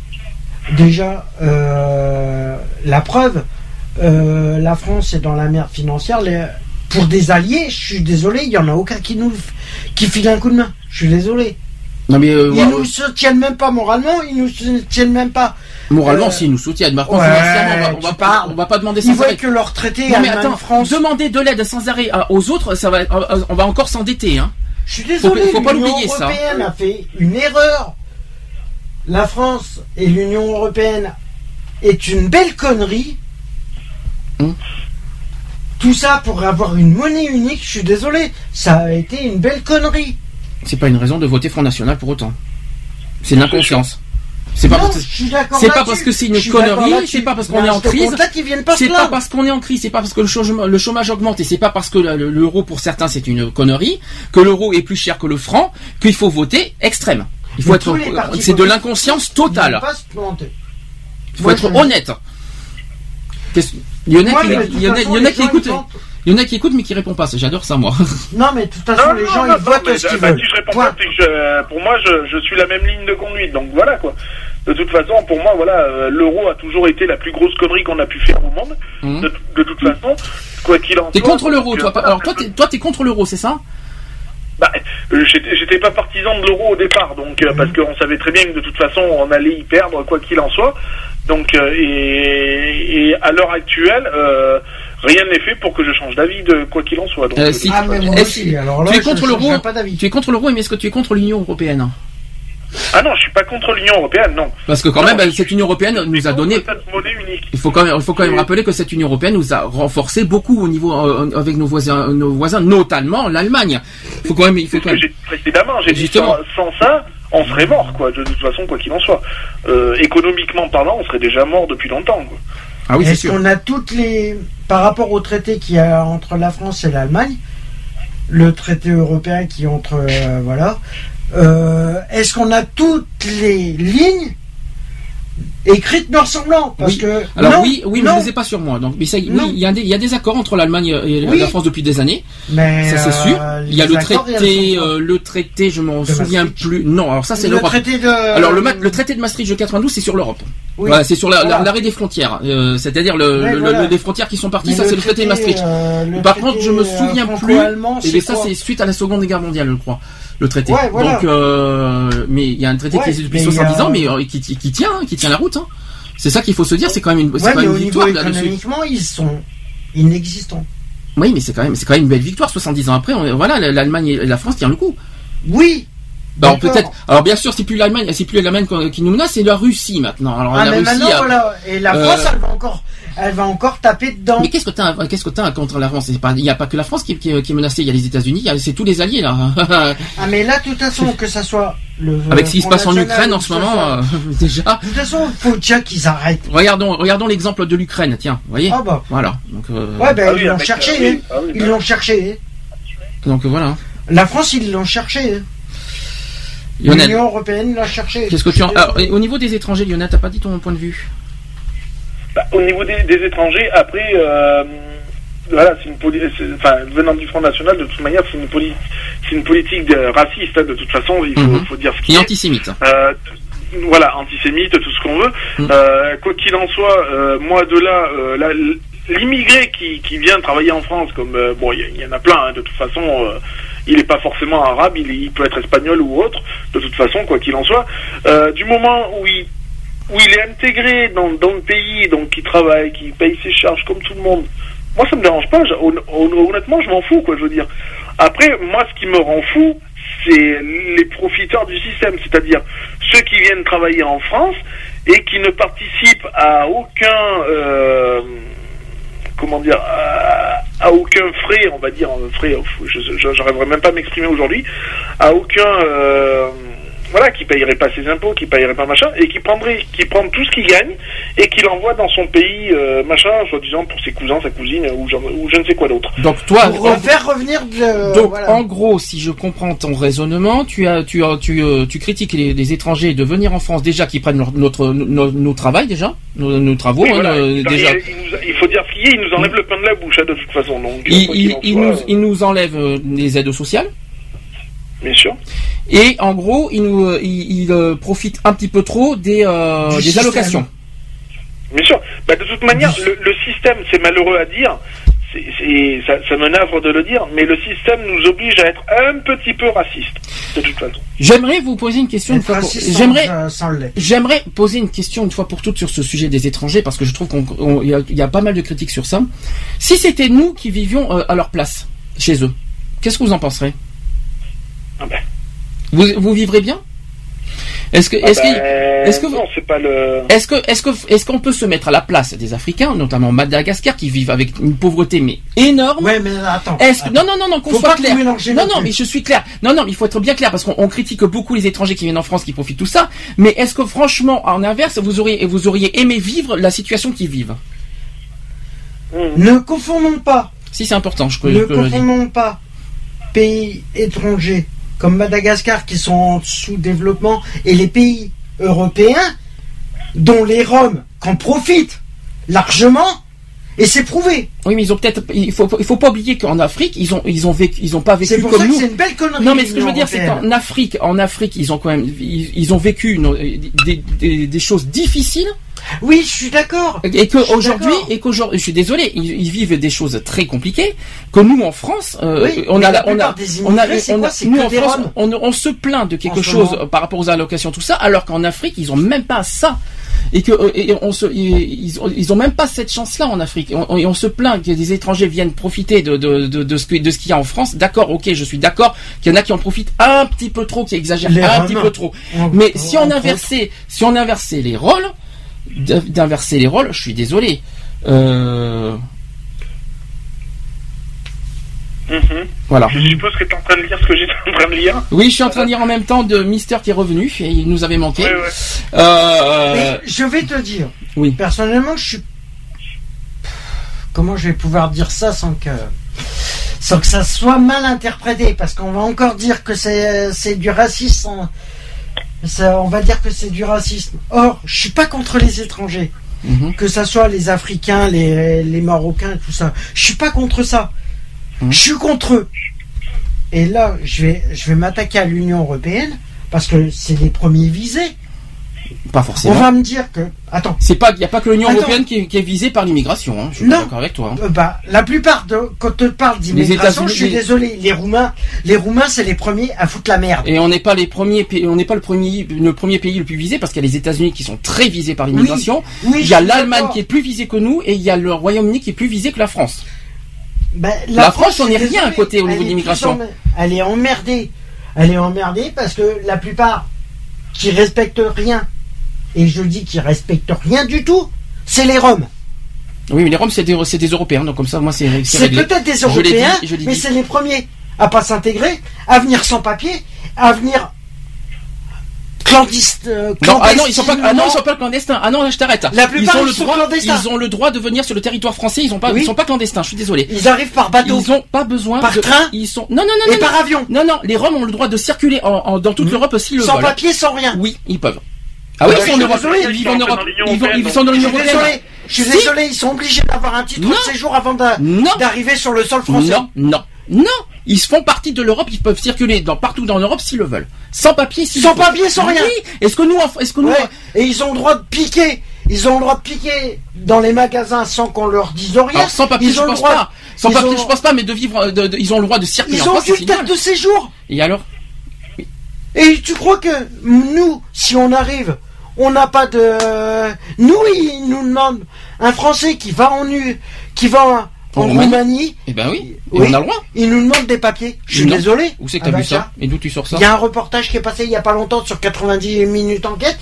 la preuve, la France est dans la merde financière. Pour des alliés, je suis désolé, il y en a aucun qui file un coup de main. Je suis désolé. Non mais ils nous soutiennent même pas moralement, ils nous soutiennent même pas. Moralement, si ils nous soutiennent, par contre, on va pas demander sans arrêt. Ils voient que leur traité. Non mais attends, France, demander de l'aide sans arrêt aux autres, on va encore s'endetter. Hein. Je suis désolé. Faut pas l'oublier ça. L'Union européenne a fait une erreur. La France et l'Union européenne est une belle connerie. Tout ça pour avoir une monnaie unique, je suis désolé, ça a été une belle connerie. C'est pas une raison de voter Front National pour autant. C'est de l'inconscience. C'est pas parce que c'est une connerie, c'est pas parce qu'on est en crise. C'est pas parce qu'on est en crise, c'est pas parce que le chômage augmente et c'est pas parce que l'euro pour certains c'est une connerie, que l'euro est plus cher que le franc, qu'il faut voter extrême. Il faut c'est de l'inconscience totale. Il faut être honnête. Il y en a qui écoutent. Il y en a qui écoutent mais qui répondent pas. J'adore ça moi. Non mais de toute façon les gens ils votent ce qu'ils veulent. Si je réponds pas, c'est que pour moi je suis la même ligne de conduite. Donc voilà quoi. De toute façon pour moi voilà l'euro a toujours été la plus grosse connerie qu'on a pu faire au monde. De toute façon quoi qu'il en soit. T'es contre l'euro toi. Alors toi t'es contre l'euro c'est ça? Bah, j'étais pas partisan de l'euro au départ, donc parce qu'on savait très bien que de toute façon on allait y perdre quoi qu'il en soit. Donc et à l'heure actuelle, rien n'est fait pour que je change d'avis de quoi qu'il en soit. Donc, tu es contre l'euro. Tu es contre l'euro, mais est-ce que tu es contre l'Union européenne? Ah non, je suis pas contre l'Union européenne, non. Parce que quand même, cette Union européenne nous a donné. Il faut quand même rappeler que cette Union européenne nous a renforcé beaucoup au niveau avec nos voisins, notamment l'Allemagne. Il faut quand même. Précédemment, j'ai dit sans ça, on serait mort, quoi. De toute façon, quoi qu'il en soit, économiquement parlant, on serait déjà mort depuis longtemps, quoi. Ah oui, c'est sûr. Est-ce qu'on a toutes les, par rapport au traité qu'il y a entre la France et l'Allemagne, le traité européen qui est entre voilà. Est-ce qu'on a toutes les lignes écrites noir sur blanc? Parce que alors non, oui, mais je les ai pas sur moi. Donc, mais ça, oui, il y a des accords entre l'Allemagne et la France depuis des années. Mais ça c'est sûr. Il y a le traité, je m'en souviens plus. Non, alors ça c'est l'Europe. Alors le traité de Maastricht de 92, c'est sur l'Europe. Oui. Voilà, c'est sur l'arrêt des frontières, c'est-à-dire les frontières qui sont parties. Mais ça c'est le traité de Maastricht. Par contre, je me souviens plus. Et ça c'est suite à la Seconde Guerre mondiale, je crois. Le traité. Ouais, voilà. Donc, mais il y a un traité qui existe depuis 70 ans, mais qui tient la route. Hein. C'est ça qu'il faut se dire. C'est quand même une victoire là-dessus. Économiquement, ils sont inexistants. Oui, mais c'est quand même une belle victoire. 70 ans après, voilà, l'Allemagne et la France tiennent le coup. Oui. Alors peut-être. Alors bien sûr, c'est plus l'Allemagne qui nous menace, c'est la Russie maintenant. Alors la Russie. Maintenant, voilà. Et la France, elle va encore taper dedans. Mais qu'est-ce que t'as contre la France? Il n'y a pas que la France qui est menacée. Il y a les États-Unis. C'est tous les alliés là. Ah mais là, de toute façon, que ça soit avec ce qui se passe en Ukraine en ce moment, déjà. De toute façon, il faut déjà qu'ils arrêtent. Regardons l'exemple de l'Ukraine. Tiens, vous voyez. Ah bah. Voilà. Donc. Ils l'ont cherché. Ils l'ont cherché. Donc voilà. La France, ils l'ont cherché. Hein. L'Union européenne l'a cherché. Qu'est-ce que tu en... Alors, au niveau des étrangers, Lionel, t'as pas dit ton point de vue? Au niveau des étrangers, après, voilà, c'est une venant du Front National, de toute manière, c'est une politique raciste, hein, de toute façon, il faut dire ce qu'il y a. Et antisémite. Voilà, antisémite, tout ce qu'on veut. Quoi qu'il en soit, moi de là, l'immigré qui vient travailler en France, comme bon, il y en a plein, hein, de toute façon, il n'est pas forcément arabe, il peut être espagnol ou autre, de toute façon, quoi qu'il en soit. Du moment où il est intégré dans le pays, donc qui travaille, qui paye ses charges comme tout le monde, moi ça me dérange pas. Honnêtement, je m'en fous, quoi, je veux dire. Après, moi, ce qui me rend fou, c'est les profiteurs du système, c'est-à-dire ceux qui viennent travailler en France et qui ne participent à aucun à aucun frais, on va dire, j'arriverai même pas à m'exprimer aujourd'hui, à aucun voilà, qui payerait pas ses impôts, qui payerait pas machin, et qui prend tout ce qu'il gagne et qui l'envoie dans son pays machin, soi-disant pour ses cousins, sa cousine ou je ne sais quoi d'autre. Donc toi, pour faire revenir donc voilà. En gros, si je comprends ton raisonnement, tu critiques les étrangers de venir en France déjà qui prennent nos travail déjà, nos travaux. Oui, voilà, déjà. Il faut dire ce qu'il y a, ils nous enlèvent le pain de la bouche, hein, de toute façon. Donc ils nous enlèvent les aides sociales. Bien sûr. Et en gros, il profite un petit peu trop des allocations. Bien sûr. Bah, de toute manière, le système, c'est malheureux à dire, ça me navre de le dire, mais le système nous oblige à être un petit peu raciste, de toute façon. J'aimerais vous poser une question une fois j'aimerais poser une question une fois pour toutes sur ce sujet des étrangers, parce que je trouve qu'il y a pas mal de critiques sur ça. Si c'était nous qui vivions à leur place, chez eux, qu'est-ce que vous en penserez? Ah ben. Vous vivrez bien? Est-ce qu'on peut se mettre à la place des Africains, notamment Madagascar, qui vivent avec une pauvreté mais énorme? Ouais, mais attends. Non, qu'on soit clair. Non, mais je suis clair. Non, mais il faut être bien clair parce qu'on critique beaucoup les étrangers qui viennent en France, qui profitent tout ça. Mais est-ce que franchement, en inverse, vous auriez aimé vivre la situation qu'ils vivent? Ne confondons pas. Si, c'est important. Ne confondons pas pays étrangers comme Madagascar qui sont en sous-développement et les pays européens dont les Roms en profitent largement, et c'est prouvé. Oui, mais il faut pas oublier qu'en Afrique ils ont pas vécu comme nous. C'est pour ça que c'est une belle connerie. Non, mais ce que je veux dire, c'est qu'en Afrique ils ont quand même ils ont vécu des choses difficiles. Oui, je suis d'accord. Et qu'aujourd'hui, je suis désolé, ils vivent des choses très compliquées. Que nous en France, on se plaint de quelque chose par rapport aux allocations, tout ça, alors qu'en Afrique, ils ont même pas ça. Et ils ont même pas cette chance-là en Afrique. Et on se plaint que des étrangers viennent profiter de ce qu'il y a en France. D'accord, ok, je suis d'accord qu'il y en a qui en profitent un petit peu trop, qui exagèrent petit peu trop. Mais si on inversait les rôles, je suis désolé. Voilà. Je suppose que tu es en train de lire ce que j'étais en train de lire. Oui, je suis en train de lire en même temps de Mister qui est revenu et il nous avait manqué. Ouais. Mais je vais te dire. Oui. Personnellement, je suis. Comment je vais pouvoir dire ça sans que ça soit mal interprété, parce qu'on va encore dire que c'est du racisme. On va dire que c'est du racisme. Or, je suis pas contre les étrangers. Que ça soit les Africains, les Marocains, tout ça. Je suis pas contre ça. Je suis contre eux. Et là, je vais m'attaquer à l'Union européenne parce que c'est les premiers visés. Pas forcément. On va me dire que... Attends. Il n'y a pas que l'Union européenne qui est visée par l'immigration. Hein. Je suis d'accord avec toi. Hein. La plupart quand on parle d'immigration, je suis désolé, les Roumains, c'est les premiers à foutre la merde. Et on n'est pas les premiers pays, le premier pays le plus visé, parce qu'il y a les États-Unis qui sont très visés par l'immigration. Oui, il y a l'Allemagne qui est plus visée que nous, et il y a le Royaume-Uni qui est plus visé que la France. La France, on n'est rien à côté au niveau de l'immigration. Elle est emmerdée. Parce que la plupart qui respectent rien, et je dis qu'ils respectent rien du tout, c'est les Roms. Oui, mais les Roms, c'est des Européens, donc comme ça, moi, c'est peut-être des Européens, mais c'est les premiers à pas s'intégrer, à venir sans papier, à venir clandestins. Non, ils sont pas clandestins. Ah non, là, je t'arrête. La plupart sont clandestins. Ils ont le droit de venir sur le territoire français. Ils sont pas clandestins. Je suis désolé. Ils arrivent par bateau. Ils ont pas besoin par train. Ils sont non. Et par avion. Non. Les Roms ont le droit de circuler dans toute l'Europe s'ils le veulent. Sans papier, sans rien. Oui, ils peuvent. Ah oui, ils sont en Europe. Ils vivent en Europe. Ils sont dans l'Union européenne. Je suis désolé, ils sont obligés d'avoir un titre de séjour avant d'arriver sur le sol français. Non. Ils font partie de l'Europe, ils peuvent circuler partout dans l'Europe s'ils le veulent. Sans papier, sans rien. Oui. Est-ce que nous et ils ont le droit de piquer. Ils ont le droit de piquer dans les magasins sans qu'on leur dise rien. Alors, sans papier, je pense pas. Sans papier, je pense pas, mais de vivre, ils ont le droit de circuler. Ils ont une date de séjour. Et alors? Et tu crois que nous, si on arrive, on n'a pas de... Nous, ils nous demandent un Français qui va en Roumanie. Eh ben oui, on a le droit. Ils nous demandent des papiers. Je suis désolé. Où c'est que t'as vu ça? Et d'où tu sors ça? Il y a un reportage qui est passé il y a pas longtemps sur 90 minutes enquête.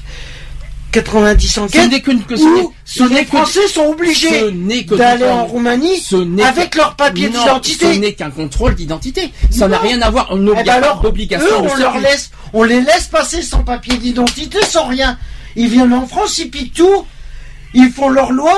90 enquêtes. Les Français sont obligés d'aller en Roumanie avec leur papier d'identité. Ce n'est qu'un contrôle d'identité. Ça n'a rien à voir. On n'a pas d'obligation. On les laisse passer sans papier d'identité, sans rien. Ils viennent en France, ils piquent tout. Ils font leur loi,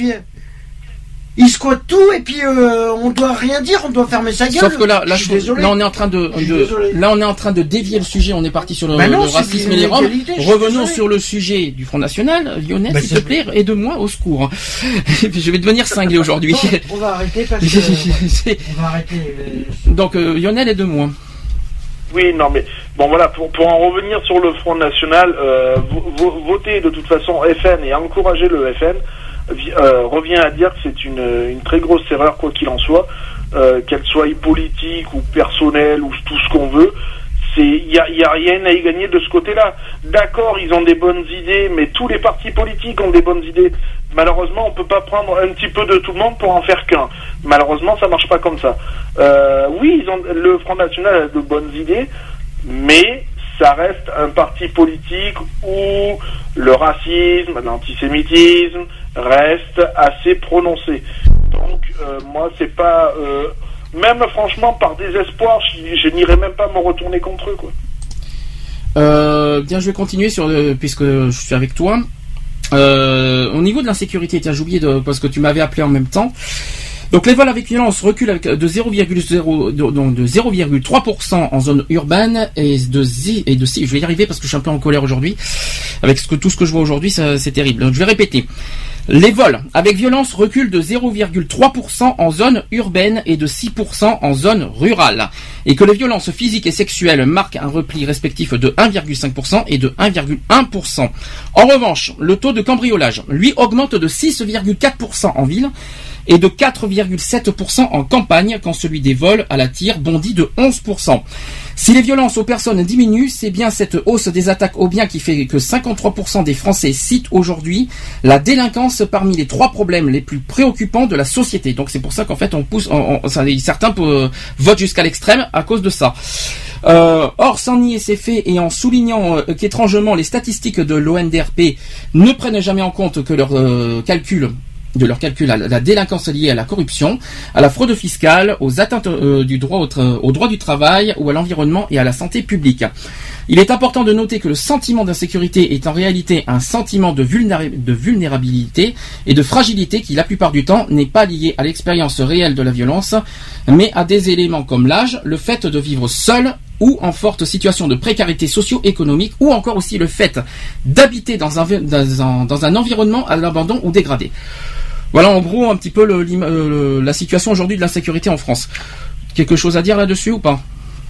ils squattent tout et puis on doit rien dire, on doit fermer sa gueule. Sauf que là on est en train de dévier le sujet. On est parti sur le racisme et les Roms. Revenons sur le sujet du Front National. Lionel, s'il te plaît, aide-moi au secours. Je vais devenir cinglé aujourd'hui. On va arrêter parce que on va arrêter. Donc Lionel, aide-moi. Oui, non, mais bon, voilà, pour en revenir sur le Front National, voter de toute façon FN et encourager le FN revient à dire que c'est une très grosse erreur, quoi qu'il en soit, qu'elle soit politique ou personnelle ou tout ce qu'on veut. Il y a rien à y gagner de ce côté-là. D'accord, ils ont des bonnes idées, mais tous les partis politiques ont des bonnes idées. Malheureusement, on peut pas prendre un petit peu de tout le monde pour en faire qu'un. Malheureusement, ça marche pas comme ça. Oui, le Front National a de bonnes idées, mais ça reste un parti politique où le racisme, l'antisémitisme reste assez prononcé. Donc, moi, c'est pas... même franchement, par désespoir, je n'irai même pas me retourner contre eux, quoi. Bien, je vais continuer puisque je suis avec toi. Au niveau de l'insécurité, tiens, j'ai oublié parce que tu m'avais appelé en même temps. Donc les vols avec violence reculent de 0,3% en zone urbaine et de je vais y arriver parce que je suis un peu en colère aujourd'hui avec tout ce que je vois aujourd'hui, c'est terrible. Donc je vais répéter. Les vols avec violence reculent de 0,3% en zone urbaine et de 6% en zone rurale. Et que les violences physiques et sexuelles marquent un repli respectif de 1,5% et de 1,1%. En revanche, le taux de cambriolage, lui, augmente de 6,4% en ville et de 4,7% en campagne, quand celui des vols à la tire bondit de 11%. Si les violences aux personnes diminuent, c'est bien cette hausse des attaques aux biens qui fait que 53% des Français citent aujourd'hui la délinquance parmi les 3 problèmes les plus préoccupants de la société. Donc c'est pour ça qu'en fait on pousse, certains votent jusqu'à l'extrême à cause de ça. Or, sans nier ces faits et en soulignant qu'étrangement les statistiques de l'ONDRP ne prennent jamais en compte que leur calcul à la délinquance liée à la corruption, à la fraude fiscale, aux atteintes au droit du travail ou à l'environnement et à la santé publique. Il est important de noter que le sentiment d'insécurité est en réalité un sentiment de vulnérabilité et de fragilité qui, la plupart du temps, n'est pas lié à l'expérience réelle de la violence, mais à des éléments comme l'âge, le fait de vivre seul ou en forte situation de précarité socio-économique, ou encore aussi le fait d'habiter dans un environnement à l'abandon ou dégradé. Voilà en gros un petit peu la situation aujourd'hui de l'insécurité en France. Quelque chose à dire là-dessus ou pas?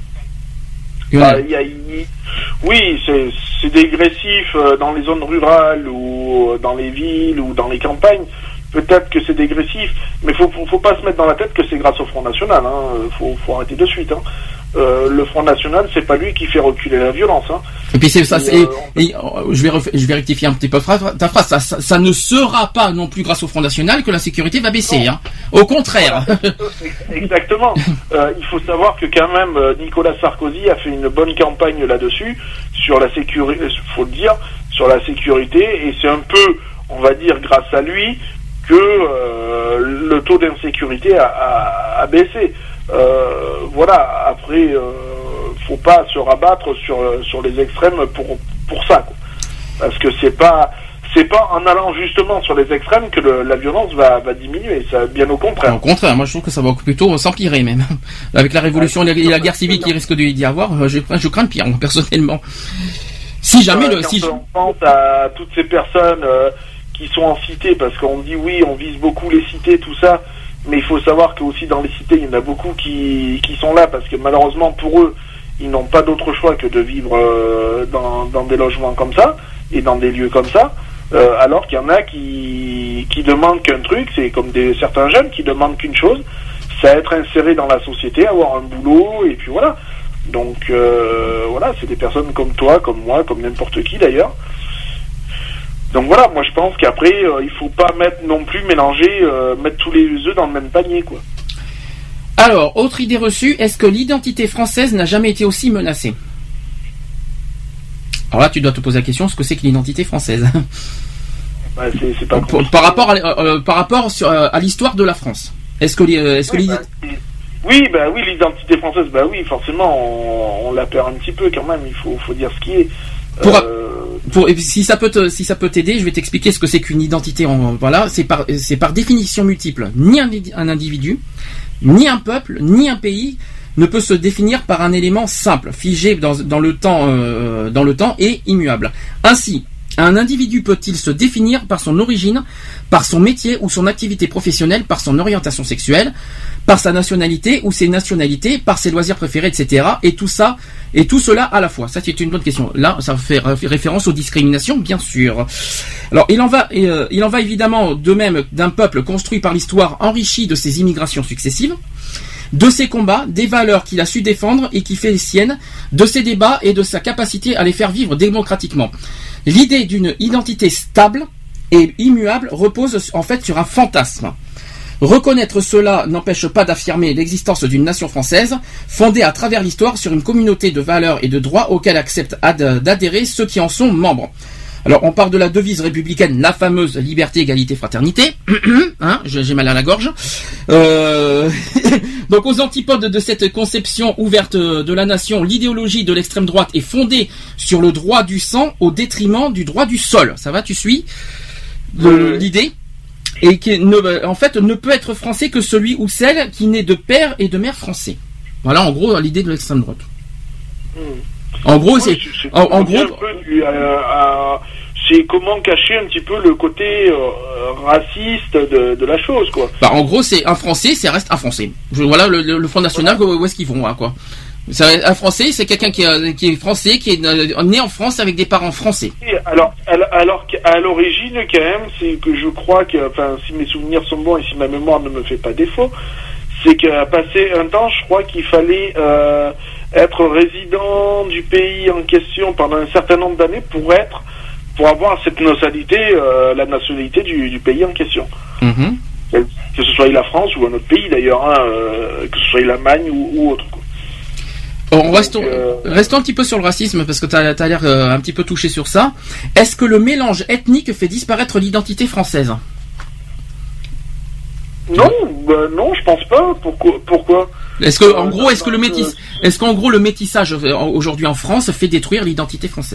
Oui, c'est dégressif dans les zones rurales ou dans les villes ou dans les campagnes. Peut-être que c'est dégressif, mais faut pas se mettre dans la tête que c'est grâce au Front National. Faut arrêter de suite. Le Front National, c'est pas lui qui fait reculer la violence. Et puis c'est ça. Je vais rectifier un petit peu ta phrase. Ça ne sera pas non plus grâce au Front National que la sécurité va baisser. Au contraire. Voilà. Exactement. Il faut savoir que quand même Nicolas Sarkozy a fait une bonne campagne là-dessus sur la sécurité. Faut le dire, sur la sécurité, et c'est un peu, on va dire, grâce à lui que le taux d'insécurité a baissé. Voilà. Après, faut pas se rabattre sur les extrêmes pour ça, quoi. Parce que c'est pas en allant justement sur les extrêmes que la violence va diminuer, ça, bien au contraire. Au contraire, moi je trouve que ça va plutôt s'empirer même. Avec la révolution et la guerre civile qui risque d'y avoir, je crains le pire, moi, personnellement. Si jamais on pense à toutes ces personnes qui sont en cité, parce qu'on dit oui, on vise beaucoup les cités, tout ça, mais il faut savoir que aussi dans les cités, il y en a beaucoup qui sont là, parce que malheureusement pour eux, ils n'ont pas d'autre choix que de vivre dans des logements comme ça, et dans des lieux comme ça. Alors qu'il y en a qui demandent qu'un truc, c'est comme certains jeunes qui demandent qu'une chose, c'est être inséré dans la société, avoir un boulot, et puis voilà. Donc voilà, c'est des personnes comme toi, comme moi, comme n'importe qui d'ailleurs. Donc voilà, moi je pense qu'après, il faut pas mettre tous les œufs dans le même panier, quoi. Alors, autre idée reçue, est-ce que l'identité française n'a jamais été aussi menacée ? Alors là, tu dois te poser la question, ce que c'est que l'identité française. Bah, c'est pas par rapport à l'histoire de la France. Est-ce que oui, l'identité française, oui, forcément, on la perd un petit peu quand même. Il faut dire ce qui est. Si ça peut t'aider, je vais t'expliquer ce que c'est qu'une identité. Voilà, c'est par définition multiple. Ni un individu, ni un peuple, ni un pays ne peut se définir par un élément simple, figé dans le temps et immuable. Ainsi, un individu peut-il se définir par son origine, par son métier ou son activité professionnelle, par son orientation sexuelle, par sa nationalité ou ses nationalités, par ses loisirs préférés, etc. Et tout cela à la fois. Ça, c'est une bonne question. Là, ça fait référence aux discriminations, bien sûr. Alors, il en va évidemment de même d'un peuple construit par l'histoire, enrichi de ses immigrations successives, de ses combats, des valeurs qu'il a su défendre et qui fait les siennes, de ses débats et de sa capacité à les faire vivre démocratiquement. L'idée d'une identité stable et immuable repose en fait sur un fantasme. Reconnaître cela n'empêche pas d'affirmer l'existence d'une nation française, fondée à travers l'histoire sur une communauté de valeurs et de droits auxquels acceptent d'adhérer ceux qui en sont membres. Alors, on parle de la devise républicaine, la fameuse liberté, égalité, fraternité. J'ai mal à la gorge. Donc, aux antipodes de cette conception ouverte de la nation, l'idéologie de l'extrême droite est fondée sur le droit du sang au détriment du droit du sol. Ça va, tu suis l'idée ? Et qui ne peut être français que celui ou celle qui naît de père et de mère français. Voilà, en gros, l'idée de l'extrême droite. En gros, c'est comment cacher un petit peu le côté raciste de la chose, quoi. En gros, c'est un Français, ça reste un Français. Voilà le Front National, voilà. Où est-ce qu'ils vont, hein, quoi. Un Français, c'est quelqu'un qui est français, qui est né en France avec des parents français. Alors qu'à l'origine, quand même, c'est que je crois que, enfin, si mes souvenirs sont bons et si ma mémoire ne me fait pas défaut, c'est qu'à passer un temps, je crois qu'il fallait être résident du pays en question pendant un certain nombre d'années pour avoir cette nationalité, la nationalité du pays en question. Mm-hmm. Que ce soit la France ou un autre pays d'ailleurs, que ce soit l'Allemagne ou autre, quoi. Restons un petit peu sur le racisme parce que tu as l'air un petit peu touché sur ça. Est-ce que le mélange ethnique fait disparaître l'identité française ? Non, je pense pas. Pourquoi ? Est-ce qu'en gros le métissage aujourd'hui en France fait détruire l'identité française ?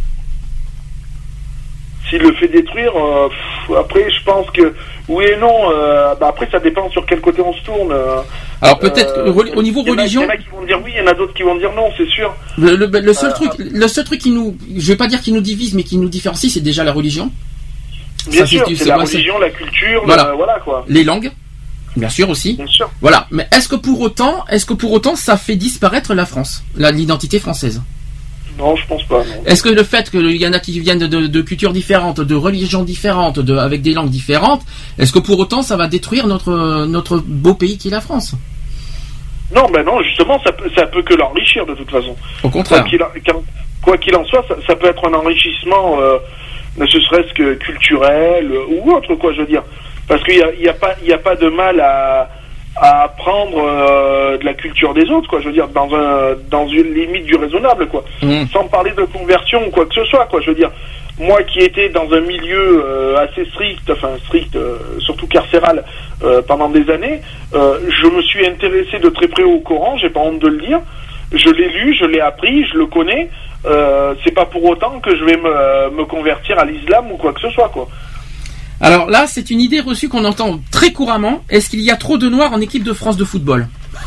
S'il le fait détruire, après je pense que oui et non. Après ça dépend sur quel côté on se tourne. Alors peut-être au niveau religion. Il y en a qui vont dire oui, il y en a d'autres qui vont dire non, c'est sûr. Le seul truc qui nous, je vais pas dire qui nous divise, mais qui nous différencie, c'est déjà la religion. Bien sûr, c'est la religion, la culture, voilà quoi. Les langues, bien sûr aussi. Bien sûr. Voilà, mais est-ce que pour autant ça fait disparaître la France, l'identité française ? Non, je pense pas. Non. Est-ce que le fait qu'il y en a qui viennent de cultures différentes, de religions différentes, avec des langues différentes, est-ce que pour autant ça va détruire notre beau pays qui est la France ? Non, non, justement, ça peut que l'enrichir de toute façon. Au contraire. Quoi qu'il en soit, ça peut être un enrichissement, ne serait-ce que culturel ou autre, quoi, je veux dire. Parce qu'il y a pas de mal à apprendre de la culture des autres, quoi, je veux dire, dans une limite du raisonnable, quoi. Sans parler de conversion ou quoi que ce soit, quoi, je veux dire. Moi qui étais dans un milieu assez strict, surtout carcéral, pendant des années, je me suis intéressé de très près au Coran, j'ai pas honte de le dire, je l'ai lu, je l'ai appris, je le connais. C'est pas pour autant que je vais me convertir à l'islam ou quoi que ce soit, quoi. Alors là, c'est une idée reçue qu'on entend très couramment. Est-ce qu'il y a trop de noirs en équipe de France de football?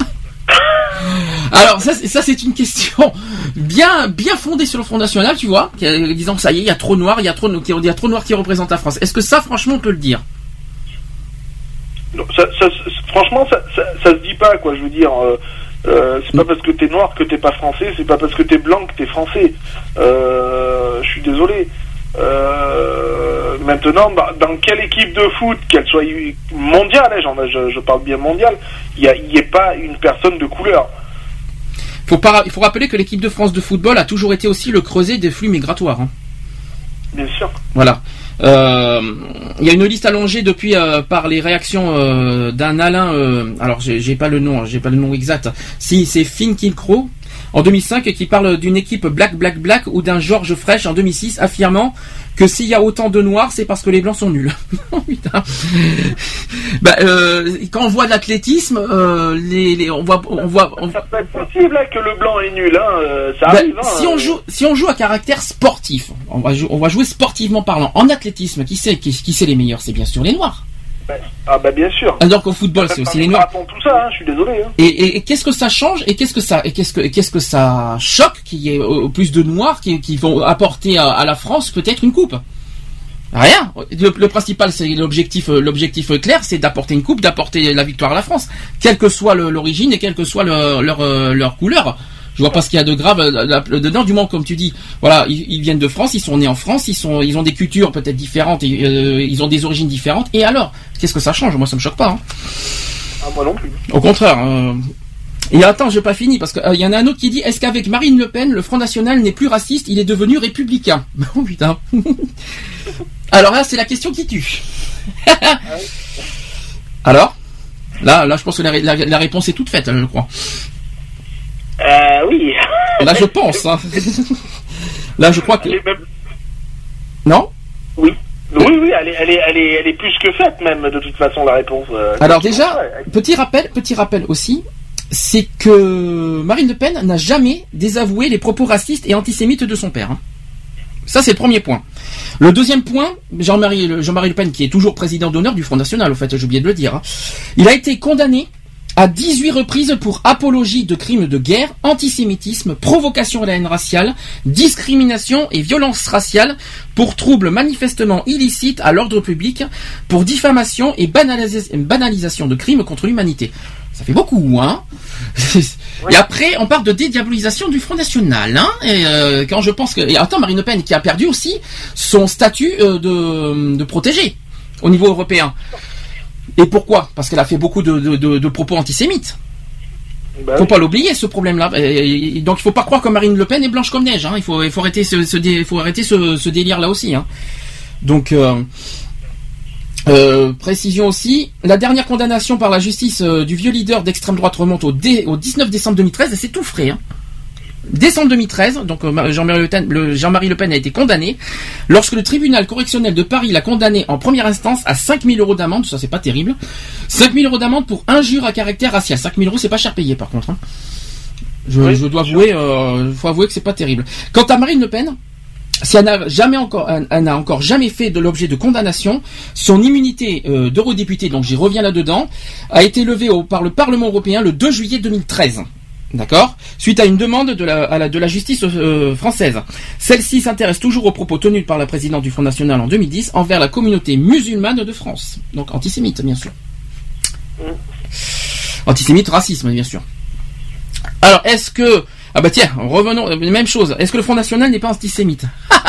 Alors ça c'est une question bien fondée sur le Front National, tu vois, disant que ça y est, il y a trop de noirs, il y a trop de noirs qui représentent la France. Est-ce que ça, franchement, on peut le dire? Non, franchement, ça se dit pas, quoi. Je veux dire, c'est pas parce que t'es noir que t'es pas français, c'est pas parce que t'es blanc que t'es français. Je suis désolé. Maintenant, dans quelle équipe de foot, qu'elle soit mondiale, je parle bien mondiale, il y ait pas une personne de couleur. Il faut rappeler que l'équipe de France de football a toujours été aussi le creuset des flux migratoires. Hein. Bien sûr. Voilà. Il y a une liste allongée depuis par les réactions d'un Alain. Alors j'ai pas le nom exact. Si c'est Finn Kilcrow en 2005 qui parle d'une équipe Black ou d'un George Fresh en 2006 affirmant que s'il y a autant de noirs, c'est parce que les blancs sont nuls. Oh, putain. Quand on voit de l'athlétisme, on voit. Ça peut être possible que le blanc est nul, hein. Ça arrive. Si on joue à caractère sportif, on va jouer sportivement parlant. En athlétisme, qui c'est les meilleurs? C'est bien sûr les noirs. Bien sûr. Alors qu'au football, c'est aussi les noirs. Tout ça, hein, je suis désolé. Hein. Et qu'est-ce que ça change et qu'est-ce que ça choque qu'il y ait plus de noirs qui vont apporter à la France peut-être une coupe? Rien. Le principal, c'est l'objectif clair, c'est d'apporter une coupe, d'apporter la victoire à la France, quelle que soit l'origine et quelle que soit leur couleur. Je vois pas ce qu'il y a de grave dedans, du moins comme tu dis. Voilà, ils viennent de France, ils sont nés en France, ils ont des cultures peut-être différentes, ils ont des origines différentes. Et alors, qu'est-ce que ça change? Moi, ça me choque pas. Hein. Moi non plus. Au contraire. Et attends, j'ai pas fini parce que y en a un autre qui dit: est-ce qu'avec Marine Le Pen, le Front National n'est plus raciste, il est devenu républicain? Oh putain. Alors là, c'est la question qui tue. Alors, là, je pense que la réponse est toute faite, je crois. Oui. Là, je pense. Hein. Là, je crois que. Non? Oui. Oui, elle est plus que faite, même, de toute façon, la réponse. Alors, déjà, petit rappel aussi, c'est que Marine Le Pen n'a jamais désavoué les propos racistes et antisémites de son père. Hein. Ça, c'est le premier point. Le deuxième point, Jean-Marie Le Pen, qui est toujours président d'honneur du Front National, au fait, j'ai oublié de le dire, hein, il a été condamné à 18 reprises pour apologie de crimes de guerre, antisémitisme, provocation à la haine raciale, discrimination et violence raciale, pour troubles manifestement illicites à l'ordre public, pour diffamation et banalisation de crimes contre l'humanité. Ça fait beaucoup, hein. Et après, on parle de dédiabolisation du Front National, hein. Et quand je pense que... Et attends, Marine Le Pen qui a perdu aussi son statut de protégée au niveau européen. Et pourquoi? Parce qu'elle a fait beaucoup de propos antisémites. Faut pas l'oublier, ce problème-là. Et donc il faut pas croire que Marine Le Pen est blanche comme neige. Hein. Il faut arrêter ce délire-là aussi. Hein. Donc précision aussi, la dernière condamnation par la justice du vieux leader d'extrême droite remonte au 19 décembre 2013. Et c'est tout frais. Hein. Décembre 2013, donc Jean-Marie Le Pen a été condamné lorsque le tribunal correctionnel de Paris l'a condamné en première instance à 5 000 euros d'amende. Ça, c'est pas terrible. 5 000 euros d'amende pour injure à caractère racial. 5 000 euros, c'est pas cher payé, par contre. Hein. Je dois avouer, faut avouer que c'est pas terrible. Quant à Marine Le Pen, si elle n'a encore jamais fait de l'objet de condamnation, son immunité d'eurodéputé, donc j'y reviens là-dedans, a été levée par le Parlement européen le 2 juillet 2013. D'accord ? Suite à une demande de la justice française. Celle-ci s'intéresse toujours aux propos tenus par la présidente du Front National en 2010 envers la communauté musulmane de France. Donc antisémite, bien sûr. Antisémite, racisme, bien sûr. Alors, est-ce que... Ah bah tiens, revenons, même chose. Est-ce que le Front National n'est pas antisémite ?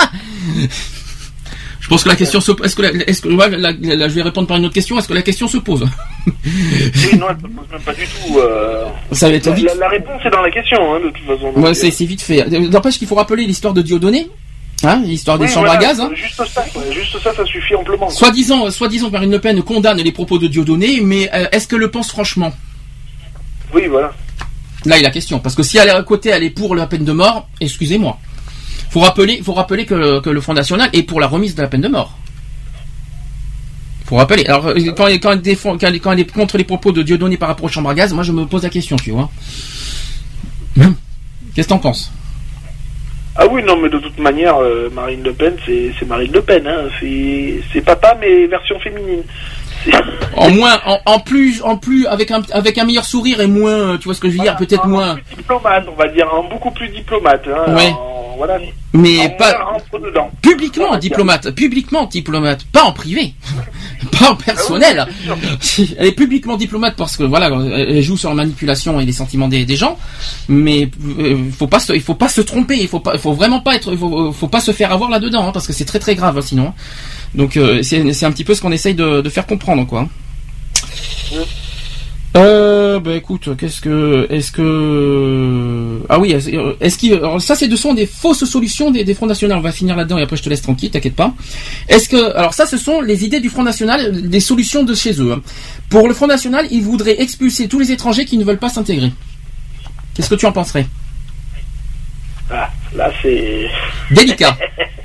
Je pense que la question se pose. Je vais répondre par une autre question. Est-ce que la question se pose ? Oui, non, elle ne se pose même pas du tout. Ça va être vite. La réponse est dans la question, hein, de toute façon. Ouais, c'est vite fait. N'empêche qu'il faut rappeler l'histoire de Dieudonné, hein, l'histoire des chambres à gaz. Hein. Juste ça, ça suffit amplement. Soi-disant, Marine Le Pen condamne les propos de Dieudonné, mais est-ce qu'elle le pense franchement ? Oui, voilà. Là est la question, parce que si elle est à côté, elle est pour la peine de mort. Excusez-moi. Faut rappeler que le Front National est pour la remise de la peine de mort. Faut rappeler. Alors quand elle est contre les propos de Dieudonné par rapport aux chambres à gaz, moi je me pose la question, tu vois. Qu'est-ce que t'en penses? Ah oui, non, mais de toute manière, Marine Le Pen, c'est Marine Le Pen, hein. C'est papa, mais version féminine. En plus, avec un meilleur sourire et moins, tu vois ce que je veux dire, peut-être moins. Plus diplomate, on va dire, beaucoup plus diplomate, hein. Ouais. Voilà. Mais pas publiquement diplomate, pas en privé, pas en personnel. Ah oui, elle est publiquement diplomate parce que voilà, elle joue sur la manipulation et les sentiments des gens. Mais il faut pas se tromper, il faut vraiment pas être, faut pas se faire avoir là-dedans, hein, parce que c'est très très grave, hein, sinon. Donc c'est un petit peu ce qu'on essaye de faire comprendre, quoi. Écoute, alors ça ce sont des fausses solutions des Fronts National. On va finir là-dedans et après je te laisse tranquille, t'inquiète pas. Alors ça ce sont les idées du Front National, des solutions de chez eux. Hein. Pour le Front National, ils voudraient expulser tous les étrangers qui ne veulent pas s'intégrer. Qu'est-ce que tu en penserais? Ah, là c'est délicat.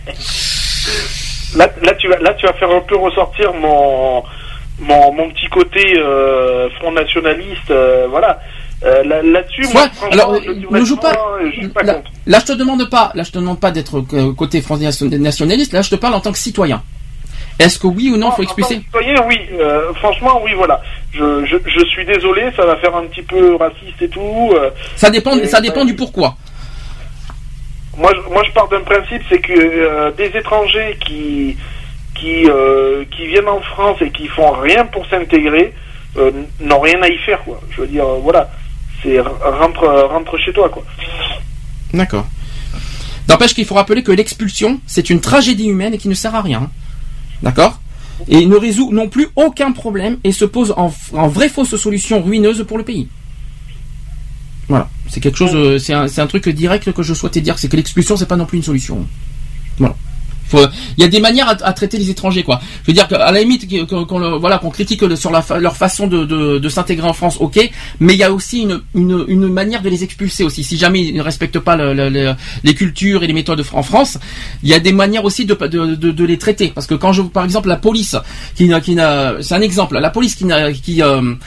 Là tu vas faire un peu ressortir mon petit côté Front Nationaliste, voilà. Là-dessus, moi, alors ne joue pas. Là, je te demande pas d'être côté Front Nationaliste. Là, je te parle en tant que citoyen. Est-ce que oui ou non, faut expulser? En tant que citoyen, oui. Franchement, oui, voilà. Je suis désolé, ça va faire un petit peu raciste et tout. Ça dépend du pourquoi. Moi, je pars d'un principe, c'est que des étrangers qui viennent en France et qui font rien pour s'intégrer n'ont rien à y faire, quoi. Je veux dire, voilà, c'est rentre chez toi, quoi. D'accord. N'empêche qu'il faut rappeler que l'expulsion, c'est une tragédie humaine et qui ne sert à rien. D'accord? Et ne résout non plus aucun problème et se pose en vraie fausse solution ruineuse pour le pays. Voilà, c'est quelque chose, c'est un truc direct que je souhaitais dire, c'est que l'expulsion c'est pas non plus une solution. Voilà. Il y a des manières à traiter les étrangers, quoi. Je veux dire qu'à la limite qu'on critique sur leur façon de s'intégrer en France, ok, mais il y a aussi une manière de les expulser aussi. Si jamais ils ne respectent pas les cultures et les méthodes en France, il y a des manières aussi de les traiter. Parce que par exemple la police c'est un exemple, la police qui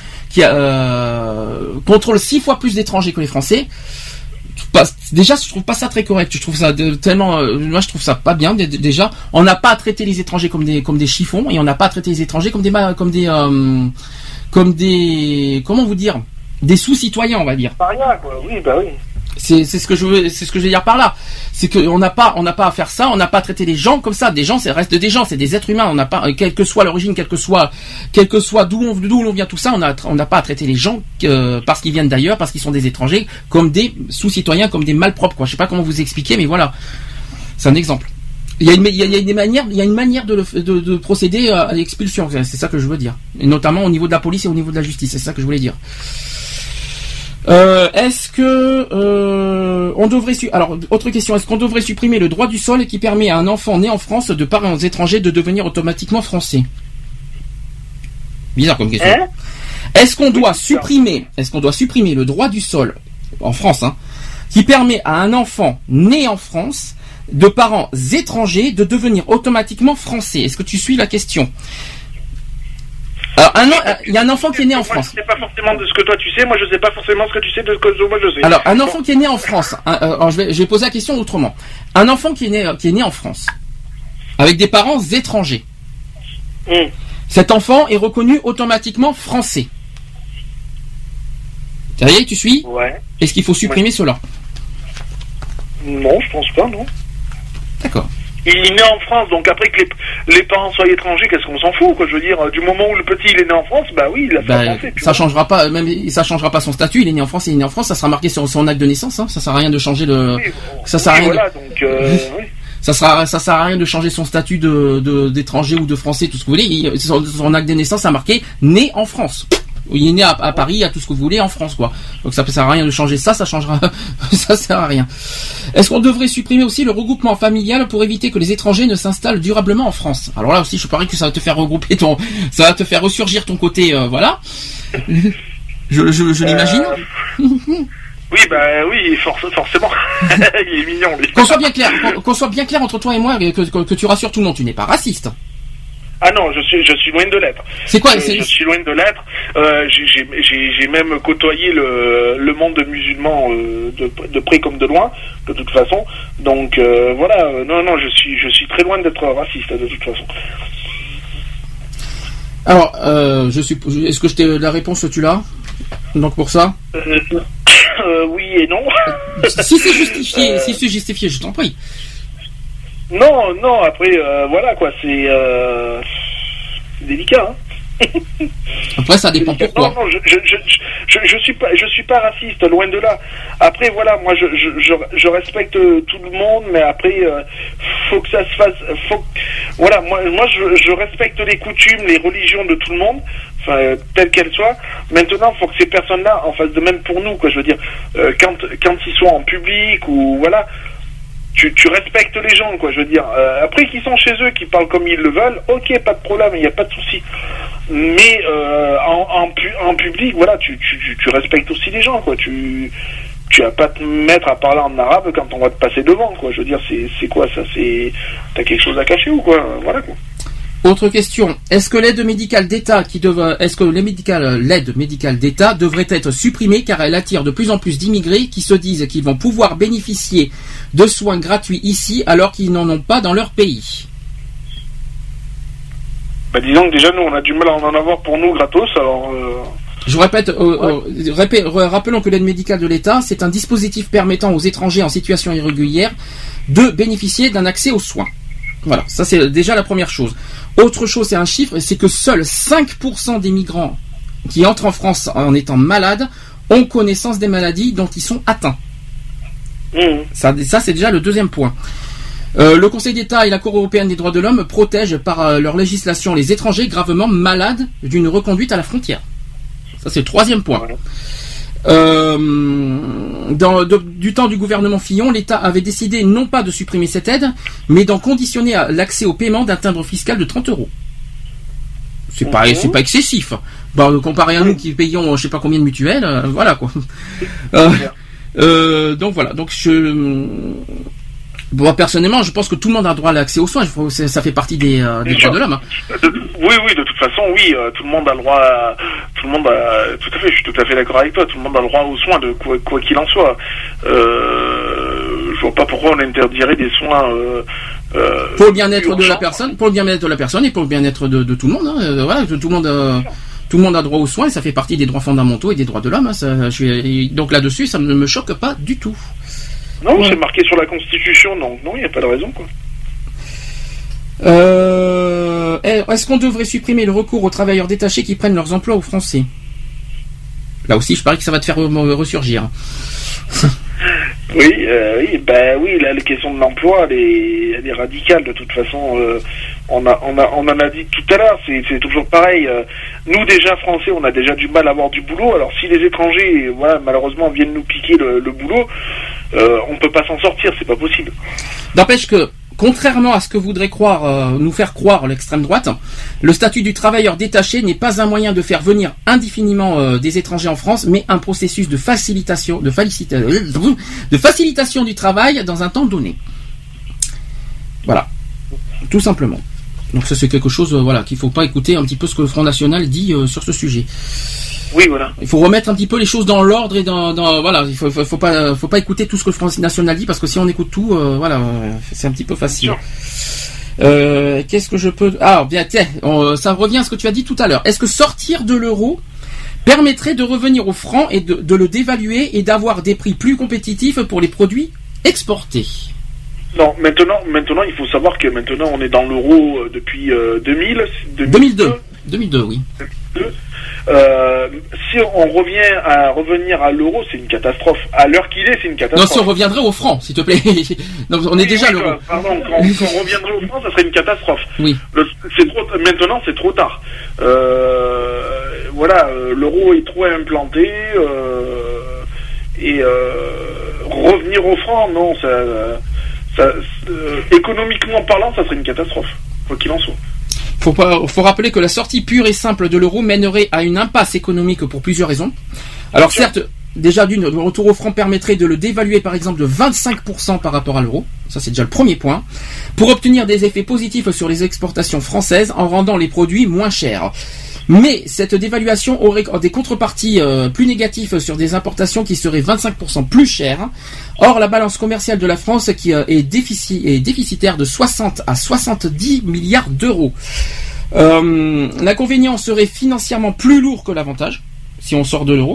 contrôle 6 fois plus d'étrangers que les Français. Déjà, je trouve pas ça très correct. Je trouve ça moi, je trouve ça pas bien. Déjà, on n'a pas à traiter les étrangers comme des chiffons, et on n'a pas à traiter les étrangers comme des comment vous dire, des sous-citoyens, on va dire. Paria, quoi. Oui, bah oui. C'est ce que je veux dire par là. C'est que on n'a pas à faire ça, on n'a pas à traiter les gens comme ça. Des gens, ça reste des gens, c'est des êtres humains. On n'a pas, quelle que soit l'origine, quelle que soit d'où l'on vient, tout ça, on n'a pas à traiter les gens parce qu'ils viennent d'ailleurs, parce qu'ils sont des étrangers, comme des sous-citoyens, comme des malpropres, quoi. Je sais pas comment vous expliquer, mais voilà. C'est un exemple. Il y a une manière de procéder à l'expulsion. C'est ça que je veux dire. Et notamment au niveau de la police et au niveau de la justice. C'est ça que je voulais dire. Est-ce que on devrait alors autre question, est-ce qu'on devrait supprimer le droit du sol qui permet à un enfant né en France de parents étrangers de devenir automatiquement français? Bizarre comme question. Est-ce qu'on doit supprimer le droit du sol en France, hein, qui permet à un enfant né en France de parents étrangers de devenir automatiquement français? Est-ce que tu suis la question? Alors, il y a un enfant qui est né en France. Je sais pas forcément de ce que toi tu sais, moi je sais pas forcément ce que tu sais de ce que moi je sais. Alors, un enfant qui est né en France, alors je vais poser la question autrement. Un enfant qui est né en France, avec des parents étrangers. Cet enfant est reconnu automatiquement français. Ça y est, tu suis? Ouais. Est-ce qu'il faut supprimer cela? Non, je pense pas, non. D'accord. Il est né en France, donc après que les parents soient étrangers, qu'est-ce qu'on s'en fout, quoi? Je veux dire, du moment où le petit il est né en France, bah oui, il a fait français. Ça changera pas, même ça changera pas son statut. Il est né en France, ça sera marqué sur son acte de naissance. Hein. Ça sert à rien de changer le. Oui, ça sert à rien. Voilà, donc. Oui. Ça sert à rien de changer son statut d'étranger ou de français, tout ce que vous voulez. Son acte de naissance a marqué né en France. Il est né à Paris, à tout ce que vous voulez en France, quoi. Donc ça sert à rien de changer ça changera, ça sert à rien. Est-ce qu'on devrait supprimer aussi le regroupement familial pour éviter que les étrangers ne s'installent durablement en France? Alors là aussi, je parie que ça va te faire regrouper ça va te faire ressurgir ton côté, voilà. Je l'imagine. Oui, bah oui, forcément. Il est mignon, lui. Qu'on soit bien clair entre toi et moi, que tu rassures tout le monde, tu n'es pas raciste. Ah non, je suis loin de l'être. C'est quoi Je suis loin de l'être. J'ai même côtoyé le monde musulman de près comme de loin, de toute façon. Donc voilà, non, je suis très loin d'être raciste de toute façon. Alors, est-ce que la réponse tu l'as? Donc pour ça oui et non. Si c'est justifié, je t'en prie. Non, après, voilà quoi, c'est délicat, hein. Après, ça dépend pourquoi. Non, je suis pas raciste, loin de là. Après, voilà, moi, je respecte tout le monde, mais après, faut que ça se fasse, voilà, moi, je respecte les coutumes, les religions de tout le monde, enfin, telles qu'elles soient. Maintenant, faut que ces personnes-là, en fassent de même pour nous, quoi, je veux dire, quand ils sont en public, ou voilà, tu respectes les gens, quoi, je veux dire. Après qu'ils sont chez eux, qu'ils parlent comme ils le veulent, ok, pas de problème, il n'y a pas de souci. Mais en public, voilà, tu respectes aussi les gens, quoi. Tu vas pas te mettre à parler en arabe quand on va te passer devant, quoi. Je veux dire, c'est quoi ça? T'as quelque chose à cacher ou quoi? Voilà, quoi. Autre question. Est-ce que l'aide médicale d'État l'aide médicale d'État devrait être supprimée car elle attire de plus en plus d'immigrés qui se disent qu'ils vont pouvoir bénéficier de soins gratuits ici alors qu'ils n'en ont pas dans leur pays? Disons que déjà nous on a du mal à en avoir pour nous gratos, alors... Je répète, rappelons que l'aide médicale de l'État, c'est un dispositif permettant aux étrangers en situation irrégulière de bénéficier d'un accès aux soins. Voilà, ça c'est déjà la première chose. Autre chose, c'est un chiffre, c'est que seuls 5% des migrants qui entrent en France en étant malades ont connaissance des maladies dont ils sont atteints. Ça c'est déjà le deuxième point. Le Conseil d'État et la Cour européenne des droits de l'homme protègent par leur législation les étrangers gravement malades d'une reconduite à la frontière. Ça c'est le troisième point. Du temps du gouvernement Fillon, l'État avait décidé non pas de supprimer cette aide, mais d'en conditionner l'accès au paiement d'un timbre fiscal de 30 €. C'est pas excessif. Comparé à nous qui payons je sais pas combien de mutuelles, voilà quoi. Donc voilà. Donc Bon, personnellement, je pense que tout le monde a droit à l'accès aux soins. Ça fait partie des droits de l'homme. Hein. Oui, de toute façon, oui, tout le monde a le droit. Tout le monde a. Tout à fait, je suis tout à fait d'accord avec toi. Tout le monde a le droit aux soins, de quoi qu'il en soit. Je vois pas pourquoi on interdirait des soins. Pour le bien-être de la personne, et pour le bien-être de tout le monde. Hein. Voilà, tout le monde a droit aux soins et ça fait partie des droits fondamentaux et des droits de l'homme. Hein. Donc là-dessus, ça ne me choque pas du tout. Non, ouais. C'est marqué sur la Constitution, donc non, il n'y a pas de raison, quoi. Est-ce qu'on devrait supprimer le recours aux travailleurs détachés qui prennent leurs emplois aux Français? Là aussi, je parie que ça va te faire ressurgir. Oui, là, la question de l'emploi, elle est radicale, de toute façon. On en a dit tout à l'heure, c'est toujours pareil. Nous, déjà, Français, on a déjà du mal à avoir du boulot. Alors, si les étrangers, voilà, malheureusement, viennent nous piquer le boulot, on peut pas s'en sortir, c'est pas possible. N'empêche que, contrairement à ce que voudrait nous faire croire l'extrême droite, le statut du travailleur détaché n'est pas un moyen de faire venir indéfiniment des étrangers en France, mais un processus de facilitation du travail dans un temps donné. Voilà, tout simplement. Donc ça c'est quelque chose, qu'il faut pas écouter un petit peu ce que le Front National dit sur ce sujet. Oui, voilà. Il faut remettre un petit peu les choses dans l'ordre et voilà, il faut pas écouter tout ce que le Front National dit parce que si on écoute tout, c'est un petit peu facile. Qu'est-ce que je peux... Ah, bien, tiens, ça revient à ce que tu as dit tout à l'heure. Est-ce que sortir de l'euro permettrait de revenir au franc et de le dévaluer et d'avoir des prix plus compétitifs pour les produits exportés? Non, maintenant, il faut savoir que maintenant, on est dans l'euro depuis 2002, oui. 2002. Si on revient à revenir à l'euro, c'est une catastrophe. À l'heure qu'il est, c'est une catastrophe. Non, si on reviendrait au franc, s'il te plaît. Non, on est déjà à l'euro. Pardon, quand on reviendrait au franc, ça serait une catastrophe. Oui. Maintenant, c'est trop tard. L'euro est trop implanté et revenir au franc, non, économiquement parlant, ça serait une catastrophe, quoi qu'il en soit. Faut rappeler que la sortie pure et simple de l'euro mènerait à une impasse économique pour plusieurs raisons. Alors certes, Déjà le retour au franc permettrait de le dévaluer par exemple de 25% par rapport à l'euro. Ça c'est déjà le premier point. Pour obtenir des effets positifs sur les exportations françaises en rendant les produits moins chers. Mais cette dévaluation aurait des contreparties plus négatives sur des importations qui seraient 25% plus chères. Or, la balance commerciale de la France qui est déficitaire de 60 à 70 milliards d'euros. L'inconvénient serait financièrement plus lourd que l'avantage, si on sort de l'euro.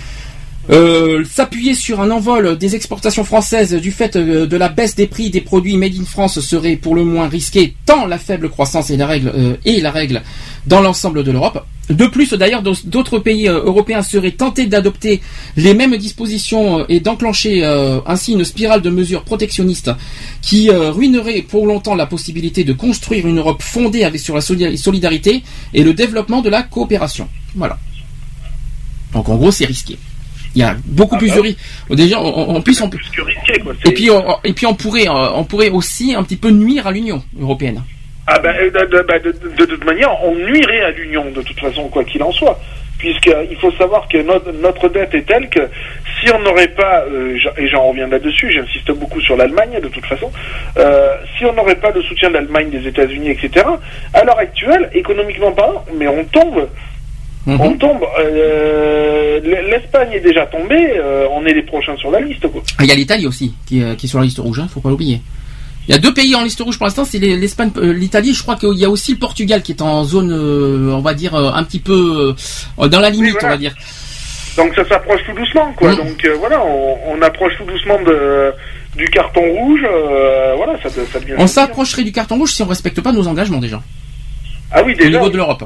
S'appuyer sur un envol des exportations françaises du fait de la baisse des prix des produits made in France serait pour le moins risqué, tant la faible croissance est la règle dans l'ensemble de l'Europe. De plus, d'ailleurs, d'autres pays européens seraient tentés d'adopter les mêmes dispositions et d'enclencher ainsi une spirale de mesures protectionnistes qui ruinerait pour longtemps la possibilité de construire une Europe fondée sur la solidarité et le développement de la coopération. Voilà. Donc en gros, c'est risqué. Il y a beaucoup plus de risques. Déjà, en plus, on peut. Et puis, on pourrait aussi un petit peu nuire à l'Union européenne. Ah de toute manière, on nuirait à l'Union de toute façon, quoi qu'il en soit, puisqu'il faut savoir que notre dette est telle que si on n'aurait pas, et j'en reviens là-dessus, j'insiste beaucoup sur l'Allemagne de toute façon, si on n'aurait pas le soutien de l'Allemagne, des États-Unis, etc., à l'heure actuelle, économiquement parlant, mais on tombe. On tombe. L'Espagne est déjà tombée. On est les prochains sur la liste, quoi. Il y a l'Italie aussi qui est sur la liste rouge. Faut pas l'oublier. Il y a 2 pays en liste rouge pour l'instant. C'est l'Espagne, l'Italie. Je crois qu'il y a aussi le Portugal qui est en zone, on va dire un petit peu dans la limite, on va dire. Donc ça s'approche tout doucement, quoi. Donc voilà, on approche tout doucement du carton rouge. Voilà, ça devient. On s'approcherait du carton rouge si on respecte pas nos engagements déjà. Ah oui, déjà. Au niveau de l'Europe.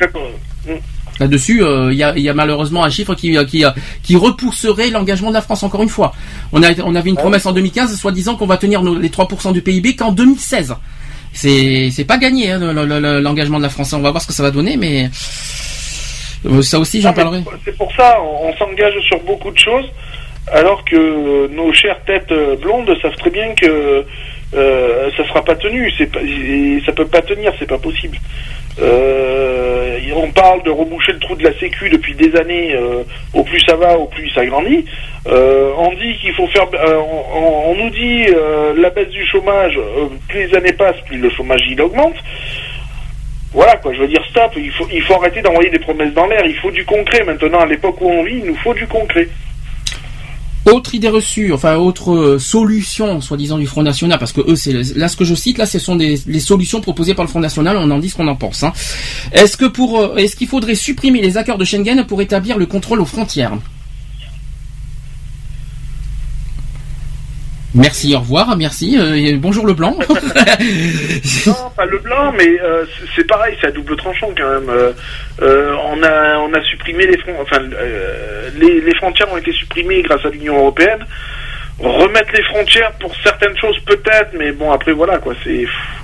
Là-dessus, il y a malheureusement un chiffre qui repousserait l'engagement de la France encore une fois. On avait une promesse en 2015, soi-disant qu'on va tenir les 3% du PIB qu'en 2016. C'est pas gagné, hein, l'engagement de la France. On va voir ce que ça va donner, mais ça aussi j'en parlerai. C'est pour ça, on s'engage sur beaucoup de choses, alors que nos chères têtes blondes savent très bien que ça sera pas tenu. Ça peut pas tenir, c'est pas possible. On parle de reboucher le trou de la Sécu depuis des années. Au plus ça va, au plus ça grandit. On dit qu'il faut faire. On nous dit la baisse du chômage. Plus les années passent, plus le chômage il augmente. Voilà quoi. Je veux dire stop. Il faut arrêter d'envoyer des promesses dans l'air. Il faut du concret maintenant. À l'époque où on vit, il nous faut du concret. Autre idée reçue, enfin autre solution, soi-disant du Front National, parce que eux, c'est là ce que je cite, là, ce sont les solutions proposées par le Front National. On en dit ce qu'on en pense. Hein. Est-ce qu'il faudrait supprimer les accords de Schengen pour établir le contrôle aux frontières? Merci, au revoir, merci. Bonjour le blanc. Non, pas le blanc, mais c'est pareil, c'est à double tranchant quand même. On a supprimé les frontières ont été supprimées grâce à l'Union européenne. Remettre les frontières pour certaines choses peut-être, mais bon après voilà quoi, c'est.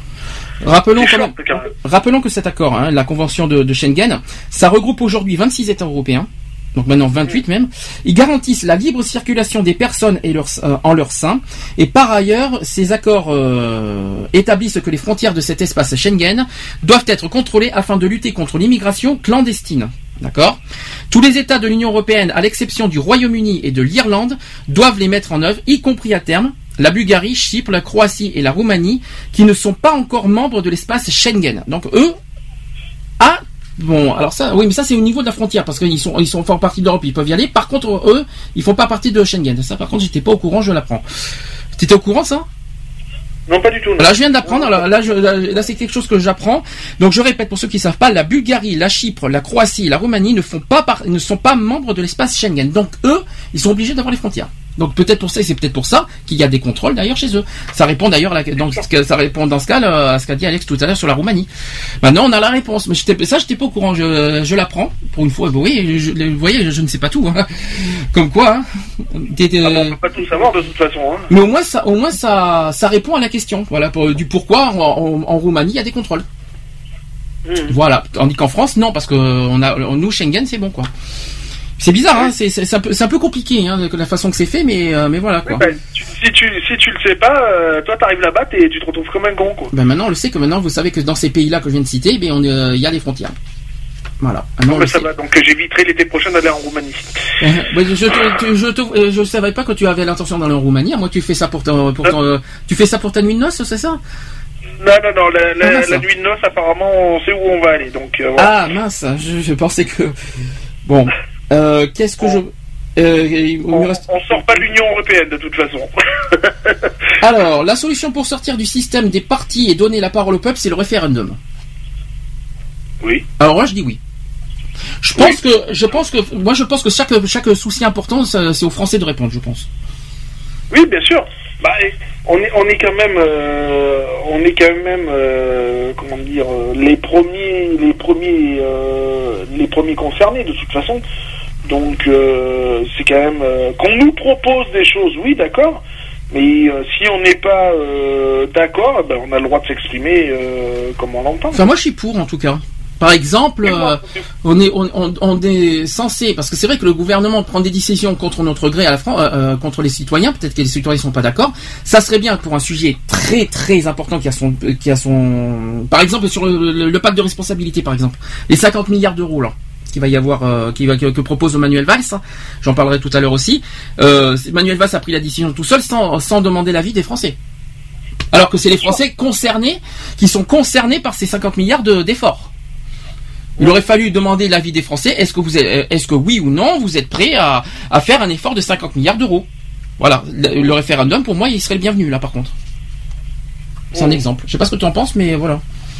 Rappelons que cet accord, hein, la convention de Schengen, ça regroupe aujourd'hui 26 États européens. Donc maintenant 28 même, ils garantissent la libre circulation des personnes et en leur sein. Et par ailleurs, ces accords établissent que les frontières de cet espace Schengen doivent être contrôlées afin de lutter contre l'immigration clandestine. D'accord ? Tous les États de l'Union européenne, à l'exception du Royaume-Uni et de l'Irlande, doivent les mettre en œuvre, y compris à terme la Bulgarie, Chypre, la Croatie et la Roumanie, qui ne sont pas encore membres de l'espace Schengen. Donc eux, bon, alors ça, oui, mais ça c'est au niveau de la frontière, parce qu'ils font partie de l'Europe, ils peuvent y aller. Par contre, eux, ils font pas partie de Schengen. Ça, par contre, j'étais pas au courant, je l'apprends. T'étais au courant, ça? Non, pas du tout. Non. Là, je viens d'apprendre. Là, c'est quelque chose que j'apprends. Donc, je répète pour ceux qui savent pas, la Bulgarie, la Chypre, la Croatie et la Roumanie ne sont pas membres de l'espace Schengen. Donc, eux, ils sont obligés d'avoir les frontières. Donc peut-être pour ça, et c'est peut-être pour ça qu'il y a des contrôles d'ailleurs chez eux. Ça répond d'ailleurs ça répond dans ce cas à ce qu'a dit Alex tout à l'heure sur la Roumanie. Maintenant on a la réponse, mais j'étais pas au courant. Je l'apprends pour une fois. Oui, vous voyez, je ne sais pas tout. Hein. Comme quoi. Hein. On peut pas tout savoir de toute façon. Hein. Mais au moins ça répond à la question. Voilà du pourquoi en Roumanie il y a des contrôles. Voilà. Tandis qu'en France non, parce que nous Schengen c'est bon quoi. C'est bizarre, hein, c'est un peu compliqué, hein, la façon que c'est fait, mais voilà, quoi. Oui, si tu le sais pas, toi t'arrives là-bas et tu te retrouves comme un con, quoi. Ben maintenant on le sait que maintenant vous savez que dans ces pays-là que je viens de citer, il y a les frontières. Voilà. Non, mais ça va, donc j'éviterai l'été prochain d'aller en Roumanie. Je savais pas que tu avais l'intention d'aller en Roumanie. Moi, tu fais ça pour ta nuit de noces, c'est ça? Non, la nuit de noces, apparemment, on sait où on va aller, donc voilà. Ah, mince, je pensais que... Bon, qu'est-ce que on sort pas de l'Union Européenne, de toute façon. Alors, la solution pour sortir du système des partis et donner la parole au peuple, c'est le référendum. Oui. Alors moi, je dis oui. Je pense que chaque souci important, c'est aux Français de répondre, je pense. Oui, bien sûr. Bah, on est quand même, comment dire, les premiers concernés de toute façon. Donc c'est quand même qu'on nous propose des choses, oui, d'accord. Mais si on n'est pas d'accord, ben, on a le droit de s'exprimer comme on l'entend. Enfin, moi, je suis pour, en tout cas. Par exemple, on est censé, parce que c'est vrai que le gouvernement prend des décisions contre notre gré à la France, contre les citoyens. Peut-être que les citoyens sont pas d'accord. Ça serait bien pour un sujet très très important qui a son, par exemple sur le pacte de responsabilité, par exemple, les 50 milliards d'euros là qu'il va y avoir, que propose Manuel Valls. J'en parlerai tout à l'heure aussi. Manuel Valls a pris la décision tout seul sans demander l'avis des Français. Alors que c'est les Français concernés qui sont concernés par ces 50 milliards d'efforts. Il aurait fallu demander l'avis des Français. Est-ce que oui ou non, vous êtes prêts à faire un effort de 50 milliards d'euros? Voilà. Le référendum, pour moi, il serait le bienvenu, là, par contre. C'est un exemple. Je sais pas ce que tu en penses, mais voilà.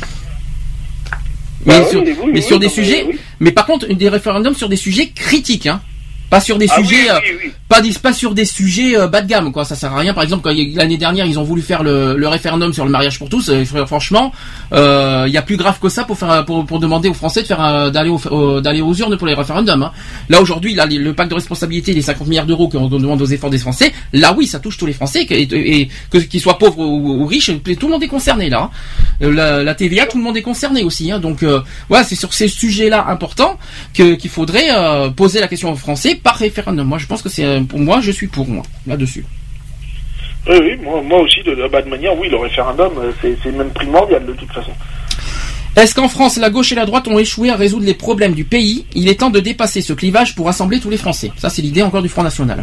Mais sur des sujets, mais par contre, des référendums sur des sujets critiques, hein. Pas sur des sujets, pas sur des sujets bas de gamme, quoi. Ça sert à rien. Par exemple, quand l'année dernière ils ont voulu faire le référendum sur le mariage pour tous, franchement, il y a plus grave que ça pour demander aux Français de d'aller aux urnes pour les référendums. Hein. Là aujourd'hui, là le pacte de responsabilité, les 50 milliards d'euros qu'on demande aux efforts des Français, là oui, ça touche tous les Français et qu'ils soient pauvres ou riches, tout le monde est concerné là. Hein. La TVA, tout le monde est concerné aussi. Hein. Donc voilà, c'est sur ces sujets-là importants qu'il faudrait poser la question aux Français par référendum. Moi, je pense que pour moi, je suis pour moi là-dessus. Oui, moi aussi, de manière, oui, le référendum, c'est même primordial de toute façon. Est-ce qu'en France, la gauche et la droite ont échoué à résoudre les problèmes du pays? Il est temps de dépasser ce clivage pour rassembler tous les Français. Ça, c'est l'idée encore du Front National.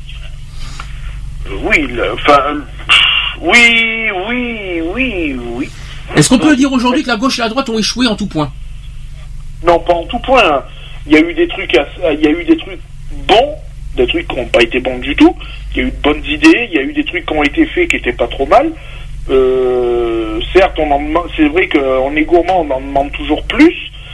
Oui. Est-ce qu'on peut dire aujourd'hui que la gauche et la droite ont échoué en tout point? Non, pas en tout point. Il y a eu des trucs bons, des trucs qui n'ont pas été bons du tout. Il y a eu de bonnes idées, il y a eu des trucs qui ont été faits qui n'étaient pas trop mal. Certes, c'est vrai qu'on est gourmand, on en demande toujours plus.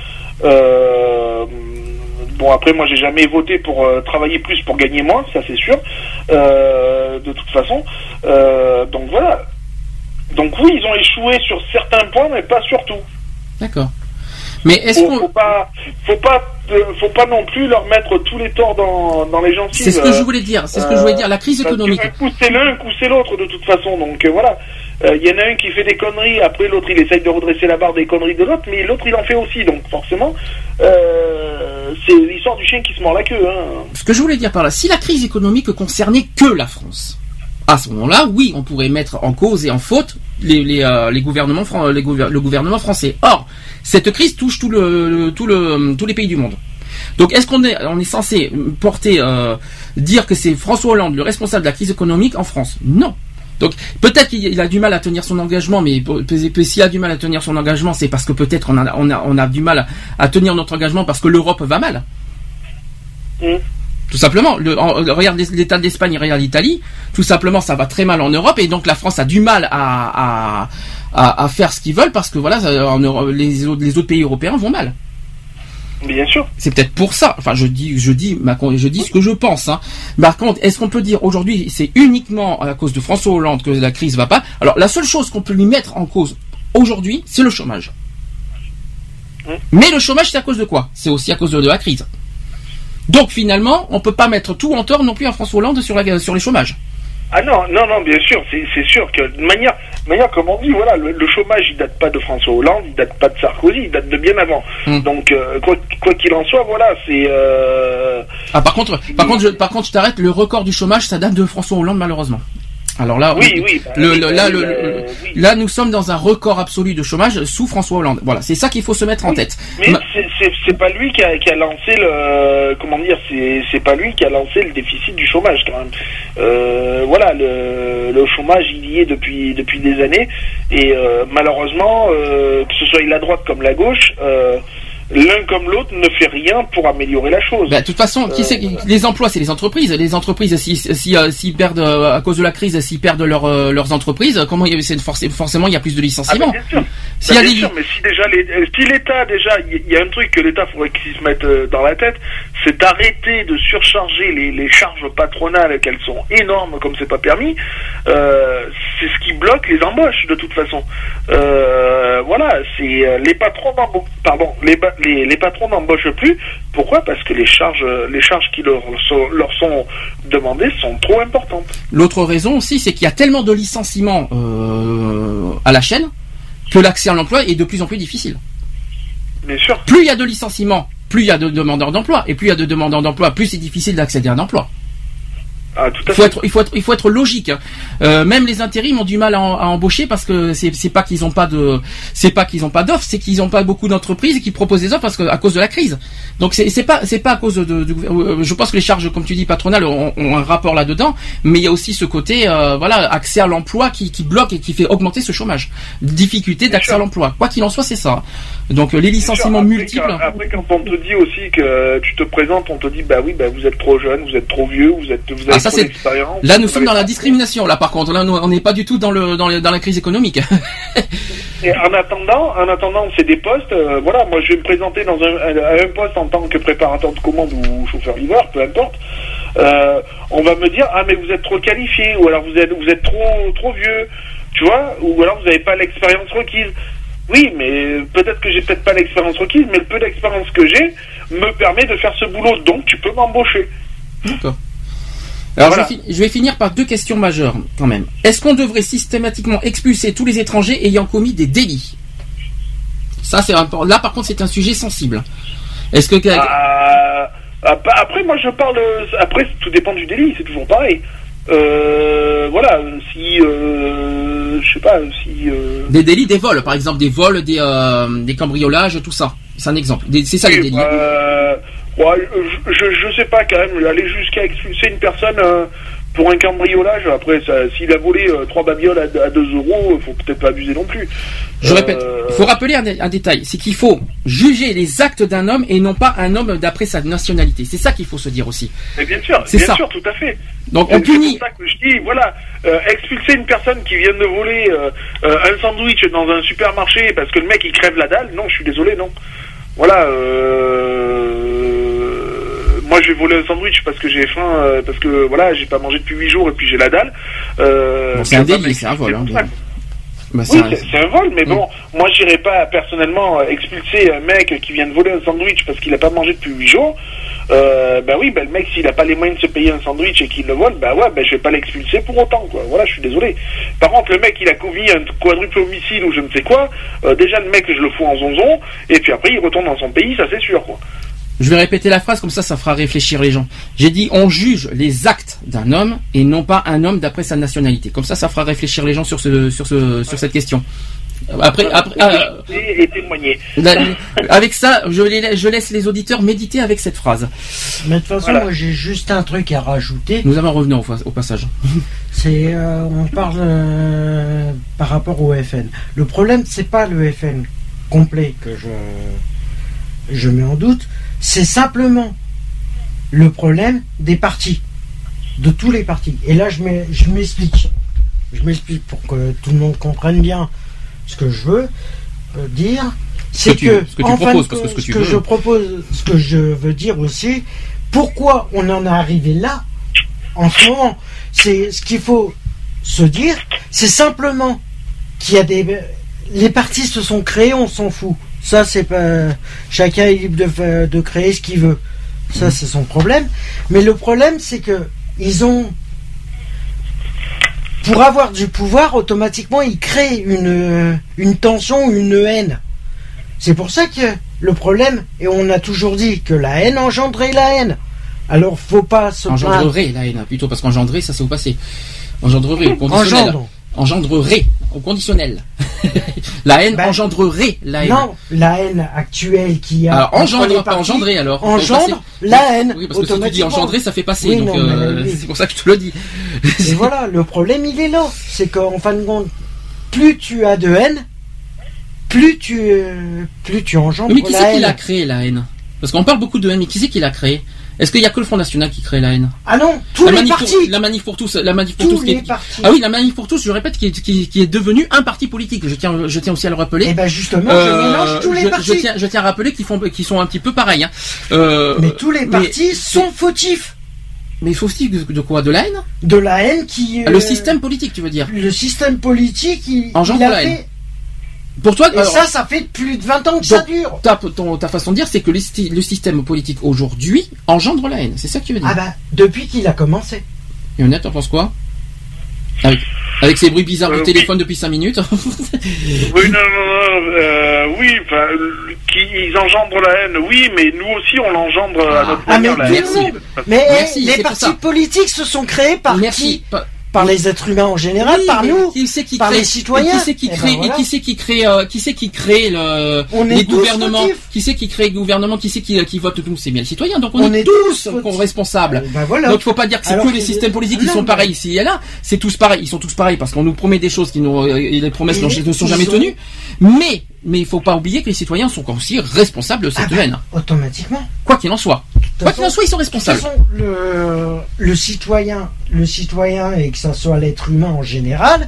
Bon, après, moi, j'ai jamais voté pour travailler plus pour gagner moins, ça c'est sûr. De toute façon, donc voilà. Donc oui, ils ont échoué sur certains points, mais pas sur tout. D'accord. Mais est-ce qu'on faut pas non plus leur mettre tous les torts dans les gencives. C'est ce que je voulais dire. La crise économique. Un coup c'est l'un, un coup c'est l'autre de toute façon. Donc voilà. Il y en a un qui fait des conneries. Après l'autre il essaye de redresser la barre des conneries de l'autre, mais l'autre il en fait aussi. Donc forcément, c'est l'histoire du chien qui se mord la queue. Hein. Ce que je voulais dire par là, si la crise économique concernait que la France, à ce moment-là, oui, on pourrait mettre en cause et en faute le gouvernement français. Or, cette crise touche tous les pays du monde. Donc, est-ce qu'on est censé dire que c'est François Hollande le responsable de la crise économique en France? Non. Donc, peut-être qu'il a du mal à tenir son engagement, mais s'il a du mal à tenir son engagement, c'est parce que peut-être on a du mal à tenir notre engagement parce que l'Europe va mal. Tout simplement, regarde l'état de l'Espagne, regarde l'Italie, tout simplement ça va très mal en Europe et donc la France a du mal à faire ce qu'ils veulent parce que voilà, les autres pays européens vont mal. Bien sûr. C'est peut-être pour ça. Enfin, je dis ce que je pense. Hein. Par contre, est-ce qu'on peut dire aujourd'hui c'est uniquement à cause de François Hollande que la crise va pas? Alors la seule chose qu'on peut lui mettre en cause aujourd'hui, c'est le chômage. Mais le chômage, c'est à cause de quoi? C'est aussi à cause de la crise. Donc finalement, on peut pas mettre tout en tort non plus à François Hollande sur les chômages. Ah non, bien sûr, c'est sûr que de manière comme on dit, voilà, le chômage il date pas de François Hollande, il date pas de Sarkozy, il date de bien avant. Donc quoi qu'il en soit, voilà, c'est. Par contre, je t'arrête. Le record du chômage, ça date de François Hollande malheureusement. Alors là, oui. Là, nous sommes dans un record absolu de chômage sous François Hollande. Voilà, c'est ça qu'il faut se mettre en tête. Mais c'est pas lui qui a lancé le, comment dire, c'est pas lui qui a lancé le déficit du chômage quand même. Voilà, le chômage il y est depuis des années et malheureusement que ce soit la droite comme la gauche. L'un comme l'autre ne fait rien pour améliorer la chose. De toute façon, les emplois, c'est les entreprises. Les entreprises, s'ils perdent à cause de la crise, s'ils perdent leurs entreprises, comment forcément il y a plus de licenciements. Bien sûr. Bien sûr, mais si l'État il y a un truc que l'État faudrait qu'il se mette dans la tête, c'est d'arrêter de surcharger les charges patronales, qu'elles sont énormes comme c'est pas permis. C'est ce qui bloque les embauches de toute façon. Voilà, c'est les patrons les patrons n'embauchent plus. Pourquoi ? Parce que les charges qui leur sont demandées sont trop importantes. L'autre raison aussi, c'est qu'il y a tellement de licenciements à la chaîne que l'accès à l'emploi est de plus en plus difficile. Bien sûr. Plus il y a de licenciements, plus il y a de demandeurs d'emploi, et plus il y a de demandeurs d'emploi, plus c'est difficile d'accéder à un emploi. Ah, tout à fait. Il faut être logique. Même les intérims ont du mal à embaucher parce que c'est pas qu'ils ont pas d'offres, c'est qu'ils ont pas beaucoup d'entreprises qui proposent des offres à cause de la crise. Donc c'est pas à cause je pense que les charges, comme tu dis, patronales ont un rapport là-dedans, mais il y a aussi ce côté accès à l'emploi qui bloque et qui fait augmenter ce chômage. Difficulté d'accès à l'emploi. Quoi qu'il en soit, c'est ça. Donc les licenciements multiples. Après, quand on te dit aussi que tu te présentes, on te dit vous êtes trop jeune, vous êtes trop vieux, vous avez ça, c'est... Là, nous sommes dans la discrimination. Là, par contre, là, on n'est pas du tout dans la crise économique. Et en attendant, c'est des postes. Moi, je vais me présenter à un poste en tant que préparateur de commande ou chauffeur livreur, peu importe. On va me dire mais vous êtes trop qualifié, ou alors vous êtes trop vieux, tu vois, ou alors vous n'avez pas l'expérience requise. Oui, mais peut-être que j'ai peut-être pas l'expérience requise, mais le peu d'expérience que j'ai me permet de faire ce boulot, donc tu peux m'embaucher. D'accord. Alors je vais finir par deux questions majeures quand même. Est-ce qu'on devrait systématiquement expulser tous les étrangers ayant commis des délits ? Ça c'est important. Là par contre c'est un sujet sensible. Est-ce que après moi je parle après tout dépend du délit, c'est toujours pareil. Si je sais pas si des délits, des vols par exemple, des vols, des cambriolages, tout ça. C'est un exemple. C'est ça les délits. Je sais pas quand même, aller jusqu'à expulser une personne pour un cambriolage. Après, s'il a volé 3 babioles à 2 €, faut peut-être pas abuser non plus. Je répète, il faut rappeler un détail, c'est qu'il faut juger les actes d'un homme et non pas un homme d'après sa nationalité. C'est ça qu'il faut se dire aussi. Mais bien sûr, tout à fait. Donc on punit. C'est pour ça que je dis, expulser une personne qui vient de voler un sandwich dans un supermarché parce que le mec il crève la dalle, non, je suis désolé, non. Voilà, moi je vais voler un sandwich parce que j'ai faim, parce que j'ai pas mangé depuis 8 jours et puis j'ai la dalle. C'est un délit, c'est un vol. C'est un vol, mais bon, moi j'irai pas personnellement expulser un mec qui vient de voler un sandwich parce qu'il a pas mangé depuis 8 jours. Le mec s'il a pas les moyens de se payer un sandwich et qu'il le vole, je vais pas l'expulser pour autant, quoi. Voilà, je suis désolé. Par contre, le mec il a commis un quadruple homicide ou je ne sais quoi, déjà le mec je le fous en zonzon et puis après il retourne dans son pays, ça c'est sûr, quoi. Je vais répéter la phrase, comme ça fera réfléchir les gens. J'ai dit, on juge les actes d'un homme et non pas un homme d'après sa nationalité. Comme ça fera réfléchir les gens sur cette question. Et témoigner. Avec ça, je laisse les auditeurs méditer avec cette phrase. Mais de toute façon, moi j'ai juste un truc à rajouter. Nous allons revenir au passage. C'est, on parle par rapport au FN. Le problème, c'est pas le FN complet que je mets en doute. C'est simplement le problème des partis, de tous les partis. Et là, je m'explique. Je m'explique pour que tout le monde comprenne bien ce que je veux dire. C'est que ce que je veux dire aussi, pourquoi on en est arrivé là, en ce moment. C'est ce qu'il faut se dire, c'est simplement qu'il y a les partis se sont créés, on s'en fout. Ça, c'est pas. Chacun est libre de créer ce qu'il veut. Ça, c'est son problème. Mais le problème, c'est que ils ont. Pour avoir du pouvoir, automatiquement, ils créent une tension, une haine. C'est pour ça que le problème, et on a toujours dit que la haine engendrait la haine. Alors, faut pas se engendrer la haine, plutôt, parce qu'engendrer, ça c'est au passé. Engendrerait au conditionnel. Engendre. Engendrerait au conditionnel. La haine engendrerait la haine. Non, la haine actuelle qui a. Alors engendre, pas engendrer alors. Engendre la haine. Oui, parce que si tu dis engendrer, ça fait passer. Oui, donc non, c'est pour ça que je te le dis. Et voilà, le problème il est là. C'est qu'en fin de compte, plus tu as de haine, plus tu engendres Mais qui la c'est haine. qui l'a créé la haine? Parce qu'on parle beaucoup de haine, mais qui c'est qui l'a créé? Est-ce qu'il y a que le Front National qui crée la haine? Ah non, tous les partis. La manif pour tous, la manif pour Tous tous. les partis. Ah oui, la manif pour tous, je répète, qui est devenu un parti politique. Je tiens aussi à le rappeler. Et ben justement, je mélange tous les partis. Je tiens à rappeler qu'ils sont un petit peu pareils. Hein. Mais tous les partis sont fautifs. Mais fautifs de quoi? De la haine? De la haine qui. Le système politique, tu veux dire? Le système politique, il engendre a la haine. fait. Pour toi, et alors, ça fait plus de 20 ans que ça dure. Ta façon de dire, c'est que le système politique aujourd'hui engendre la haine. C'est ça que tu veux dire? Ah bah, depuis qu'il a commencé. Et honnête, t'en penses quoi? Avec ces bruits bizarres de téléphone depuis 5 minutes. Oui, oui, ils engendrent la haine, oui, mais nous aussi on l'engendre à notre manière, la haine. Mais les partis politiques se sont créés par qui? Par les êtres humains en général, par nous, par les citoyens. Qui c'est qui crée les gouvernements? Qui c'est qui crée le gouvernement? Qui c'est qui vote tout? C'est bien les citoyens. Donc on est tous responsables. Donc faut pas dire que c'est que les systèmes politiques qui sont pareils ici et là. C'est tous pareils. Ils sont tous pareils parce qu'on nous promet des choses et les promesses ne sont jamais tenues. Mais il faut pas oublier que les citoyens sont aussi responsables de cette haine. Automatiquement. Quoi qu'il en soit. Quoi qu'il en soit, ils sont responsables. De toute façon, le citoyen, et que ça soit l'être humain en général,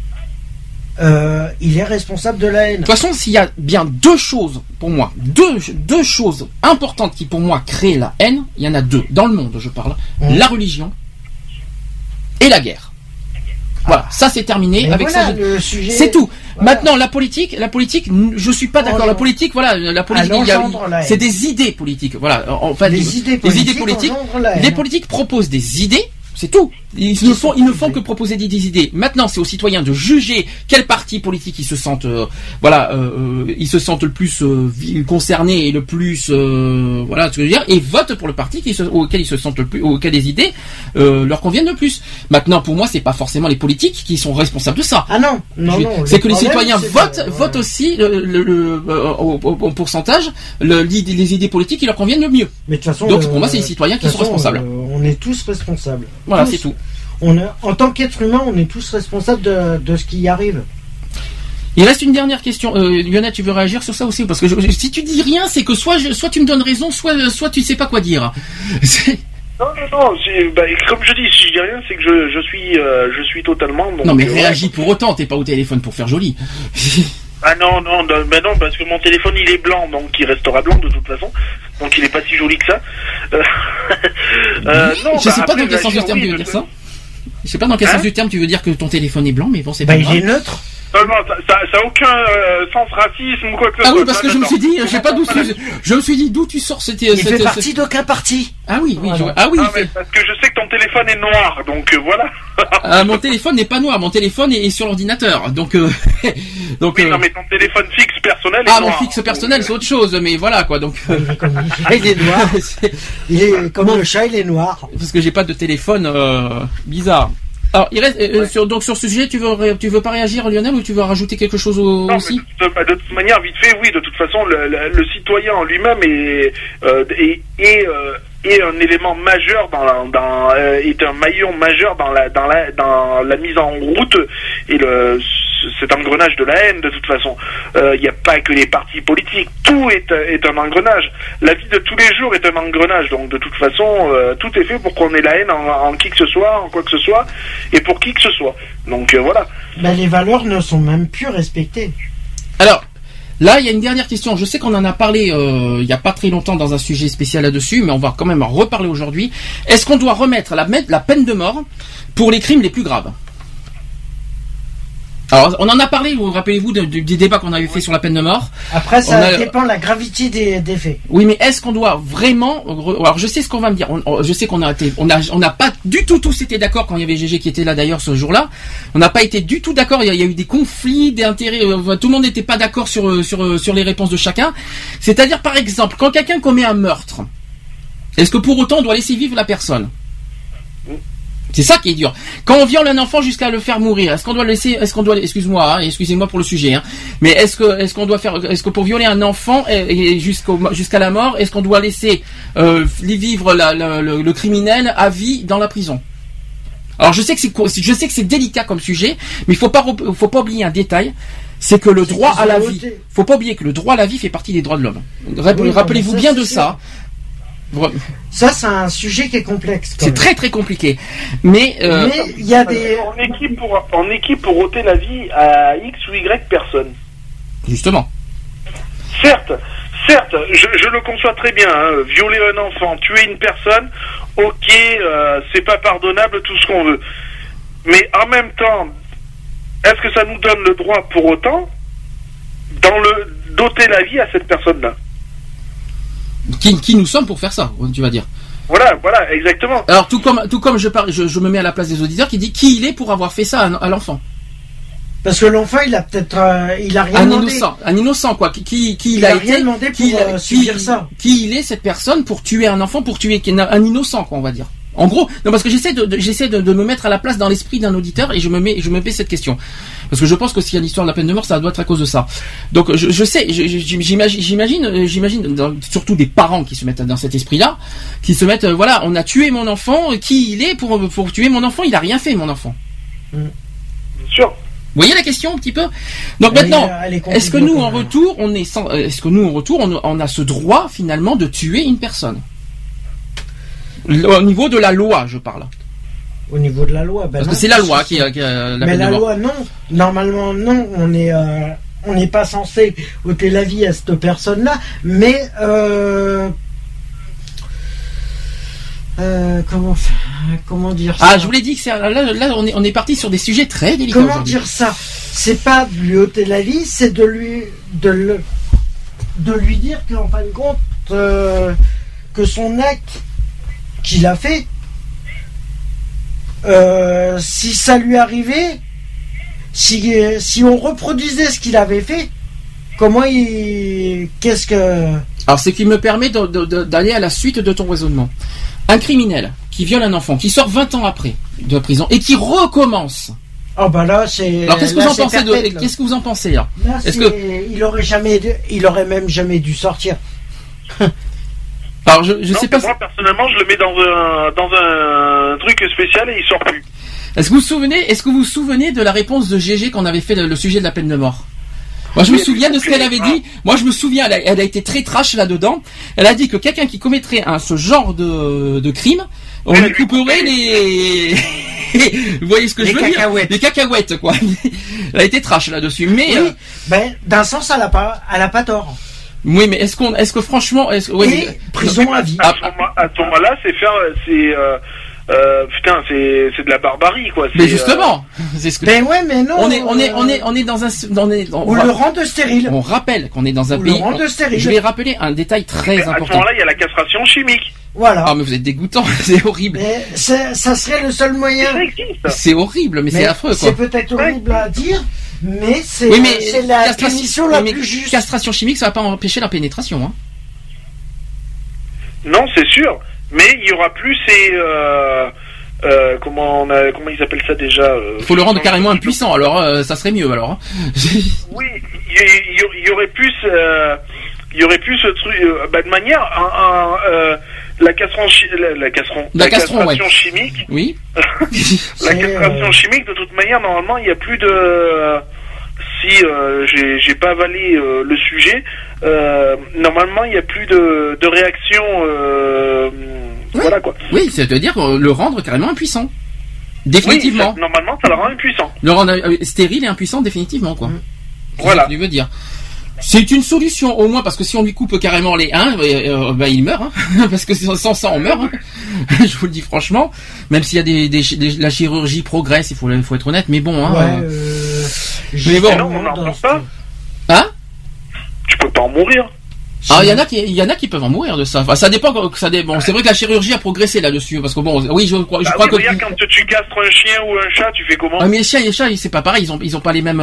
il est responsable de la haine. De toute façon, s'il y a bien deux choses, pour moi, deux choses importantes qui, pour moi, créent la haine, il y en a deux. Dans le monde, je parle. La religion et la guerre. Voilà, ça c'est terminé. Mais avec voilà, ça, le sujet. C'est tout. Voilà. Maintenant, la politique, je suis pas d'accord. La politique, c'est des idées politiques. Voilà. En fait, les idées politiques. Les politiques proposent des idées. C'est tout. Ils ne font que proposer des idées. Maintenant, c'est aux citoyens de juger quel parti politique ils se sentent, ils se sentent le plus concernés et le plus, voilà, ce que je veux dire, et votent pour le parti auquel ils se sentent le plus, auquel les idées leur conviennent le plus. Maintenant, pour moi, c'est pas forcément les politiques qui sont responsables de ça. Ah non. C'est que les citoyens votent aussi au pourcentage les idées politiques qui leur conviennent le mieux. Mais de toute façon, donc pour moi, c'est les citoyens qui sont responsables. On est tous responsables. Voilà, c'est tout. En tant qu'être humain, on est tous responsables de ce qui y arrive. Il reste une dernière question. Lionel, tu veux réagir sur ça aussi? Parce que si tu dis rien, c'est que soit tu me donnes raison, soit tu ne sais pas quoi dire. Non. Comme je dis, si je dis rien, c'est que je suis totalement. Donc, non, mais réagis pour autant. T'es pas au téléphone pour faire joli. Ah non, parce que mon téléphone il est blanc, donc il restera blanc de toute façon, donc il est pas si joli que ça. Non, je sais pas dans quel sens du terme tu veux dire ça. Je sais pas dans quel sens du terme tu veux dire que ton téléphone est blanc, mais bon, c'est pas grave. Il est neutre. Non, ça a aucun sens racisme ou quoi que ce soit. Ah oui, parce que je me suis dit, je sais pas d'où je me suis dit d'où tu sors cette. Il fait partie d'aucun parti. Ah oui. Mais parce que je sais que ton téléphone est noir, donc voilà. Mon téléphone n'est pas noir, mon téléphone est sur l'ordinateur, donc. Oui, non, mais ton téléphone fixe personnel est noir. Mon fixe personnel, c'est autre chose, mais voilà quoi, donc. Il est noir. Il est comme le chat, il est noir. Parce que j'ai pas de téléphone bizarre. Alors, il reste sur ce sujet, tu veux pas réagir, Lionel, ou tu veux rajouter quelque chose aussi? Non, mais de toute manière, vite fait, oui. De toute façon, le citoyen en lui-même est un élément majeur est un maillon majeur dans la mise en route et cet engrenage de la haine. De toute façon, il n'y a pas que les partis politiques, tout est un engrenage. La vie de tous les jours est un engrenage, donc de toute façon tout est fait pour qu'on ait la haine en qui que ce soit, en quoi que ce soit, et pour qui que ce soit. Donc voilà. Les valeurs ne sont même plus respectées. Alors là, il y a une dernière question. Je sais qu'on en a parlé il n'y a pas très longtemps dans un sujet spécial là-dessus, mais on va quand même en reparler aujourd'hui. Est-ce qu'on doit remettre la peine de mort pour les crimes les plus graves? Alors, on en a parlé, vous rappelez-vous des débats qu'on avait fait sur la peine de mort. Après, ça dépend de la gravité des faits. Oui, mais est-ce qu'on doit vraiment... Alors, je sais ce qu'on va me dire. Je sais qu'on n'a pas du tout tous été d'accord quand il y avait GG qui était là d'ailleurs ce jour-là. On n'a pas été du tout d'accord. Il y a eu des conflits d'intérêts. Tout le monde n'était pas d'accord sur les réponses de chacun. C'est-à-dire, par exemple, quand quelqu'un commet un meurtre, est-ce que pour autant on doit laisser vivre la personne? C'est ça qui est dur. Quand on viole un enfant jusqu'à le faire mourir, est-ce qu'on doit excusez-moi pour le sujet, hein, mais est-ce que pour violer un enfant et jusqu'à la mort, est-ce qu'on doit laisser vivre le criminel à vie dans la prison? Alors je sais que c'est délicat comme sujet, mais il faut pas oublier un détail, c'est que le droit à la vie, faut pas oublier que le droit à la vie fait partie des droits de l'homme. Rappelez-vous bien de ça. Ça, c'est un sujet qui est complexe. C'est très très compliqué. Mais il y a des en équipe pour ôter la vie à X ou Y personnes. Justement. Certes, je le conçois très bien. Hein, violer un enfant, tuer une personne, ok, c'est pas pardonnable, tout ce qu'on veut. Mais en même temps, est-ce que ça nous donne le droit pour autant d'ôter la vie à cette personne-là? Qui nous sommes pour faire ça, tu vas dire. Voilà, exactement. Alors tout comme je me mets à la place des auditeurs qui dit qui il est pour avoir fait ça à l'enfant. Parce que l'enfant, il a peut-être, il a rien demandé. Un innocent quoi. Qui il a rien demandé pour subir ça. Qui il est cette personne pour tuer un enfant, pour tuer un innocent quoi, on va dire. En gros, non parce que j'essaie de me mettre à la place dans l'esprit d'un auditeur et je me fais cette question parce que je pense que s'il y a l'histoire de la peine de mort, ça doit être à cause de ça. Donc je sais, j'imagine surtout des parents qui se mettent dans cet esprit-là, qui se mettent voilà, on a tué mon enfant, qui il est pour tuer mon enfant, il a rien fait mon enfant. Bien sûr. Vous voyez la question un petit peu. Donc maintenant, est-ce que nous en retour, on a ce droit finalement de tuer une personne? Au niveau de la loi, je parle. Au niveau de la loi, parce que c'est la loi qui a la mais la loi, non. Normalement, non. On n'est pas censé ôter la vie à cette personne-là. Mais comment dire ça? Ah, je vous l'ai dit que là, on est parti sur des sujets très délicats. Comment dire ça? C'est pas de lui ôter la vie, c'est de lui dire qu'en fin de compte, que son acte qu'il a fait, si ça lui arrivait, si on reproduisait ce qu'il avait fait, qu'est-ce que... Alors c'est qui me permet d'aller à la suite de ton raisonnement. Un criminel qui viole un enfant, qui sort 20 ans après de prison et qui recommence. Oh bah là c'est... Alors qu'est-ce que vous en pensez là? Il aurait même jamais dû sortir. Alors je sais pas. Moi personnellement, je le mets dans un truc spécial et il sort plus. Est-ce que vous vous souvenez de la réponse de GG quand on avait fait le sujet de la peine de mort? Moi je me souviens de ce qu'elle avait dit. Moi je me souviens, elle a été très trash là-dedans. Elle a dit que quelqu'un qui commettrait ce genre de crime, on lui couperait les... Vous voyez ce que je veux dire? Les cacahuètes quoi. Elle a été trash là-dessus. Mais oui, d'un sens elle a pas tort. Oui, mais est-ce que franchement, prison à vie. À ce moment-là, c'est de la barbarie, quoi. Mais justement, c'est ce que. Mais ouais, mais non. On est dans un, on le rend stérile. On rappelle qu'on est dans un pays. Le rend stérile. Je vais rappeler un détail très important. À ce moment-là, il y a la castration chimique. Voilà. Ah, mais vous êtes dégoûtant, c'est horrible. Mais ça serait le seul moyen. C'est horrible, mais c'est affreux, quoi. C'est peut-être horrible à dire. Mais c'est la punition la plus juste. Castration chimique, ça va pas empêcher la pénétration, hein. Non, c'est sûr. Mais il y aura plus ces comment ils appellent ça déjà? Faut le rendre carrément impuissant. Alors ça serait mieux alors. Hein. Oui, il y aurait plus ce truc de manière la castration chimique. Oui. La castration chimique, de toute manière, normalement, il n'y a plus de... Si j'ai pas avalé le sujet, normalement, il n'y a plus de réaction... Oui. Voilà, quoi. Oui, c'est-à-dire le rendre carrément impuissant. Définitivement. Oui, normalement, ça le rend impuissant. Le rendre stérile et impuissant, définitivement, quoi. Voilà. Ce que tu veux dire. C'est une solution au moins parce que si on lui coupe carrément les il meurt, hein, parce que sans ça on meurt. Hein. Je vous le dis franchement, même s'il y a la chirurgie progresse, il faut être honnête, mais bon. Hein, mais bon. Non, on n'en meurt pas. Hein? Tu peux pas en mourir. Ah, il y en a qui peuvent en mourir de ça. Enfin, ça dépend. Bon, c'est vrai que la chirurgie a progressé là-dessus, parce que bon, oui, je crois que. Regarde, quand tu castres un chien ou un chat, tu fais comment? Ah, mais les chats, c'est pas pareil. Ils ont pas les mêmes.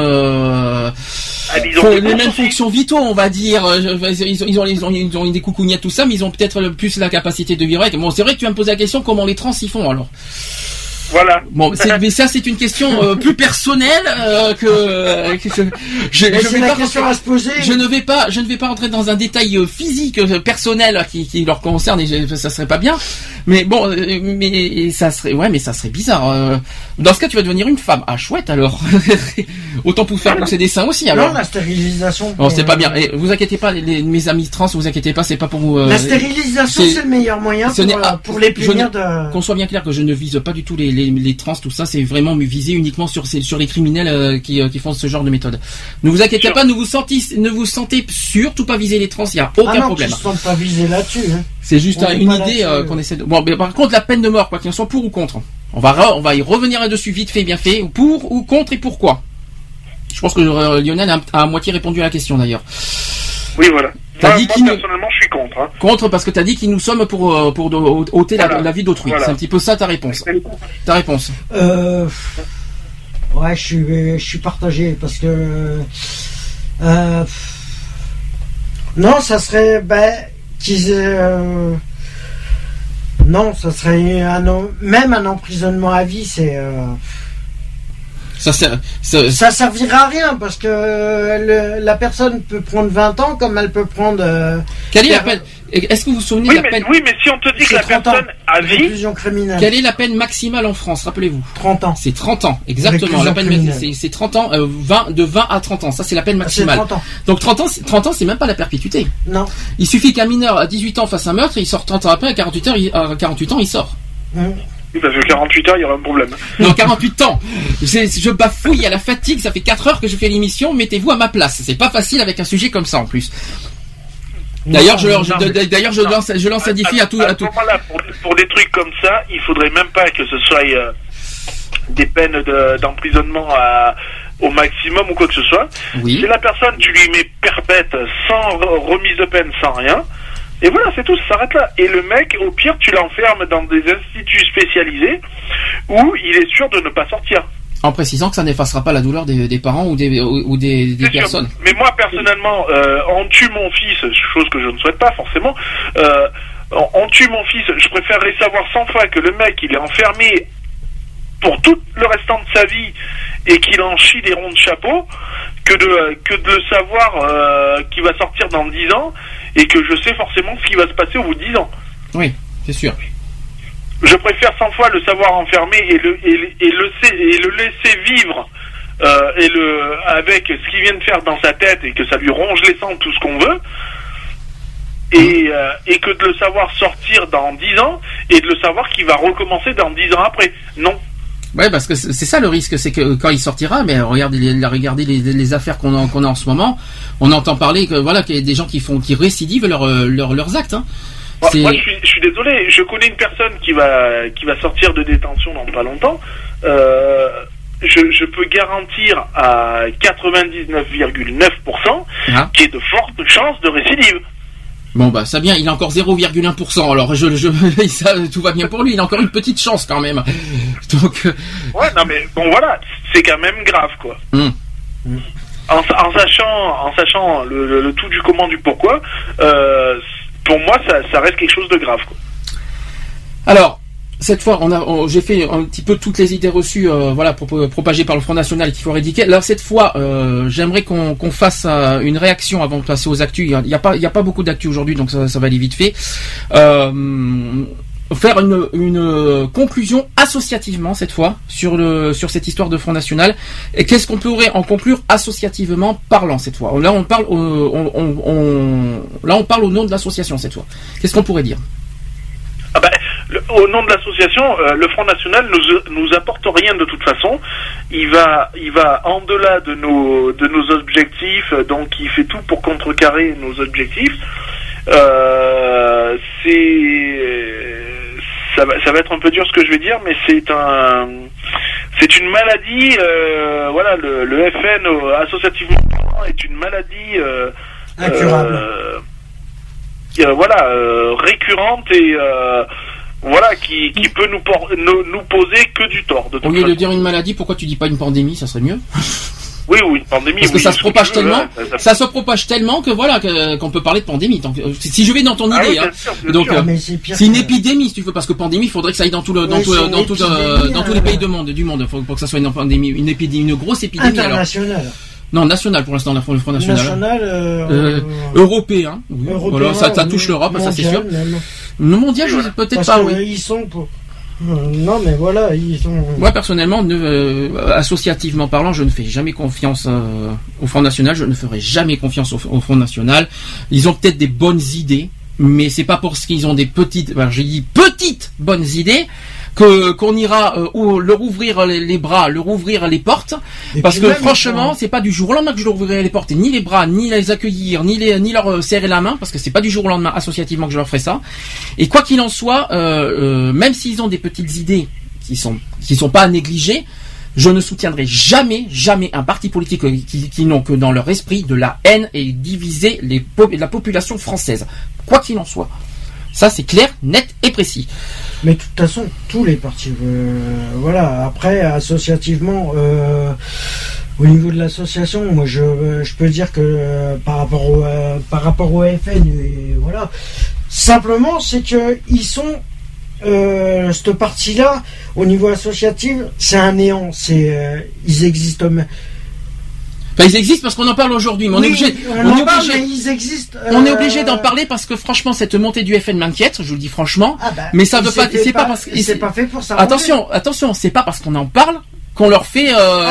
Les mêmes fonctions vitaux, on va dire. Ils ont des coucougnettes, tout ça, mais ils ont peut-être plus la capacité de vivre avec. Bon, c'est vrai que tu vas me poser la question comment les trans y font alors. Voilà. Bon, mais ça c'est une question plus personnelle que je vais pas question à se poser. Je ne vais pas entrer dans un détail physique personnel qui leur concerne et ça serait pas bien. Mais bon, mais ça serait bizarre. Dans ce cas, tu vas devenir une femme. Ah chouette alors. Autant pour faire pousser des seins aussi alors. Non, la stérilisation. Non, c'est pas bien. Et vous inquiétez pas, mes amis trans, vous inquiétez pas, c'est pas pour vous. La stérilisation, c'est le meilleur moyen pour les punir de. Qu'on soit bien clair que je ne vise pas du tout les trans, tout ça, c'est vraiment visé uniquement sur les criminels qui font ce genre de méthode. Ne vous inquiétez pas, ne vous sentez surtout pas viser les trans, il y a aucun problème. Ils ne sont pas visés là-dessus. Hein. C'est juste une idée qu'on essaie de. Bon, mais par contre, la peine de mort, quoi qu'il en soit, pour ou contre. On va y revenir là-dessus vite fait, bien fait. Pour ou contre et pourquoi. Je pense que Lionel a à moitié répondu à la question d'ailleurs. Oui, voilà. Moi, personnellement, je suis contre. Hein. Contre parce que t'as dit que nous sommes pour ôter la vie d'autrui. Voilà. C'est un petit peu ça ta réponse. Ouais, je suis partagé parce que non, ça serait non, ça serait même un emprisonnement à vie, c'est ça servira à rien parce que la personne peut prendre 20 ans comme elle peut prendre. Quelle est la peine? Est-ce que vous vous souvenez de la peine? Oui, mais si on te dit que la personne a vie. Réclusion criminelle. Quelle est la peine maximale en France? Rappelez-vous. 30 ans. C'est 30 ans, exactement. La peine c'est 30 ans, de 20 à 30 ans. Ça, c'est la peine maximale. 30 ans. Donc 30 ans, c'est même pas la perpétuité. Non. Il suffit qu'un mineur à 18 ans fasse un meurtre, il sort 30 ans après, à 48 ans, il sort. Oui, parce que 48 heures, il y aura un problème. Non, 48 ans. Je bafouille à la fatigue, ça fait 4 heures que je fais l'émission, mettez-vous à ma place. C'est pas facile avec un sujet comme ça, en plus. D'ailleurs, je lance un défi à tout. Voilà, pour des trucs comme ça, il faudrait même pas que ce soit des peines d'emprisonnement au maximum ou quoi que ce soit. Oui. Si la personne, tu lui mets perpète, sans remise de peine, sans rien, et voilà, c'est tout, ça s'arrête là. Et le mec, au pire, tu l'enfermes dans des instituts spécialisés où il est sûr de ne pas sortir. En précisant que ça n'effacera pas la douleur des parents ou des personnes. Mais moi, personnellement, on tue mon fils, chose que je ne souhaite pas forcément, on tue mon fils, je préférerais savoir 100 fois que le mec, il est enfermé pour tout le restant de sa vie et qu'il en chie des ronds de chapeau que de le savoir qu'il va sortir dans 10 ans et que je sais forcément ce qui va se passer au bout de 10 ans. Oui, c'est sûr. Je préfère 100 fois le savoir enfermé et le laisser vivre avec ce qu'il vient de faire dans sa tête et que ça lui ronge les sangs, tout ce qu'on veut, et que de le savoir sortir dans 10 ans et de le savoir qu'il va recommencer dans 10 ans après. Non. Ouais, parce que c'est ça le risque, c'est que quand il sortira, mais regardez les affaires qu'on a en ce moment, on entend parler qu'il y a des gens qui récidivent leurs actes. Hein. Moi, je suis désolé. Je connais une personne qui va sortir de détention dans pas longtemps. Je peux garantir à 99,9% qu'il y ait de fortes chances de récidive. Bon bah ça bien, il a encore 0,1%. Alors ça, tout va bien pour lui. Il a encore une petite chance quand même. Donc. Ouais, non mais bon voilà, c'est quand même grave quoi. En sachant le tout du comment du pourquoi. Pour moi, ça reste quelque chose de grave, quoi. Alors, cette fois, j'ai fait un petit peu toutes les idées reçues, propagées par le Front National qu'il faut éradiquer. Alors cette fois, j'aimerais qu'on fasse une réaction avant de passer aux actus. Il y a pas beaucoup d'actus aujourd'hui, donc ça va aller vite fait. Faire une conclusion associativement cette fois sur cette histoire de Front National. Et qu'est-ce qu'on pourrait en conclure associativement parlant cette fois? Là on parle au nom de l'association cette fois. Qu'est-ce qu'on pourrait dire? Au nom de l'association, le Front National nous apporte rien de toute façon. Il va en-delà de nos objectifs, donc il fait tout pour contrecarrer nos objectifs. Ça va être un peu dur ce que je vais dire, mais c'est une maladie. Le FN associativement est une maladie incurable. Récurrente et qui peut nous poser que du tort. Au lieu de dire une maladie, pourquoi tu dis pas une pandémie? Ça serait mieux. Oui, ou une pandémie. Parce que ça se propage tellement, ça se propage tellement que voilà qu'on peut parler de pandémie. Donc, si je vais dans ton idée, oui, hein. sûr, Donc c'est une épidémie, si tu veux, parce que pandémie, il faudrait que ça aille dans tous les pays du monde, pour que ça soit une pandémie, une épidémie, une grosse épidémie. Internationale. Non, national pour l'instant, le Front National. Européen. Oui. Européen. Voilà, ça touche l'Europe, ça c'est sûr. Même. Non, mondial, je sais peut-être pas. Oui. Ils sont pour. Non, mais voilà, ils sont. Moi, personnellement, associativement parlant, je ne fais jamais confiance au Front National. Je ne ferai jamais confiance au Front National. Ils ont peut-être des bonnes idées, mais c'est pas parce qu'ils ont des petites, je dis petites bonnes idées, qu'on ira leur ouvrir les bras, leur ouvrir les portes, parce que franchement, c'est pas du jour au lendemain que je leur ouvrirai les portes, ni les bras, ni les accueillir, ni leur serrer la main, parce que c'est pas du jour au lendemain associativement que je leur ferai ça. Et quoi qu'il en soit, même s'ils ont des petites idées qui sont pas à négliger, je ne soutiendrai jamais un parti politique qui n'ont que dans leur esprit de la haine et diviser la population française. Quoi qu'il en soit. Ça, c'est clair, net et précis. Mais de toute façon, tous les partis, voilà. Après, associativement, au niveau de l'association, moi, je peux dire que par rapport au FN, et voilà, simplement, c'est que ils sont cette partie-là, au niveau associatif, c'est un néant. Ils existent. Ils existent parce qu'on en parle aujourd'hui, mais on est obligé. Ils existent. On est obligé d'en parler parce que franchement, cette montée du FN m'inquiète. Je vous le dis franchement. Mais ça veut pas. C'est pas parce que c'est pas fait pour ça. Attention, c'est pas parce qu'on en parle qu'on leur fait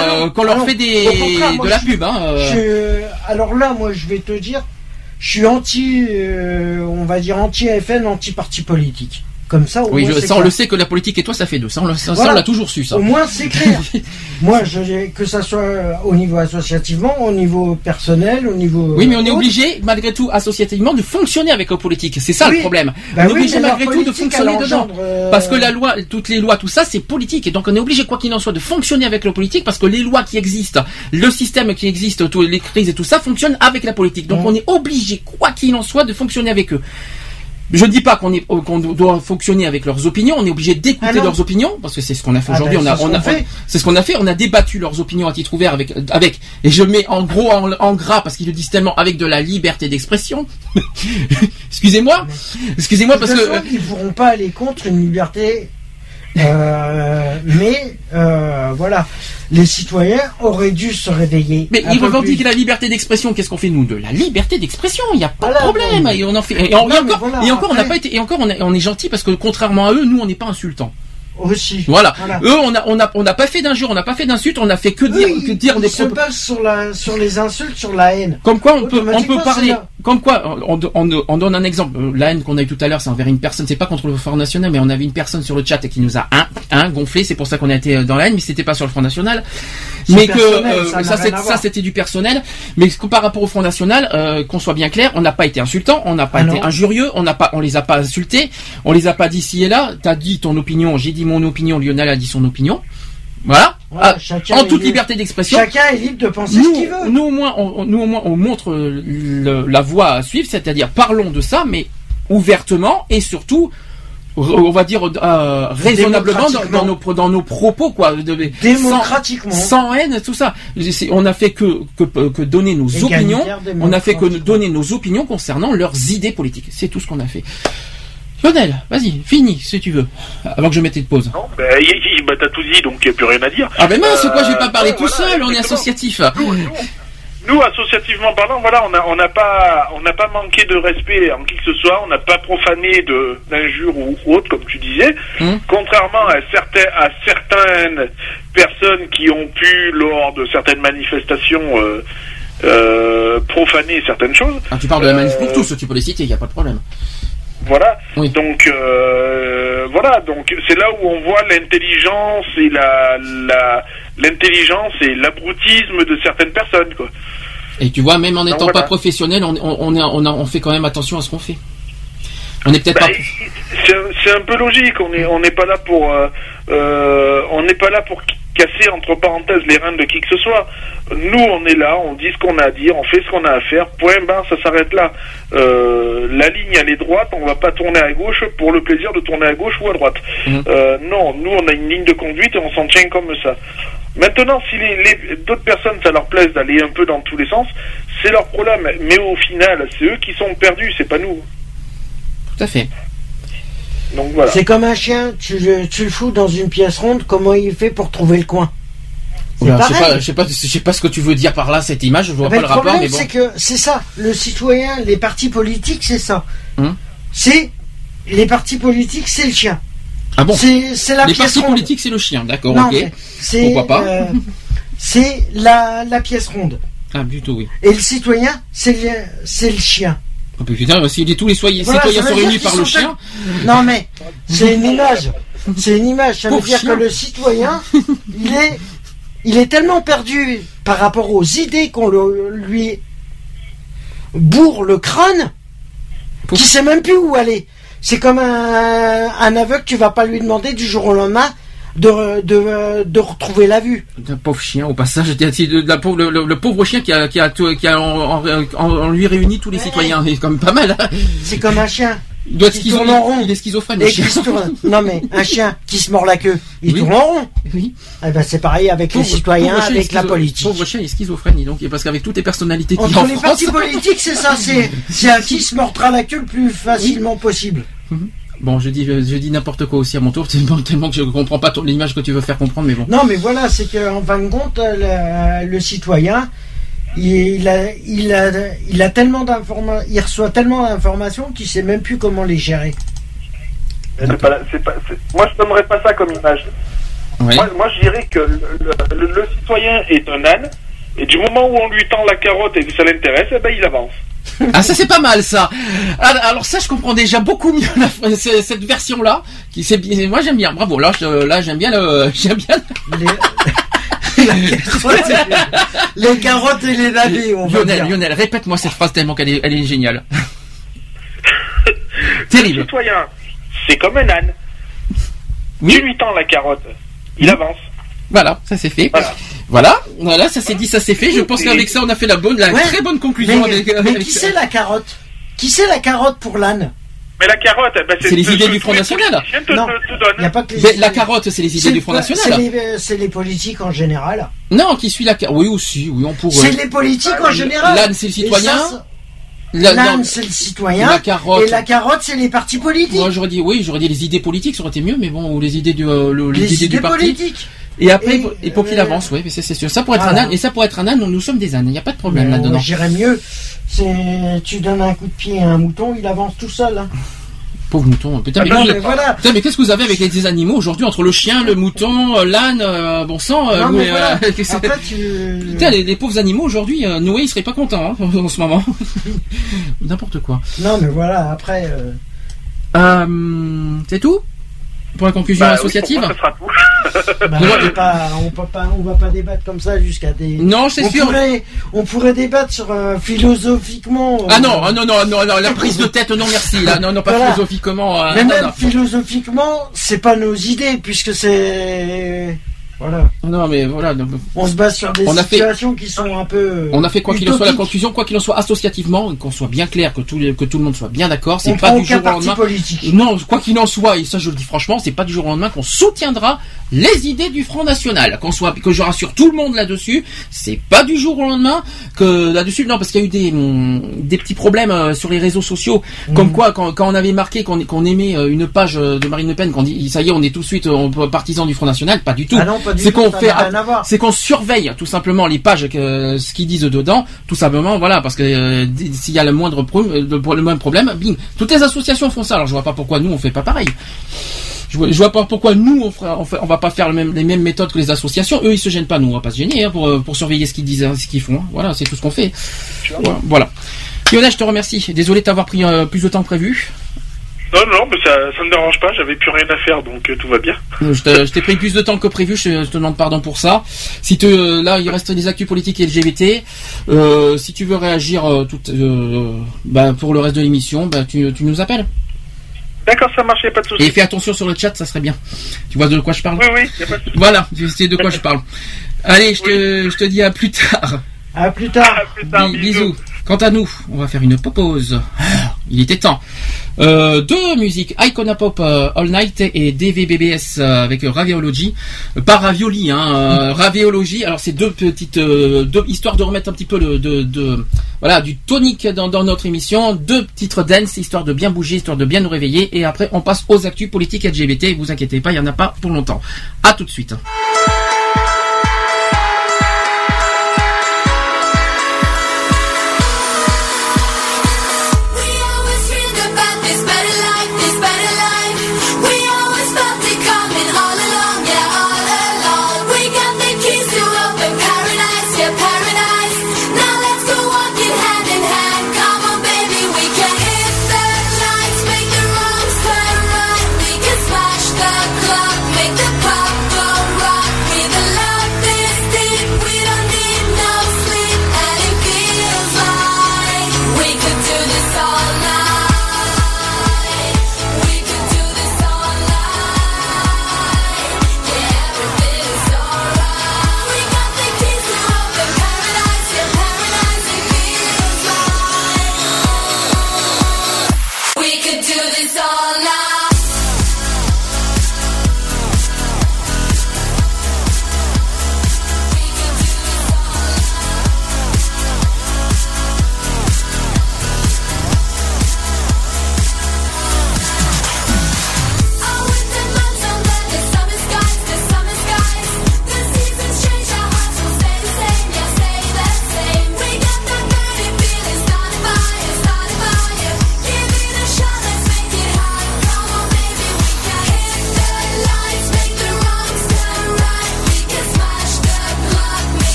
de la pub. Alors là, moi, je vais te dire, je suis on va dire anti-FN, anti-parti politique. Comme ça, oui, on le sait que la politique et toi, ça fait deux. Ça, on l'a toujours su, ça. Au moins, c'est clair. Moi, que ça soit au niveau associativement, au niveau personnel, au niveau. Oui, mais on est obligé, malgré tout, associativement, de fonctionner avec la politique. C'est ça le problème. On est obligé, malgré tout, de fonctionner dedans. Parce que la loi, toutes les lois, tout ça, c'est politique. Et donc, on est obligé, quoi qu'il en soit, de fonctionner avec la politique parce que les lois qui existent, le système qui existe, toutes les crises et tout ça, fonctionne avec la politique. Donc, on est obligé, quoi qu'il en soit, de fonctionner avec eux. Je ne dis pas qu'on doit fonctionner avec leurs opinions, on est obligé d'écouter leurs opinions, parce que c'est ce qu'on a fait aujourd'hui, c'est ce qu'on a fait, on a débattu leurs opinions à titre ouvert avec, et je mets en gros en gras, parce qu'ils le disent tellement, avec de la liberté d'expression. Excusez-moi parce que... Ils pourront pas aller contre une liberté, mais voilà, les citoyens auraient dû se réveiller. Mais ils revendiquent la liberté d'expression. Qu'est-ce qu'on fait nous de la liberté d'expression? Il n'y a pas de problème. Et on en fait. Et encore, on n'a pas été. Et encore, on est gentil parce que contrairement à eux, nous, on n'est pas insultants. Aussi. Voilà. Eux, on n'a pas fait d'injures, on n'a pas fait d'insultes, on n'a fait que dire des propos. Ils se basent sur les insultes, sur la haine. Comme quoi, on peut parler. Comme quoi, on donne un exemple. La haine qu'on a eu tout à l'heure, c'est envers une personne. C'est pas contre le Front National, mais on avait une personne sur le chat qui nous a gonflé. C'est pour ça qu'on a été dans la haine, mais c'était pas sur le Front National. Mais que ça, c'était du personnel. Mais par rapport au Front National, qu'on soit bien clair, on n'a pas été insultant, on n'a pas été injurieux, on les a pas insultés, on les a pas dit ci et là. T'as dit ton opinion, j'ai dit mon opinion, Lionel a dit son opinion. Voilà. En toute liberté d'expression. Chacun est libre de penser ce qu'il veut. Nous au moins, on montre la voie à suivre, c'est-à-dire parlons de ça, mais ouvertement et surtout, on va dire raisonnablement dans nos propos, quoi. Démocratiquement. Sans haine, tout ça. On a fait que donner nos opinions. On a fait que donner nos opinions concernant leurs idées politiques. C'est tout ce qu'on a fait. Lionel, vas-y, finis si tu veux, avant que je mette une pause. Non, t'as tout dit, donc il n'y a plus rien à dire. Ah ben mince, quoi, je vais pas parler tout seul, on est associatif. Nous, associativement parlant, voilà, on n'a pas manqué de respect en qui que ce soit, on n'a pas profané d'injures ou autres, comme tu disais, contrairement à certaines personnes qui ont pu, lors de certaines manifestations, profaner certaines choses. Ah, tu parles de la manif pour tous, tu peux les citer, il n'y a pas de problème. Voilà. Oui. Donc c'est là où on voit l'intelligence et l'intelligence et l'abrutisme de certaines personnes, quoi. Et tu vois, même en n'étant pas professionnel, on fait quand même attention à ce qu'on fait. On est peut-être pas. C'est un peu logique. On n'est pas là pour casser entre parenthèses les reins de qui que ce soit. Nous, on est là, on dit ce qu'on a à dire, on fait ce qu'on a à faire, point barre, ça s'arrête là. La ligne, elle est droite, on va pas tourner à gauche pour le plaisir de tourner à gauche ou à droite. Non, nous, on a une ligne de conduite et on s'en tient comme ça. Maintenant, si d'autres personnes, ça leur plaise d'aller un peu dans tous les sens, c'est leur problème. Mais au final, c'est eux qui sont perdus, c'est pas nous. Tout à fait. Donc voilà. C'est comme un chien, tu le fous dans une pièce ronde, comment il fait pour trouver le coin? Oula, je sais pas ce que tu veux dire par là, cette image, je vois pas le rapport, mais bon. C'est que c'est ça, le citoyen, les partis politiques, c'est ça. C'est les partis politiques, c'est le chien. Ah bon? C'est la les pièce partis ronde. politiques, c'est le chien, d'accord, non, ok. Pourquoi pas? C'est la pièce ronde. Ah, plutôt oui. Et le citoyen, c'est le chien. Oh, putain, si tous les citoyens sont réunis par le chien. Non mais c'est une image. C'est une image. Ça veut dire que le citoyen, il est tellement perdu par rapport aux idées qu'on lui bourre le crâne qu'il sait même plus où aller. C'est comme un aveugle, tu vas pas lui demander du jour au lendemain de retrouver la vue. Un pauvre chien, au passage, le pauvre chien qui a en lui réuni tous les citoyens, c'est quand même pas mal. Hein. C'est comme un chien. Il est schizophrène. Et qui se tourne. Non mais un chien qui se mord la queue, il tourne en rond. Oui. Eh ben c'est pareil avec les citoyens, avec la politique. Pauvre chien, il est schizophrène, donc parce qu'avec toutes les personnalités qu'il entre a en les France. partis politiques, c'est ça, c'est à qui se mordra la queue le plus facilement possible. Bon, je dis n'importe quoi aussi à mon tour, tellement que je comprends pas l'image que tu veux faire comprendre, mais bon. Non, mais voilà, c'est qu'en fin de compte, le citoyen, il a tellement d'informations, il reçoit tellement d'informations qu'il sait même plus comment les gérer. Moi, je donnerais pas ça comme image. Ouais. Moi, je dirais que le citoyen est un âne, et du moment où on lui tend la carotte et que ça l'intéresse, eh ben, il avance. Ah, ça c'est pas mal ça. Alors ça je comprends déjà beaucoup mieux cette version là moi j'aime bien. Bravo. Là j'aime bien les carottes et les navets. Lionel, répète-moi cette phrase tellement qu'elle est géniale. Terrible. Le citoyen, c'est comme un âne. Oui. Tu lui tends la carotte, il avance. Voilà, ça c'est fait. Voilà, ça c'est dit, ça c'est fait. Je pense qu'avec ça on a fait la très bonne conclusion. Mais qui c'est la carotte? Qui c'est la carotte pour l'âne? Mais la carotte, c'est les idées du Front National. Non, il n'y a pas que les la carotte, c'est les idées du Front National. C'est les politiques en général. Non, qui suit la carotte. Oui aussi, oui on pourrait. C'est les politiques en général. L'âne c'est le citoyen. L'âne c'est le citoyen. Et la carotte c'est les partis politiques. Moi j'aurais dit les idées politiques, ça aurait été mieux, mais bon, ou les idées du parti. Politiques. Et après, pour qu'il avance, oui, mais c'est sûr. Ça pourrait être un âne, et ça pourrait être un âne, nous sommes des ânes, il n'y a pas de problème là-dedans. J'irais mieux, tu donnes un coup de pied à un mouton, il avance tout seul. Hein. Pauvre mouton, putain, mais qu'est-ce que vous avez avec les animaux aujourd'hui, entre le chien, le mouton, l'âne, bon sang, voilà. Putain, les pauvres animaux aujourd'hui, Noé, il serait pas content, hein, en ce moment. N'importe quoi. Non, mais voilà, après, c'est tout? Pour la conclusion associative. Oui, pour moi, ça sera tout. On va pas débattre comme ça jusqu'à des. Non, c'est sûr. On pourrait débattre sur philosophiquement. Ah non, la prise de tête, non merci. Là, non, pas philosophiquement. Mais même philosophiquement, c'est pas nos idées puisque c'est. Voilà. Non, mais voilà. On se base sur des situations qui sont un peu. On a fait quoi qu'il en soit la conclusion, quoi qu'il en soit associativement, qu'on soit bien clair, que tout le monde soit bien d'accord. C'est pas du jour au lendemain. Politique. Non, quoi qu'il en soit, et ça je le dis franchement, c'est pas du jour au lendemain qu'on soutiendra les idées du Front National. Que je rassure tout le monde là-dessus, c'est pas du jour au lendemain que là-dessus. Non, parce qu'il y a eu des petits problèmes sur les réseaux sociaux, comme quoi quand on avait marqué qu'on aimait une page de Marine Le Pen, qu'on dit ça y est, on est tout de suite partisans du Front National, pas du tout. Ah non, c'est qu'on surveille tout simplement les pages, ce qu'ils disent dedans, tout simplement, voilà, parce que s'il y a le moindre problème, bing, toutes les associations font ça. Alors je vois pas pourquoi nous on fait pas pareil. Je vois pas pourquoi nous on va pas faire les mêmes méthodes que les associations. Eux ils se gênent pas, nous on va pas se gêner pour surveiller ce qu'ils disent, ce qu'ils font. Voilà, c'est tout ce qu'on fait. Voilà. Lionel, je te remercie. Désolé de t'avoir pris plus de temps que prévu. Non, mais ça ne me dérange pas, j'avais plus rien à faire, donc tout va bien. Je t'ai pris plus de temps que prévu, je te demande pardon pour ça. Là, il reste des actus politiques et LGBT. Si tu veux réagir pour le reste de l'émission, tu nous appelles. D'accord, ça marche, y a pas de souci. Et fais attention sur le chat, ça serait bien. Tu vois de quoi je parle? Oui, y a pas de souci. Voilà, je sais de quoi je parle. Allez, je te dis à plus tard. À plus tard. Bisous. Quant à nous, on va faire une pause Il était temps. Deux musiques, Icona Pop All Night et DVBBS avec Raviology, pas Ravioli, Raviology. Alors c'est deux petites, deux histoires de remettre un petit peu voilà, du tonique dans notre émission. Deux titres dance, histoire de bien bouger, histoire de bien nous réveiller. Et après on passe aux actus politiques LGBT. Vous inquiétez pas, il y en a pas pour longtemps. À tout de suite. Make the pop go right.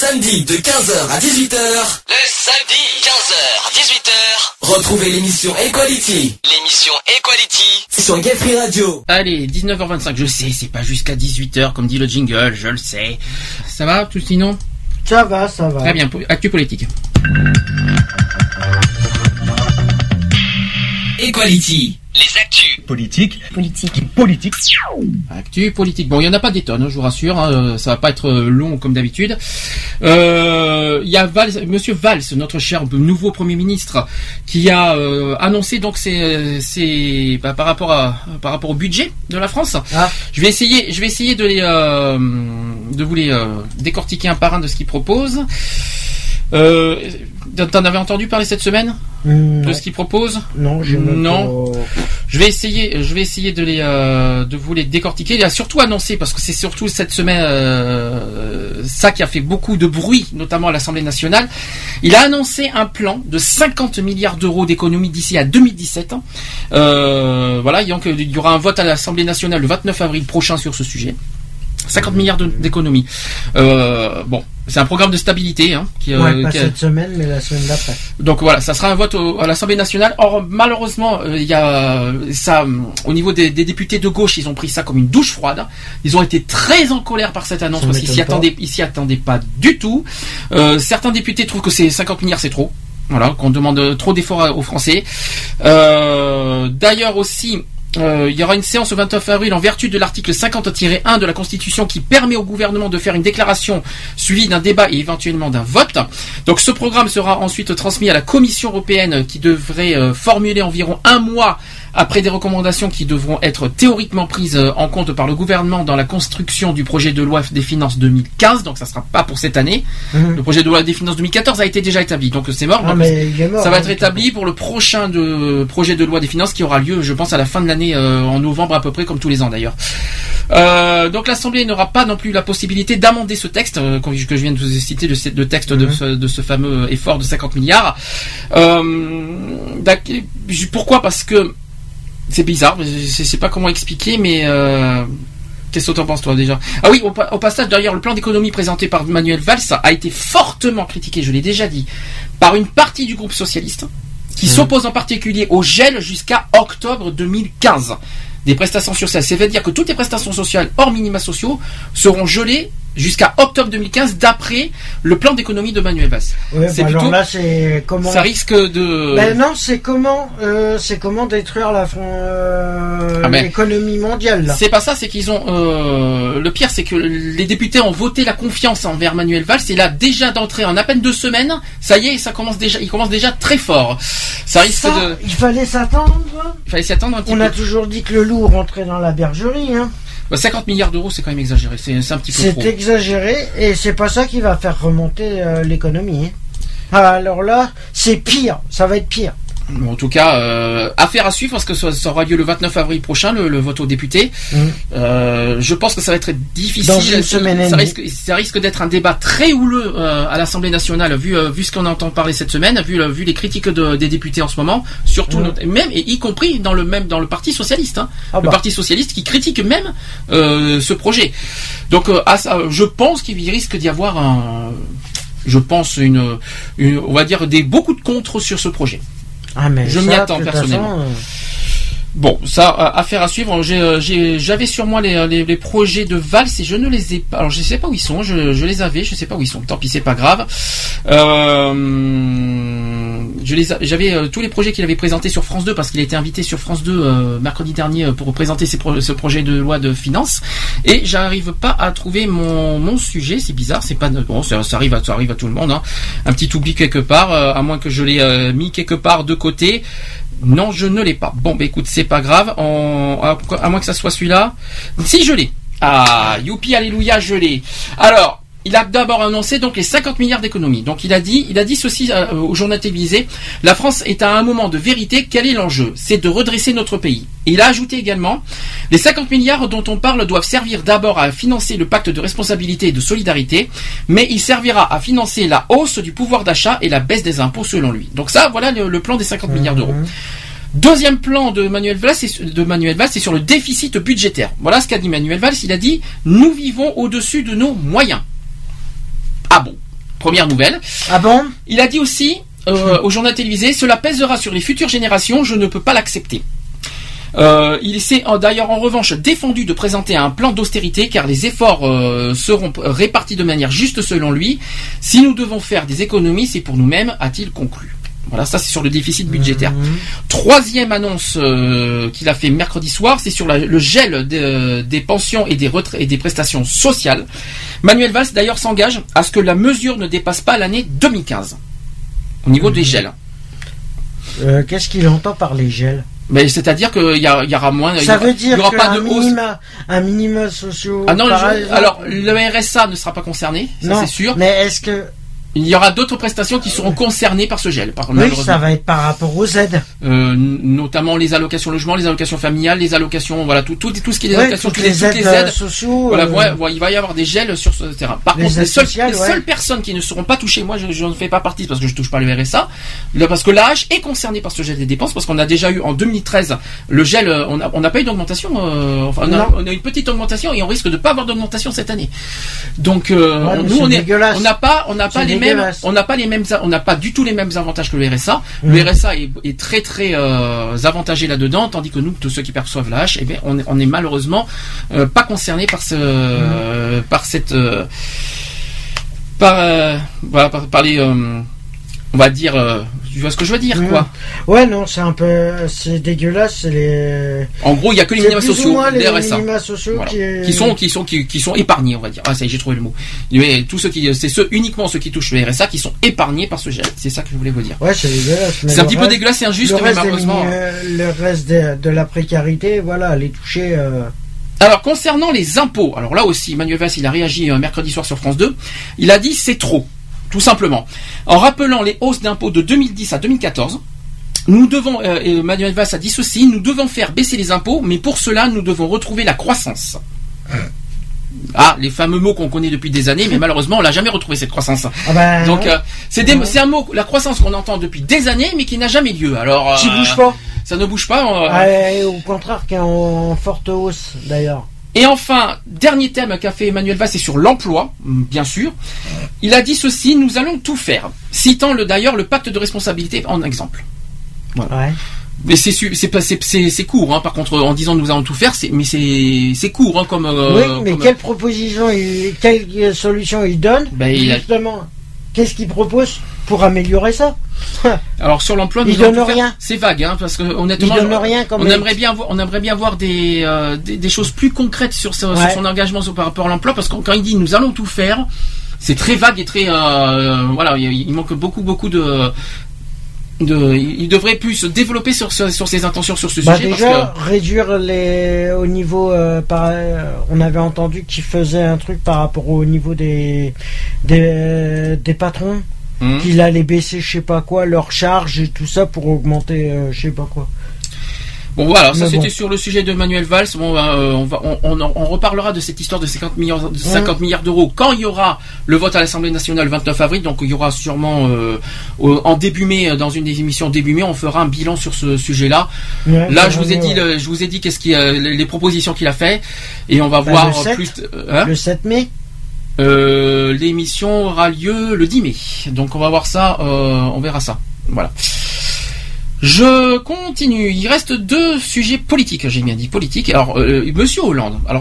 samedi de 15h à 18h. Le samedi 15h à 18h. Retrouvez l'émission Equality. L'émission Equality sur Gay Free Radio. Allez, 19h25, je sais, c'est pas jusqu'à 18h comme dit le jingle, je le sais. Ça va tout sinon ? Ça va, ça va. Très bien, actu politique. Equality. Les actus. Politique. Actu politique. Bon, il y en a pas des tonnes, je vous rassure. Hein, ça va pas être long comme d'habitude. Il y a Monsieur Valls, notre cher nouveau Premier ministre, qui a annoncé donc par rapport au budget de la France. Ah. Je vais essayer de vous les décortiquer un par un de ce qu'il propose. T'en avais entendu parler cette semaine de ce qu'il propose ? Non, non. Je vais essayer de vous les décortiquer. Il a surtout annoncé, parce que c'est surtout cette semaine ça qui a fait beaucoup de bruit, notamment à l'Assemblée nationale. Il a annoncé un plan de 50 milliards d'euros d'économie d'ici à 2017. Voilà, donc il y aura un vote à l'Assemblée nationale le 29 avril prochain sur ce sujet. 50 milliards d'économies. Bon, c'est un programme de stabilité. Hein, pas cette semaine, mais la semaine d'après. Donc voilà, ça sera un vote à l'Assemblée nationale. Or, malheureusement, il y a ça au niveau des députés de gauche, ils ont pris ça comme une douche froide. Ils ont été très en colère par cette annonce parce qu'ils s'y attendaient pas du tout. Certains députés trouvent que ces 50 milliards c'est trop. Voilà, qu'on demande trop d'efforts aux Français. D'ailleurs aussi. Il y aura une séance le 29 avril en vertu de l'article 50-1 de la Constitution qui permet au gouvernement de faire une déclaration suivie d'un débat et éventuellement d'un vote. Donc ce programme sera ensuite transmis à la Commission européenne qui devrait formuler environ un mois après des recommandations qui devront être théoriquement prises en compte par le gouvernement dans la construction du projet de loi des finances 2015. Donc ça sera pas pour cette année. Le projet de loi des finances 2014 a été déjà établi, donc c'est mort. Donc, ça va être établi pour le prochain projet de loi des finances qui aura lieu, je pense, à la fin de l'année, en novembre à peu près, comme tous les ans d'ailleurs. Donc l'Assemblée n'aura pas non plus la possibilité d'amender ce texte que je viens de vous citer, le texte de ce fameux effort de 50 milliards. Pourquoi ? Parce que c'est bizarre, je sais pas comment expliquer, mais qu'est-ce que t'en penses toi déjà ? Ah oui, au passage, d'ailleurs, le plan d'économie présenté par Manuel Valls a été fortement critiqué, je l'ai déjà dit, par une partie du groupe socialiste, qui s'oppose en particulier au gel jusqu'à octobre 2015 des prestations sociales. Ça veut dire que toutes les prestations sociales hors minima sociaux seront gelées jusqu'à octobre 2015 d'après le plan d'économie de Manuel Valls. Ouais, c'est plutôt, alors là, c'est comment ça risque de. Ben non, c'est comment détruire l'économie mondiale. Là. C'est pas ça, c'est qu'ils ont. Le pire, c'est que les députés ont voté la confiance envers Manuel Valls et là déjà d'entrée en à peine 2 semaines, ça y est, il commence déjà très fort. Ça risque de. Il fallait s'attendre. Un petit peu. On a toujours dit que le loup rentrait dans la bergerie, hein. 50 milliards d'euros, c'est quand même exagéré. C'est un petit peu trop. C'est exagéré et c'est pas ça qui va faire remonter l'économie. Alors là, c'est pire. Ça va être pire. Bon, en tout cas, affaire à suivre parce que ça aura lieu le 29 avril prochain, le vote aux députés. Je pense que ça va être difficile. Dans une semaine et demie. Ça risque d'être un débat très houleux à l'Assemblée nationale, vu ce qu'on entend parler cette semaine, vu les critiques des députés en ce moment, surtout même et y compris dans le Parti socialiste. Hein. Le Parti socialiste qui critique même ce projet. Donc, je pense qu'il risque d'y avoir on va dire beaucoup de contre sur ce projet. Je m'y attends personnellement. Bon, ça, affaire à suivre. J'avais sur moi les projets de Valls et je ne les ai pas. Alors, je sais pas où ils sont. Je les avais. Je sais pas où ils sont. Tant pis, c'est pas grave. J'avais tous les projets qu'il avait présentés sur France 2 parce qu'il a été invité sur France 2 mercredi dernier pour présenter ce projet de loi de finances. Et j'arrive pas à trouver mon sujet. C'est bizarre. C'est pas bon. Ça arrive à tout le monde. Hein. Un petit oubli quelque part, à moins que je l'ai mis quelque part de côté. Non, je ne l'ai pas. Bon, écoute, c'est pas grave. À moins que ça soit celui-là. Si, je l'ai. Ah, youpi, alléluia, je l'ai. Alors, il a d'abord annoncé donc les 50 milliards d'économies. Donc, il a dit ceci au journal télévisé. La France est à un moment de vérité. Quel est l'enjeu ? C'est de redresser notre pays. Et il a ajouté également, les 50 milliards dont on parle doivent servir d'abord à financer le pacte de responsabilité et de solidarité, mais il servira à financer la hausse du pouvoir d'achat et la baisse des impôts selon lui. Donc ça, voilà le plan des 50 milliards d'euros. Deuxième plan de Manuel Valls, c'est sur le déficit budgétaire. Voilà ce qu'a dit Manuel Valls. Il a dit, nous vivons au-dessus de nos moyens. Ah bon ? Première nouvelle. Ah bon? Il a dit aussi au journal télévisé, cela pèsera sur les futures générations, je ne peux pas l'accepter. Il s'est d'ailleurs en revanche défendu de présenter un plan d'austérité car les efforts seront répartis de manière juste selon lui. Si nous devons faire des économies, c'est pour nous-mêmes, a-t-il conclu. Voilà, ça c'est sur le déficit budgétaire. Troisième annonce qu'il a fait mercredi soir, c'est sur le gel des pensions et des retraites et des prestations sociales. Manuel Valls d'ailleurs s'engage à ce que la mesure ne dépasse pas l'année 2015 au niveau des gels. Qu'est-ce qu'il entend par les gels? Mais c'est-à-dire qu'il y aura moins. Ça veut dire qu'il n'y aura pas de hausse. Un minimum social. Ah non, alors le RSA ne sera pas concerné, ça non, c'est sûr. Mais est-ce que il y aura d'autres prestations qui seront concernées par ce gel. Oui, ça va être par rapport aux aides. Notamment les allocations logement, les allocations familiales, les allocations, voilà, tout ce qui est des allocations, toutes les aides sociaux. Voilà, il va y avoir des gels sur ce terrain. Par contre, les seules personnes qui ne seront pas touchées, moi je ne fais pas partie parce que je touche pas le RSA, parce que l'AH est concerné par ce gel des dépenses, parce qu'on a déjà eu en 2013 le gel, on n'a pas eu d'augmentation, on a une petite augmentation et on risque de pas avoir d'augmentation cette année. Donc nous on n'a pas du tout les mêmes avantages que le RSA. Le RSA est très très avantagé là-dedans, tandis que nous, tous ceux qui perçoivent la hache, on est malheureusement pas concernés par les on va dire, tu vois ce que je veux dire, quoi. Ouais, non, c'est dégueulasse. En gros, il y a que les minima sociaux, les RSA, minima sociaux voilà. qui sont épargnés, on va dire. Ah, ça y est, j'ai trouvé le mot. Mais uniquement ceux qui touchent le RSA qui sont épargnés par ce gel. C'est ça que je voulais vous dire. Ouais, c'est dégueulasse. C'est un petit peu dégueulasse et injuste, mais malheureusement. Le reste de la précarité, voilà, les toucher. Alors, concernant les impôts, alors là aussi, Manuel Valls, il a réagi mercredi soir sur France 2. Il a dit c'est trop. Tout simplement. En rappelant les hausses d'impôts de 2010 à 2014, nous devons, Manuel Valls a dit ceci, nous devons faire baisser les impôts, mais pour cela, nous devons retrouver la croissance. Ah, les fameux mots qu'on connaît depuis des années, mais malheureusement, on l'a jamais retrouvé cette croissance. Donc, c'est un mot, la croissance qu'on entend depuis des années, mais qui n'a jamais lieu. Alors, qui bouge pas. Ça ne bouge pas. Au contraire, qui est en forte hausse, d'ailleurs. Et enfin, dernier thème qu'a fait Manuel Valls, c'est sur l'emploi, bien sûr. Il a dit ceci, nous allons tout faire, citant d'ailleurs le pacte de responsabilité en exemple. Voilà. Ouais. Mais c'est court, hein, par contre, en disant nous allons tout faire, c'est court, hein, comme. Oui, mais quelle proposition, quelle solution il donne, justement. Qu'est-ce qu'il propose pour améliorer ça? Alors sur l'emploi, il donne rien. C'est vague, hein, parce que honnêtement, il donne rien. On aimerait bien voir des choses plus concrètes sur son engagement par rapport à l'emploi, parce que quand il dit nous allons tout faire, c'est très vague et très voilà, il manque beaucoup de. Il devrait plus se développer sur ses intentions sur ce sujet. Déjà, parce que réduire au niveau. On avait entendu qu'il faisait un truc par rapport au niveau des patrons, qu'il allait baisser je sais pas quoi leurs charges et tout ça pour augmenter je sais pas quoi. Bon voilà, ça c'était sur le sujet de Manuel Valls. Bon, on reparlera de cette histoire de 50 milliards d'euros quand il y aura le vote à l'Assemblée nationale le 29 avril. Donc il y aura sûrement en début mai, dans une des émissions début mai, on fera un bilan sur ce sujet-là. Ouais, là, je vous ai dit qu'est-ce les propositions qu'il a fait, et on va voir plus. Le 7 mai. L'émission aura lieu le 10 mai. Donc on va voir ça, on verra ça. Voilà. Je continue. Il reste 2 sujets politiques. J'ai bien dit politique. Alors, Monsieur Hollande. Alors,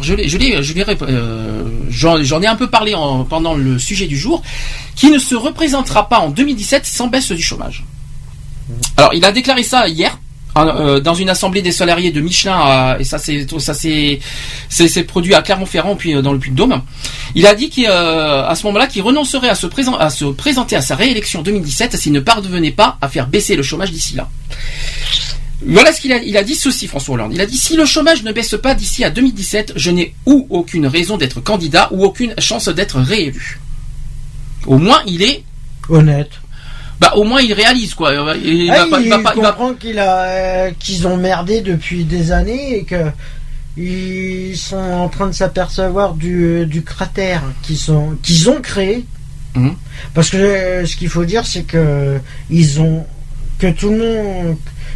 j'en ai un peu parlé pendant le sujet du jour, qui ne se représentera pas en 2017 sans baisse du chômage. Alors, il a déclaré ça hier. Dans une assemblée des salariés de Michelin, et ça c'est produit à Clermont-Ferrand puis dans le Puy-de-Dôme. Il a dit qu'à ce moment-là qu'il renoncerait à se présenter à sa réélection 2017 s'il ne parvenait pas à faire baisser le chômage d'ici là. Voilà ce qu'il a dit ceci, François Hollande. Il a dit: si le chômage ne baisse pas d'ici à 2017, je n'ai aucune raison d'être candidat ou aucune chance d'être réélu. Au moins il est honnête. Au moins il réalise, quoi. Il comprend qu'ils ont merdé depuis des années et que ils sont en train de s'apercevoir du cratère qu'ils ont créé. Parce que ce qu'il faut dire, c'est que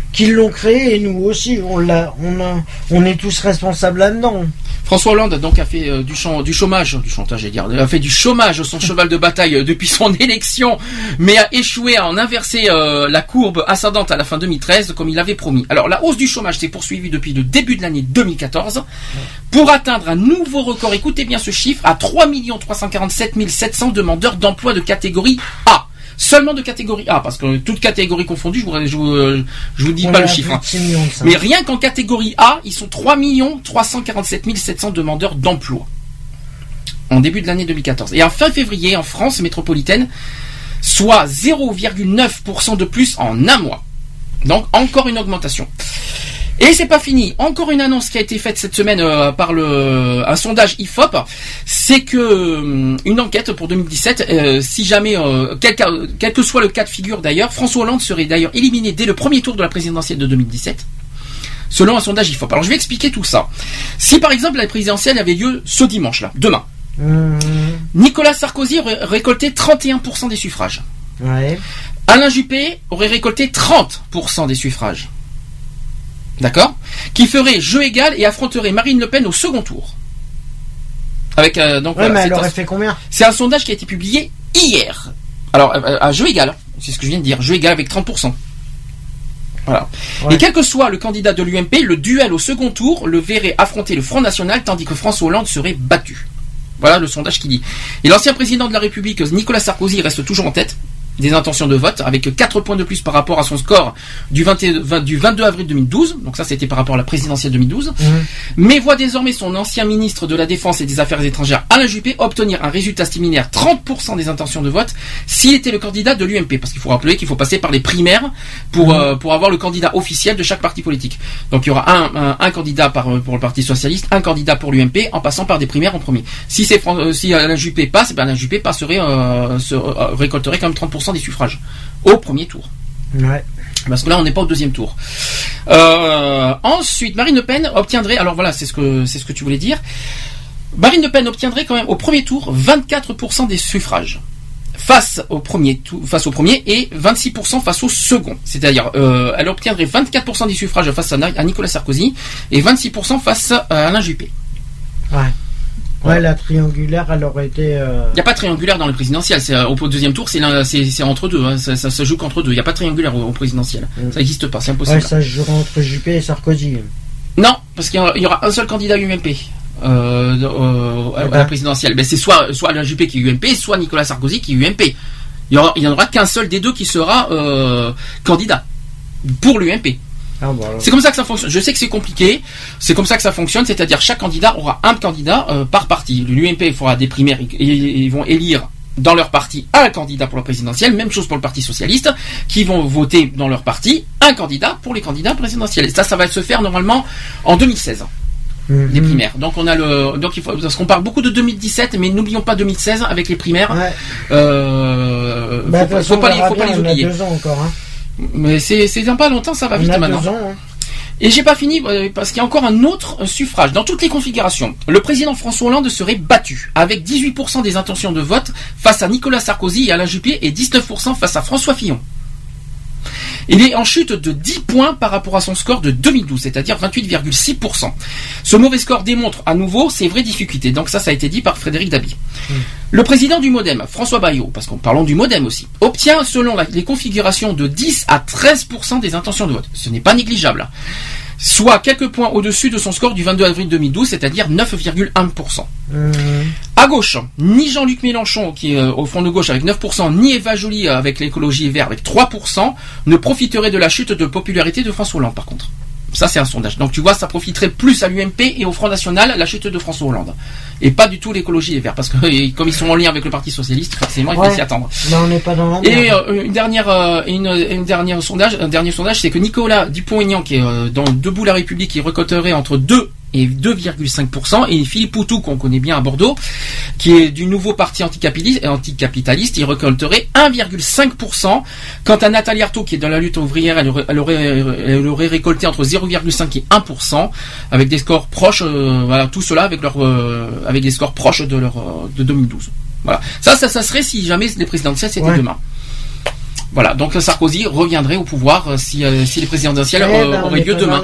qui l'ont créé et nous aussi, on est tous responsables là-dedans. François Hollande donc a fait du chômage, a fait du chômage son cheval de bataille depuis son élection, mais a échoué à en inverser la courbe ascendante à la fin 2013 comme il avait promis. Alors la hausse du chômage s'est poursuivie depuis le début de l'année 2014 pour atteindre un nouveau record. Écoutez bien ce chiffre, à 3 347 700 demandeurs d'emploi de catégorie A. Seulement de catégorie A, parce que toute catégorie confondue, je vous dis pas le chiffre. Hein. Mais rien qu'en catégorie A, ils sont 3 347 700 demandeurs d'emploi. En début de l'année 2014. Et en fin février, en France métropolitaine, soit 0,9% de plus en un mois. Donc encore une augmentation. Et c'est pas fini. Encore une annonce qui a été faite cette semaine par un sondage IFOP, c'est que une enquête pour 2017, si jamais, quel que soit le cas de figure d'ailleurs, François Hollande serait d'ailleurs éliminé dès le premier tour de la présidentielle de 2017, selon un sondage IFOP. Alors je vais expliquer tout ça. Si par exemple la présidentielle avait lieu ce dimanche-là, demain, Nicolas Sarkozy aurait récolté 31% des suffrages. Ouais. Alain Juppé aurait récolté 30% des suffrages. D'accord, qui ferait jeu égal et affronterait Marine Le Pen au second tour. Avec donc. Ouais, mais elle aurait fait combien ? C'est un sondage qui a été publié hier. Alors à jeu égal, c'est ce que je viens de dire, jeu égal avec 30%. Voilà. Ouais. Et quel que soit le candidat de l'UMP, le duel au second tour le verrait affronter le Front National, tandis que François Hollande serait battu. Voilà le sondage qui dit. Et l'ancien président de la République, Nicolas Sarkozy, reste toujours en tête des intentions de vote, avec 4 points de plus par rapport à son score du 22 avril 2012, donc ça c'était par rapport à la présidentielle 2012, mais voit désormais son ancien ministre de la Défense et des Affaires étrangères, Alain Juppé, obtenir un résultat similaire, 30% des intentions de vote, s'il était le candidat de l'UMP, parce qu'il faut rappeler qu'il faut passer par les primaires pour avoir le candidat officiel de chaque parti politique. Donc il y aura un candidat pour le Parti Socialiste, un candidat pour l'UMP, en passant par des primaires en premier. Si Alain Juppé passe, Alain Juppé récolterait quand même 30% des suffrages au premier tour. Ouais. Parce que là on n'est pas au deuxième tour. Ensuite, Marine Le Pen obtiendrait, alors voilà, c'est ce que tu voulais dire. Marine Le Pen obtiendrait quand même au premier tour 24% des suffrages face au premier et 26% face au second. C'est-à-dire elle obtiendrait 24% des suffrages face à Nicolas Sarkozy et 26% face à Alain Juppé. Ouais. Ouais, la triangulaire, elle aurait été. Il n'y a pas de triangulaire dans le présidentiel. Au deuxième tour, c'est entre deux. Hein. Ça se joue qu'entre deux. Il n'y a pas de triangulaire au présidentiel. Ça n'existe pas. C'est impossible. Ouais, ça se jouera entre Juppé et Sarkozy. Non, parce qu'il y aura un seul candidat UMP à la présidentielle. Ben, c'est soit Alain Juppé qui est UMP, soit Nicolas Sarkozy qui est UMP. Il n'y en aura qu'un seul des deux qui sera candidat pour l'UMP. Ah, bon, c'est comme ça que ça fonctionne. Je sais que c'est compliqué. C'est comme ça que ça fonctionne, c'est-à-dire chaque candidat aura un candidat par parti. L'UMP fera des primaires et ils vont élire dans leur parti un candidat pour la présidentielle. Même chose pour le Parti Socialiste, qui vont voter dans leur parti un candidat pour les candidats présidentiels. Et ça va se faire normalement en 2016. Les primaires. Donc il faut, parce qu'on parle beaucoup de 2017, mais n'oublions pas 2016 avec les primaires. Ouais. Faut pas les oublier. 2 ans encore. Hein. Mais c'est dans pas longtemps, ça va vite maintenant. 2 ans, hein. Et j'ai pas fini parce qu'il y a encore un autre suffrage. Dans toutes les configurations, le président François Hollande serait battu avec 18% des intentions de vote face à Nicolas Sarkozy et Alain Juppé et 19% face à François Fillon. Il est en chute de 10 points par rapport à son score de 2012, c'est-à-dire 28,6%. Ce mauvais score démontre à nouveau ses vraies difficultés. Donc ça a été dit par Frédéric Dabi. Le président du MoDem, François Bayrou, parce qu'on parlons du MoDem aussi, obtient selon les configurations de 10 à 13% des intentions de vote. Ce n'est pas négligeable. Soit quelques points au-dessus de son score du 22 avril 2012, c'est-à-dire 9,1%. À gauche, ni Jean-Luc Mélenchon, qui est au front de gauche avec 9%, ni Eva Joly avec l'écologie et vert avec 3%, ne profiteraient de la chute de popularité de François Hollande, par contre. Ça, c'est un sondage. Donc, tu vois, ça profiterait plus à l'UMP et au Front National, la chute de François Hollande. Et pas du tout l'écologie et vert, parce que comme ils sont en lien avec le Parti Socialiste, forcément, il faut s'y attendre. Là, on n'est pas dans la et un dernier sondage, c'est que Nicolas Dupont-Aignan, qui est dans Debout la République, qui récolterait entre 2 et 2,5%, et Philippe Poutou, qu'on connaît bien à Bordeaux, qui est du nouveau parti anticapitaliste, il récolterait 1,5%. Quant à Nathalie Arthaud, qui est dans la lutte ouvrière, elle aurait récolté entre 0,5 et 1%, avec des scores proches, voilà, tout cela avec des scores proches de 2012. Voilà. Ça serait si jamais les présidentielles c'était demain. Voilà, donc Sarkozy reviendrait au pouvoir si les présidentielles auraient lieu demain.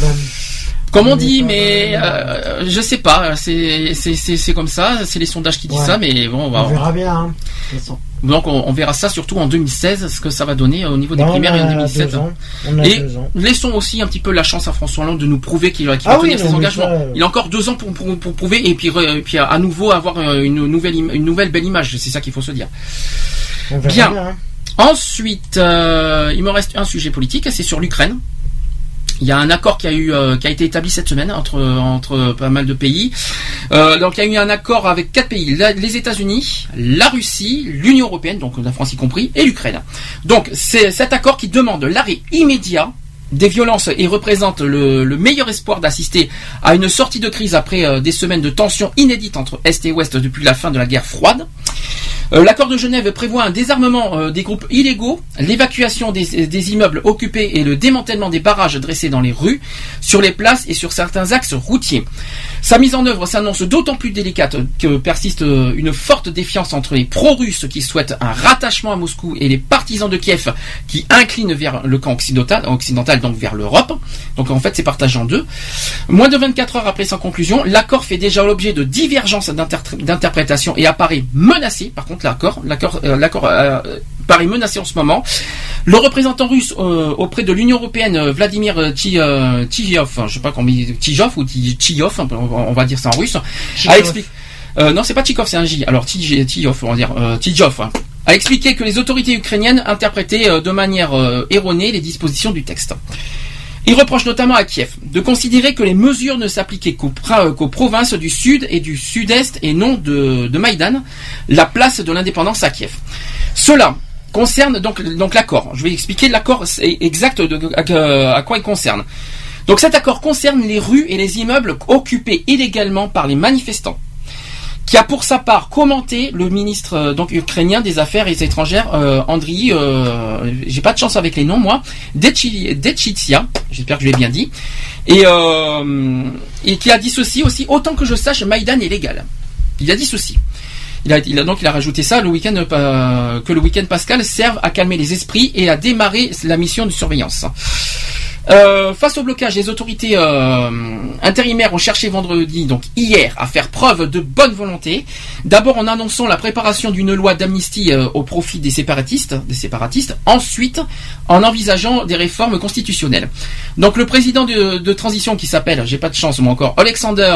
Comme on dit, mais je sais pas, c'est comme ça, c'est les sondages qui disent ça, mais bon, on verra bien. Hein, de toute façon. Donc on verra ça surtout en 2016, ce que ça va donner au niveau des primaires et en 2017. Et laissons aussi un petit peu la chance à François Hollande de nous prouver qu'il va tenir ses engagements. Il a encore 2 ans pour prouver et puis à nouveau avoir une nouvelle belle image. C'est ça qu'il faut se dire. Bien. Ensuite, il me reste un sujet politique, c'est sur l'Ukraine. Il y a un accord qui a été établi cette semaine entre pas mal de pays. Donc il y a eu un accord avec 4 pays, les États-Unis, la Russie, l'Union européenne, donc la France y compris, et l'Ukraine. Donc c'est cet accord qui demande l'arrêt immédiat des violences et représente le meilleur espoir d'assister à une sortie de crise après des semaines de tensions inédites entre Est et Ouest depuis la fin de la guerre froide. L'accord de Genève prévoit un désarmement des groupes illégaux, l'évacuation des immeubles occupés et le démantèlement des barrages dressés dans les rues, sur les places et sur certains axes routiers. Sa mise en œuvre s'annonce d'autant plus délicate que persiste une forte défiance entre les pro-russes qui souhaitent un rattachement à Moscou et les partisans de Kiev qui inclinent vers le camp occidental, donc vers l'Europe. Donc en fait c'est partagé en deux. Moins de 24 heures après sa conclusion, l'accord fait déjà l'objet de divergences d'interprétation et apparaît menacé. Par contre l'accord paraît menacé en ce moment. Le représentant russe auprès de l'Union européenne, Vladimir Tchijov, je sais pas comment Tchijov ou Tchijov, on va dire ça en russe, a expliqué. Non, c'est pas Tchikov, c'est un J. Alors Tchijov, on va dire Tchijov, a expliqué que les autorités ukrainiennes interprétaient de manière erronée les dispositions du texte. Il reproche notamment à Kiev de considérer que les mesures ne s'appliquaient qu'aux provinces du sud et du sud-est et non de Maïdan, la place de l'indépendance à Kiev. Cela concerne donc l'accord. Je vais expliquer l'accord exact à quoi il concerne. Donc cet accord concerne les rues et les immeubles occupés illégalement par les manifestants, qui a pour sa part commenté le ministre ukrainien des Affaires étrangères, Andriy, j'ai pas de chance avec les noms moi, Dechitsia, j'espère que je l'ai bien dit, et qui a dit ceci aussi: autant que je sache, Maïdan est légal. Il a dit ceci. Il a rajouté ça que le week-end pascal serve à calmer les esprits et à démarrer la mission de surveillance. Face au blocage, les autorités intérimaires ont cherché vendredi, donc hier, à faire preuve de bonne volonté. D'abord en annonçant la préparation d'une loi d'amnistie au profit des séparatistes. Ensuite, en envisageant des réformes constitutionnelles. Donc le président de transition qui s'appelle, j'ai pas de chance moi encore, Alexander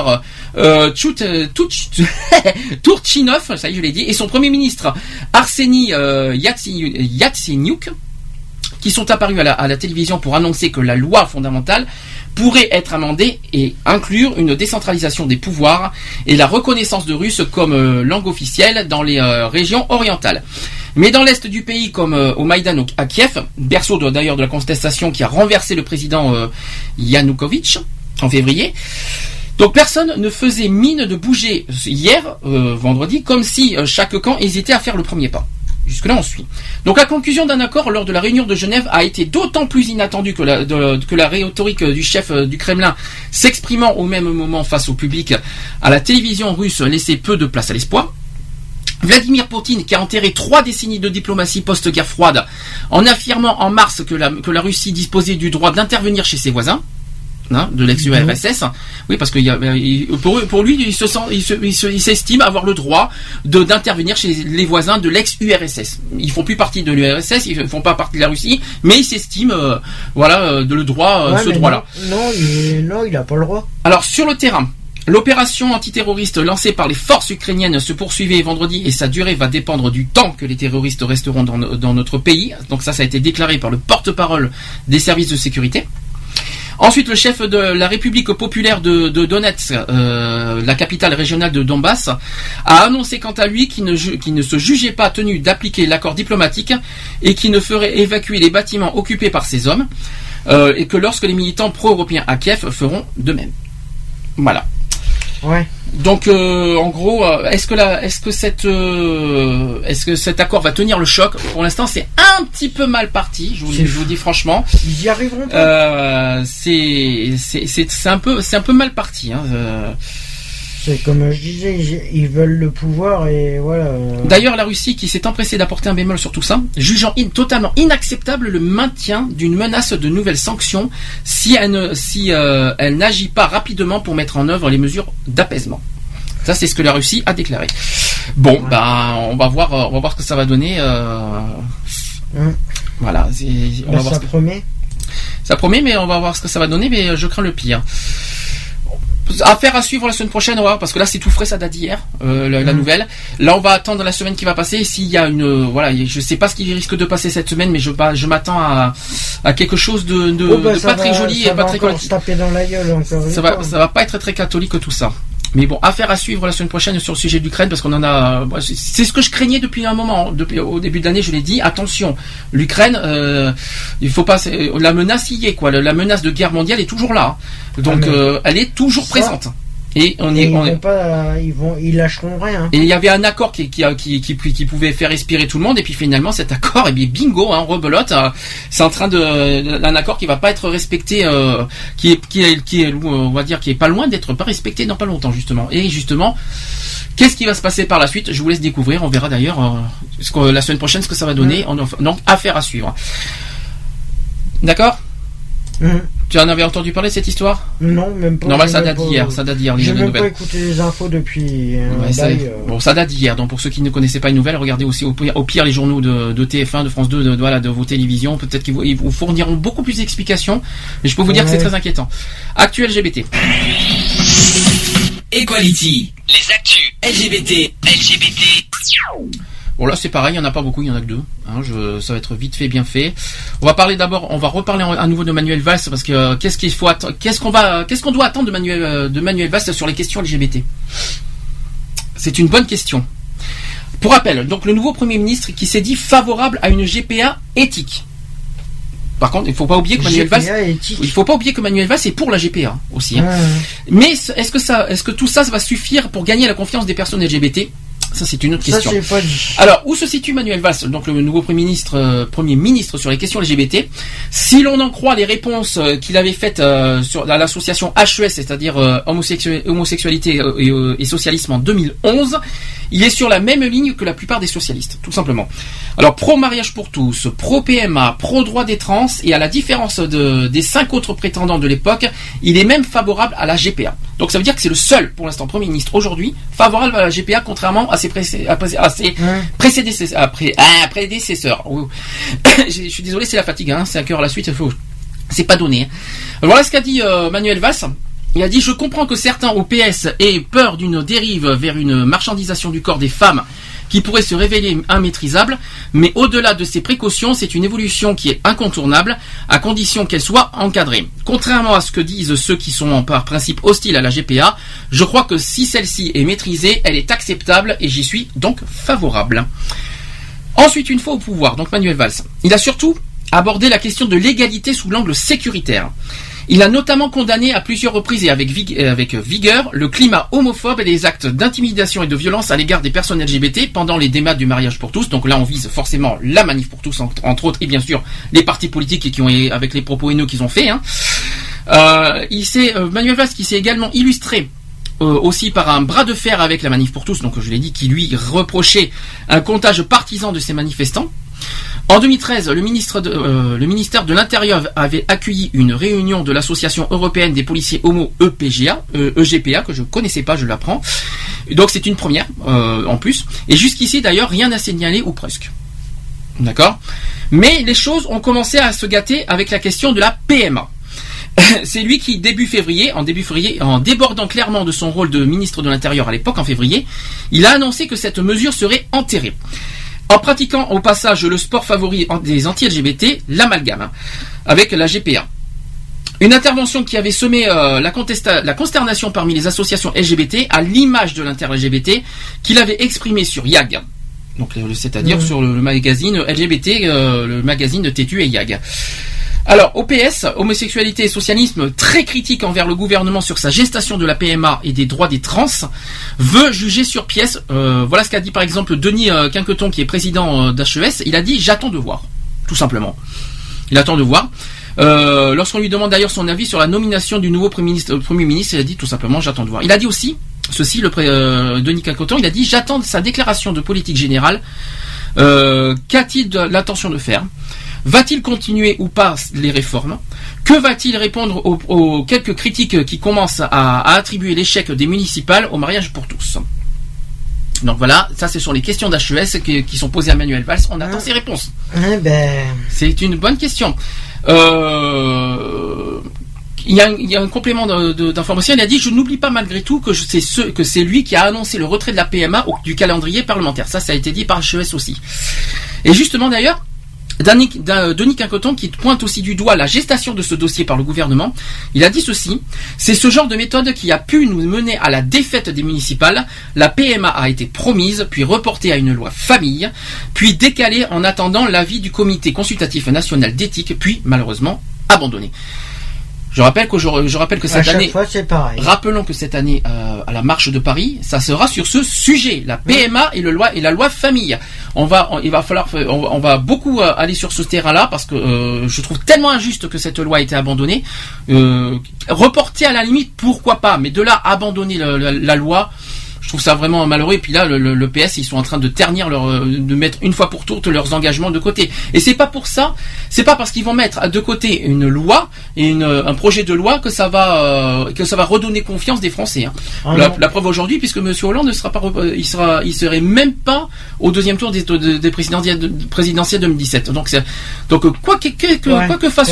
Turchinov, ça y est je l'ai dit, et son premier ministre Arseny Yatsenyuk, qui sont apparus à la télévision pour annoncer que la loi fondamentale pourrait être amendée et inclure une décentralisation des pouvoirs et la reconnaissance de russe comme langue officielle dans les régions orientales. Mais dans l'est du pays, comme au Maïdan à Kiev, berceau d'ailleurs de la contestation qui a renversé le président Yanukovych en février, donc personne ne faisait mine de bouger hier, vendredi, comme si chaque camp hésitait à faire le premier pas. Jusque-là, on suit. Donc la conclusion d'un accord lors de la réunion de Genève a été d'autant plus inattendue que la rhétorique du chef du Kremlin s'exprimant au même moment face au public à la télévision russe laissait peu de place à l'espoir. Vladimir Poutine, qui a enterré 3 décennies de diplomatie post-guerre froide en affirmant en mars que la Russie disposait du droit d'intervenir chez ses voisins, de l'ex-URSS. Oui, parce que pour lui, il s'estime avoir le droit d'intervenir chez les voisins de l'ex-URSS. Ils font plus partie de l'URSS, ils font pas partie de la Russie, mais il s'estime, de le droit, ce droit-là. Non, il a pas le droit. Alors sur le terrain, l'opération antiterroriste lancée par les forces ukrainiennes se poursuivait vendredi et sa durée va dépendre du temps que les terroristes resteront dans notre pays. Donc ça a été déclaré par le porte-parole des services de sécurité. Ensuite, le chef de la République populaire de Donetsk, la capitale régionale de Donbass, a annoncé quant à lui qu'il ne se jugeait pas tenu d'appliquer l'accord diplomatique et qu'il ne ferait évacuer les bâtiments occupés par ces hommes, et que lorsque les militants pro-européens à Kiev feront de même. Voilà. Ouais. Donc en gros, est-ce que cet accord va tenir le choc? Pour l'instant, c'est un petit peu mal parti. Je vous dis franchement. Ils y arriveront pas. C'est un peu mal parti. Hein. C'est comme je disais, ils veulent le pouvoir et voilà. D'ailleurs, la Russie, qui s'est empressée d'apporter un bémol sur tout ça, jugeant totalement inacceptable le maintien d'une menace de nouvelles sanctions si elle n'agit pas rapidement pour mettre en œuvre les mesures d'apaisement. Ça, c'est ce que la Russie a déclaré. Bon, on va voir ce que ça va donner. Voilà. Ça promet. Ça promet, mais on va voir ce que ça va donner, mais je crains le pire. Affaire à suivre la semaine prochaine, parce que là c'est tout frais, ça date d'hier, la nouvelle. Là on va attendre la semaine qui va passer. S'il y a je sais pas ce qui risque de passer cette semaine, mais je m'attends à quelque chose de pas très joli et pas très catholique. Se taper dans la gueule encore. Ça va pas être très catholique tout ça. Mais bon, affaire à suivre la semaine prochaine sur le sujet d'Ukraine, parce qu'on en a. C'est ce que je craignais depuis un moment. Au début de l'année, je l'ai dit. Attention, l'Ukraine, il faut pas. La menace y est, quoi. La menace de guerre mondiale est toujours là. Donc, elle est toujours présente. Et ils lâcheront rien. Et il y avait un accord qui pouvait faire respirer tout le monde, et puis finalement cet accord, bingo, rebelote. C'est en train un accord qui va pas être respecté, qui est, on va dire, qui est pas loin d'être pas respecté dans pas longtemps justement. Et justement, qu'est-ce qui va se passer par la suite? Je vous laisse découvrir. On verra d'ailleurs la semaine prochaine ce que ça va donner. Donc affaire à suivre. D'accord. Tu en avais entendu parler de cette histoire? Non, même pas. Non, ça date d'hier. J'ai même pas écouté les infos depuis. Bon, ça date d'hier. Donc pour ceux qui ne connaissaient pas les nouvelles, regardez aussi au pire les journaux de TF1, de France 2, de vos télévisions. Peut-être qu'ils vous fourniront beaucoup plus d'explications. Mais je peux vous dire que c'est très inquiétant. Actu LGBT. Equality. Les actus LGBT. Bon là c'est pareil, il n'y en a pas beaucoup, il y en a que deux. Ça va être vite fait, bien fait. On va reparler à nouveau de Manuel Valls, parce que qu'est-ce qu'on doit attendre de Manuel Valls sur les questions LGBT? C'est une bonne question. Pour rappel, donc le nouveau Premier ministre qui s'est dit favorable à une GPA éthique. Par contre, il faut pas oublier que Manuel Valls est pour la GPA aussi. Mais est-ce que tout ça va suffire pour gagner la confiance des personnes LGBT? Ça, c'est une autre question. Alors, où se situe Manuel Valls, donc le nouveau Premier ministre sur les questions LGBT? Si l'on en croit les réponses qu'il avait faites à l'association HES, c'est-à-dire homosexualité et socialisme en 2011, il est sur la même ligne que la plupart des socialistes, tout simplement. Alors, pro-mariage pour tous, pro-PMA, pro-droit des trans, et à la différence des 5 autres prétendants de l'époque, il est même favorable à la GPA. Donc ça veut dire que c'est le seul, pour l'instant, Premier ministre aujourd'hui, favorable à la GPA, contrairement à ses prédécesseurs. Je suis désolé, c'est la fatigue, 5 heures à la suite, c'est pas donné. Voilà ce qu'a dit Manuel Valls. Il a dit: je comprends que certains au PS aient peur d'une dérive vers une marchandisation du corps des femmes qui pourrait se révéler immaîtrisable, mais au-delà de ces précautions, c'est une évolution qui est incontournable, à condition qu'elle soit encadrée. Contrairement à ce que disent ceux qui sont par principe hostiles à la GPA, je crois que si celle-ci est maîtrisée, elle est acceptable, et j'y suis donc favorable. Ensuite, une fois au pouvoir, donc Manuel Valls, il a surtout abordé la question de l'égalité sous l'angle sécuritaire. Il a notamment condamné à plusieurs reprises et avec vigueur le climat homophobe et les actes d'intimidation et de violence à l'égard des personnes LGBT pendant les débats du mariage pour tous. Donc là, on vise forcément la manif pour tous, entre autres, et bien sûr les partis politiques avec les propos haineux qu'ils ont fait. Manuel Valls qui s'est également illustré aussi par un bras de fer avec la manif pour tous, donc je l'ai dit, qui lui reprochait un comptage partisan de ces manifestants. En 2013, le ministère de l'Intérieur avait accueilli une réunion de l'Association européenne des policiers homo EGPA, que je connaissais pas, je l'apprends. Donc c'est une première en plus. Et jusqu'ici d'ailleurs, rien n'a signalé ou presque. D'accord ? Mais les choses ont commencé à se gâter avec la question de la PMA. C'est lui qui, en débordant clairement de son rôle de ministre de l'Intérieur à l'époque, en février, il a annoncé que cette mesure serait enterrée. En pratiquant au passage le sport favori des anti-LGBT, l'amalgame, avec la GPA. Une intervention qui avait semé la consternation parmi les associations LGBT, à l'image de l'inter-LGBT qu'il avait exprimé sur YAG. Donc, c'est-à-dire sur le magazine LGBT, le magazine de Tétu et YAG. Alors, OPS, homosexualité et socialisme, très critique envers le gouvernement sur sa gestation de la PMA et des droits des trans, veut juger sur pièce. Voilà ce qu'a dit par exemple Denis Quinqueton, qui est président d'HES. Il a dit: j'attends de voir, tout simplement. Il attend de voir. Lorsqu'on lui demande d'ailleurs son avis sur la nomination du nouveau Premier ministre, il a dit tout simplement: j'attends de voir. Il a dit aussi: ceci, Denis Cacoton, il a dit: j'attends sa déclaration de politique générale. Qu'a-t-il l'intention de faire? Va-t-il continuer ou pas les réformes? Que va-t-il répondre aux quelques critiques qui commencent à attribuer l'échec des municipales au mariage pour tous? Donc voilà, ça ce sont les questions d'HES qui sont posées à Manuel Valls. On attend ses réponses. C'est une bonne question. Il y a un complément d'information. Il a dit: je n'oublie pas malgré tout que c'est lui qui a annoncé le retrait de la PMA du calendrier parlementaire. Ça a été dit par HES aussi. Et justement d'ailleurs, Denis Cacoton, qui pointe aussi du doigt la gestation de ce dossier par le gouvernement, il a dit ceci: c'est ce genre de méthode qui a pu nous mener à la défaite des municipales. La PMA a été promise, puis reportée à une loi famille, puis décalée en attendant l'avis du comité consultatif national d'éthique, puis malheureusement abandonnée. Je rappelle que cette année, c'est pareil. Rappelons que cette année, à la marche de Paris, ça sera sur ce sujet, la PMA et la loi famille. On va beaucoup aller sur ce terrain-là parce que je trouve tellement injuste que cette loi a été abandonnée. Reporter à la limite, pourquoi pas, mais de là abandonner la loi. Je trouve ça vraiment malheureux. Et puis là, le PS, ils sont en train de ternir de mettre une fois pour toutes leurs engagements de côté. Et c'est pas pour ça, c'est pas parce qu'ils vont mettre de côté une loi et un projet de loi que ça va redonner confiance des Français. Hein. La preuve aujourd'hui, puisque Monsieur Hollande ne sera pas, il serait même pas au deuxième tour des présidentielles 2017. Donc quoi que fasse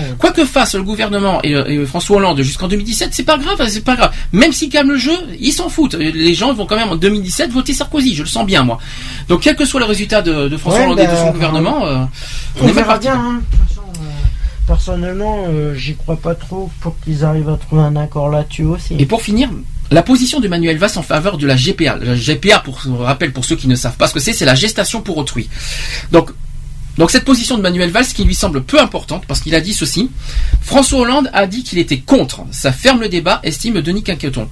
le gouvernement et François Hollande jusqu'en 2017, c'est pas grave. Même s'ils calment le jeu, ils s'en foutent. Les gens vont quand même en 2017 voter Sarkozy, je le sens bien moi. Donc quel que soit le résultat de François Hollande et de son gouvernement, on verra bien. Hein. De toute façon, personnellement, j'y crois pas trop pour qu'ils arrivent à trouver un accord là-dessus aussi. Et pour finir, la position de Manuel Valls en faveur de la GPA. La GPA, pour rappel pour ceux qui ne savent pas ce que c'est la gestation pour autrui. Donc cette position de Manuel Valls qui lui semble peu importante parce qu'il a dit ceci: François Hollande a dit qu'il était contre. Ça ferme le débat, estime Denis Cacoton.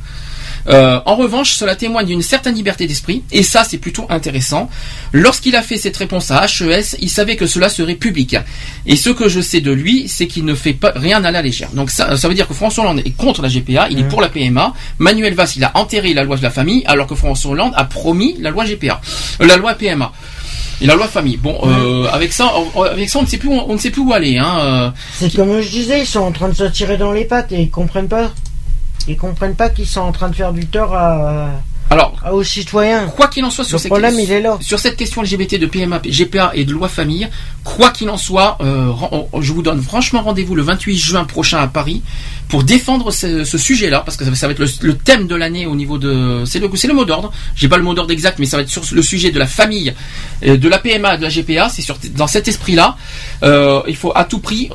En revanche, cela témoigne d'une certaine liberté d'esprit, et ça c'est plutôt intéressant. Lorsqu'il a fait cette réponse à HES, il savait que cela serait public. Et ce que je sais de lui, c'est qu'il ne fait pas rien à la légère. Donc ça veut dire que François Hollande est contre la GPA, il est pour la PMA. Manuel Valls, il a enterré la loi de la famille, alors que François Hollande a promis la loi GPA, la loi PMA. Et la loi famille. Bon, avec ça, on ne sait plus où aller. Hein. C'est comme je disais, ils sont en train de se tirer dans les pattes et ils comprennent pas. Ils comprennent pas qu'ils sont en train de faire du tort aux citoyens. Quoi qu'il en soit, le problème il est là. Sur cette question LGBT de PMA, GPA et de loi famille, quoi qu'il en soit, je vous donne franchement rendez-vous le 28 juin prochain à Paris pour défendre ce sujet-là, parce que ça va être le thème de l'année au niveau de... C'est le mot d'ordre. J'ai pas le mot d'ordre exact, mais ça va être sur le sujet de la famille, de la PMA et de la GPA. C'est dans cet esprit-là. Il faut à tout prix,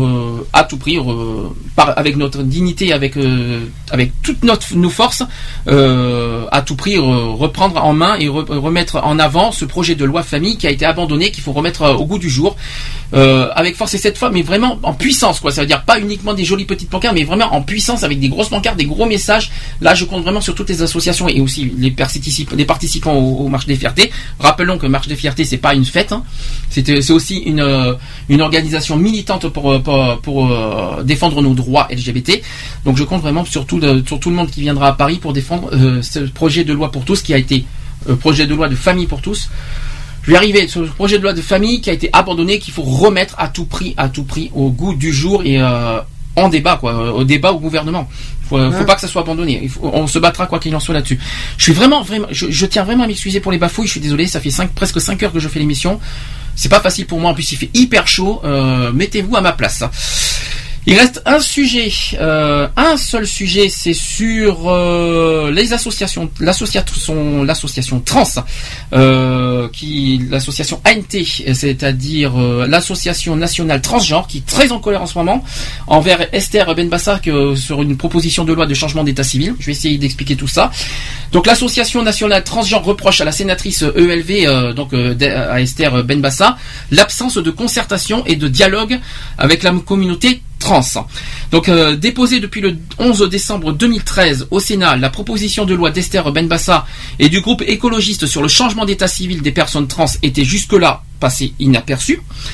avec notre dignité, avec toutes nos forces, à tout prix reprendre en main et remettre en avant ce projet de loi famille qui a été abandonné, qu'il faut remettre au goût du jour, avec force et cette fois, mais vraiment en puissance, quoi. Ça veut dire pas uniquement des jolies petites pancartes, mais vraiment en puissance, avec des grosses pancartes, des gros messages. Là, je compte vraiment sur toutes les associations et aussi les participants aux marches des fiertés. Rappelons que Marche des fiertés, c'est pas une fête, hein. C'est aussi une organisation militante pour défendre nos droits LGBT. Donc je compte vraiment sur tout le monde qui viendra à Paris pour défendre ce projet de loi pour tous qui a été projet de loi de famille pour tous. Je vais arriver sur ce projet de loi de famille qui a été abandonné, qu'il faut remettre à tout prix au goût du jour et en débat, quoi, au débat au gouvernement. Faut pas que ça soit abandonné. On se battra quoi qu'il en soit là-dessus. Je suis vraiment, je tiens vraiment à m'excuser pour les bafouilles. Je suis désolé, ça fait presque 5 heures que je fais l'émission. C'est pas facile pour moi. En plus, il fait hyper chaud. Mettez-vous à ma place. Il reste un seul sujet, c'est sur les associations, l'association trans, l'association ANT, c'est-à-dire l'association nationale transgenre, qui est très en colère en ce moment envers Esther Benbassa sur une proposition de loi de changement d'état civil. Je vais essayer d'expliquer tout ça. Donc l'association nationale transgenre reproche à la sénatrice ELV, à Esther Benbassa, l'absence de concertation et de dialogue avec la communauté trans. Donc déposée depuis le 11 décembre 2013 au Sénat, la proposition de loi d'Esther Benbassa et du groupe écologiste sur le changement d'état civil des personnes trans était jusque-là passée inaperçue.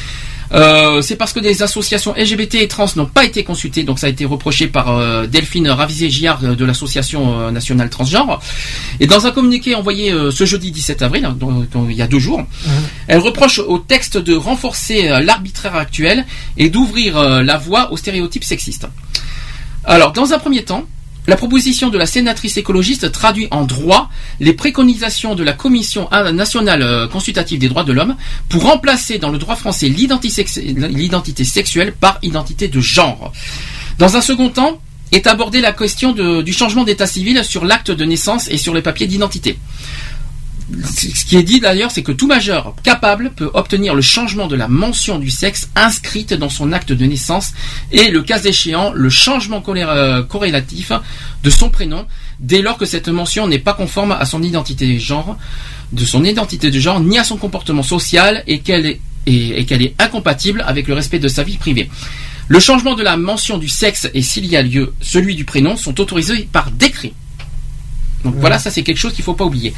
C'est parce que des associations LGBT et trans n'ont pas été consultées, donc ça a été reproché par Delphine Ravizé-Giard de l'association nationale transgenre. Et dans un communiqué envoyé ce jeudi 17 avril, donc il y a 2 jours, elle reproche au texte de renforcer l'arbitraire actuel et d'ouvrir la voie aux stéréotypes sexistes. Alors, dans un premier temps, la proposition de la sénatrice écologiste traduit en droit les préconisations de la Commission nationale consultative des droits de l'homme pour remplacer dans le droit français l'identité sexuelle par identité de genre. Dans un second temps, est abordée la question du changement d'état civil sur l'acte de naissance et sur les papiers d'identité. Ce qui est dit d'ailleurs, c'est que tout majeur capable peut obtenir le changement de la mention du sexe inscrite dans son acte de naissance et, le cas échéant, le changement corrélatif de son prénom dès lors que cette mention n'est pas conforme à son identité de genre, ni à son comportement social et qu'elle est incompatible avec le respect de sa vie privée. Le changement de la mention du sexe et, s'il y a lieu, celui du prénom sont autorisés par décret. Donc voilà, ça c'est quelque chose qu'il ne faut pas oublier.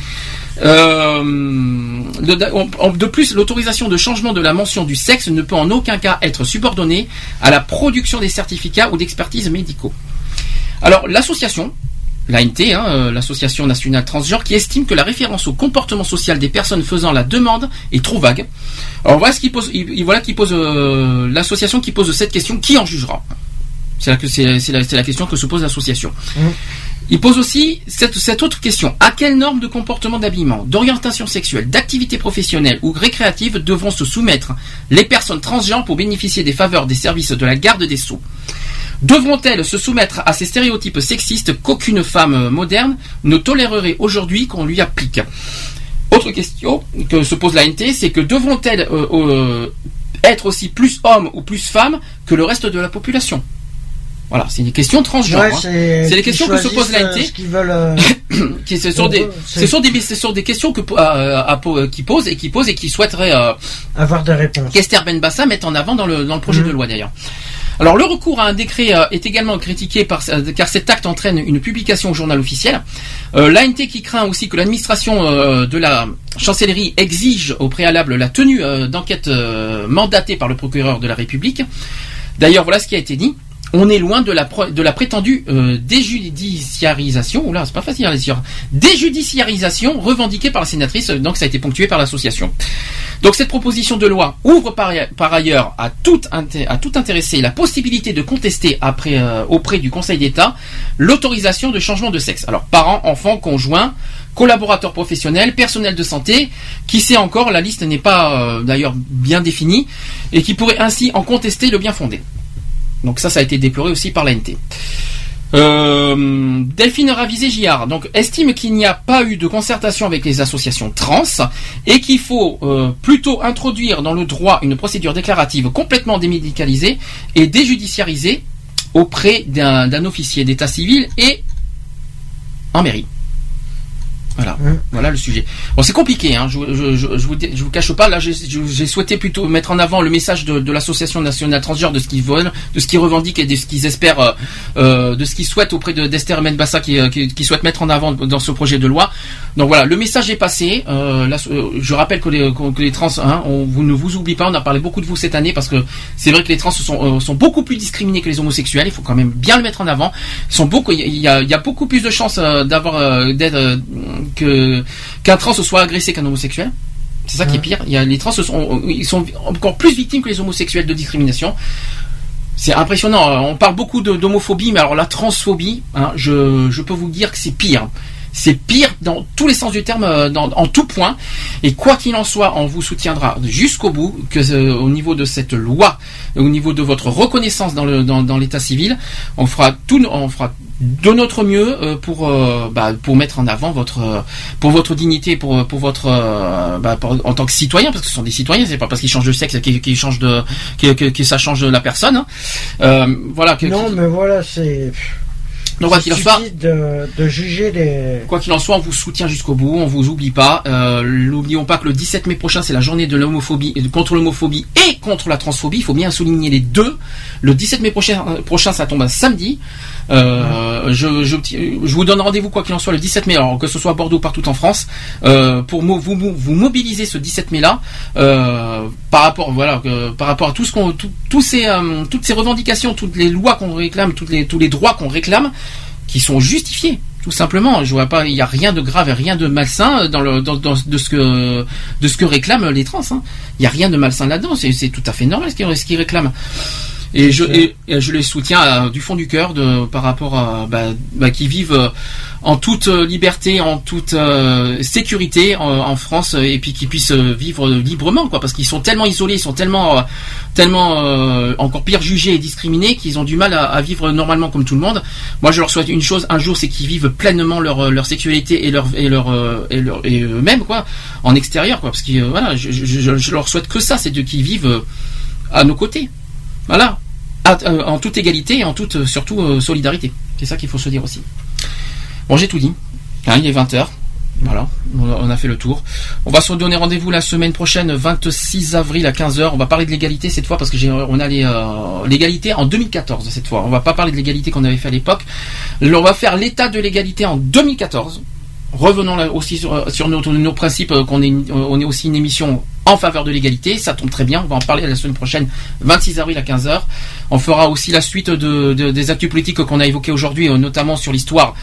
De plus, l'autorisation de changement de la mention du sexe ne peut en aucun cas être subordonnée à la production des certificats ou d'expertises médicaux. Alors l'association, l'ANT, l'Association nationale transgenre, qui estime que la référence au comportement social des personnes faisant la demande est trop vague. Alors voilà l'association qui pose cette question: qui en jugera? C'est la question que se pose l'association. Il pose aussi cette autre question: à quelles normes de comportement, d'habillement, d'orientation sexuelle, d'activité professionnelle ou récréative devront se soumettre les personnes transgenres pour bénéficier des faveurs des services de la garde des Sceaux? Devront-elles se soumettre à ces stéréotypes sexistes qu'aucune femme moderne ne tolérerait aujourd'hui qu'on lui applique? Autre question que se pose l'ANT, c'est que devront-elles être aussi plus hommes ou plus femmes que le reste de la population? Voilà, c'est une question transgenre. Ouais, c'est les questions que se pose l'ANT. Ce sont des questions qui posent et qui souhaiteraient avoir des réponses. qu'Esther Benbassa mette en avant dans le projet de loi d'ailleurs. Alors le recours à un décret est également critiqué car cet acte entraîne une publication au journal officiel. L'ANT qui craint aussi que l'administration de la chancellerie exige au préalable la tenue d'enquête mandatée par le procureur de la République. D'ailleurs, voilà ce qui a été dit. On est loin de la prétendue déjudiciarisation, oula, c'est pas facile à dire, déjudiciarisation revendiquée par la sénatrice, donc ça a été ponctué par l'association. Donc cette proposition de loi ouvre par ailleurs à tout intéressé la possibilité de contester auprès du Conseil d'État l'autorisation de changement de sexe. Alors parents, enfants, conjoints, collaborateurs professionnels, personnel de santé, qui sait encore, la liste n'est pas d'ailleurs bien définie, et qui pourrait ainsi en contester le bien fondé. Donc ça a été déploré aussi par l'ANT. Delphine Ravizé-Giard donc estime qu'il n'y a pas eu de concertation avec les associations trans et qu'il faut plutôt introduire dans le droit une procédure déclarative complètement démédicalisée et déjudiciarisée auprès d'un officier d'état civil et en mairie. Voilà le sujet. Bon, c'est compliqué, hein. Je vous cache pas. Là, j'ai souhaité plutôt mettre en avant le message de l'association nationale transgenre, de ce qu'ils veulent, de ce qu'ils revendiquent et de ce qu'ils espèrent, de ce qu'ils souhaitent auprès d'Esther Benbassa qui souhaite mettre en avant dans ce projet de loi. Donc voilà, le message est passé. Là, je rappelle que les trans, vous ne vous oubliez pas. On a parlé beaucoup de vous cette année parce que c'est vrai que les trans sont beaucoup plus discriminés que les homosexuels. Il faut quand même bien le mettre en avant. Il y a beaucoup plus de chances qu'un trans soit agressé qu'un homosexuel. C'est ça qui est pire. Les trans ils sont encore plus victimes que les homosexuels de discrimination. C'est impressionnant. On parle beaucoup d'homophobie, mais alors la transphobie, je peux vous dire que c'est pire. C'est pire dans tous les sens du terme, en tout point. Et quoi qu'il en soit, on vous soutiendra jusqu'au bout, au niveau de cette loi, au niveau de votre reconnaissance dans l'état civil, on fera de notre mieux pour mettre en avant pour votre dignité, pour votre en tant que citoyen, parce que ce sont des citoyens, c'est pas parce qu'ils changent de sexe qu'ils changent que ça change la personne. Mais voilà, c'est Donc quoi qu'il en soit, de juger les. Quoi qu'il en soit, on vous soutient jusqu'au bout, on vous oublie pas. N'oublions pas que le 17 mai prochain, c'est la journée de l'homophobie, contre l'homophobie et contre la transphobie. Il faut bien souligner les deux. Le 17 mai prochain, ça tombe un samedi. Je vous donne rendez-vous quoi qu'il en soit le 17 mai, alors que ce soit à Bordeaux ou partout en France, pour vous mobiliser ce 17 mai là, par rapport à tout ce toutes ces revendications, toutes les lois qu'on réclame, tous les droits qu'on réclame, qui sont justifiés, tout simplement. Je vois pas, il y a rien de grave et rien de malsain de ce que réclament les trans. Hein. Il y a rien de malsain là-dedans. C'est tout à fait normal ce qu'ils réclament. Et je les soutiens du fond du cœur par rapport à qui vivent en toute liberté, en toute sécurité en France, et puis qui puissent vivre librement, quoi, parce qu'ils sont tellement isolés, ils sont tellement encore pire jugés et discriminés qu'ils ont du mal à vivre normalement comme tout le monde. Moi, je leur souhaite une chose un jour, c'est qu'ils vivent pleinement leur sexualité et eux-mêmes, quoi, en extérieur, quoi, parce que voilà, je leur souhaite que ça, c'est qu'ils vivent à nos côtés. Voilà, en toute égalité et en toute, surtout, solidarité. C'est ça qu'il faut se dire aussi. Bon, j'ai tout dit. Hein, il est 20h. Voilà, on a fait le tour. On va se donner rendez-vous la semaine prochaine, 26 avril à 15h. On va parler de l'égalité cette fois, parce que on a l'égalité en 2014 cette fois. On va pas parler de l'égalité qu'on avait fait à l'époque. On va faire l'état de l'égalité en 2014. Revenons là aussi sur nos principes, on est aussi une émission en faveur de l'égalité, ça tombe très bien, on va en parler la semaine prochaine, 26 avril à 15h. On fera aussi la suite des actus politiques qu'on a évoquées aujourd'hui, notamment sur l'histoire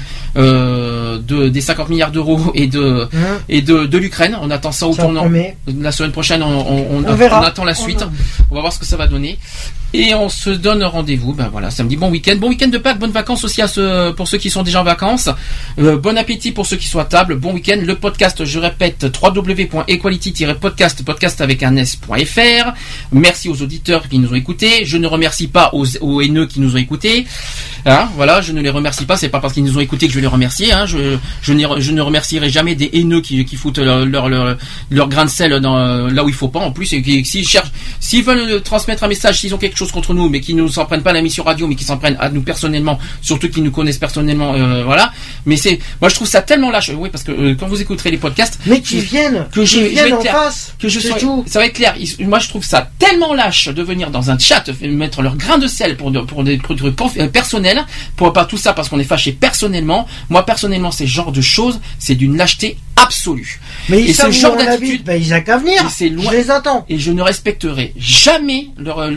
des 50 milliards d'euros et de l'Ukraine. On attend ça au tournant. La semaine prochaine, on attend la suite. On va voir ce que ça va donner. Et on se donne rendez-vous, samedi, bon week-end de Pâques, bonnes vacances aussi pour ceux qui sont déjà en vacances, bon appétit pour ceux qui sont à table, bon week-end. Le podcast, je répète, www.equality-podcast avec un s.fr. Merci aux auditeurs qui nous ont écoutés. Je ne remercie pas aux haineux qui nous ont écoutés. Hein, voilà, je ne les remercie pas, c'est pas parce qu'ils nous ont écoutés que je vais les remercier. Hein, je ne remercierai jamais des haineux qui foutent leur grain de sel là où il faut pas. En plus, s'ils veulent transmettre un message, s'ils ont quelque chose contre nous, mais qui nous s'en prennent pas à l'émission radio, mais qui s'en prennent à nous personnellement, surtout qui nous connaissent personnellement, voilà. Mais moi je trouve ça tellement lâche, oui, parce que quand vous écouterez les podcasts, mais qui viennent en face, ça va être clair. Moi je trouve ça tellement lâche de venir dans un chat mettre leur grain de sel pour des produits personnels, pour pas tout ça parce qu'on est fâché personnellement. Moi personnellement, ces genres de choses, c'est d'une lâcheté absolue. Mais et ce genre d'attitude, ils n'ont qu'à venir. Je les attends. Et je ne respecterai jamais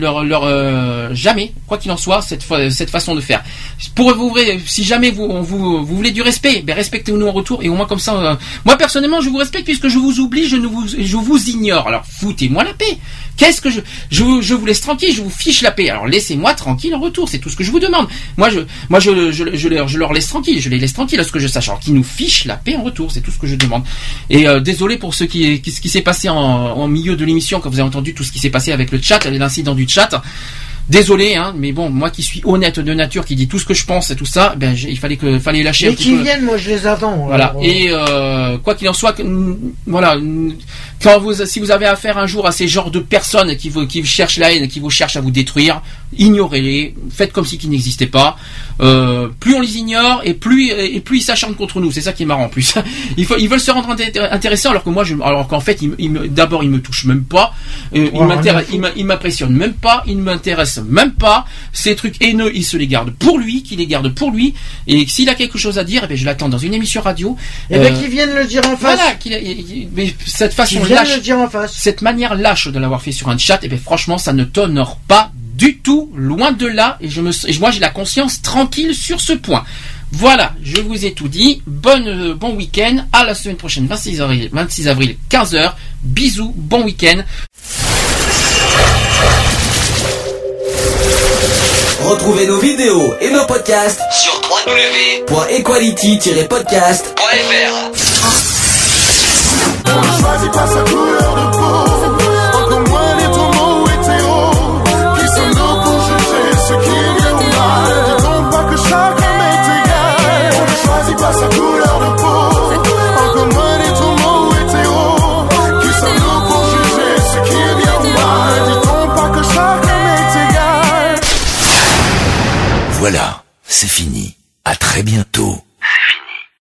jamais, quoi qu'il en soit, cette façon de faire. Pour vous, si jamais vous voulez du respect, respectez-nous en retour, et au moins comme ça, moi personnellement, je vous respecte puisque je vous oublie, je vous ignore. Alors foutez-moi la paix. Qu'est-ce que je vous laisse tranquille, je vous fiche la paix. Alors laissez-moi tranquille en retour, c'est tout ce que je vous demande. Moi je leur laisse tranquille, je les laisse tranquilles à ce que je sache. Alors qu'ils nous fichent la paix en retour, c'est tout ce que je demande. Et désolé pour ce qui s'est passé en milieu de l'émission, quand vous avez entendu tout ce qui s'est passé avec le chat, l'incident du chat. Désolé, hein, mais bon, moi qui suis honnête de nature, qui dit tout ce que je pense et tout ça, il fallait lâcher un petit peu. Mais qui viennent, moi je les attends. Voilà. Et quoi qu'il en soit, voilà, si vous avez affaire un jour à ces genres de personnes qui cherchent la haine, qui vous cherchent à vous détruire, ignorez-les, faites comme si qu'ils n'existaient pas. Plus on les ignore et plus ils s'acharnent contre nous. C'est ça qui est marrant en plus. Ils veulent se rendre intéressants alors qu'en fait d'abord ils me touchent même pas. Ils m'impressionnent même pas. Ils ne m'intéressent même pas. Ces trucs haineux, il se les garde pour lui, qu'il les garde pour lui. Et s'il a quelque chose à dire, je l'attends dans une émission radio. Et qu'il vienne le dire en face. Voilà, mais cette façon lâche, le dire en face. Cette manière lâche de l'avoir fait sur un chat, franchement, ça ne t'honore pas du tout, loin de là. Et moi, j'ai la conscience tranquille sur ce point. Voilà, je vous ai tout dit. Bon week-end. À la semaine prochaine, 26 avril, 15h. Bisous, bon week-end. Retrouvez nos vidéos et nos podcasts sur www.equality-podcast.fr. On ne choisit pas sa couleur de peau, encore moins les homo hétéros, qui sommes-nous pour juger ce qui est bien ou mal. Dis-donc pas que chaque homme est égal. On ne choisit pas sa couleur de peau, encore moins les homo hétéros, qui sommes-nous pour juger ce qui est bien ou mal. Dis-donc pas que chaque homme est égal. Voilà, c'est fini. À très bientôt.